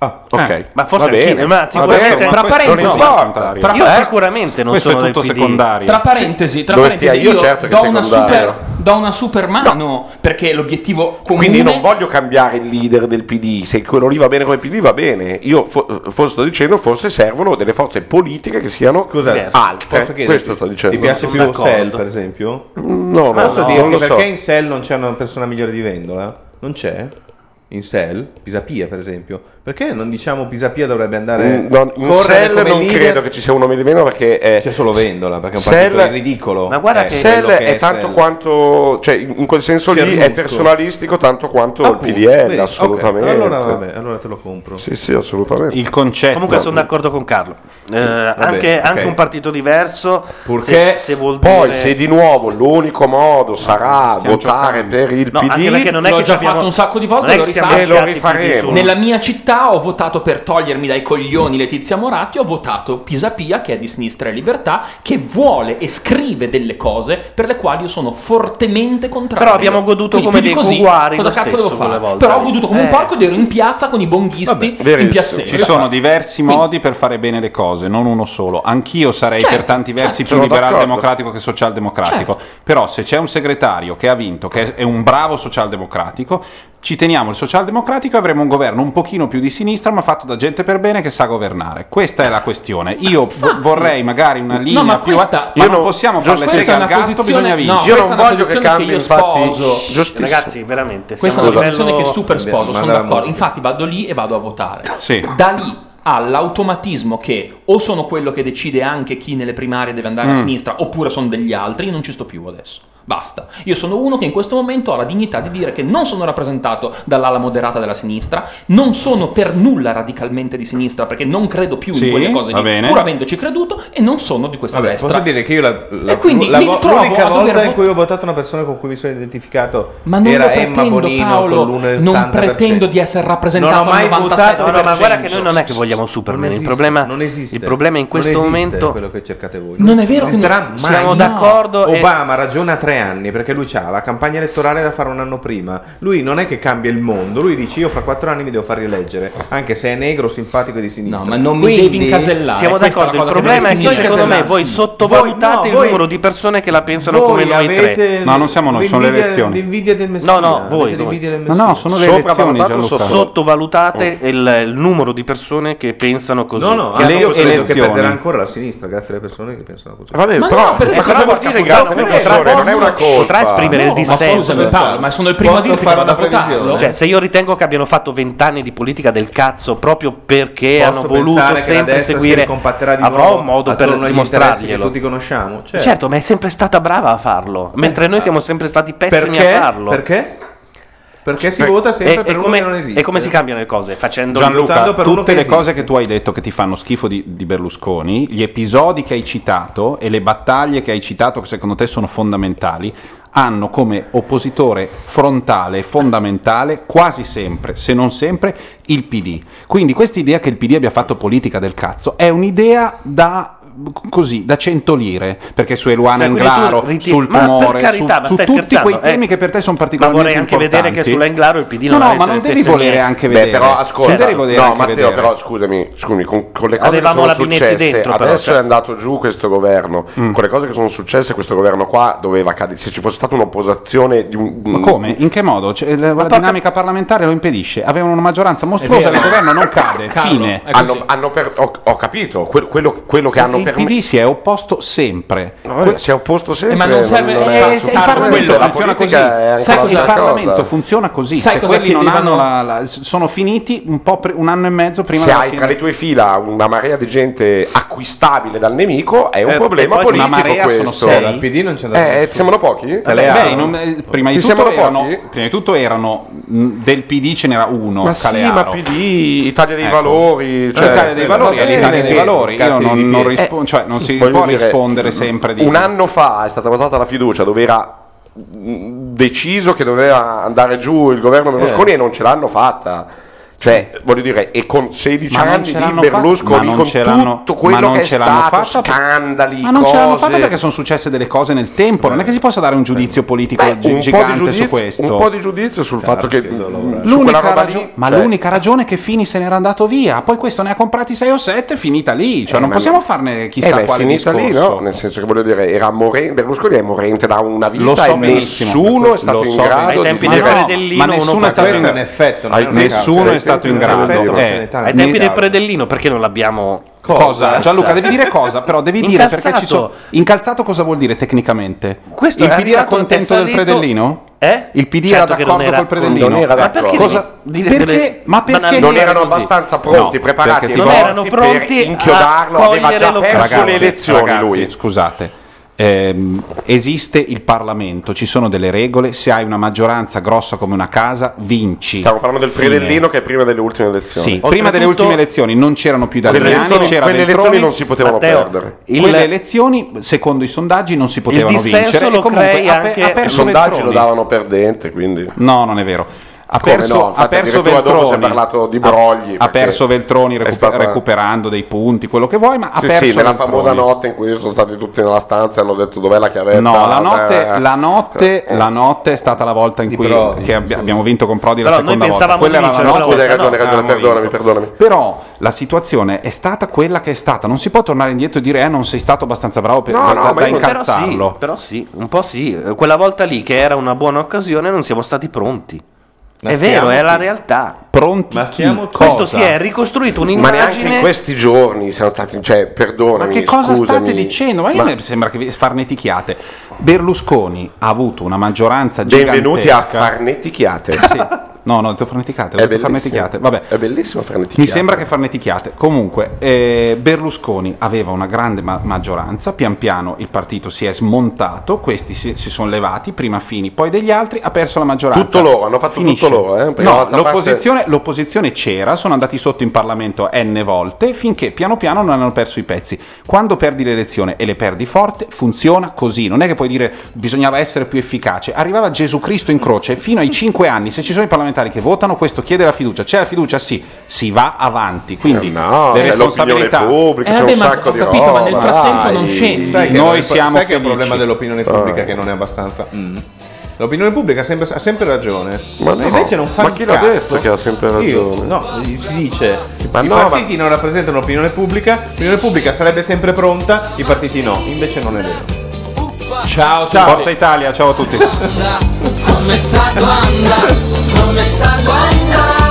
Ok, ma forse va bene, anch'io, ma va sicuramente bene, tra ma parentesi, non importa. io sicuramente non questo sono è tutto del PD. secondario. Tra parentesi, Dove stia io, certo che do una secondario. do una super mano perché l'obiettivo comune. Quindi non voglio cambiare il leader del PD, se quello lì va bene come PD va bene. Io forse sto dicendo, forse servono delle forze politiche che siano altre. Posso chiederti, Questo sto dicendo. Ti piace più Sell, per esempio? No, Posso no, dirti non lo so. perché in Sell non c'è una persona migliore di Vendola? Non c'è? In Sell? Pisapia, per esempio. Perché non diciamo Pisapia dovrebbe andare In Sell non credo che ci sia uno meglio perché c'è solo Vendola, perché è un partito ridicolo. Ma guarda che Sell quello che è tanto Sell. quanto, cioè in quel senso lì è Cernusco. personalistico tanto quanto il Appunto, PDL, vedi? assolutamente. Ok, allora vabbè, allora te lo compro. Sì, assolutamente. Il concetto. Comunque sono d'accordo con Carlo. Anche un partito diverso, Purché se vuol poi dire... se di nuovo l'unico modo sarà stiamo votare per il No, PD, anche perché non è l'ho che già abbiamo fatto un sacco di volte, non è che siamo rifaccio. lo rifaremo. Nella mia città ho votato per togliermi dai coglioni Letizia Moratti, ho votato Pisapia, che è di Sinistra e Libertà, che vuole e scrive delle cose per le quali io sono fortemente contrario. Però abbiamo goduto Quindi, come più di dei così, cuguari cosa lo cazzo stesso devo fare? quelle volte. Però ho goduto come un porco ed ero in piazza con i bonghisti in piazzetta. Ci sono diversi modi per fare bene le cose, non uno solo. Anch'io sarei Certo, per tanti versi certo, più sono liberal-democratico che social-democratico. Però se c'è un segretario che ha vinto, che è un bravo social-democratico, ci teniamo il social-democratico e avremo un governo un pochino più di sinistra, ma fatto da gente per bene che sa governare. Questa è la questione. Io vorrei magari una linea ma più questa- ma io non non- possiamo fare le questa seghe è al una gatto, posizione- bisogna no, vincere. io non voglio che cambi, infatti, ragazzi, veramente. Questa è siamo una a posizione livello- che super sposo, sono Mandava d'accordo. musica. Infatti vado lì e vado a votare. Sì. Da lì all'automatismo che o sono quello che decide anche chi nelle primarie deve andare a sinistra oppure sono degli altri, io non ci sto più adesso. Basta. Io sono uno che in questo momento ha la dignità di dire che non sono rappresentato dall'ala moderata della sinistra, non sono per nulla radicalmente di sinistra perché non credo più Sì, in quelle cose va lì, bene. pur avendoci creduto, e non sono di questa Vabbè, destra. posso dire che io E quindi mi trovo l'unica a dover volta in cui ho votato una persona con cui mi sono identificato Ma non era lo Emma pretendo, Bonino Paolo, con l'1,80%. non pretendo di essere rappresentato Non ho mai al 97%. votato, No, ma guarda che noi non è che vogliamo Superman. Non Il esiste, problema, non esiste. il problema in questo Non esiste momento quello che cercate voi. Non è vero che esisterà non- mai. siamo d'accordo e- Obama ragiona 3 anni perché lui ha la campagna elettorale da fare un anno prima. Lui non è che cambia il mondo, lui dice io fra 4 anni mi devo far rieleggere, anche se è negro, simpatico e di sinistra. No, ma non mi devi incasellare. Siamo questa è d'accordo, la il cosa che problema è deve che finire. secondo me voi sottovalutate voi- il numero di persone che la pensano voi come noi avete tre. No, non siamo noi, sono le elezioni. L'invidia del Messia. No, no, voi, avete voi. l'invidia del No, Messia. no, sono le elezioni, Gianluca. Sottovalutate il numero di persone che pensano così. No, no, Che hanno io questo- credo che perderà ancora la sinistra grazie alle persone che pensano così. Vabbè, Ma però, no, perché ma cosa vuol dire grazie alle persone? Non è una colpa. Potrà esprimere il Ma dissenso. scusami Paolo, ma sono il primo a Posso dirti che fare vado a una previsione? votarlo? Cioè, se io ritengo che abbiano fatto 20 anni di politica del cazzo proprio perché Posso hanno voluto pensare che la sempre destra si seguire, ricompatterà di avrò nuovo un modo per attorno agli interessi che dimostrarglielo. tutti conosciamo. Certo, ma è sempre stata brava a farlo, mentre noi siamo sempre stati pessimi Perché? a farlo. Perché? Perché si vota sempre per uno che non esiste. E come si cambiano le cose? Facendo Gianluca, votando per uno tutte che le esiste. cose che tu hai detto che ti fanno schifo di Berlusconi, gli episodi che hai citato e le battaglie che hai citato che secondo te sono fondamentali, hanno come oppositore frontale e fondamentale quasi sempre, se non sempre, il PD. Quindi questa idea che il PD abbia fatto politica del cazzo è un'idea da 100 lire, perché su Eluana Cioè, quindi Englaro, tu sul ma per tumore, carità, ma su stai tutti scherzando, quei temi che per te sono Ma particolarmente vorrei anche importanti. vedere che sulla Englaro il PD No, non no, avesse ma non le devi stesse volere linee. anche Beh, vedere. però ascolta, non devi volere no, anche Matteo, vedere. però scusami, con le cose Avevamo che la sono Binetti successe, dentro, però, adesso cioè. è andato giù questo governo. Con le cose che sono successe, questo governo qua doveva cadere. Se ci fosse stata un'opposizione di un. Ma come? In che modo? Cioè, la dinamica parlamentare lo impedisce. Avevano una maggioranza mostruosa, il governo non cade. Fine. Ho capito quello che hanno Il permesso. PD si è opposto sempre. Si è opposto sempre. Ma non serve- il Parlamento la funziona così. politica è anche Sai, il un'altra Parlamento cosa. funziona così. Sai Se cosa quelli non chiedevano- hanno sono finiti un anno e mezzo prima Se della hai fine. tra le tue fila una marea di gente acquistabile dal nemico, è un problema e poi politico una marea sono questo. sei. Al PD non c'è andato nessuno. Sembrano pochi? Prima di Ti tutto sembrano erano, pochi? prima di tutto erano del PD ce n'era uno, Ma sì, Calearo. ma PD, Italia dei Ecco. Valori, cioè, L'Italia dei Valori è l'Italia dei Valori. Io non cioè, non si voglio può dire, rispondere sempre di un anno fa è stata votata la fiducia dove era deciso che doveva andare giù il governo Berlusconi e non ce l'hanno fatta. Cioè, voglio dire, e con 16 Ma non anni ce di l'hanno Berlusconi, fatta- ma non con ce l'hanno- tutto ma quello non che è ce l'hanno stato, fatta- scandali, Ma non ce l'hanno fatta cose. perché sono successe delle cose nel tempo, non è che si possa dare un giudizio politico Un po' di gigante giudizio- su questo. un po' di giudizio sul fatto che su quella L'unica, roba lì, ma cioè- l'unica ragione è che Fini se n'era andato via, poi questo ne ha comprati 6 o 7, è finita lì, cioè non ma possiamo no. farne chissà ma è quale finita discorso. lì, no? Nel senso che voglio dire, era Berlusconi è morente da una vita Lo so e benissimo. nessuno è stato Lo in so grado ai di tempi dire del Predellino ma uno nessuno è stato in Questo è un effetto, non è un nessuno caso. è stato in È un grado. effetto, non ce n'è tanto. Ai tempi del Predellino, perché non l'abbiamo... Cosa? Gianluca, devi dire cosa, però devi dire perché ci sono. Incalzato. Incalzato cosa vuol dire tecnicamente? Questo Il è PD era arrivato contento e sta del detto- Predellino? Certo Il PD che era non d'accordo era- col Predellino? non era Ma perché d'accordo. Cosa? devi dire Perché? delle Ma perché banalità non erano così? abbastanza pronti, No, preparati perché e ti non voglio- erano pronti per inchiodarlo, a aveva già cogliere perso le elezioni ragazzi, lui. scusate. Esiste il Parlamento, ci sono delle regole, se hai una maggioranza grossa come una casa vinci. Stiamo parlando del Fine. Predellino che è prima delle ultime elezioni. Sì, prima delle ultime elezioni non c'erano più Quelle italiani, elezioni- c'era quelle Veltroni. elezioni non si potevano Matteo, perdere. Quelle elezioni, secondo i sondaggi, non si potevano dissenso vincere lo e comunque crei ha anche- I perso sondaggi Veltroni. lo davano perdente, quindi. No, non è vero. Ha Come perso, no? ha Infatti perso addirittura dopo si è Veltroni. parlato di brogli, Ha perché perso Veltroni è stata- recuperando dei punti, quello che vuoi, ma ha Sì, perso sì, nella Veltroni. famosa notte in cui sono stati tutti nella stanza e hanno detto dov'è la chiavetta. No, la notte è stata la volta in cui che abbiamo vinto con Prodi la Però noi seconda volta. pensavamo Quella di era la vincere, notte. quella hai ragione, volta hai ragione, avevamo vinto. perdonami. Però la situazione è stata quella che è stata, non si può tornare indietro e dire non sei stato abbastanza bravo per, No, da ma io- incalzarlo. però sì, un po' sì. Quella volta lì che era una buona occasione non siamo stati pronti. Ma È vero, siamo è la chi? realtà. Pronti Ma chi? siamo Questo Cosa? si è ricostruito Ma neanche un'immagine. in questi giorni siamo stati, cioè, perdonami. Ma che cosa scusami. state dicendo? Ma io mi sembra che vi farnetichiate. Berlusconi ha avuto una maggioranza gigantesca. Benvenuti a farnetichiate. Sì. No, ho detto farneticate, ho È detto bellissimo. farneticate. Vabbè. È bellissimo farneticchiate. Mi sembra che farnetichiate. Comunque, Berlusconi aveva una grande maggioranza, pian piano il partito si è smontato, questi si sono levati, prima Fini, poi degli altri, ha perso la maggioranza. Tutto loro, hanno fatto Finisce. tutto loro, perché No, dall'altra l'opposizione c'era, sono andati sotto in Parlamento n volte, finché piano piano non hanno perso i pezzi. Quando perdi l'elezione e le perdi forte, funziona così. Non è che puoi dire bisognava essere più efficace. Arrivava Gesù Cristo in croce fino ai 5 anni, se ci sono i parlamentari che votano, questo chiede la fiducia, c'è la fiducia, sì, si va avanti. Quindi no, le è responsabilità l'opinione pubblica, c'è vabbè, un ma sacco ho di capito, ma nel roba, frattempo dai. non scendi. Sai che Noi siamo sai che è un felici. problema dell'opinione pubblica che non è abbastanza. L'opinione pubblica ha sempre ragione. Ma no, invece non fa ma un chi l'ha cazzo. detto che ha sempre ragione? No, si dice Ma i no, partiti non rappresentano l'opinione pubblica, l'opinione pubblica sarebbe sempre pronta, i partiti no. Invece non è vero. Ciao, Forza Italia, ciao a tutti. Come sa quando, come sa quando